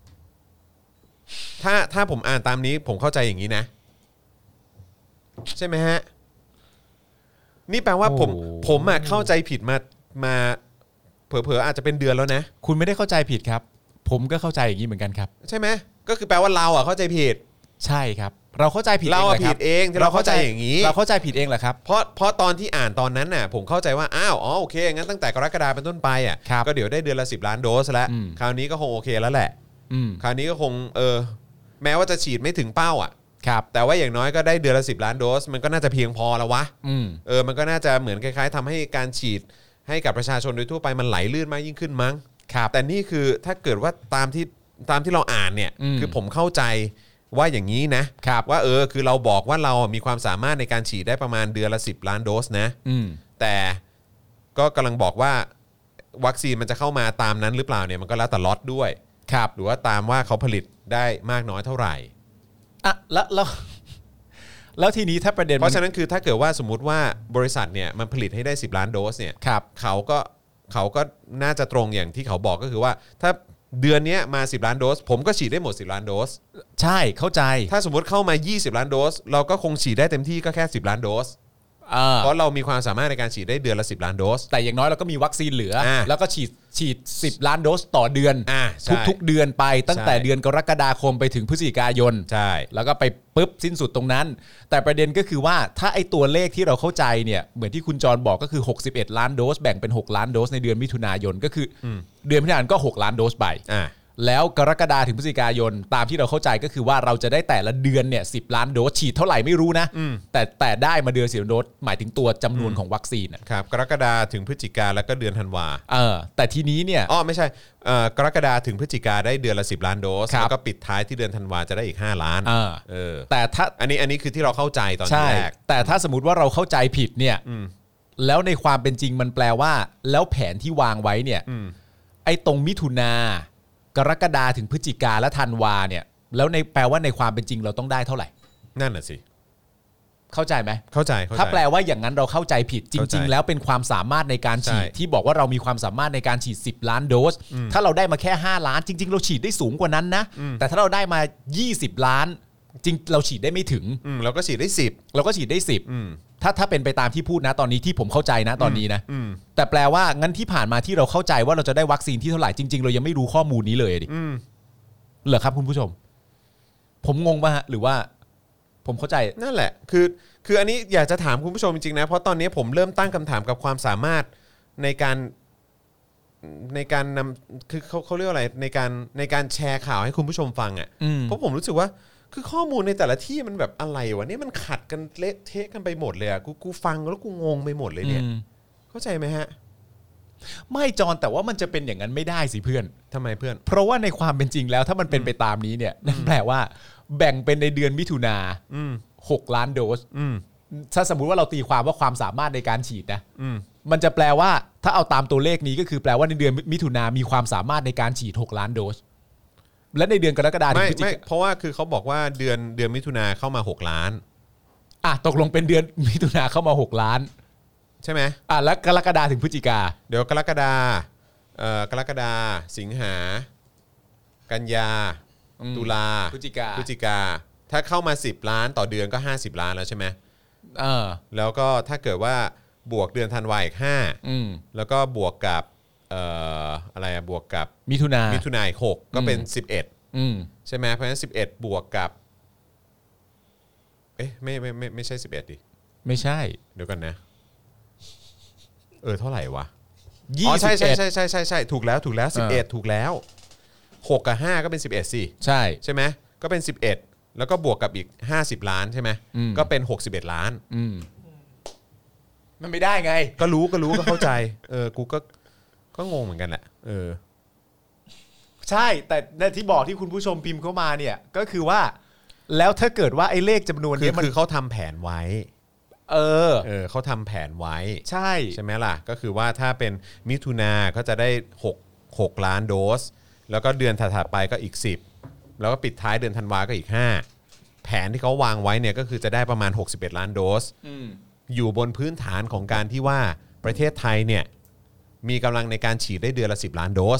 Speaker 2: ถ้าผมอ่านตามนี้ผมเข้าใจอย่างนี้นะใช่ไหมฮะนี่แปลว่าผมเข้าใจผิดมาเผลอๆอาจจะเป็นเดือนแล้วนะ
Speaker 3: คุณไม่ได้เข้าใจผิดครับผมก็เข้าใจอย่างนี้เหมือนกันครับ
Speaker 2: ใช่ไหมก็คือแปลว่าเราเข้าใจผิด
Speaker 3: ใช่ครับเราเข้าใจผิด
Speaker 2: เราผิดเองที่เราเข้าใจอย่างนี้
Speaker 3: เราเข้าใจผิดเองแหละครับ
Speaker 2: เพราะตอนที่อ่านตอนนั้นน่ะผมเข้าใจว่าโอเคงั้นตั้งแต่กรกฎาคมเป็นต้นไปก็เดี๋ยวได้เดือนละ10ล้านโดสแล้วคราวนี้ก็คงโอเคแล้วแหละคราวนี้ก็คงแม้ว่าจะฉีดไม่ถึงเป้าแต่ว่าอย่างน้อยก็ได้เดือนละ10ล้านโดสมันก็น่าจะเพียงพอแล้ววะมันก็น่าจะเหมือนคล้ายๆทำให้การฉีดให้กับประชาชนโดยทั่วไปมันไหลลื่นมากยิ่งขึ้นมั้งแต่นี่คือถ้าเกิดว่าตามที่เราอ่านเนี่ยคือผมเข้าใจว่าอย่างนี้นะว่าคือเราบอกว่าเรามีความสามารถในการฉีดได้ประมาณเดือนละ10ล้านโดสนะแต่ก็กำลังบอกว่าวัคซีนมันจะเข้ามาตามนั้นหรือเปล่าเนี่ยมันก็แล้วแต่ล็อตด้วยหรือว่าตามว่าเขาผลิตได้มากน้อยเท่าไหร่
Speaker 3: แล้วทีนี้ถ้าประเด็น
Speaker 2: เพราะฉะนั้นคือถ้าเกิดว่าสมมุติว่าบริษัทเนี่ยมันผลิตให้ได้10ล้านโดสเนี่ยเขาก็น่าจะตรงอย่างที่เขาบอกก็คือว่าถ้าเดือนนี้มา10ล้านโดสผมก็ฉีดได้หมด10ล้านโดส
Speaker 3: ใช่เข้าใจ
Speaker 2: ถ้าสมมติเข้ามา20ล้านโดสเราก็คงฉีดได้เต็มที่ก็แค่10ล้านโดสเพราะเรามีความสามารถในการฉีดได้เดือนละ10ล้านโดส
Speaker 3: แต่อย่างน้อยเราก็มีวัคซีนเหลือแล้วก็ฉีด10ล้านโดสต่อเดือนทุกๆเดือนไปตั้งแต่เดือนกรกฎาคมไปถึงพฤศจิกายน
Speaker 2: ใช่
Speaker 3: แล้วก็ไปปุ๊บสิ้นสุดตรงนั้นแต่ประเด็นก็คือว่าถ้าไอ้ตัวเลขที่เราเข้าใจเนี่ยเหมือนที่คุณจรบอกก็คือ61ล้านโดสแบ่งเป็น6ล้านโดสในเดือนมิถุนายนก็คือเดือนมิถุนายนก็6ล้านโดสไปแล้วกรกฎาถึงพฤศจิกายนตามที่เราเข้าใจก็คือว่าเราจะได้แต่ละเดือนเนี่ย10ล้านโดสฉีดเท่าไหร่ไม่รู้นะแต่ได้มาเดือน10ล้านโดสหมายถึงตัวจำนวนของวัคซีน
Speaker 2: ครับกรกฎาถึงพฤศจิกาแล้วก็เดือนธันวา
Speaker 3: แต่ทีนี้เนี่ย
Speaker 2: ไม่ใช่กรกฎาถึงพฤศจิกาได้เดือนละ10ล้านโดสแล้วก็ปิดท้ายที่เดือนธันวาจะได้อีก5ล้าน
Speaker 3: แต่ถ้า
Speaker 2: อันนี้คือที่เราเข้าใจตอนแรก
Speaker 3: แต่ถ้าสมมติว่าเราเข้าใจผิดเนี่ยแล้วในความเป็นจริงมันแปลว่าแล้วแผนที่วางไว้เนี่ยไอ้ตรงมิถุนากรกฎาถึงพฤศจิกาและธันวาเนี่ยแล้วในแปลว่าในความเป็นจริงเราต้องได้เท่าไหร่
Speaker 2: นั่นน่ะสิ
Speaker 3: เข้าใจไหม
Speaker 2: เข้าใจ
Speaker 3: ถ้าแปลว่าอย่างนั้นเราเข้าใจผิดจริงๆแล้วเป็นความสามารถในการฉีดที่บอกว่าเรามีความสามารถในการฉีด10ล้านโดสถ้าเราได้มาแค่5ล้านจริงๆเราฉีดได้สูงกว่านั้นนะแต่ถ้าเราได้มา20ล้านจริงเราฉีดได้ไม่ถึง
Speaker 2: เราก็ฉีดได้10
Speaker 3: เราก็ฉีดได้10ถ้าเป็นไปตามที่พูดนะตอนนี้ที่ผมเข้าใจนะตอนนี้นะแต่แปลว่างั้นที่ผ่านมาที่เราเข้าใจว่าเราจะได้วัคซีนที่เท่าไหร่จริงๆเรายังไม่รู้ข้อมูลนี้เลยดิเหรอครับคุณผู้ชมผมงงป่ะหรือว่าผมเข้าใจ
Speaker 2: นั่นแหละคืออันนี้อยากจะถามคุณผู้ชมจริงๆนะเพราะตอนนี้ผมเริ่มตั้งคำถามกับความสามารถในการนำคือเขาเรียกอะไรในการแชร์ข่าวให้คุณผู้ชมฟังอ่ะเพราะผมรู้สึกว่าคือข้อมูลในแต่ละที่มันแบบอะไรวะนี่มันขัดกันเละเทะกันไปหมดเลยอ่ะกูฟังแล้วกูงงไปหมดเลยเนี่ยเข้าใจไหมฮะ
Speaker 3: ไม่จอนแต่ว่ามันจะเป็นอย่างนั้นไม่ได้สิเพื่อน
Speaker 2: ทำไมเพื่อน
Speaker 3: เพราะว่าในความเป็นจริงแล้วถ้ามันเป็นไปตามนี้เนี่ยนั่นแปลว่าแบ่งเป็นในเดือนมิถุนา6ล้านโดสถ้าสมมุติว่าเราตีความว่าความสามารถในการฉีดนะมันจะแปลว่าถ้าเอาตามตัวเลขนี้ก็คือแปลว่าในเดือนมิถุนามีความสามารถในการฉีด6ล้านโดสและในเดือนกรกฎาคม
Speaker 2: ไม่เพราะว่าคือเขาบอกว่าเดือนมิถุนาเข้ามา6ล้าน
Speaker 3: ตกลงเป็นเดือนมิถุนาเข้ามา6ล้าน
Speaker 2: ใช่ไหม
Speaker 3: แล้วกรกฎาถึงพฤศจิกา
Speaker 2: เดี๋ยวกรกฎาสิงหากันยาตุลา
Speaker 3: พฤศจิกา
Speaker 2: ถ้าเข้ามา10ล้านต่อเดือนก็50ล้านแล้วใช่ไหมแล้วก็ถ้าเกิดว่าบวกเดือนธันวาคมอีก5แล้วก็บวกกับอะไรบวกกับ
Speaker 3: มิถุนา
Speaker 2: อีก6ก็เป็น11ใช่ไหมเพราะฉะนั้น11บวกกับไม่ใช่11ดิ
Speaker 3: ไม่ใช่
Speaker 2: เดี๋ยวกันนะเท่าไหร่วะใช่ถูกแล้ว11ถูกแล้ว6กับ5ก็เป็น11สิใช่ไหมก็เป็น11แล้วก็บวกกับอีก50ล้านใช่ไหมก็เป็น61ล้าน
Speaker 3: มันไม่ได้ไง
Speaker 2: ก็รู้ก็เข้าใจกูก็งงเหมือนกันแหละ
Speaker 3: ใช่แต่ที่บอกที่คุณผู้ชมพิมพ์เข้ามาเนี่ยก็คือว่าแล้วถ้าเกิดว่าไอ้เลขจำนวนนี้
Speaker 2: คือเขาทำแผนไว้เขาทำแผนไว้ใช่ไหมล่ะก็คือว่าถ้าเป็นมิถุนาก็จะได้6ล้านโดสแล้วก็เดือนถัดไปก็อีก10แล้วก็ปิดท้ายเดือนธันวาก็อีก5แผนที่เขาวางไว้เนี่ยก็คือจะได้ประมาณ61ล้านโดสอยู่บนพื้นฐานของการที่ว่าประเทศไทยเนี่ยมีกำลังในการฉีดได้เดือนละ10ล้านโดส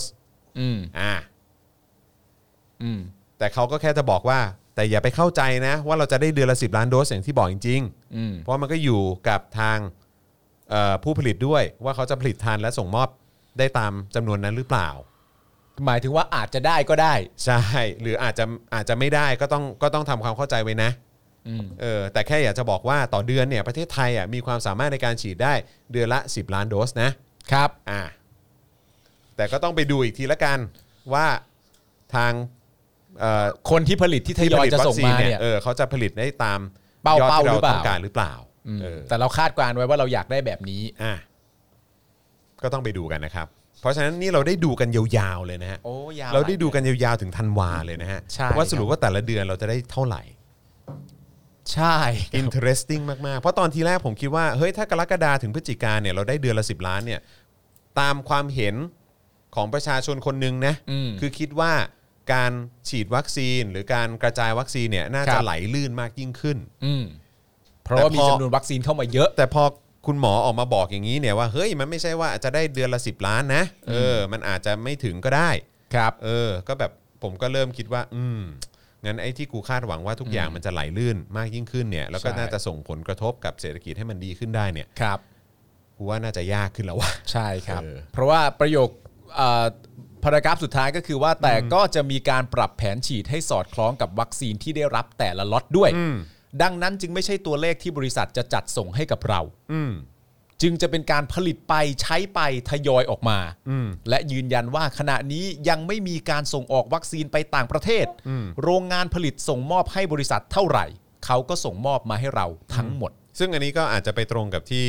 Speaker 2: แต่เขาก็แค่จะบอกว่าแต่อย่าไปเข้าใจนะว่าเราจะได้เดือนละ10ล้านโดสอย่างที่บอกจริงๆเพราะมันก็อยู่กับทางผู้ผลิตด้วยว่าเขาจะผลิตทันและส่งมอบได้ตามจำนวนนั้นหรือเปล่า
Speaker 3: หมายถึงว่าอาจจะได้ก็ได้
Speaker 2: ใช่หรืออาจจะไม่ได้ก็ต้องทำความเข้าใจไว้นะแต่แค่อยากจะบอกว่าต่อเดือนเนี่ยประเทศไทยมีความสามารถในการฉีดได้เดือนละ10ล้านโดส
Speaker 3: นะครับ
Speaker 2: แต่ก็ต้องไปดูอีกทีละกันว่าทาง
Speaker 3: คนที่ผลิตที่ทยอยจะส่งมาเนี่ย
Speaker 2: เขาจะผลิตได้ตาม
Speaker 3: เป้า
Speaker 2: ที่เรา
Speaker 3: ต้
Speaker 2: องการหรือเปล่า
Speaker 3: แต่เราคาดการไว้ว่าเราอยากได้แบบนี้
Speaker 2: ก็ต้องไปดูกันนะครับเพราะฉะนั้นนี่เราได้ดูกันยาวๆเลยนะฮะเราได้ดูกันยาวๆถึงธันวาเลยนะฮะว่าสรุปว่าแต่ละเดือนเราจะได้เท่าไหร่
Speaker 3: ใช่
Speaker 2: interesting มากๆเพราะตอนทีแรกผมคิดว่าเฮ้ยถ้ากรกฎาถึงพฤศจิกาเนี่ยเราได้เดือนละ10ล้านเนี่ยตามความเห็นของประชาชนคนนึงนะคือคิดว่าการฉีดวัคซีนหรือการกระจายวัคซีนเนี่ยน่าจะไหลลื่นมากยิ่งขึ้น
Speaker 3: เพราะว่ามีจำนวนวัคซีนเข้ามาเยอะ
Speaker 2: แต่พอคุณหมอออกมาบอกอย่างนี้เนี่ยว่าเฮ้ยมันไม่ใช่ว่าจะได้เดือนละ10ล้านนะมันอาจจะไม่ถึงก็ได้
Speaker 3: ครับ
Speaker 2: ก็แบบผมก็เริ่มคิดว่างั้นไอ้ที่กูคาดหวังว่าทุกอย่างมันจะไหลลื่นมากยิ่งขึ้นเนี่ยแล้วก็น่าจะส่งผลกระทบกับเศรษฐกิจให้มันดีขึ้นได้เนี่ย
Speaker 3: ครับ
Speaker 2: กูว่าน่าจะยากขึ้นแล้วว่ะ
Speaker 3: ใช่ครับเพราะว่าประโยคพารากราฟสุดท้ายก็คือว่าแต่ก็จะมีการปรับแผนฉีดให้สอดคล้องกับวัคซีนที่ได้รับแต่ละล็อตด้วยดังนั้นจึงไม่ใช่ตัวเลขที่บริษัทจะจัดส่งให้กับเราจึงจะเป็นการผลิตไปใช้ไปทยอยออกมาและยืนยันว่าขณะนี้ยังไม่มีการส่งออกวัคซีนไปต่างประเทศโรงงานผลิตส่งมอบให้บริษัทเท่าไหร่เขาก็ส่งมอบมาให้เราทั้งหมด
Speaker 2: ซึ่งอันนี้ก็อาจจะไปตรงกับที่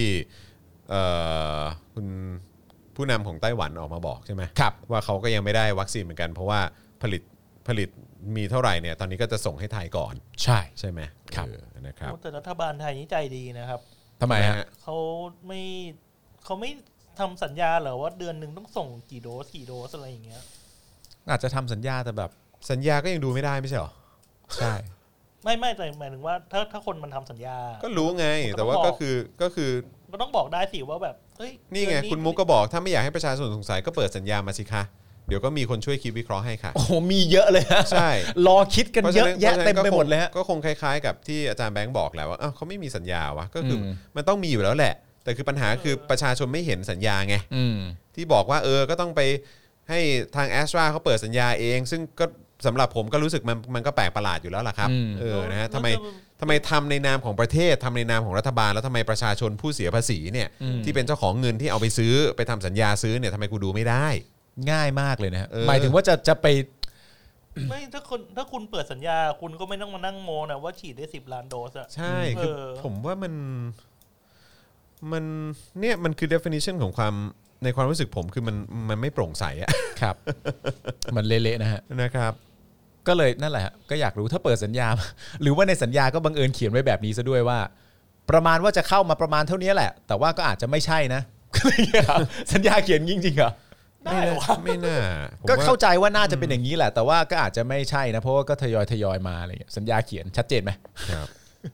Speaker 2: คุณผู้นำของไต้หวันออกมาบอกใช่ไหม
Speaker 3: ครับ
Speaker 2: ว่าเขาก็ยังไม่ได้วัคซีนเหมือนกันเพราะว่าผลิตมีเท่าไหร่เนี่ยตอนนี้ก็จะส่งให้ไทยก่อนใช่ไหม
Speaker 3: ครับ
Speaker 2: นะครับ
Speaker 4: แต่รัฐบาลไทยนี่ใจดีนะครับ
Speaker 3: ทำไมฮะ
Speaker 4: เขาไม่ทำสัญญาเหรอว่าเดือนหนึ่งต้องส่งกี่โดสอะไรอย่างเงี้ย
Speaker 3: อาจจะทำสัญญาแต่แบบ
Speaker 2: สัญญาก็ยังดูไม่ได้ไม่ใช่หรอ
Speaker 3: ใช่
Speaker 4: ไม่แต่หมายถึงว่าถ้าคนมันทำสัญญา
Speaker 2: ก็รู้ไงแต่ว่าก็คือ
Speaker 4: ก็ต้องบอกได้สิว่าแบบเฮ้ย
Speaker 2: นี่ไงคุณมุกก็บอกถ้าไม่อยากให้ประชาชนสงสัยก็เปิดสัญญามาสิคะเดี๋ยวก็มีคนช่วยคิดวิเคราะห์ให้ค่ะ
Speaker 3: โอ้โหมีเยอะเลยฮะ
Speaker 2: ใช่
Speaker 3: รอคิดกันเยอะแยะเต็มไปหมดเลยฮะ
Speaker 2: ก็คงคล้ายๆกับที่อาจารย์แบงค์บอกแล้วว่าเขาไม่มีสัญญาวะก็คือมันต้องมีอยู่แล้วแหละแต่คือปัญหาคือประชาชนไม่เห็นสัญญาไงที่บอกว่าก็ต้องไปให้ทางแอสตราเขาเปิดสัญญาเองซึ่งก็สำหรับผมก็รู้สึกมันก็แปลกประหลาดอยู่แล้วล่ะครับนะฮะทำไมทำในนามของประเทศทำในนามของรัฐบาลแล้วทำไมประชาชนผู้เสียภาษีเนี่ยที่เป็นเจ้าของเงินที่เอาไปซื้อไปทำสัญญาซื้อเนี่ยทำไมกูดูไม่ได้
Speaker 3: ง่ายมากเลยนะฮะหมายถึงว่าจะไป
Speaker 4: ไม่ถ้าคุณเปิดสัญญาคุณก็ไม่ต้องมานั่งโมนะว่าฉีดได้10 ล้านโดสอะ
Speaker 2: ใช่คือผมว่ามันเนี่ยมันคือ definition ของความในความรู้สึกผมคือมันไม่โปร่งใสอะ
Speaker 3: ครับมันเละๆนะฮะ
Speaker 2: นะครับ
Speaker 3: ก็เลยนั่นแหละก็อยากรู้ถ้าเปิดสัญญาหรือว่าในสัญญาก็บังเอิญเขียนไว้แบบนี้ซะด้วยว่าประมาณว่าจะเข้ามาประมาณเท่านี้แหละแต่ว่าก็อาจจะไม่ใช่นะสัญญาเขียนจริงๆเหรอ
Speaker 2: ไม่น่า
Speaker 3: ก็เข้าใจว่าน่าจะเป็นอย่างนี้แหละแต่ว่าก็อาจจะไม่ใช่นะเพราะว่าก็ทยอยมาอะไรอย่างเงี้ยสัญญาเขียนชัดเจนไหม
Speaker 2: ครับ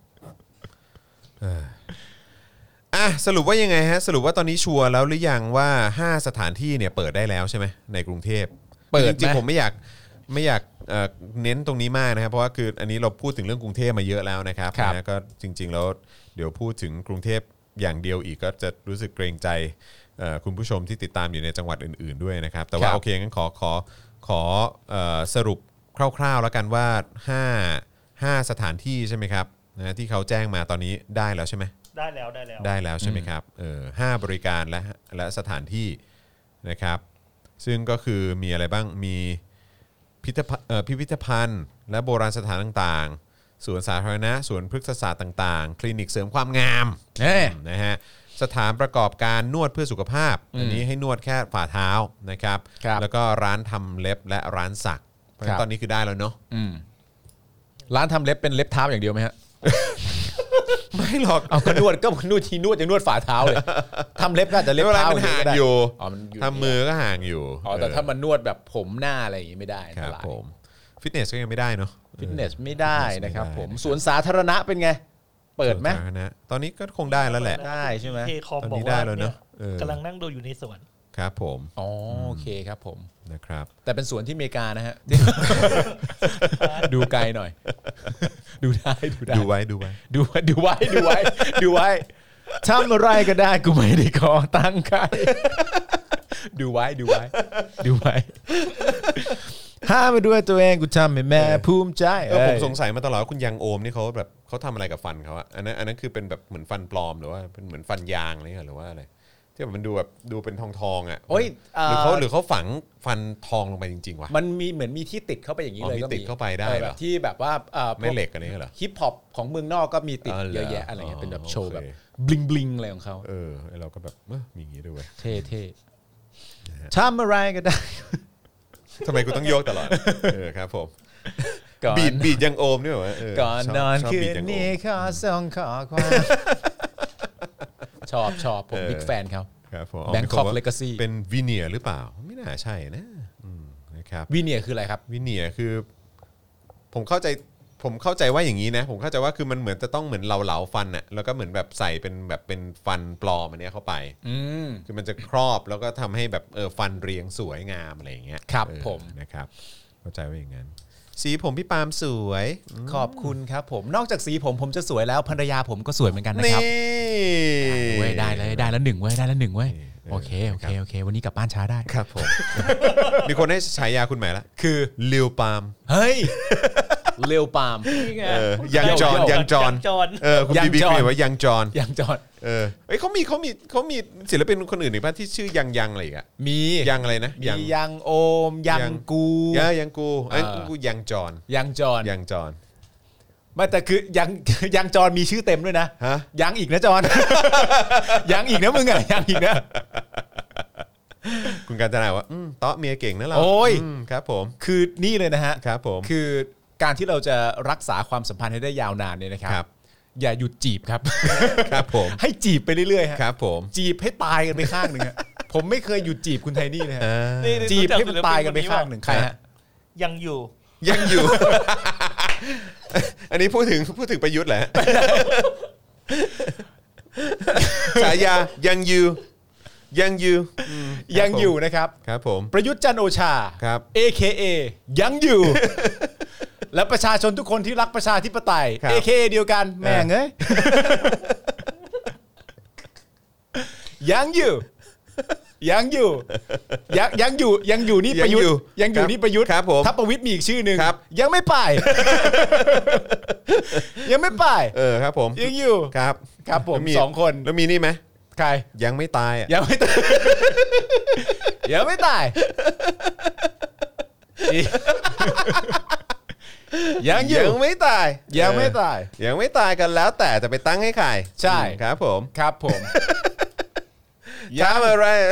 Speaker 2: สรุปว่ายังไงฮะสรุปว่าตอนนี้ชัวร์แล้วหรือยังว่า5สถานที่เนี่ยเปิดได้แล้วใช่ไหมในกรุงเทพ
Speaker 3: เปิด
Speaker 2: จริงๆผมไม่อยากเน้นตรงนี้มากนะครับเพราะว่าคืออันนี้เราพูดถึงเรื่องกรุงเทพมาเยอะแล้วนะครับนะก็จริงๆแล้วเดี๋ยวพูดถึงกรุงเทพอย่างเดียวอีกก็จะรู้สึกเกรงใจคุณผู้ชมที่ติดตามอยู่ในจังหวัดอื่นๆด้วยนะครับแต่ว่าโอเคงั้นขอสรุปคร่าวๆแล้วกันว่า5สถานที่ใช่ไหมครับนะที่เขาแจ้งมาตอนนี้ได้แล้วใช่ไหม
Speaker 4: ได้
Speaker 2: แล้วใช่ไหมครับ5บริการและสถานที่นะครับซึ่งก็คือมีอะไรบ้างมีพิพิธภัณฑ์และโบราณสถานต่างๆสวนสาธารณะสวนพฤกษศาสตร์ต่างๆคลินิกเสริมความงามนะฮะสถานประกอบการนวดเพื่อสุขภาพอันนี้ให้นวดแค่ฝ่าเท้านะครับแล้วก็ร้านทำเล็บและร้านสักเพราะฉะนั้นตอนนี้คือได้แล้วเนาะ
Speaker 3: ร้านทำเล็บเป็นเล็บเท้าอย่างเดียวไหมฮะ
Speaker 2: ไม่หรอก
Speaker 3: เอาก็นวดทีนวดยังนวดฝ่าเท้าเลยทำเล็บก็จะเล็บเท้า
Speaker 2: มันห่างอยู่ทำมือก็ห่างอยู่
Speaker 3: แต่ถ้ามันนวดแบบผมหน้าอะไรอย่างงี้ไม่ได้
Speaker 2: ครับผมฟิตเนสก็ยังไม่ได้เนาะ
Speaker 3: ฟิตเนสไม่ได้นะครับผมสวนสาธารณะเป็นไงเปิดไหม
Speaker 2: ตอนนี้ก็คงได้แล้วแหละ
Speaker 3: ได้ใช่ไหม
Speaker 2: ตอนนี้ได้แล้วเนาะ
Speaker 4: กำลังนั่งดูอยู่ในสวน
Speaker 2: ครับผม
Speaker 3: โอเคครับผม
Speaker 2: นะครับ
Speaker 3: แต่เป็นสวนที่อเมริกานะฮะดูไกลหน่อยดูไว้ทำอะไรก็ได้กูไม่ได้ขอตั้งใครดูไว้ห้ามไปด้วยตัวเองกูทำให้แม่ภูมิใจ
Speaker 2: ผมสงสัยมาตลอดว่าคุณยังโอมนี่เขาแบบเขาทำอะไรกับฟันเขาอะอันนั้นคือเป็นแบบเหมือนฟันปลอมหรือว่าเป็นเหมือนฟันยางอะไรหรือว่าอะไรที่แบบมันดูแบบดูเป็นทองอ่ะหรือเขาฝังฟันทองลงไปจริงๆวะ
Speaker 3: มันมีเหมือนมีที่ติดเข้าไปอย่างนี้เลย
Speaker 2: ก็มีติดเข้าไปได้
Speaker 3: แบบที่แบบว่า
Speaker 2: ไม่เหล็กอันนี้เหรอ
Speaker 3: ฮิปฮอปของเมืองนอกก็มีติดเยอะแยะอะไรเงี้ยเป็นแบบโชว์แบบบลิงอะไรของเขา
Speaker 2: เราก็แบบมีอย่างนี้ด้วย
Speaker 3: เท่ทำอะไรก็ได้
Speaker 2: ทำไมกูต้องโยกตลอดครับผมบีดยังโอมด้วยวะ
Speaker 3: ก่อนนอนคืนนี้ขอส่งขอความชอบผมบิ๊กแฟนเขา
Speaker 2: ครับผม
Speaker 3: Bangkok Legacy
Speaker 2: เป็นวีเนียร์หรือเปล่าไม่น่าใช่นะนะครับ
Speaker 3: วีเนียร์คืออะไรครับ
Speaker 2: วีเนียร์คือผมเข้าใจผมเข้าใจว่าอย่างนี้นะผมเข้าใจว่าคือมันเหมือนจะต้องเหมือนเหลาฟันน่ะแล้วก็เหมือนแบบใส่เป็นแบบเป็นฟันปลอมอันเนี้ยเข้าไปคือมันจะครอบแล้วก็ทำให้แบบฟันเรียงสวยงามอะไรอย่างเงี้ย
Speaker 3: ครับผม
Speaker 2: นะครับเข้าใจว่าอย่างนั้นสีผมพี่ปาล์มสวย
Speaker 3: ขอบคุณครับผมนอกจากสีผมจะสวยแล้วภรรยาผมก็สวยเหมือนกันนะครับเว้ยได้แล้วหนึ่งเว้ยโอเควันนี้กลับบ้านช้าได้
Speaker 2: ครับผมมีคนให้ฉายาคุณใหม่ละ
Speaker 3: คือ
Speaker 2: ลิวปาล์ม
Speaker 3: เฮ้ยเร็วปาล์ม
Speaker 2: ยังจอนคุณบีบีคุยว่ายังจอนเขามีศิลปินคนอื่นอีกป่ะที่ชื่อยังอะไรอีกอ่ะ
Speaker 3: มี
Speaker 2: ยังอะไรนะ
Speaker 3: ยังโอมยังกู
Speaker 2: ยังกูยังจอน
Speaker 3: ไม่แต่คือยังจอนมีชื่อเต็มด้วยนะยังอีกนะจอนยังอีกนะมึงอ่ะยังอีกนะ
Speaker 2: คุณการจนาว่าเตาะเมียเก่งนะเรา
Speaker 3: โอ้ย
Speaker 2: ครับผม
Speaker 3: คือนี่เลยนะฮะ
Speaker 2: ครับผม
Speaker 3: คือการที่เราจะรักษาความสัมพันธ์ให้ได้ยาวนานเนี่ยนะครับอย่าหยุดจีบครับ
Speaker 2: ครับผม
Speaker 3: ให้จีบไปเรื่อยๆ
Speaker 2: ครับผม
Speaker 3: จีบให้ตายกันไปข้างหนึ่งผมไม่เคยหยุดจีบคุณไทนี่เลยจีบให้มันตายกันไปข้างหนึ่งใครฮะ
Speaker 4: ยังอยู่
Speaker 2: อันนี้พูดถึงประยุทธ์แหละฉายายังอยู่
Speaker 3: นะครับ
Speaker 2: ครับผม
Speaker 3: ประยุทธ์จันทร์โอชา
Speaker 2: ครับ
Speaker 3: AKA ยังอยู่และประชาชนทุกคนที่รักประชาธิปไตย AKA เดียวกันแม่งเอ้ยยังอยู่นี่ประยุทธ์ยังอยู่นี่ประยุทธ์ถ้าประวิตรมีอีกชื่อนึงยังไม่ไป
Speaker 2: ครับผม
Speaker 3: ยังอยู่ครับผม2คน
Speaker 2: แล้วมีนี่ไหม
Speaker 3: ใคร
Speaker 2: ยังไม่ตายอ่ะ
Speaker 3: ยังไม่ตายยังไม่ตาย
Speaker 2: ไม่ตายกันแล้วแต่จะไปตั้งให้ใคร
Speaker 3: ใช่
Speaker 2: ครับผม
Speaker 3: ทำ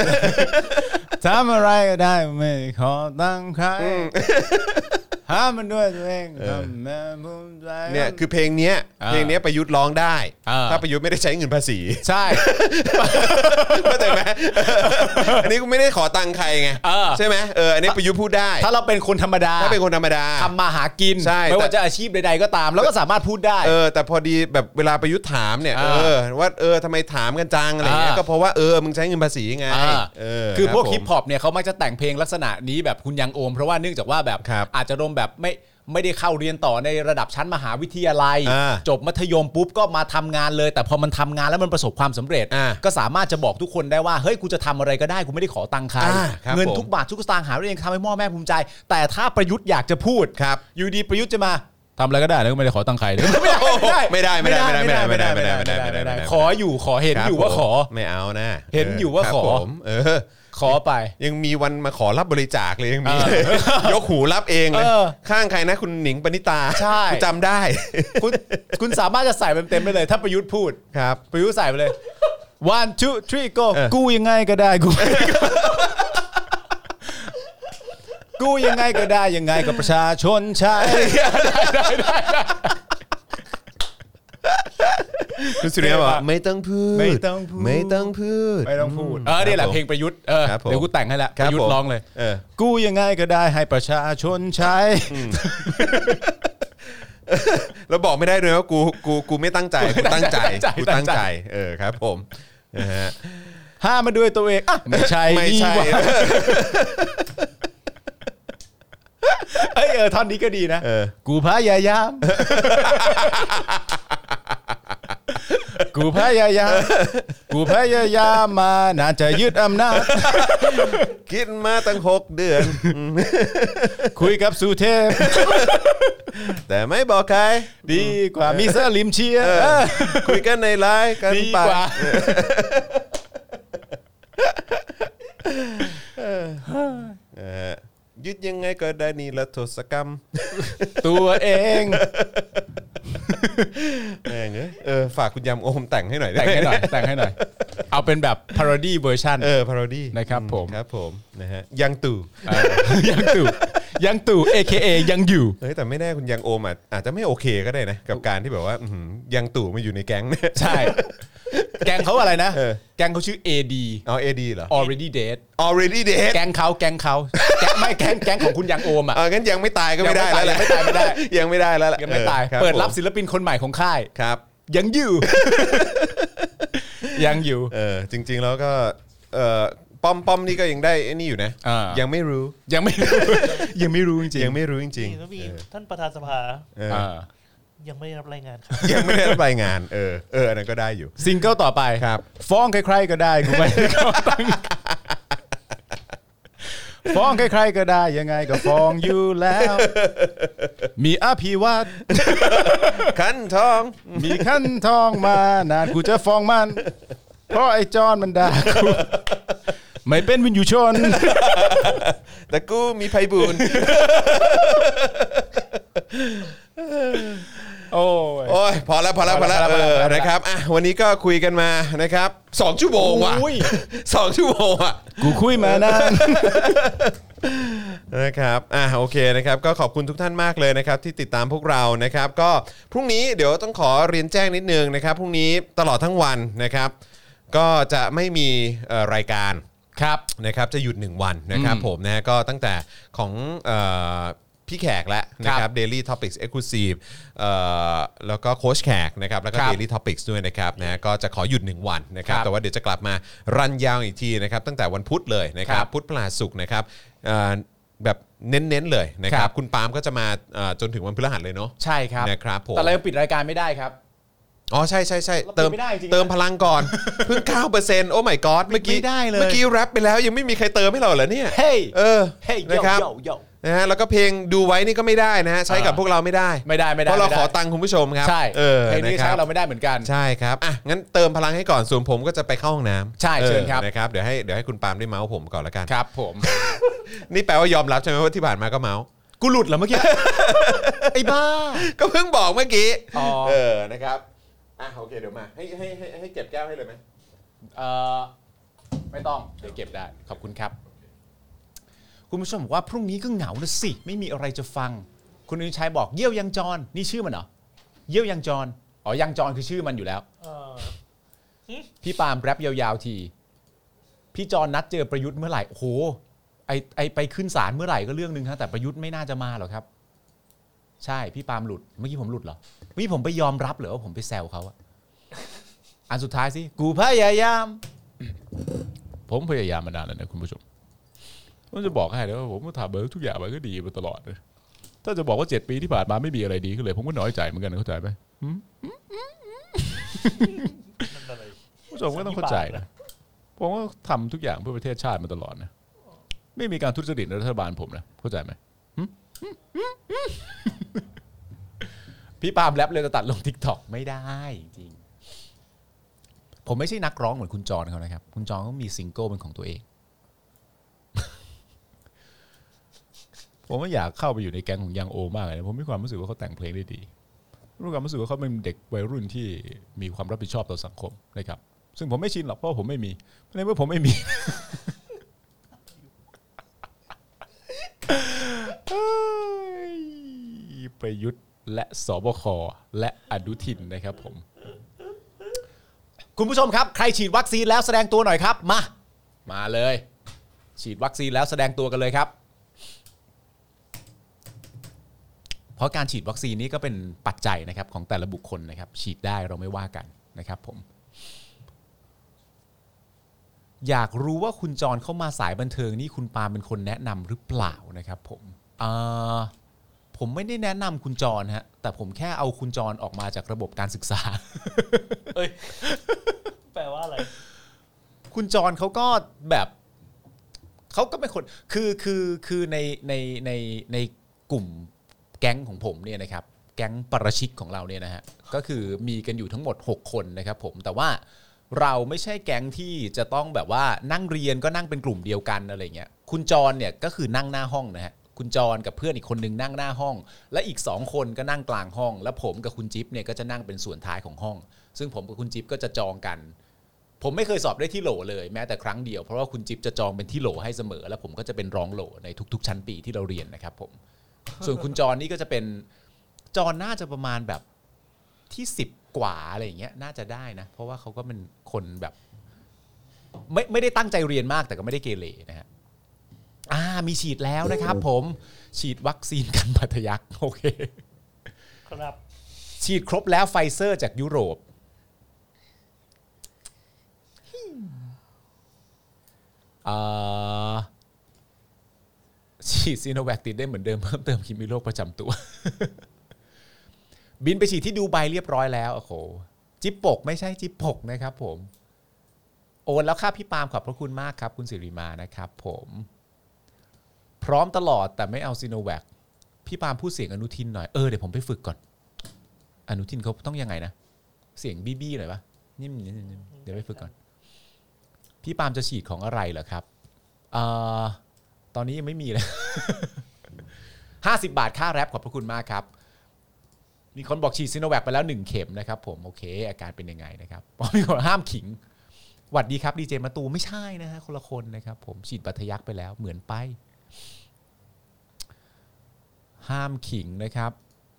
Speaker 3: อะไรก็ได้ไม่ขอตั้งใครหามันด้วยตัวเอง
Speaker 2: เนี่ยคือเพลงนี้ประยุทธ์ร้องได้ถ้าประยุทธ์ไม่ได้ใช้เงินภาษี
Speaker 3: ใช่
Speaker 2: เข้าใจไหมอันนี้กูไม่ได้ขอตังค์ใครไงใช่ไหมอันนี้ประยุทธ์พูดได้
Speaker 3: ถ้าเราเป็นคนธรรมดาทำมาหากินไม่ว่าจะอาชีพใดๆก็ตามแล้วก็สามารถพูดได้
Speaker 2: แต่พอดีแบบเวลาประยุทธ์ถามเนี่ยว่าทำไมถามกันจังอะไรเงี้ยก็เพราะว่ามึงใช้เงินภาษีไง
Speaker 3: คือพวกฮิปฮอปเนี่ยเขามักจะแต่งเพลงลักษณะนี้แบบคุณยังโอมเพราะว่าเนื่องจากว่าแบบอาจจะแบบไม่ได้เข้าเรียนต่อในระดับชั้นมหาวิทยาลัยจบมัธยมปุ๊บก็มาทำงานเลยแต่พอมันทำงานแล้วมันประสบความสำเร็จก็สามารถจะบอกทุกคนได้ว่าเฮ้ยกูจะทำอะไรก็ได้กูไม่ได้ขอตังค์ใครเงินทุกบาททุกสตางค์หาเองทำให้พ่อแม่ภูมิใจแต่ถ้าประยุทธ์อยากจะพูดอยู่ดีประยุทธ์จะมาทำอะไรก็ได้แล้วก็ไม่ได้ขอตังค์ใคร
Speaker 2: ไม่ได้
Speaker 3: ขออยู่ขอเห็นอยู่ว่าขอ
Speaker 2: ไม่เอานะ
Speaker 3: เห็นอยู่ว่าขอขอไป
Speaker 2: ยังมีวันมาขอรับบริจาคเลยยังมียกหูรับเองเลยข้างใครนะคุณหนิงปณิตาจำได้
Speaker 3: คุณสามารถจะใส่เต็มไปเลยถ้าประยุทธ์พูด
Speaker 2: ครับ
Speaker 3: ประยุทธ์ใส่ไปเลย 1 2 3 go กูยังไงก็ได้กูยังไงก็ได้ยังไงกับประชาชนใช่ได้
Speaker 2: คุณสุริยะบอกไม่ต้องพูดนี่แ
Speaker 3: หละเพลงประยุทธ์เดี๋ยวกูแต่งให้ละประยุทธ์ร้องเลยกูยังไงก็ได้ให้ประชาชนใช้
Speaker 2: แล้วบอกไม่ได้เลยว่ากูไม่ตั้งใจกูตั้งใจครับผมนะฮะ
Speaker 3: ห้ามมาด้วยตัวเองไม่ใช่ท่อนนี้ก็ดีนะกูพยายามกูพยายามมาน่าจะยึดอำนาจ
Speaker 2: คิดมาตั้ง6 เดือน
Speaker 3: คุยกับสุเทพ
Speaker 2: แต่ไม่บอกใคร
Speaker 3: ดีกว่ามีสลิมเชียร์
Speaker 2: คุยกันในไลน์กันไปยึดยังไงก็ได้นี่ละโทษกรรม
Speaker 3: ตัวเอง
Speaker 2: ฝากคุณยำโอมแต่งให้หน่อย
Speaker 3: แต่งให้หน่อยเอาเป็นแบบ parody version
Speaker 2: parody
Speaker 3: นะครับผม
Speaker 2: ครับผมนะฮะยังตู่
Speaker 3: ยังตู่ AKA ยังอยู่
Speaker 2: เฮ้ยแต่ไม่แน่คุณยังโอมอาจจะไม่โอเคก็ได้นะกับการที่แบบว่ายังตู่มาอยู่ในแก๊งเนี่ย
Speaker 3: ใช่แก๊งเขาอะไรนะแก๊งเขาชื่อ AD
Speaker 2: อ๋อ AD เหรอ
Speaker 3: already dead
Speaker 2: แ
Speaker 3: ก๊งเขาแก๊งไม่แก๊งของคุณยังโอม
Speaker 2: งั้นยังไม่ตายก็ไม่ได้แล้วแหละยังไม่ได้แล้ว
Speaker 3: ยังไม่ตายเปิดรับศิลปินคนใหม่ของค่าย
Speaker 2: ครับ
Speaker 3: ยังอยู่ยังอยู่
Speaker 2: จริงๆแล้วก็ป้อมนี่ก็ยังได้ไอ้นี่อยู่นะยังไม่รู้
Speaker 3: จริงยังไม่รู้จริง
Speaker 4: แล้วมีท่านประธานสภายังไม่ได้รับรายงานครับ
Speaker 2: ยังไม่ได้รับรายงานอันนั้นก็ได้อยู่
Speaker 3: ซิงเกิลต่อไป
Speaker 2: ครับ
Speaker 3: ฟ้องใครๆก็ได้กูไม่ฟ้องใครๆก็ได้ยังไงก็ฟ้องอยู่แล้วมีอภิวัต
Speaker 2: ขันทอง
Speaker 3: มีขันทองมานานกูจะฟ้องมันเพราะไอ้จอนมันด่ากูไม่เป็นวินยูชน
Speaker 2: แต่กูมีไพบูลย์โอ้ยพอแล้วนะครับวันนี้ก็คุยกันมานะครับ2 ชั่วโมงว่ะ2 ชั่วโมงอ่ะ
Speaker 3: กูคุยมานาน
Speaker 2: นะครับโอเคนะครับก็ขอบคุณทุกท่านมากเลยนะครับที่ติดตามพวกเรานะครับก็พรุ่งนี้เดี๋ยวต้องขอเรียนแจ้งนิดนึงนะครับพรุ่งนี้ตลอดทั้งวันนะครับก็จะไม่มีรายการนะครับจะหยุด1วันนะครับผมนะก็ตั้งแต่ของพี่แขกแล้วนะครับ Daily Topics Exclusive แล้วก็โค้ชแขกนะครับแล้วก็ Daily Topics ด้วยนะครับนะก็จะขอหยุด1วันนะครับแต่ว่าเดี๋ยวจะกลับมารันยาวอีกทีนะครับตั้งแต่วันพุธเลยนะครับพุธพฤหัสศุกร์นะครับแบบเน้นๆเลยนะครับคุณปาล์มก็จะมาจนถึงวันพฤหัสเลยเนาะ
Speaker 3: ใช่ครับ
Speaker 2: นะครับผม
Speaker 3: แต่เราปิดรายการไม่ได้ครับ
Speaker 2: อ๋อใช่ๆๆเติมพลังก่อนเพิ่ง 9%โอ้ my god เมื่อกี้แรปไปแล้วยังไม่มีใครเติมให้เราเหรอเนี่ย
Speaker 3: เฮ้ย
Speaker 2: นะครับนะฮะแล้วก็เพลงดูไว้นี่ก็ไม่ได้นะฮะใช้กับพวกเราไม่ได้เพราะเราขอตังค์คุณผู้ชมครับ
Speaker 3: ใช่เพลงนี้ใช้เราไม่ได้เหมือนกัน
Speaker 2: ใช่ครับงั้นเติมพลังให้ก่อนส่วนผมก็จะไปเข้าห้องน้ำ
Speaker 3: ใช่เชิญครับ
Speaker 2: นะครับเดี๋ยวให้คุณปาล์มได้เมาส์ผมก่อนละกัน
Speaker 3: ครับผม
Speaker 2: นี่แปลว่ายอมรับใช่ไหมว่าที่ผ่านมาก็เมาส์
Speaker 3: กูหลุดเหรอเมื่อกี้ไอ้บ้า
Speaker 2: ก็เพิ่งบอกเมื่อกี้นะครับโอเคเดี๋ยวมาให้เก็บแก้วให้เลยไหม
Speaker 3: ไม่ต้องเดี๋ยวเก็บได้ขอบคุณครับคุณผู้ชมบอกว่าพรุ่งนี้ก็เหงานะสิไม่มีอะไรจะฟังคุณอนุชัยบอกเยี่ยวยังจรนี่ชื่อมันเหรอเยี่ยวยังจรยังจรคือชื่อมันอยู่แล้วพี่ปาล์มแรปยาวๆทีพี่จรนัดเจอประยุทธ์เมื่อไหร่โอ้โหไอไปขึ้นศาลเมื่อไหร่ก็เรื่องนึงฮะแต่ประยุทธ์ไม่น่าจะมาหรอกครับใช่พี่ปาล์มหลุดเมื่อกี้ผมหลุดเหรอเมื่อกี้ผมไปยอมรับเหรอว่าผมไปแซวเขาอันสุดท้ายสิกูพยายามผมพยายามมานานแล้วนะคุณผู้ชมผมจะบอกให้นะว่าผมก็ทำทุกอย่างมันก็ดีมาตลอดเลยถ้าจะบอกว่า7 ปีที่ผ่านมาไม่มีอะไรดีขึ้นเลยผมก็น้อยใจเหมือนกันเข้าใจไหมผู้ชมก็ต้องเข้าใจนะผมก็ทำทุกอย่างเพื่อประเทศชาติมาตลอดนะไม่มีการทุจริตในรัฐบาลผมนะเข้าใจไหมพี่ปาล์มแรปเลยจะตัดลง TikTok ไม่ได้จริงผมไม่ใช่นักร้องเหมือนคุณจรเขานะครับคุณจรเขามีซิงเกิลเป็นของตัวเองผมก็อยากเข้าไปอยู่ในแก๊งของยังโอมากเลยนะผมมีความรู้สึกว่าเขาแต่งเพลงได้ดีมีความรู้สึกว่าเขาเป็นเด็กวัยรุ่นที่มีความรับผิดชอบต่อสังคมนะครับซึ่งผมไม่ชินหรอกเพราะผมไม่มีเพราะในเมื่อผมไม่มีประยุทธ์และสบคและอนุทินนะครับผมคุณผู้ชมครับใครฉีดวัคซีนแล้วแสดงตัวหน่อยครับมาเลยฉีดวัคซีนแล้วแสดงตัวกันเลยครับเพราะการฉีดวัคซีนนี้ก็เป็นปัจจัยนะครับของแต่ละบุคคลนะครับฉีดได้เราไม่ว่ากันนะครับผมอยากรู้ว่าคุณจรเข้ามาสายบันเทิงนี่คุณปาเป็นคนแนะนำหรือเปล่านะครับผมไม่ได้แนะนำคุณจรฮะแต่ผมแค่เอาคุณจรออกมาจากระบบการศึกษา
Speaker 4: แปลว่าอะไร
Speaker 3: คุณจรเขาก็แบบเขาก็เป็นคนคือในกลุ่มแก๊งของผมเนี่ยนะครับแก๊งปรชิกของเราเนี่ยนะฮะก็คือมีกันอยู่ทั้งหมด6คนนะครับผมแต่ว่าเราไม่ใช่แก๊งที่จะต้องแบบว่านั่งเรียนก็นั่งเป็นกลุ่มเดียวกันอะไรเงี้ยคุณจรเนี่ยก็คือนั่งหน้าห้องนะฮะคุณจรกับเพื่อนอีกคนนึงนั่งหน้าห้องและอีก2คนก็นั่งกลางห้องแล้วผมกับคุณจิ๊บเนี่ยก็จะนั่งเป็นส่วนท้ายของห้องซึ่งผมกับคุณจิ๊บก็จะจองกันผมไม่เคยสอบได้ที่โหลเลยแม้แต่ครั้งเดียวเพราะว่าคุณจิ๊บจะจองเป็นที่โหลให้เสมอแล้วผมก็จะเป็นรองโหลในทุกๆชั้นปีที่เราเรียนนะครับผมส่วนคุณจรนี่ก็จะเป็นจรน่าจะประมาณแบบที่10กว่าอะไรอย่างเงี้ยน่าจะได้นะเพราะว่าเขาก็เป็นคนแบบไม่ได้ตั้งใจเรียนมากแต่ก็ไม่ได้เกเรนะฮะมีฉีดแล้วนะครับผมฉีดวัคซีนกันบาดทะยักโอเค
Speaker 4: ครับ
Speaker 3: ฉีดครบแล้วไฟเซอร์จากยุโรปฉีดซีโนแวคติดได้เหมือนเดิมเพิ่มเติมคิดมีโรคประจำตัว บินไปฉีดที่ดูไบเรียบร้อยแล้วโอ้โหจิ๊บปกไม่ใช่จิ๊บปกนะครับผมโอนแล้วครับพี่ปาล์มขอบพระคุณมากครับคุณสิริมานะครับผมพร้อมตลอดแต่ไม่เอาซีโนแวคพี่ปาล์มพูดเสียงอนุทินหน่อยเดี๋ยวผมไปฝึกก่อนอนุทินเขาต้องยังไงนะเสียงบี้ๆหน่อยปะนิ่มๆเดี๋ยวไปฝึกก่อนพี่ปาล์มจะฉีดของอะไรเหรอครับตอนนี้ยังไม่มีเลย50 บาทค่าแรปขอบพระคุณมากครับมีคนบอกฉีดซิโนแวคไปแล้ว1เข็มนะครับผมโอเคอาการเป็นยังไงนะครับมีคนห้ามขิงหวัดดีครับดีเจมาตูไม่ใช่นะฮะคนละคนนะครับผมฉีดบาดทะยักไปแล้วเหมือนไปห้ามขิงนะครับ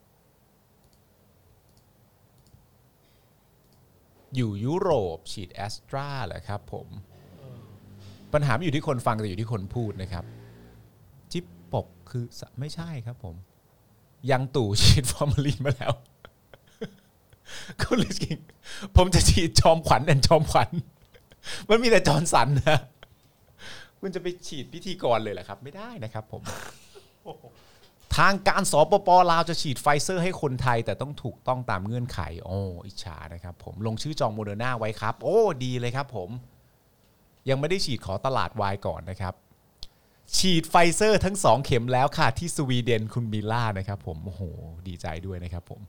Speaker 3: อยู่ยุโรปฉีดแอสตราเหรอครับผมปัญหาไม่อยู่ที่คนฟังแต่อยู่ที่คนพูดนะครับจิ๊บปกคือไม่ใช่ครับผมยังตู่ฉีดฟอร์มาลีนมาแล้วคุณลิสกิ้งผมจะฉีดจอมขวัญจอมขวัญมันมีแต่จอร์นสันนะคุณจะไปฉีดพิธีกรเลยเหรอครับไม่ได้นะครับผมทางการสปป.ลาวจะฉีดไฟเซอร์ให้คนไทยแต่ต้องถูกต้องตามเงื่อนไขอิจฉานะครับผมลงชื่อจองโมเดอร์นาไว้ครับดีเลยครับผมยังไม่ได้ฉีดขอตลาดวายก่อนนะครับฉีดไฟเซอร์ทั้ง2เข็มแล้วค่ะที่สวีเดนคุณมิล่านะครับผมโอ้โหดีใจด้วยนะครับผม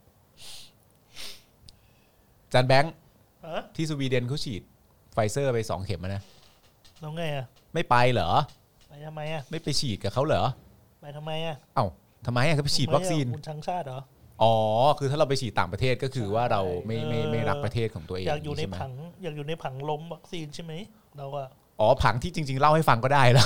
Speaker 3: จันแบงค์ที่สวีเดนเขาฉีดไฟเซอร์ไป2เข็มนะ
Speaker 4: แล้วไง
Speaker 3: ไม่ไปเหรอ
Speaker 4: ไปทำไม
Speaker 3: ไม่ไปฉีดกับเขาเหรอ
Speaker 4: ไปทำไม
Speaker 3: ทำไมเขาไปฉีดวัคซีน
Speaker 4: คุณชังชาติเหรอ
Speaker 3: คือถ้าเราไปฉีดต่างประเทศก็คือว่าเราไม่รักประเทศของตัวเอง
Speaker 4: อยากอยู่ในผังอยากอยู่ในผังล้มวัคซีนใช่ไหมเรา
Speaker 3: ผังที่จริงๆเล่าให้ฟังก็ได้แล้ว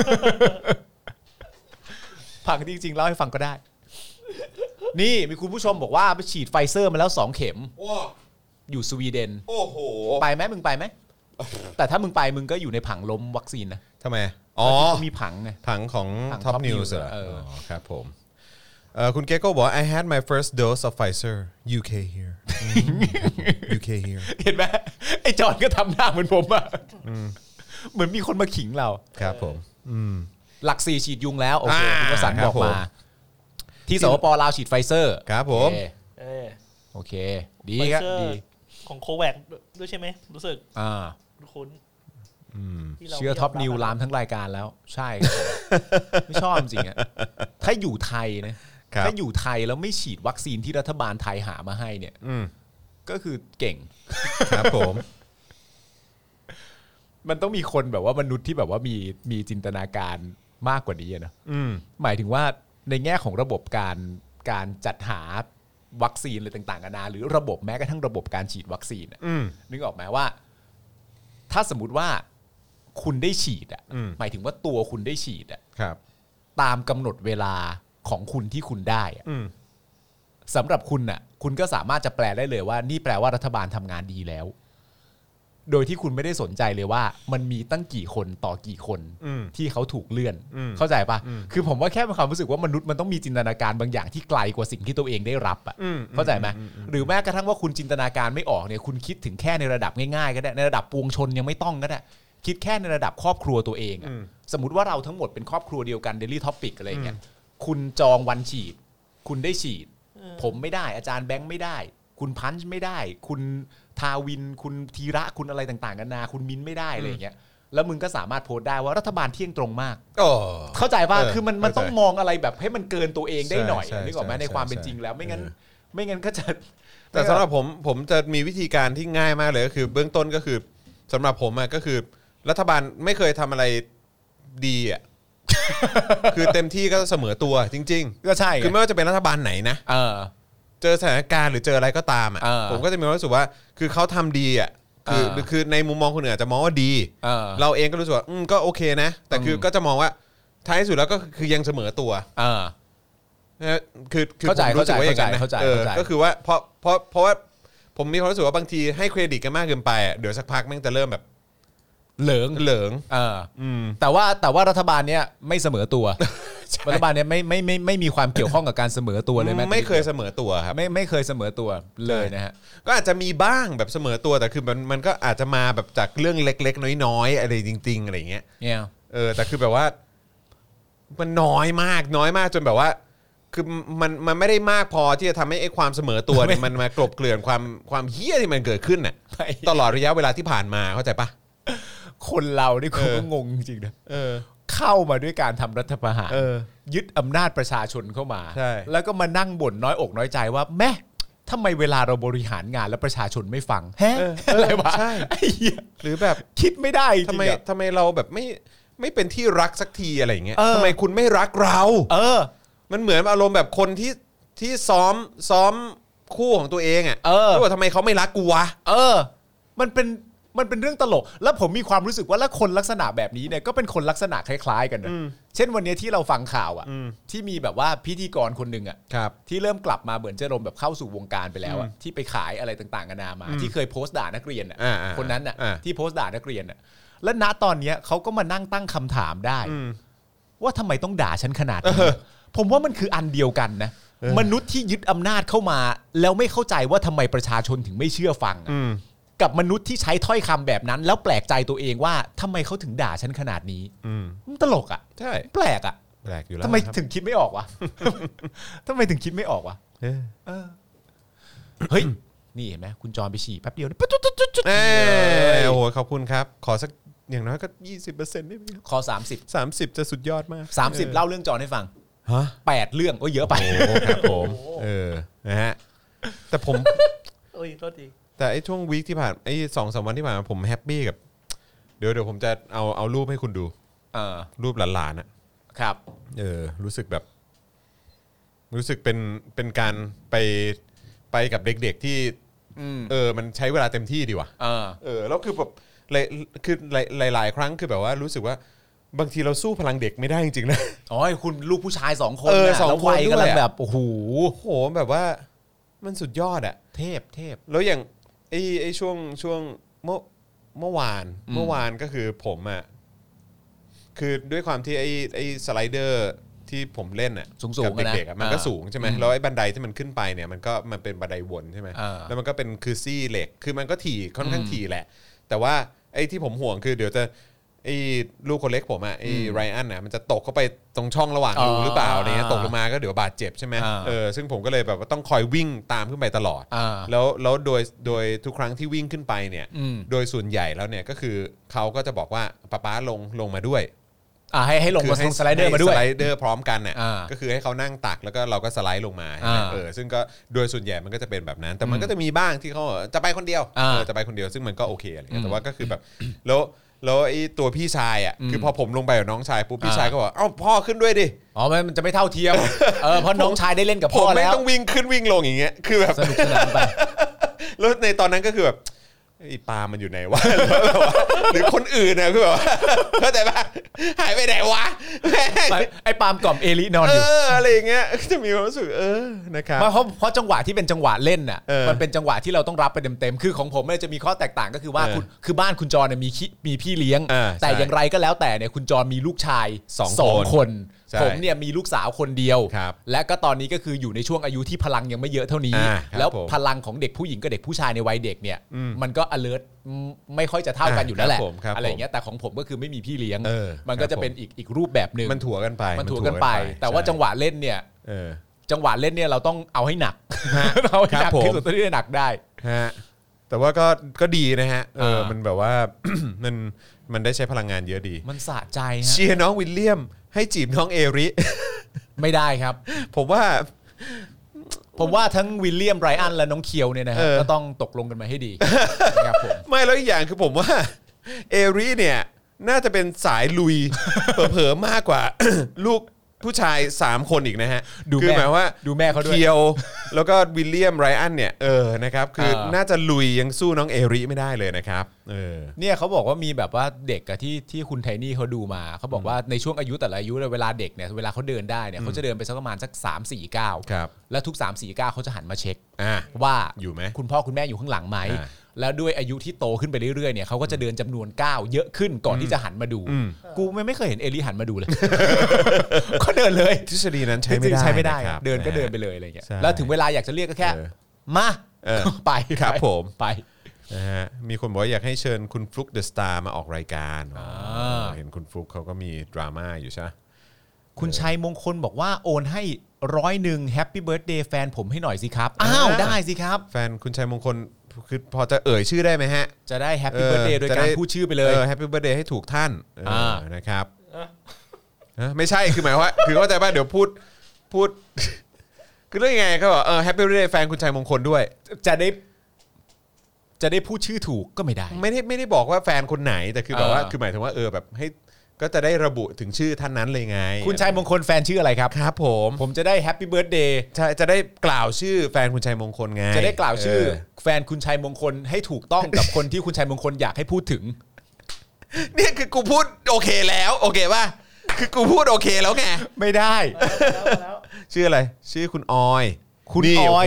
Speaker 3: ผังที่จริงๆเล่าให้ฟังก็ได้นี่มีคุณผู้ชมบอกว่าไปฉีดไฟเซอร์มาแล้ว2เข็มอยู่สวีเดน
Speaker 2: โอ้โห
Speaker 3: ไปไหมมึงไปไหมแต่ถ้ามึงไปมึงก็อยู่ในผังล้มวัคซีนนะ
Speaker 2: ทำไม
Speaker 3: มีผังไง
Speaker 2: ผังของ Top News ครับผมคุณเกโก้บอก I had my first dose of Pfizer UK here UK here
Speaker 3: เห็นไหมไอ้จอนก็ทำหน้าเหมือนผมอ่ะเหมือนมีคนมาขิงเรา
Speaker 2: ครับผม
Speaker 3: หลัก4ฉีดยุงแล้วโอเคคุณวสันต์บอกมาที่สปป.ลาวฉีดไฟเซอร์
Speaker 2: ครับผม
Speaker 3: โอเคดีครับดี
Speaker 4: ของโคแวคด้วยใช่ไหมรู้สึกคุ้น
Speaker 3: เชื่อท็อปนิวลามทั้งรายการแล้วใช่ไม่ชอบจริงอ่ะถ้าอยู่ไทยนะถ้าอยู่ไทยแล้วไม่ฉีดวัคซีนที่รัฐบาลไทยหามาให้เนี่ยก็คือเก่ง
Speaker 2: ครับผม
Speaker 3: มันต้องมีคนแบบว่ามนุษย์ที่แบบว่ามีจินตนาการมากกว่านี้นะหมายถึงว่าในแง่ของระบบการจัดหาวัคซีนอะไรต่างๆกันานาหรือระบบแม้กระทั่งระบบการฉีดวัคซีนนึกออกไหมว่าถ้าสมมุติว่าคุณได้ฉีดหมายถึงว่าตัวคุณได้ฉีดตามกำหนดเวลาของคุณที่คุณได้สำหรับคุณคุณก็สามารถจะแปลได้เลยว่านี่แปลว่ารัฐบาลทำงานดีแล้วโดยที่คุณไม่ได้สนใจเลยว่ามันมีตั้งกี่คนต่อกี่คนที่เขาถูกเลื่อนเข้าใจปะคือผมว่าแค่เป็นความรู้สึกว่ามนุษย์มันต้องมีจินตนาการบางอย่างที่ไกลกว่าสิ่งที่ตัวเองได้รับเข้าใจไหมหรือแม้กระทั่งว่าคุณจินตนาการไม่ออกเนี่ยคุณคิดถึงแค่ในระดับง่ายๆก็ได้ในระดับปวงชนยังไม่ต้องก็ได้คิดแค่ในระดับครอบครัวตัวเองสมมุติว่าเราทั้งหมดเป็นครอบครัวเดียวกัน Daily Topic อะไรอย่างเงี้ยคุณจองวันฉีดคุณได้ฉีดผมไม่ได้อาจารย์แบงค์ไม่ได้คุณพันช์ไม่ได้คุณทาวินคุณธีระคุณอะไรต่างๆกันานาคุณมิ้นไม่ได้อะไรอย่างเงี้ยแล้วมึงก็สามารถโพสต์ได้ว่ารัฐบาลเที่ยงตรงมากเข้าใจป่ะคือมันต้องมองอะไรแบบให้มันเกินตัวเองได้หน่อยนึกออกไหมในความเป็นจริงแล้วไม่งั้นก็จะ
Speaker 2: แต่สำหรับผมจะมีวิธีการที่ง่ายมากเลยก็คือเบื้องต้นก็คือสำหรับผมก็คือรัฐบาลไม่เคยทำอะไรดีคือเต็มที่ก็เสมอตัวจริง
Speaker 3: ๆก็ใช่
Speaker 2: คือไม่ว่าจะเป็นรัฐบาลไหนนะเจอสถานการณ์หรือเจออะไรก็ตามผมก็จะมีความรู้สึกว่าคือเขาทำดีคือในมุมมองคนอื่นอาจจะมองว่าดีเราเองก็รู้สึกว่าก็โอเคนะแต่คือก็จะมองว่าท้ายสุดแล้วก็คือยังเสมอตัวคือเข้าใจว่าอย่างนั้นนะก็คือว่าเพราะว่าผมมีความรู้สึกว่าบางทีให้เครดิตกันมากเกินไปเดี๋ยวสักพักแม่งจะเริ่มแบบเหลิง
Speaker 3: แต่ว่ารัฐบาลเนี้ยไม่เสมอตัวรัฐบาลเนี้ยไม่มีความเกี่ยวข้องกับการเสมอตัวเลย
Speaker 2: ไม่เคยเสมอตัวครับ
Speaker 3: ไม่เคยเสมอตัวเลยนะฮะ
Speaker 2: ก็อาจจะมีบ้างแบบเสมอตัวแต่คือมันก็อาจจะมาแบบจากเรื่องเล็กๆน้อยๆอะไรจริงๆอะไรอย่างเงี้ยแต่คือแบบว่ามันน้อยมากจนแบบว่าคือมันไม่ได้มากพอที่จะทำให้ไอ้ความเสมอตัวเนี่ยมันมากลบเกลื่อนความเหี้ยที่มันเกิดขึ้นน่ะตลอดระยะเวลาที่ผ่านมาเข้าใจปะ
Speaker 3: คนเรานี่ก็งงจริงๆนะเข้ามาด้วยการทำรัฐประหารยึดอำนาจประชาชนเข้ามาแล้วก็มานั่งบ่นน้อยอกน้อยใจว่าแม่ทำไมเวลาเราบริหารงานแล้วประชาชนไม่ฟังอะไรวะ
Speaker 2: หรือแบบ
Speaker 3: คิดไม่ได้
Speaker 2: ทำไมเราแบบไม่เป็นที่รักสักทีอะไรอย่างเงี้ยทำไมคุณไม่รักเรามันเหมือนอารมณ์แบบคนที่ซ้อมคู่ของตัวเองอ่ะว่าทำไมเขาไม่รักกูวะ
Speaker 3: มันเป็นเรื่องตลกแล้วผมมีความรู้สึกว่าแล้วคนลักษณะแบบนี้เนี่ยก็เป็นคนลักษณะคล้ายๆกันนะเช่นวันนี้ที่เราฟังข่าวอ่ะที่มีแบบว่าพิธีกรคนหนึ่งอ่ะที่เริ่มกลับมาเหมือนจะแบบเข้าสู่วงการไปแล้วอ่ะที่ไปขายอะไรต่างๆกันานามาที่เคยโพสต์ด่านักเรียนอ่ะคนนั้นอ่ะที่โพสต์ด่านักเรียนอ่ะและณตอนนี้เขาก็มานั่งตั้งคำถามได้ว่าทำไมต้องด่าฉันขนาดนี้ผมว่ามันคืออันเดียวกันนะมนุษย์ที่ยึดอำนาจเข้ามาแล้วไม่เข้าใจว่าทำไมประชาชนถึงไม่เชื่อฟังกับมนุษย์ที่ใช้ถ้อยคำแบบนั้นแล้วแปลกใจตัวเองว่าทำไมเขาถึงด่าฉันขนาดนี้มันตลกอ่ะ
Speaker 2: ใช่
Speaker 3: แปลกอ่ะ
Speaker 2: แปลกอยู่แล้ว
Speaker 3: ทำไมถึงคิดไม่ออกวะทำไมถึงคิดไม่ออกวะเฮ้ยนี่เห็นไหมคุณจอนไปฉี่แป๊บเดียว
Speaker 2: โอ้โหขอบคุณครับขอสักอย่างน้อยก็ 20% ได้ไหม
Speaker 3: ขอ
Speaker 2: 30จะสุดยอดมาก
Speaker 3: 30เล่าเรื่องจอนให้ฟัง8เรื่องเยอะไป
Speaker 2: ครับผมนะฮะแต่ผม
Speaker 4: โอ้ยโทษที
Speaker 2: แต่ไอ้ช่วงวีคที่ผ่านไอ้ 2-3 วันที่ผ่านมาผมแฮปปี้กับเดี๋ยวผมจะเอารูปให้คุณดูรูปหลานๆ
Speaker 3: นะครับ
Speaker 2: รู้สึกแบบรู้สึกเป็นการไปกับเด็กๆที่มันใช้เวลาเต็มที่ดีว่ะแล้วคือแบบคือหลายครั้งคือแบบว่ารู้สึกว่าบางทีเราสู้พลังเด็กไม่ได้จริงๆนะ
Speaker 3: อ๋อคุณลูกผู้ชาย2คนนะแล้ววัยกำลังแบบโอ้โห
Speaker 2: แบบว่ามันสุดยอดอะ
Speaker 3: เทพ
Speaker 2: แล้วอย่างไอ้ช่วงเมื่อวานก็คือผมอะคือด้วยความที่ไอ้สไลเดอร์ที่ผมเล่นอ่ะ
Speaker 3: กับ
Speaker 2: เด็กๆมันก็สูงใช่ไหมแล้วไอ้บันไดที่มันขึ้นไปเนี่ยมันเป็นบันไดวนใช่ไหมแล้วมันก็เป็นคือซี่เหล็กคือมันก็ถี่ค่อนข้างถี่แหละแต่ว่าไอ้ที่ผมห่วงคือเดี๋ยวจะไอ้ลูกคนเล็กผมอ่ะไอ้ไรอันน่ะมันจะตกเข้าไปตรงช่องระหว่างรูหรือเปล่าเนี่ยตกลงมาก็เดี๋ยวบาดเจ็บใช่ไหมซึ่งผมก็เลยแบบว่าต้องคอยวิ่งตามขึ้นไปตลอดแล้วโดยทุกครั้งที่วิ่งขึ้นไปเนี่ยโดยส่วนใหญ่แล้วเนี่ยก็คือเขาก็จะบอกว่าป๊าลงมาด้วย
Speaker 3: ให้ลงสไลเดอร์มาด้วย
Speaker 2: สไลเดอร์พร้อมกันเนี่ยก็คือให้เขานั่งตักแล้วก็เราก็สไลด์ลงมาซึ่งก็โดยส่วนใหญ่มันก็จะเป็นแบบนั้นแต่มันก็จะมีบ้างที่เขาจะไปคนเดียวจะไปคนเดียวซึ่งมันก็โอเคอะไรแต่ว่าก็คือแบบแล้วไอ้ตัวพี่ชายอ่ะคือพอผมลงไปกับน้องชายปุ๊บพี่ชายก็บอกเอ้าพ่อขึ้นด้วยดิ
Speaker 3: มันจะไม่เท่าเทียมเพราะน้องชายได้เล่นกับพ่อแล้วผมไม่
Speaker 2: ต้องวิ่งขึ้นวิ่งลงอย่างเงี้ยคือแบบ
Speaker 3: สนุกสนานไป
Speaker 2: แล้วในตอนนั้นก็คือแบบไอ้ปามันอยู่ไหนวะหรือคนอื่นนะคือแบบเข้าใจป่ะหายไปไหนวะ
Speaker 3: ไอ้ปามกล่อมเอลินอนอยู่
Speaker 2: อะไรอย่างเงี้ยจะมีความรู้สึกนะครับ
Speaker 3: เพราะจังหวะที่เป็นจังหวะเล่นน่ะมันเป็นจังหวะที่เราต้องรับไปเต็มๆคือของผมเนี่ยจะมีข้อแตกต่างก็คือว่าคือบ้านคุณจรเนี่ยมีพี่เลี้ยงแต่อย่างไรก็แล้วแต่เนี่ยคุณจรมีลูกชาย2คนผมเนี่ยมีลูกสาวคนเดียวและก็ตอนนี้ก็คืออยู่ในช่วงอายุที่พลังยังไม่เยอะเท่านี้แล้วพลังของเด็กผู้หญิงกับเด็กผู้ชายในวัยเด็กเนี่ยมันก็ alert ไม่ค่อยจะเท่ากันอยู่แล้วแหละอะไรอย่างเงี้ยแต่ของผมก็คือไม่มีพี่เลี้ยงมันก็จะเป็นอีกรูปแบบนึง
Speaker 2: มันถั่วกัน
Speaker 3: ไปแต่ว่าจังหวะเล่นเนี่ยเราต้องเอาให้หนักเอาให้หนักที่สุดที่จะหนักได้
Speaker 2: แต่ว่าก็ดีนะฮะมันแบบว่ามันได้ใช้พลังงานเยอะดี
Speaker 3: มันสะใจฮะ
Speaker 2: เชียร์น้องวิลเลียมให้จีบน้องเอริ
Speaker 3: ไม่ได้ครับ
Speaker 2: ผมว่า
Speaker 3: ทั้งวิลเลียมไรอันและน้องเคียวเนี่ยนะฮะก็ต้องตกลงกันมาให้ดีนะครับผม
Speaker 2: ไม่แล้วอีกอย่างคือผมว่าเอริเนี่ยน่าจะเป็นสายลุยเผลอๆมากกว่าผู้ชาย3คนอีกนะฮะ
Speaker 3: ดู
Speaker 2: คือ
Speaker 3: แม่
Speaker 2: หมายว่า
Speaker 3: ดูแม่เขาด้วย
Speaker 2: เคียวแล้วก็วิลเลียมไรอันเนี่ยนะครับคือน่าจะลุยยังสู้น้องเอริไม่ได้เลยนะครับ
Speaker 3: เนี่ยเขาบอกว่ามีแบบว่าเด็กอะที่คุณไทนี่เขาดูมาเขาบอกว่าในช่วงอายุแต่ละอายุเวลาเด็กเนี่ยเวลาเขาเดินได้เนี่ยเขาจะเดินไปสักประมาณสัก3-4 ก้าวแล้วทุก3-4 ก้าวเขาจะหันมาเช็คว่า
Speaker 2: อยู่ไหม
Speaker 3: คุณพ่อคุณแม่อยู่ข้างหลังไหมแล้วด้วยอายุที่โตขึ้นไปเรื่อยๆเนี่ยเขาก็จะเดินจำนวนก้าวเยอะขึ้นก่อนที่จะหันมาดูกูไม่เคยเห็นเอลิหันมาดูเลยก็เดินเลย
Speaker 2: ทฤษฎีนั้นใช้ไม่ได้
Speaker 3: เดินก็เดินไปเลยอะไรเงี้ยแล้วถึงเวลาอยากจะเรียกก็แค่มาไป
Speaker 2: ครับผม
Speaker 3: ไป
Speaker 2: นะฮะมีคนบอกอยากให้เชิญคุณฟลุ๊กเดอะสตาร์มาออกรายการเห็นคุณฟลุ๊กเขาก็มีดราม่าอยู่ใช่ไหม
Speaker 3: คุณชัยมงคลบอกว่าโอนให้100แฮปปี้เบิร์ธเดย์แฟนผมให้หน่อยสิครับได้สิครับ
Speaker 2: แฟนคุณชัยมงคลคือพอจะชื่อได้ไหมฮะ
Speaker 3: จะได้แฮปปี้เบิร์ธเดย์โดยการพูดชื่อไปเลย
Speaker 2: แฮปปี้เบิร์ธเดย์ให้ถูกท่านนะครับไม่ใช่คือหมายว่าคือเข้าใจป่ะเดี๋ยวพูดคือเรื่องยังไงเขาบอกแฮปปี้เบิร์ธเดย์แฟนคุณชัยมงคลด้วย
Speaker 3: จะได้พูดชื่อถูกก็ไม่ได้
Speaker 2: ไม่ได้บอกว่าแฟนคนไหนแต่คือแบบว่าคือหมายถึงว่าแบบให้ก็จะได้ระบุถึงชื่อท่านนั้นเลยไง
Speaker 3: คุณชัยมงคลแฟนชื่ออะไรครับ
Speaker 2: ครับผม
Speaker 3: จะได้แฮปปี้เบิร์ธเดย์
Speaker 2: ใช่จะได้กล่าวชื่อแฟนคุณชัยมงคลไง
Speaker 3: จะได้กล่าวชื่อแฟนคุณชัยมงคลให้ถูกต้องกับคนที่คุณชัยมงคลอยากให้พูดถึง
Speaker 2: เนี่ยคือกูพูดโอเคแล้วโอเคป่ะคือกูพูดโอเคแล้วไง
Speaker 3: ไม่ได้
Speaker 2: ชื่ออะไรชื่อคุณออย
Speaker 3: คุณออย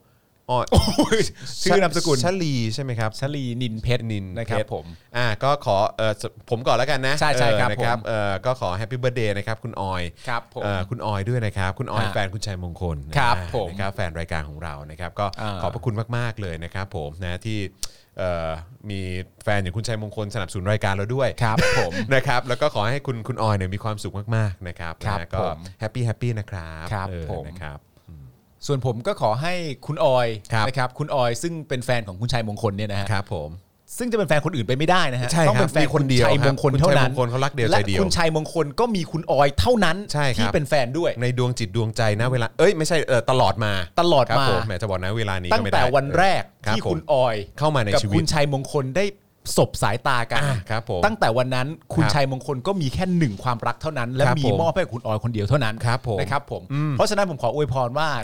Speaker 3: ชื่อนามสกุล
Speaker 2: ชลีใช่ไหมครับ
Speaker 3: ชลีนินเพชรนะครับผม
Speaker 2: ก็ขอผมก่อนแล้วกันนะ
Speaker 3: ใช่ครับ
Speaker 2: นะครับก็ขอแฮปปี้เบิร์ธเดย์นะครับคุณออย
Speaker 3: ครับผม
Speaker 2: คุณออยด้วยนะครับคุณออยแฟนคุณชัยมงคล
Speaker 3: ครับผม
Speaker 2: นะครับแฟนรายการของเรานะครับก็ขอบพระคุณมากๆเลยนะครับผมนะที่มีแฟนอย่างคุณชัยมงคลสนับสนุนรายการเราด้วย
Speaker 3: ครับผม
Speaker 2: นะครับแล้วก็ขอให้คุณออยเนี่ยมีความสุขมากๆนะครับก็แฮปปี้นะครับ
Speaker 3: นะครับส่วนผมก็ขอให้คุณออยนะครับคุณออยซึ่งเป็นแฟนของคุณชัยมงคลเนี่ยนะฮะ
Speaker 2: ครับผม
Speaker 3: ซึ่งจะเป็นแฟนคนอื่นไปไม่ได้นะฮะ
Speaker 2: ต้องเป็น
Speaker 3: แฟนคนเดียวชัยมงคลเท่านั้น
Speaker 2: เขารักเดียวใจเดียว
Speaker 3: และคุณชัยมงคลก็มีคุณออยเท่านั้นที่เป็นแฟนด้วย
Speaker 2: ในดวงจิตดวงใจนะเวลาไม่ใช่ตลอดมาแหมจะบอกนะเวลานี้
Speaker 3: ตั้งแต่วันแรกที่คุณออย
Speaker 2: เข้ามาในชีวิต
Speaker 3: กับคุณชัยมงคลได้สบสายตากันตั้งแต่วันนั้นคุณชัยมงคลก็มีแค่1ความรักเท่านั้นและมีมอบให้คุณออยคนเดียวเท่านั้นนะครับผมเพราะฉะนั้นผมขออวยพรว่า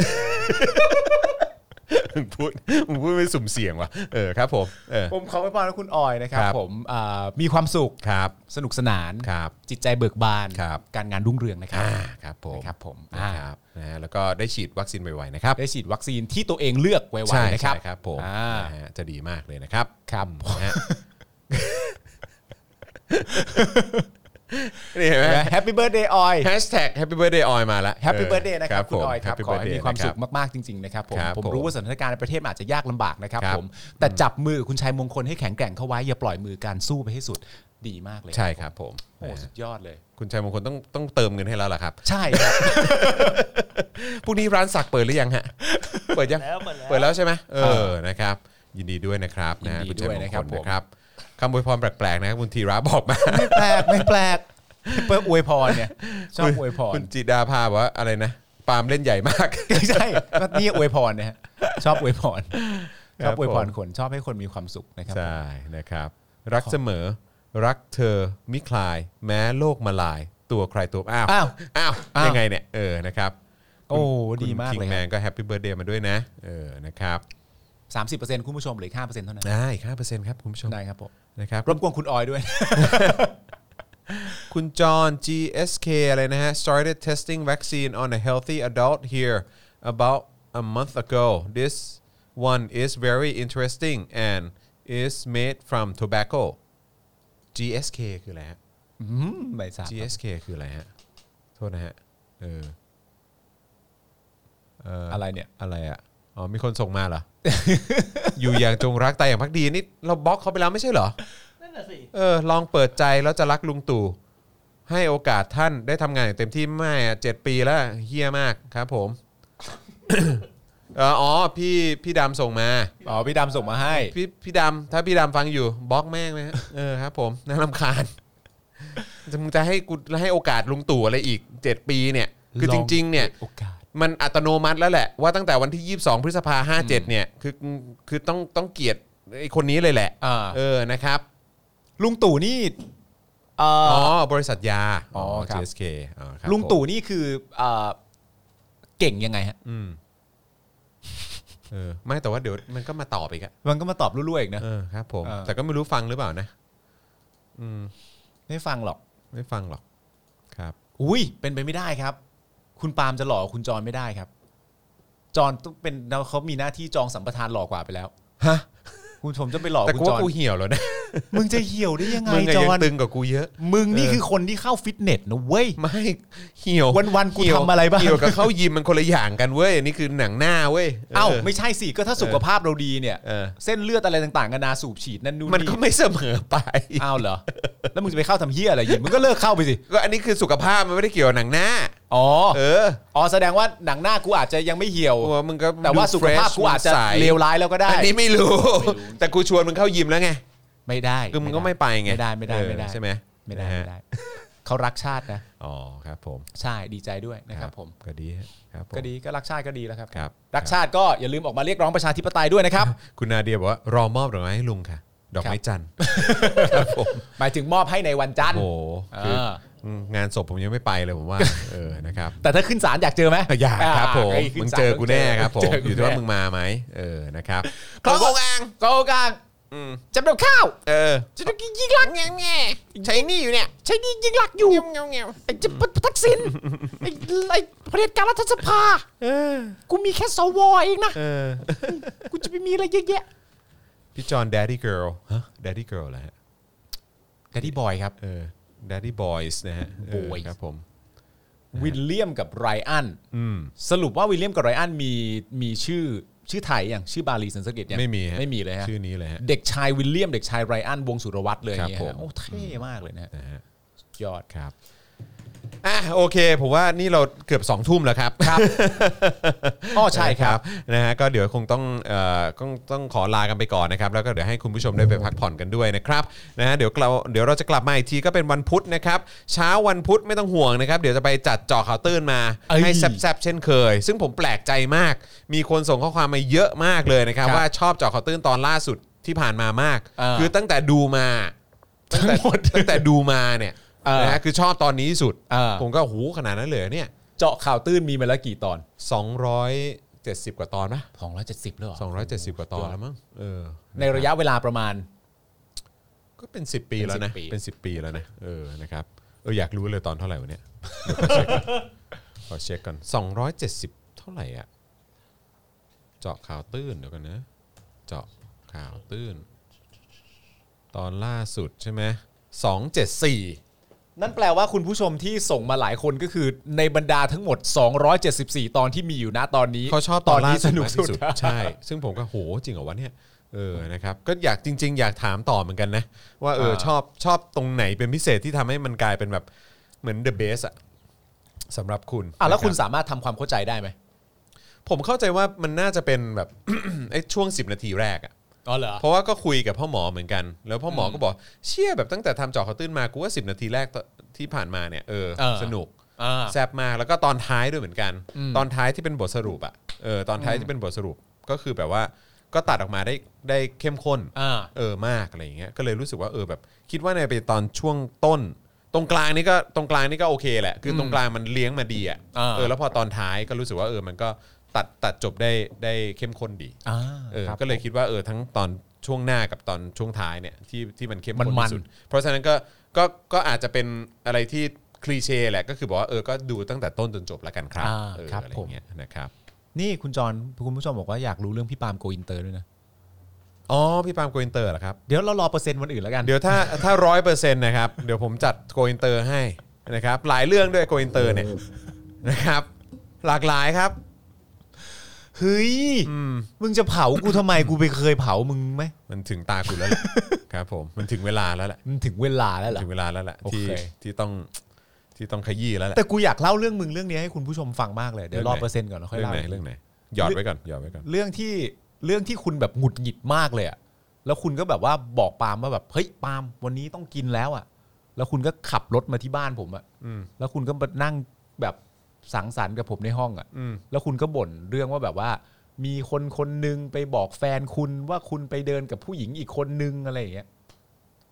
Speaker 2: มึงพูดไม่สุ่มเสี่ยงว่ะครับ
Speaker 3: ผมขออวยพรให้คุณออยนะครับผมมีความสุขสนุกสนานจิตใจเบิกบานการงานรุ่งเรืองนะครับ
Speaker 2: ครับผมนะครับนะแล้วก็ได้ฉีดวัคซีนไวๆนะครับ
Speaker 3: ได้ฉีดวัคซีนที่ตัวเองเลือกไวๆนะครับ
Speaker 2: ครับผมจะดีมากเลยนะครับ
Speaker 3: ครับ
Speaker 2: นี่เห็นไหม
Speaker 3: Happy Birthday ออย
Speaker 2: #Happy Birthday ออยมาแล้ว
Speaker 3: Happy Birthday นะครับคุณออยครับขอให้มีความสุขมากๆจริงๆนะครับผมรู้ว่าสถานการณ์ในประเทศอาจจะยากลำบากนะครับผมแต่จับมือคุณชัยมงคลให้แข็งแกร่งเข้าไว้อย่าปล่อยมือการสู้ไปให้สุดดีมากเลย
Speaker 2: ใช่ครับผม
Speaker 3: โอ้สุดยอดเลย
Speaker 2: คุณชัยมงคลต้องเติมเงินให้แล้วล่ะครับ
Speaker 3: ใช่ครับ
Speaker 2: พรุ่งนี้ร้านสักเปิดหรือยังฮะเปิดยังเปิดแล้วใช่ไหมนะครับยินดีด้วยนะครับนะคุณชัยมงคลนะครับคำอวยพรแปลกๆนะครับคุณธีระบอกมา
Speaker 3: ไม่แปลกเปิดอวยพรเนี่ยชอบอวยพร
Speaker 2: คุณจิดาภาบอกว่าอะไรนะปาล์มเล่นใหญ่มาก
Speaker 3: ใช่ก็นี่อวยพรนะฮะชอบอวยพรคนชอบให้คนมีความสุขนะครับ
Speaker 2: ใช่นะครับรักเสมอรักเธอมิคลายแม้โลกมาลายตัวใครตัวอ้าวยังไงเนี่ยนะครับ
Speaker 3: โอ้ดีมากเลย
Speaker 2: คิงแมนก็แฮปปี้เบิร์ธเดย์มาด้วยนะนะครับ
Speaker 3: 30% คุณผู้ชมเหลือ 5% เท่านั้น
Speaker 2: ได้อีก 5% ครับคุณผู้ชม
Speaker 3: ได้ครับผม
Speaker 2: นะครับ
Speaker 3: รบกวนคุณออยด้วย
Speaker 2: คุณจอห์น GSK อะไรนะฮะ started testing vaccine on a healthy adult here about a month ago this one is very interesting and is made from tobacco GSK คืออะไรฮะ
Speaker 3: ไม่ทราบ
Speaker 2: GSK คืออะไรฮะโทษนะฮะ
Speaker 3: อะไรเนี่ย
Speaker 2: อะไรอ่ะมีคนส่งมาเหรอ อยู่อย่างจงรักตายอย่างภักดีนี่เราบล็อกเขาไปแล้วไม่ใช่เหรอ
Speaker 4: นั่นน่ะสิ
Speaker 2: ลองเปิดใจแล้วจะรักลุงตู่ให้โอกาสท่านได้ทำงานอย่างเต็มที่ไม่7 ปีแล้วเฮี้ยมากครับผมพี่ดำส่งมา
Speaker 3: พี่ดำส่งมาให้
Speaker 2: พี่ดำถ้าพี่ดำฟังอยู่บล็อกแม่งนะครับผมน่ารำคาญจะให้กูให้โอกาสลุงตู่อะไรอีก7 ปีเนี่ยคือจริงๆเนี่ยมันอัตโนมัติแล้วแหละว่าตั้งแต่วันที่22 พฤษภาคม 57เนี่ยคือต้องเกลียดไอ้คนนี้เลยแหละนะครับ
Speaker 3: ลุงตู่นี่
Speaker 2: บริษัทยา
Speaker 3: ครับ
Speaker 2: GSK
Speaker 3: ลุงตู่นี่คือเก่งยังไงฮะ
Speaker 2: ไม่แต่ว่าเดี๋ยวมันก็มาตอบอีกอะ
Speaker 3: มันก็มาตอบรุ่ยๆอีก
Speaker 2: นะครับผมแต่ก็ไม่รู้ฟังหรือเปล่านะ
Speaker 3: ไม่ฟังหรอก
Speaker 2: ครับ
Speaker 3: อุ้ยเป็นไปไม่ได้ครับคุณปาล์มจะหล่อคุณจรไม่ได้ครับจรต้องเป็นเขามีหน้าที่จองสัมปทานหล่อกว่าไปแล้ว
Speaker 2: ฮะ
Speaker 3: คุณชมจะไปหล่อ
Speaker 2: แต่กูว่ากูเหี่ยวแล้วนะ
Speaker 3: มึงจะเหี่ยวได้ยังไง
Speaker 2: จอนตึงกว่ากูเยอะ
Speaker 3: มึงนี่คือคนที่เข้าฟิตเนสนะเว้ย
Speaker 2: ไม่เหี่ยว
Speaker 3: วันๆกูทำอะไรบ้าง
Speaker 2: เหี่ยวกับเข้ายิมมันคนละอย่างกันเว้ยนี่คือหนังหน้าเว้ย
Speaker 3: เอ้าไม่ใช่สิก็ถ้าสุขภาพเราดีเนี่ยเส้นเลือดอะไรต่างๆกันานาสูบฉีดนั่นนู่น
Speaker 2: มันก็ไม่เสมอไป
Speaker 3: อ้าวเหรอแล้วมึงจะไปเข้าทำเหี้ยอะไรยิมมึงก็เลิกเข้าไปสิ
Speaker 2: ก็อันนี้คือสุขภาพมันไม่ได้เกี่ยวกับหนังหน้า
Speaker 3: แสดงว่าหนังหน้ากูอาจจะยังไม่เหี่ยว
Speaker 2: มึงก็
Speaker 3: แต่ว่าสุขภาพกูอาจจะเลวร้ายแล้วก็ได้
Speaker 2: อันนี้ไม่รู้แต่กูชวนมึงเข้ายิมแล้วไง
Speaker 3: ไม่ได้
Speaker 2: คือมึงก็ไม่ไปไง
Speaker 3: ไม่ได้
Speaker 2: ใช่ไหม
Speaker 3: ไม่ได้เขารักชาตินะ
Speaker 2: ครับผม
Speaker 3: ใช่ดีใจด้วยนะครับผม
Speaker 2: ก็ดีครับ
Speaker 3: ก็ดีก็รักชาติก็ดีแล้วครับรักชาติก็อย่าลืมออกมาเรียกร้องประชาธิปไตยด้วยนะครับ
Speaker 2: คุณนาเดียบอกว่ารอมอบดอกไม้ให้ลุงค่ะดอกไม้จันทร์
Speaker 3: ครับผมหมายถึงมอบให้ในวันจันทร์
Speaker 2: โอ้งานศพผมยังไม่ไปเลยผมว่านะครับ
Speaker 3: แต่ถ้าขึ้นศาลอยากเจอไหม
Speaker 2: อยากครับผมมึงเจอกูแน่ครับผมอยู่ที่ว่ามึงมาไหมนะครับก็โกง
Speaker 3: จำนำข้าว
Speaker 2: จะต้องยิงหลักแง่ใช้นี่อยู่เนี่ย
Speaker 3: ใช้นี่ยิงหลักอยู่ไอ้จะทักษิณไอ้เผด็จการรัฐสภากูมีแค่สวเองนะกูจะไปมีอะไรเยอะแยะ
Speaker 2: พี่จอห์น Daddy Girl ฮะ Daddy Girl อะไรฮะ
Speaker 3: Daddy Boy ครับ
Speaker 2: Daddy Boys นะฮะครับผม
Speaker 3: วิลเลียมกับไรอันสรุปว่าวิลเลียมกับไรอันมีชื่อไทยอย่างชื่อบาลีสันสกฤตยัง
Speaker 2: ไม่
Speaker 3: มีเลยฮะ
Speaker 2: ชื่อนี้เลยฮะ
Speaker 3: เด็กชายวิลเลียมเด็กชายไรอันวงสุรวัตรเลยอย่างเงี้ยโอ้เท่มากเลยนะฮะยอด
Speaker 2: ครับโอเคผมว่านี่เราเกือบ2 ทุ่มแล้วครับ
Speaker 3: ใช่ครับ
Speaker 2: นะฮะก็เดี๋ยวคงต้องขอลากันไปก่อนนะครับแล้วก็เดี๋ยวให้คุณผู้ชมได้ไปพักผ่อนกันด้วยนะครับนะฮะเดี๋ยวเราจะกลับมาอีกทีก็เป็นวันพุธนะครับเช้าวันพุธไม่ต้องห่วงนะครับเดี๋ยวจะไปจัดเจาะข่าวตื้นมาให้แซ่บๆเช่นเคยซึ่งผมแปลกใจมากมีคนส่งข้อความมาเยอะมากเลยนะครับว่าชอบเจาะข่าวตื้นตอนล่าสุดที่ผ่านมามากคือตั้งแต่ดูมาตั้งแต่ดูมาเนี่ยนะฮะคือชอบตอนนี้ที่สุดผมก็หูขนาดนั้นเลยเนี่ย
Speaker 3: เจาะข่าวตื้นมีมาแล้วกี่ตอน
Speaker 2: 270กว่าตอนป่ะ
Speaker 3: 270แล้วเหรอ
Speaker 2: 270กว่าตอนแล้วมั้ง
Speaker 3: ในระยะเวลาประมาณ
Speaker 2: ก็เป็น10 ปีแล้วนะเป็น10 ปีแล้วนะนะครับอยากรู้เลยตอนเท่าไหร่วะเนี่ยขอเช็คก่อน270เท่าไหร่อ่ะเจาะข่าวตื้นเดี๋ยวกันนะเจาะข่าวตื้นตอนล่าสุดใช่ไหม274
Speaker 3: นั่นแปลว่าคุณผู้ชมที่ส่งมาหลายคนก็คือในบรรดาทั้งหมด274ตอนที่มีอยู่ณตอนนี้
Speaker 2: เขาชอบตอนที่สนุกสุดใช่ซึ่งผมก็โหจริงเหรอวะเนี่ยนะครับก็อยากจริงๆอยากถามต่อเหมือนกันนะว่าชอบตรงไหนเป็นพิเศษที่ทำให้มันกลายเป็นแบบเหมือน the best อะสำหรับคุณ
Speaker 3: แล้วคุณสามารถทำความเข้าใจได้ไหม
Speaker 2: ผมเข้าใจว่ามันน่าจะเป็นแบบ ไอ้ช่วง10 นาทีแรกอะเพราะว่าก็คุยกับพ่อหมอเหมือนกันแล้วพ่อหมอก็บอกเชี่ยแบบตั้งแต่ทำเจาะข่าวตื้นมากูว่า10 นาทีแรกที่ผ่านมาเนี่ยสนุกแซ่บมากแล้วก็ตอนท้ายด้วยเหมือนกันตอนท้ายที่เป็นบทสรุปอ่ะตอนท้ายที่เป็นบทสรุปก็คือแบบว่าก็ตัดออกมาได้เข้มข้นมากอะไรอย่างเงี้ยก็เลยรู้สึกว่าแบบคิดว่าในไปตอนช่วงต้นตรงกลางนี่ก็โอเคแหละคือตรงกลางมันเลี้ยงมาดีอ่ะแล้วพอตอนท้ายก็รู้สึกว่ามันก็ตัดจบได้เข้มข้นดีก็เลยคิดว่าทั้งตอนช่วงหน้ากับตอนช่วงท้ายเนี่ยที่มันเข้มข้นที่สุดเพราะฉะนั้นก็อาจจะเป็นอะไรที่คลีเช่แหละก็คือบอกว่าก็ดูตั้งแต่ต้นจนจบแล้วกันครับอะไรอย่างเงี้ยนะครับ
Speaker 3: นี่คุณจรคุณผู้ชมบอกว่าอยากรู้เรื่องพี่ปาล์มโกอินเตอร์ด้วยนะ
Speaker 2: พี่ปาล์มโกอินเตอร์เหรอครับ
Speaker 3: เดี๋ยวเรารอเปอร์เซ็นต์วันอื่นแล้วกัน
Speaker 2: เดี๋ยวถ้า 100% นะครับเดี๋ยวผมจัดโกอินเตอร์ให้นะครับหลายเรื่องด้วยโกอินเตอร์เนี่ยนะครับหลากหลายครับ
Speaker 3: เฮ้ยมึงจะเผากูทำไมกูไปเคยเผามึงไหม
Speaker 2: มันถึงตากูแล้วแหละครับผมมันถึงเวลาแล้วแหละ
Speaker 3: มันถึงเวลาแล้วเหรอ
Speaker 2: ถึงเวลาแล้วแหละที่ต้องขยี้แล้วแหละ
Speaker 3: แต่กูอยากเล่าเรื่องมึงเรื่องนี้ให้คุณผู้ชมฟังมากเลยเดี๋ยวรอเปอร์เซ็นต์ก่อนแล้วค่อยเล่า
Speaker 2: เรื่องไหนหยอดไว้ก่อน
Speaker 3: เรื่องที่คุณแบบหงุดหงิดมากเลยอ่ะแล้วคุณก็แบบว่าบอกปาล์มว่าแบบเฮ้ยปาล์มวันนี้ต้องกินแล้วอ่ะแล้วคุณก็ขับรถมาที่บ้านผมอ่ะแล้วคุณก็มานั่งแบบสังสรรค์กับผมในห้องอ่ะแล้วคุณก็บ่นเรื่องว่าแบบว่ามีคนนึงไปบอกแฟนคุณว่าคุณไปเดินกับผู้หญิงอีกคนนึงอะไรอย่างเงี้ย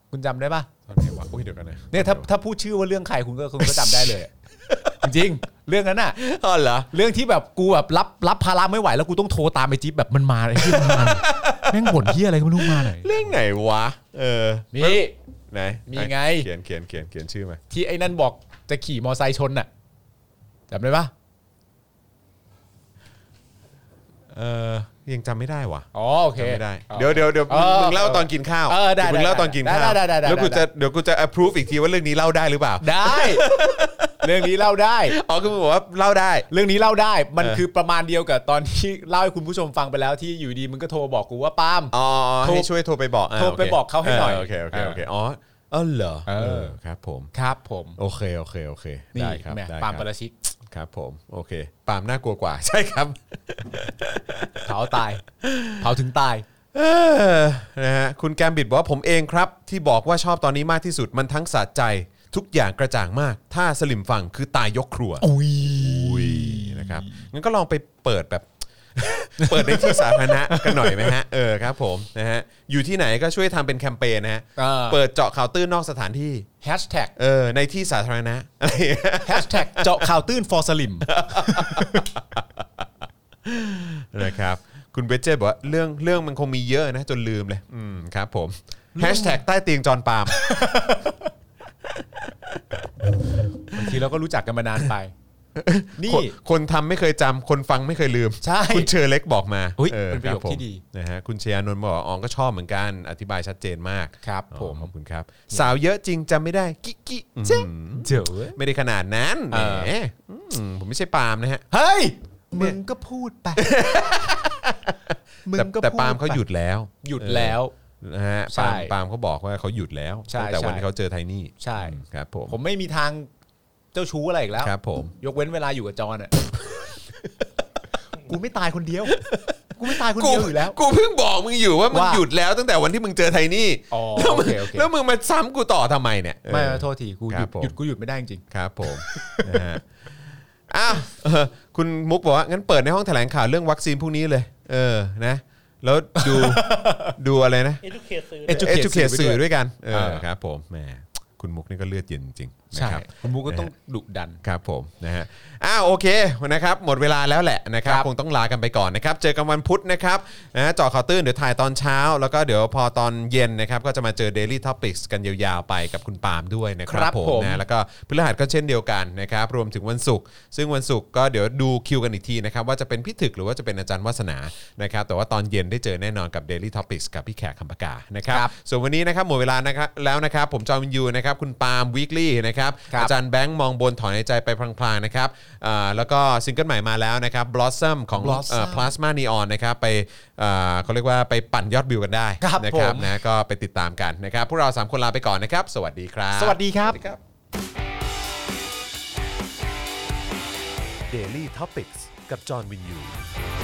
Speaker 3: คุณจำได้ป่ะ
Speaker 2: ตอนไหนวะอุ้ยเดี๋ยวกันนะ
Speaker 3: เนี่ยถ้าพูดชื่อว่าเรื่องใครคุณก็จำได้เลยจริงเรื่องนั้นน่ะ
Speaker 2: อ๋อเหรอ
Speaker 3: เรื่องที่แบบกูแบบรับภาระไม่ไหวแล้วกูต้องโทรตามไปจิ๊บแบบมันมาไอ้ที่มันมาแม่งบ่นที่อะไรก็ไม่รู้มาไหน
Speaker 2: เรื่องไหนวะ
Speaker 3: นี่
Speaker 2: ไหน
Speaker 3: มีไง
Speaker 2: เขียนชื่อมา
Speaker 3: ที่ไอ้นั่นบอกจะขี่มอไซค์ชนน่ะจำได้ปะ
Speaker 2: ยังจำไม่ได้ว่ะ
Speaker 3: อ๋อโอเค
Speaker 2: ไม่ได้เดี๋ยวมึงเล่าตอนกินข้าวมึงเล่าตอนกินข้าวแล้วเดี๋ยวกูจะ approve อีกทีว่าเรื่องนี้เล่าได้หรือเปล่า
Speaker 3: ได้เรื่องนี้เล่าได้
Speaker 2: อ๋อคือมึงบอกว่าเล่าได้
Speaker 3: เรื่องนี้เล่าได้มันคือประมาณเดียวกับตอนที่เล่าให้คุณผู้ชมฟังไปแล้วที่อยู่ดีมึงก็โทรบอกกูว่าปาล์ม
Speaker 2: ให้ช่วยโทรไปบอก
Speaker 3: เขาให้หน่อย
Speaker 2: โอเคอ๋อเหรอครับผมโอเค
Speaker 3: ได้ครับปาล์มปราชิก
Speaker 2: ครับผมโอเคปาล์มน่ากลัวกว่าใช่ครับ
Speaker 3: เผาตายเผาถึงตาย
Speaker 2: นะฮะคุณแกมบิดบอกว่าผมเองครับที่บอกว่าชอบตอนนี้มากที่สุดมันทั้งสะใจทุกอย่างกระจ่างมากถ้าสลิมฟังคือตายยกครัว
Speaker 3: อุ้ย
Speaker 2: นะครับงั้นก็ลองไปเปิดแบบเปิดในที่สาธารณะกันหน่อยไหมฮะครับผมนะฮะอยู่ที่ไหนก็ช่วยทำเป็นแคมเปญนะฮะเปิดเจาะข่าวตื้นนอกสถานที่
Speaker 3: แฮชแท็ก
Speaker 2: ในที่สาธารณะ
Speaker 3: แฮชแท็กเจาะข่าวตื้น for slim
Speaker 2: นะครับคุณเบเจบอกว่าเรื่องมันคงมีเยอะนะจนลืมเลยครับผมแฮชแท็กใต้เตียงจอนปาล์ม
Speaker 3: บางทีเราก็รู้จักกันมานานไป
Speaker 2: นี่คนทำไม่เคยจำคนฟังไม่เคยลืม
Speaker 3: ใช่
Speaker 2: คุณเชอร์เล็กบอกมา
Speaker 3: เป็นประโยคที่ดี
Speaker 2: นะฮะคุณเชียร์นนท์บอกอ๋อก็ชอบเหมือนกันอธิบายชัดเจนมาก
Speaker 3: ครับผม
Speaker 2: ขอบคุณครับสาวเยอะจริงจำไม่ได้กิ๊เจ๋อไม่ได้ขนาดนั้นแหมผมไม่ใช่ปาล์มนะฮะ
Speaker 3: เฮ้ยมึงก็พูดไป
Speaker 2: แต่ปาล์มเขาหยุดแล้วนะฮะปาล์มเขาบอกว่าเขาหยุดแล้วแต่วันที่เขาเจอไทนี่
Speaker 3: ใช่
Speaker 2: ครับ
Speaker 3: ผมไม่มีทางเจ้าชู้อะไรอีกแล้ว
Speaker 2: ครับผม
Speaker 3: ยกเว้นเวลาอยู่กับจอนอ่ะกูไม่ตายคนเดียวอยู่แล้ว
Speaker 2: กูเพิ่งบอกมึงอยู่ว่ามึงหยุดแล้วตั้งแต่วันที่มึงเจอไทนี่แล้วมึงมาซ้ำกูต่อทำไมเนี่ย
Speaker 3: ไม่โทษทีกูหยุดไม่ได้จริง
Speaker 2: ครับผมนะฮะอ้าวคุณมุกบอกว่างั้นเปิดในห้องแถลงข่าวเรื่องวัคซีนพรุ่งนี้เลยนะแล้วดูอะไรนะ educate สื่อด้วยกันครับผมแหมคุณมุกนี่ก็เลือดเย็นจริงๆนะครับ
Speaker 3: คุณมุกก็ต้องดุดัน
Speaker 2: ครับผมนะฮะโอเคนะครับหมดเวลาแล้วแหละนะครับคงต้องลากันไปก่อนนะครับเจอกันวันพุธนะครับเจาะข่าวตื้นเดี๋ยวถ่ายตอนเช้าแล้วก็เดี๋ยวพอตอนเย็นนะครับก็จะมาเจอ Daily Topics กันยาวๆไปกับคุณปาล์มด้วยนะครับผมนะแล้วก็พฤหัสก็เช่นเดียวกันนะครับรวมถึงวันศุกร์ซึ่งวันศุกร์ก็เดี๋ยวดูคิวกันอีกทีนะครับว่าจะเป็นพี่ถึกหรือว่าจะเป็นอาจารย์วาสนานะครับแต่ว่าตอนเย็นได้เจอแน่นอนกับ Daily Topics กับพี่แขกคำปากานะครับส่วนวันนี้นะครับหมดเวลานะครับแล้วนะครับผมจอมินยูนะครับคุณปาล์ม Weekly นะครับอาจารย์แบงค์มองบนถอนหายใจไปพลางๆนะครับแล้วก็ซิงเกิลใหม่มาแล้วนะครับ Blossom ของ Plasma Neon นะครับไปเขาเรียกว่าไปปั่นยอดวิวกันได้นะครับนะก็ไปติดตามกันนะครับพวกเรา3คนลาไปก่อนนะครับสวัสดีครับ
Speaker 3: สวัสดีครับ
Speaker 1: Daily Topics กับจอห์นวินยู